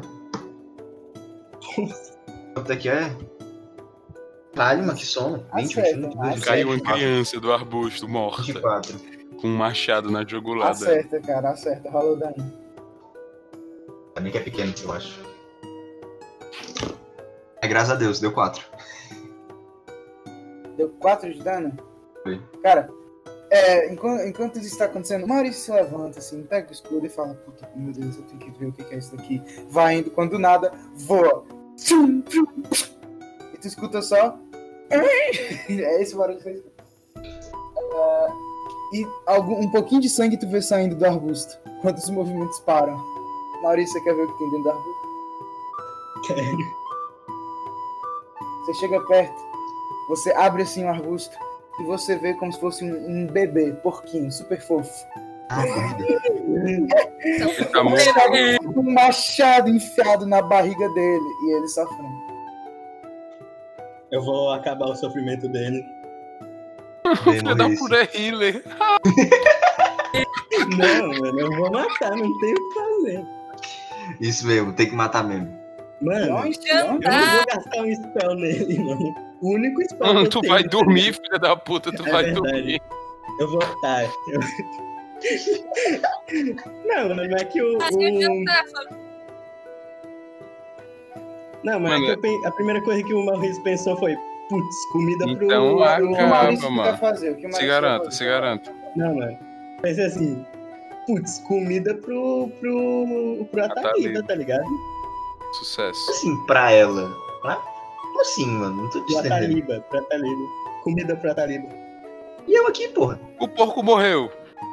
Quanto é que é? Caralho, mano, que sono. 20, Acerta, 22, Caiu uma 24. criança do arbusto morta 24. com um machado na jugulada. Acerta, cara, acerta. Rola o dano. Também que é pequeno, eu acho. É, graças a Deus, deu 4. Deu 4 de dano? Foi. Cara, enquanto isso está acontecendo, o Maurício se levanta assim, pega o escudo e fala: puta, meu Deus, eu tenho que ver o que é isso daqui. Vai indo, quando do nada, voa. E tu escuta só. É esse barulho que você escuta. E um pouquinho de sangue tu vê saindo do arbusto, quando os movimentos param. Maurício, você quer ver o que tem dentro do arbusto? Quero. Você chega perto, você abre assim o arbusto e você vê como se fosse um bebê, porquinho, super fofo. Ah, comida. Ele tá morto. Você tá com um machado enfiado na barriga dele e ele sofrendo. Eu vou acabar o sofrimento dele. Filho da puta é healer. Não, mano, eu vou matar, não tem o que fazer. Isso mesmo, tem que matar mesmo. Mano, eu não vou gastar um spell nele, mano. O único spell que eu Tu tenho, vai tá dormir, ligado? filha da puta, tu É vai verdade. dormir. Eu vou. Tá. Não, mano, é que Não, mas Mano, é que a primeira coisa que o Maurício pensou foi: putz, comida pro. Então, O acaba, que o Maurício mano. vai fazer? O que o Se Maurício vai garanta, fazer? se garanta. Não, mano. Pensei assim: putz, comida pro Ataliba, tá ligado? Sucesso. Assim, pra ela. Como assim, mano? Não tô Pro entendendo. Ataliba. Comida pro Ataliba. E eu aqui, porra. O porco morreu.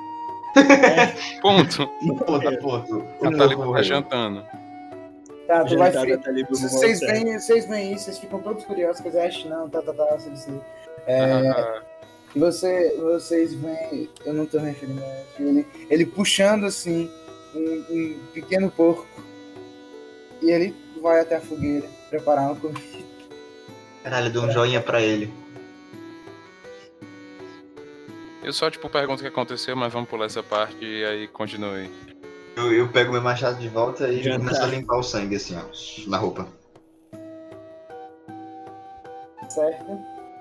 Ponto. Ponto. A Taliba tá jantando. Tá, tu vai Jantar do Ataliba, eu vou Vocês voltar. veem isso, vocês ficam todos curiosos, quer dizer, Ash não, assim. E vocês veem, eu não tô referindo a ele puxando assim um pequeno porco e ele vai até a fogueira preparar uma comida. Caralho, deu um joinha pra ele. Eu só, tipo, pergunto o que aconteceu, mas vamos pular essa parte e aí continue. Eu pego meu machado de volta e Já começo tá. a limpar o sangue, assim, ó, na roupa. certo.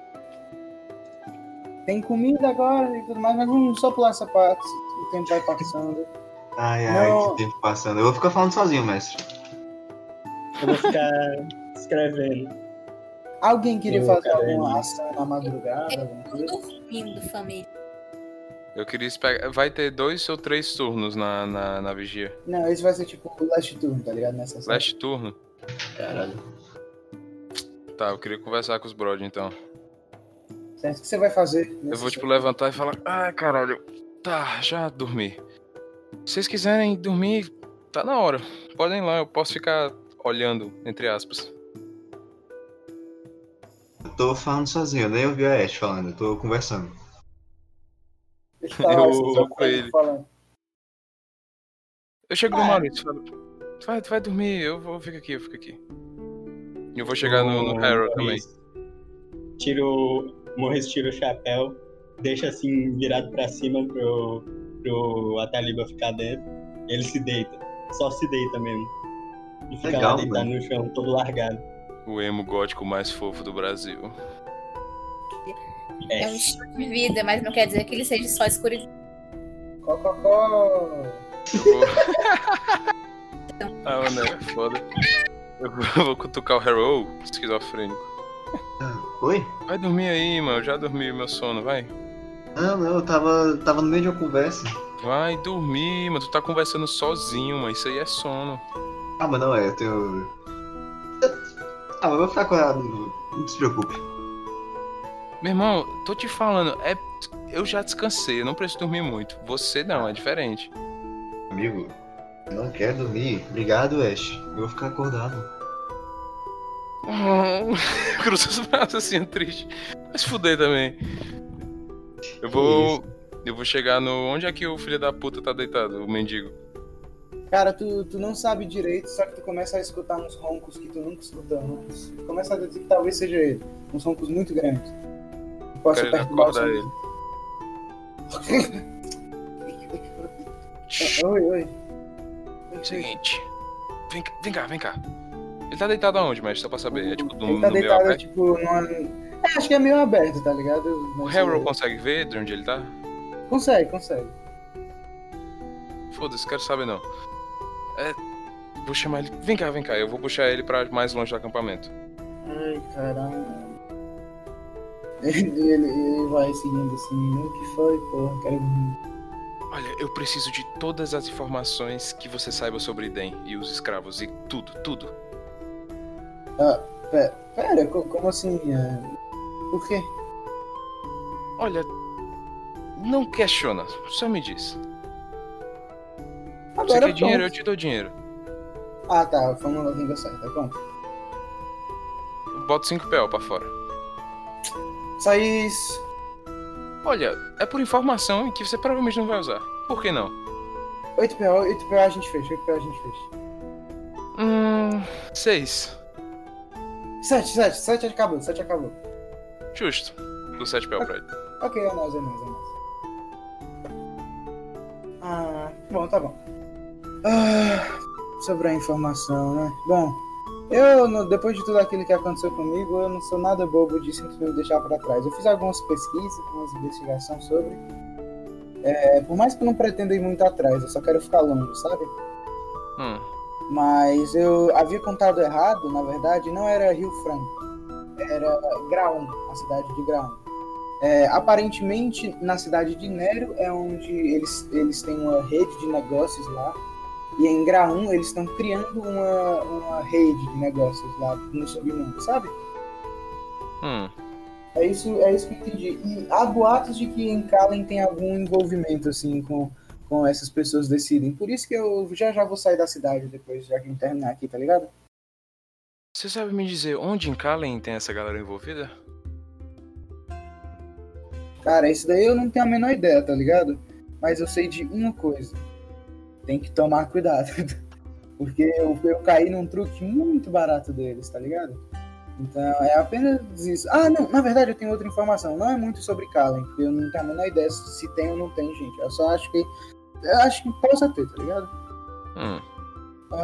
Tem comida agora e tudo mais, mas vamos só pular essa parte. O tempo vai passando. Ai, Não. que tempo passando. Eu vou ficar falando sozinho, mestre. Eu vou ficar escrevendo. Alguém queria Eu, fazer cara, alguma ação na madrugada? Alguma Tô coisa? dormindo, família. Eu queria esperar. Vai ter 2 ou 3 turnos na vigia. Não, esse vai ser tipo o last turno, tá ligado? Nessa série. Last turno? Caralho. Tá, eu queria conversar com os brod então. Certo? O que você vai fazer? Eu vou, tipo, levantar e falar: ah, caralho, tá, já dormi. Se vocês quiserem dormir, tá na hora. Podem ir lá, eu posso ficar olhando, entre aspas. Eu tô falando sozinho, eu nem ouvi a Ash falando, eu tô conversando. Deixa eu falar, Eu esse vou seu com friend ele. falando. Eu chego no Maurício e falo: tu vai dormir, eu fico aqui. E eu vou chegar no Harold também. Morris tira o chapéu, deixa assim virado pra cima pro Ataliba ficar dentro. Ele se deita, só se deita mesmo. E fica Legal, lá deitado no chão, todo largado. O emo gótico mais fofo do Brasil. É um estilo de vida, mas não quer dizer que ele seja só escuridão. Cococó. Eu vou. Ah, mano, é foda. Eu vou cutucar o Harold, esquizofrênico. Oi? Vai dormir aí, mano. Eu já dormi meu sono, vai. Não, eu tava no meio de uma conversa. Vai dormir, mano. Tu tá conversando sozinho, mano. Isso aí é sono. Ah, mas não é, eu tenho... Ah, mas eu vou ficar acordado, não se preocupe. Meu irmão, tô te falando, eu já descansei, eu não preciso dormir muito. Você não, é diferente. Amigo, eu não quero dormir. Obrigado, Ash. Eu vou ficar acordado. Cruza os braços assim, triste. Vai se fuder também. Eu vou chegar no... Onde é que o filho da puta tá deitado, o mendigo? Cara, tu não sabe direito, só que tu começa a escutar uns roncos que tu nunca escutou antes. Tu começa a dizer que talvez seja ele. Uns roncos muito grandes. Tu possa Quero perturbar o acordar sono. Oi. Seguinte. Vem cá. Ele tá deitado aonde, mestre? Só pra saber. É tipo Ele no tá meio deitado, aberto? tipo, numa... acho que é meio aberto, tá ligado? O Harold consegue ver de onde ele tá? Consegue. Foda-se, quero saber não. Vou chamar ele. Vem cá. Eu vou puxar ele pra mais longe do acampamento. Ai, caramba. Ele vai seguindo assim. O que foi, porra? Quero... Olha, eu preciso de todas as informações que você saiba sobre Den e os escravos e tudo. Ah, pera, como assim? Por quê? Olha, não questiona, só me diz. Você quer dinheiro, eu te dou dinheiro. Ah, tá, falando a língua certa, quanto? Bota 5 PO pra fora. Só isso. Olha, é por informação que você provavelmente não vai usar. Por que não? 8 PO a gente fecha. 6. 7 acabou. Justo. Do 7 PO pra ele. Ok, é nóis. Ah, bom, tá bom. Sobre a informação, né? Bom, depois de tudo aquilo que aconteceu comigo, eu não sou nada bobo de simplesmente deixar pra trás. Eu fiz algumas pesquisas, algumas investigações sobre. Por mais que eu não pretenda ir muito atrás, eu só quero ficar longe, sabe? Mas eu havia contado errado, na verdade, não era Rio Franco. Era Graun, a cidade de Graun. Aparentemente, na cidade de Nero é onde eles têm uma rede de negócios lá. E em Graun eles estão criando uma rede de negócios lá no submundo, sabe? É isso que eu entendi. E há boatos de que em Kallen tem algum envolvimento assim com essas pessoas decidem. Por isso que eu já vou sair da cidade depois, já que eu terminar aqui, tá ligado? Você sabe me dizer onde em Kallen tem essa galera envolvida? Cara, isso daí eu não tenho a menor ideia, tá ligado? Mas eu sei de uma coisa. Tem que tomar cuidado. Porque eu caí num truque muito barato deles, tá ligado? Então é apenas isso. Ah, não, na verdade eu tenho outra informação. Não é muito sobre Kallen, porque eu não tenho a menor ideia se tem ou não tem, gente. Eu só acho que possa ter, tá ligado?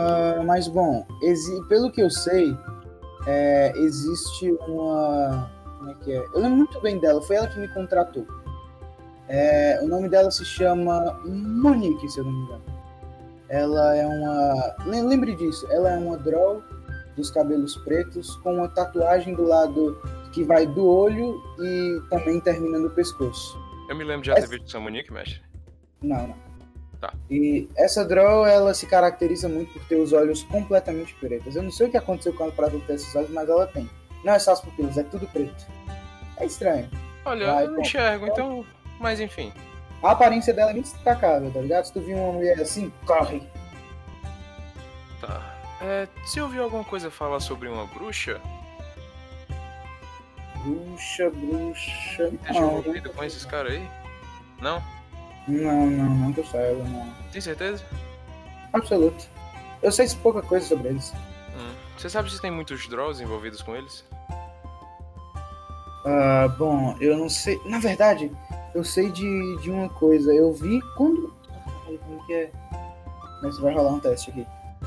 Mas bom, pelo que eu sei, existe como é que é? Eu lembro muito bem dela, foi ela que me contratou. O nome dela se chama Monique, se eu não me engano. Ela é uma... Lembre disso, ela é uma Drow dos cabelos pretos com uma tatuagem do lado que vai do olho e também termina no pescoço. Eu me lembro de já ter visto essa Monique, mestre. Não. Tá. E essa Drow, ela se caracteriza muito por ter os olhos completamente pretos. Eu não sei o que aconteceu com ela para ter esses olhos, mas ela tem. Não é só as pupilas, é tudo preto. É estranho. Olha, eu não enxergo, então... Mas enfim. A aparência dela é muito destacável, tá ligado? Se tu vir uma mulher assim, corre. Tá. Você ouviu alguma coisa falar sobre uma bruxa? Bruxa. Esteja envolvido com esses caras aí? Não? Não que eu saiba, não. Tem certeza? Absoluto. Eu sei pouca coisa sobre eles. Você sabe se tem muitos Drolls envolvidos com eles? Bom, eu não sei. Na verdade, eu sei de uma coisa. Eu vi quando... Como que é? Mas vai rolar um teste aqui.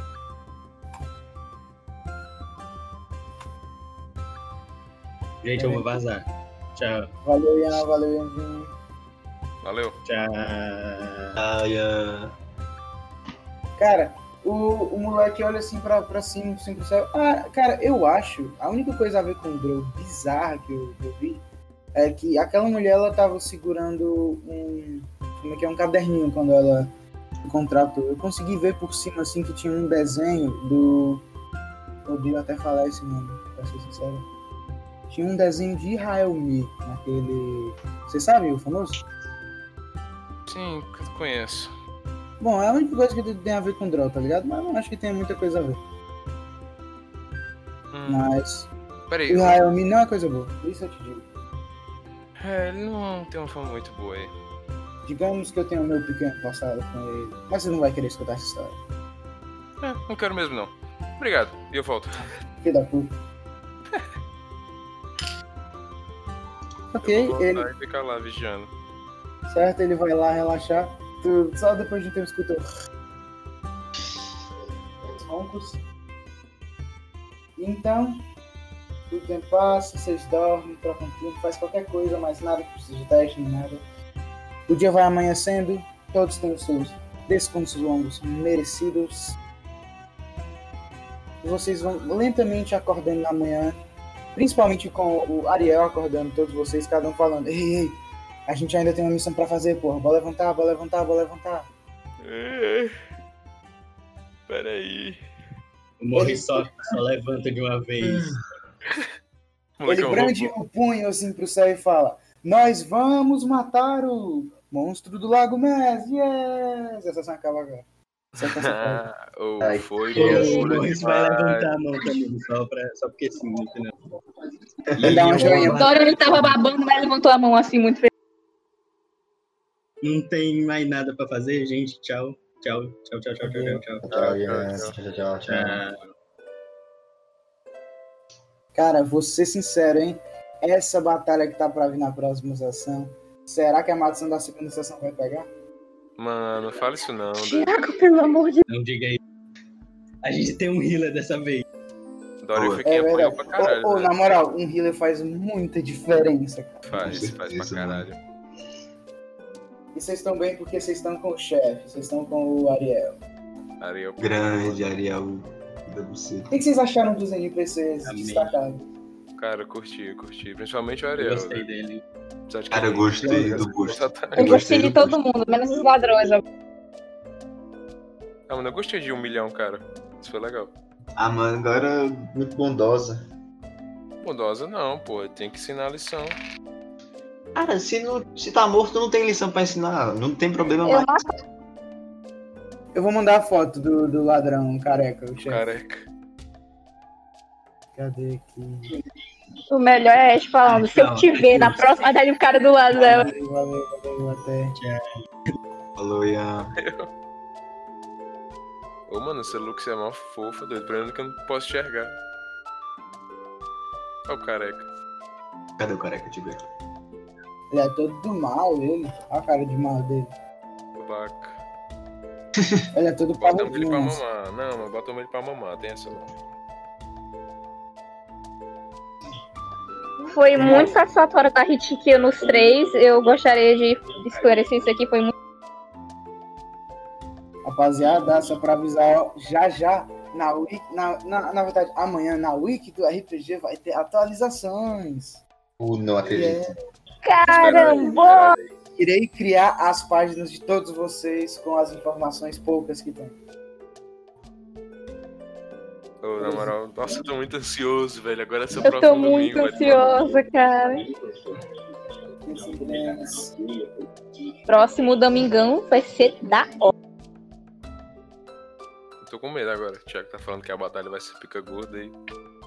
Gente, eu vou vazar. Tchau. Valeu, Ian. Valeu, Ianzinho. Valeu. Tchau. Ian. Cara, o moleque olha assim pra cima, assim pro céu. Cara, eu acho... A única coisa a ver com o Drow bizarra que eu vi é que aquela mulher, ela tava segurando um caderninho quando ela contratou. Eu consegui ver por cima, assim, que tinha um desenho do... Eu odeio até falar esse nome, pra ser sincero. Tinha um desenho de Raelmi naquele... Você sabe o famoso? Sim, conheço. Bom, é a única coisa que tem a ver com Drow, tá ligado? Mas não acho que tenha muita coisa a ver. Mas... Peraí. O Raelmi não é coisa boa, por isso eu te digo. Ele não tem uma fama muito boa aí. Digamos que eu tenho o meu pequeno passado com ele, mas você não vai querer escutar essa história. Não quero mesmo não. Obrigado, e eu volto. Filho da puta. Ok, eu vou voltar ele... e ficar lá vigiando. Certo, ele vai lá relaxar. Tu só depois de um tempo escutou os roncos. Então, o tempo passa, vocês dormem, trocam tudo, faz qualquer coisa, mas nada que precisa de teste nem nada. O dia vai amanhecendo, todos têm os seus descansos longos merecidos. E vocês vão lentamente acordando na manhã, principalmente com o Ariel acordando todos vocês, cada um falando: Ei, a gente ainda tem uma missão pra fazer, porra, bora levantar. Peraí. O Morri só levanta de uma vez. Ele brande o punho assim pro céu e fala: Nós vamos matar o monstro do Lago Mez, yes! Essa sessão acaba agora. Foi o Morris vai levantar a mão também, só porque sim, no final. Ele dá uma joinha. O Dorian ele tava babando, mas levantou a mão assim, muito feliz. Não tem mais nada pra fazer, gente. Tchau. Tchau. Cara, vou ser sincero, hein? Essa batalha que tá pra vir na próxima sessão, será que a maldição da segunda sessão vai pegar? Mano, fala isso não. Tiago, pelo amor de Deus. Não diga aí. A gente tem um healer dessa vez. Dorian foi quem apoiou pra caralho. Na moral, um healer faz muita diferença, cara. Faz pra caralho. E vocês estão bem porque vocês estão com o chefe, vocês estão com o Ariel. Grande Ariel da você. O que vocês acharam dos NPCs destacados? Cara, curti. Principalmente o Ariel. Eu gostei dele. Cara, eu gostei do gosto. Eu gostei de todo mundo, menos os ladrões. Mano, eu gostei de 1 milhão, cara. Isso foi legal. Mano, agora muito bondosa. Bondosa não, pô. Tem que ensinar a lição. Cara, se tá morto, não tem lição pra ensinar. Não tem problema mais. Eu vou mandar a foto do ladrão careca, o chefe. Careca. Cadê aqui? O melhor é a Ash falando, se eu te ver na próxima, daí o cara do lado dela. Valeu, até. Falou, Ian. Ô, mano, esse Lux é mó fofo, doido. Problema que eu não posso enxergar. Olha o careca. Cadê o careca, te ver? Ele é todo do mal, ele. Olha a cara de mal dele. Babaca. Ele é todo Botamos ele pra parrudinho. mamar. Não, mas botamos ele pra mamar. Tem essa não. Foi muito satisfatório estar Hitikia nos 3. Eu gostaria de esclarecer isso aqui. Foi muito. Rapaziada, só pra avisar, ó, já, na verdade, amanhã na Wiki do RPG vai ter atualizações. Não acredito. Caramba! Irei criar as páginas de todos vocês com as informações poucas que tem. Ô, na moral, nossa, eu tô muito ansioso, velho. Agora é seu Eu próximo tô muito domingo. ansiosa, cara. Próximo domingão vai ser da hora. Eu tô com medo agora. O Thiago tá falando que a batalha vai ser pica gorda aí.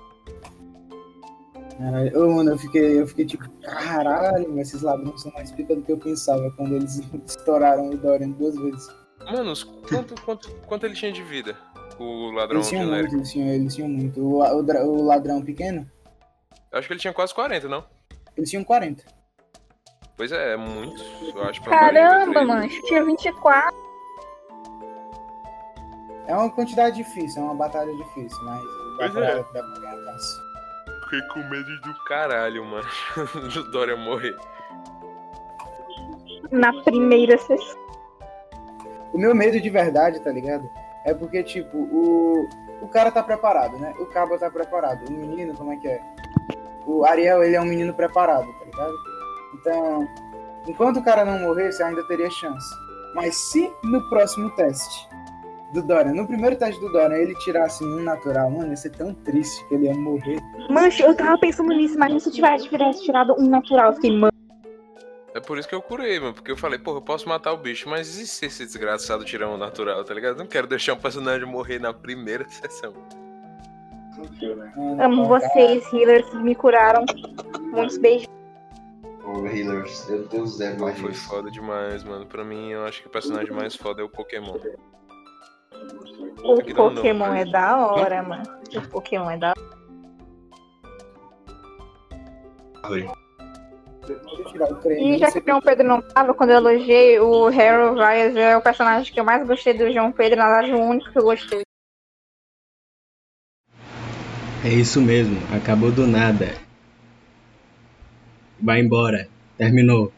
Mano, eu fiquei tipo, caralho, mas esses ladrões são mais pica do que eu pensava quando eles estouraram o Dorian 2 vezes. Mano, quanto ele tinha de vida? O ladrão Eles tinham genérico. muito, eles tinham muito. O ladrão pequeno, Eu acho que ele tinha quase 40, não? eles tinham 40. Pois é muito. Eu acho que Caramba, mano. Tinha 24. É uma quantidade difícil, é uma batalha difícil, mas Pois dá é. pra ganhar fácil. Fiquei com medo do caralho, mano. Do Dorian morrer. Na primeira sessão. O meu medo de verdade, tá ligado? É porque, tipo, o cara tá preparado, né? O Cabo tá preparado. O menino, como é que é? O Ariel, ele é um menino preparado, tá ligado? Então, enquanto o cara não morrer, você ainda teria chance. Mas se no próximo teste do Dorian, no primeiro teste do Dorian, ele tirasse um natural, mano, ia ser tão triste que ele ia morrer. Mancho, eu tava pensando nisso, mas se eu tivesse tirado um natural, eu fiquei, mano. É por isso que eu curei, mano. Porque eu falei, porra, eu posso matar o bicho, mas e se esse desgraçado tirar um natural, tá ligado? Eu não quero deixar um personagem morrer na primeira sessão. Amo vocês, healers, que me curaram. Muitos beijos. Ô, healers, eu dou zero mais Foi foda demais, mano. Pra mim, eu acho que o personagem mais foda é o Pokémon. O Aqui não, Pokémon não. é da hora, mano. O Pokémon é da hora. E já que o João Pedro não tava, quando eu elogiei, o Harold Vyas é o personagem que eu mais gostei do João Pedro, na verdade o único que eu gostei. É isso mesmo, acabou do nada. Vai embora, terminou.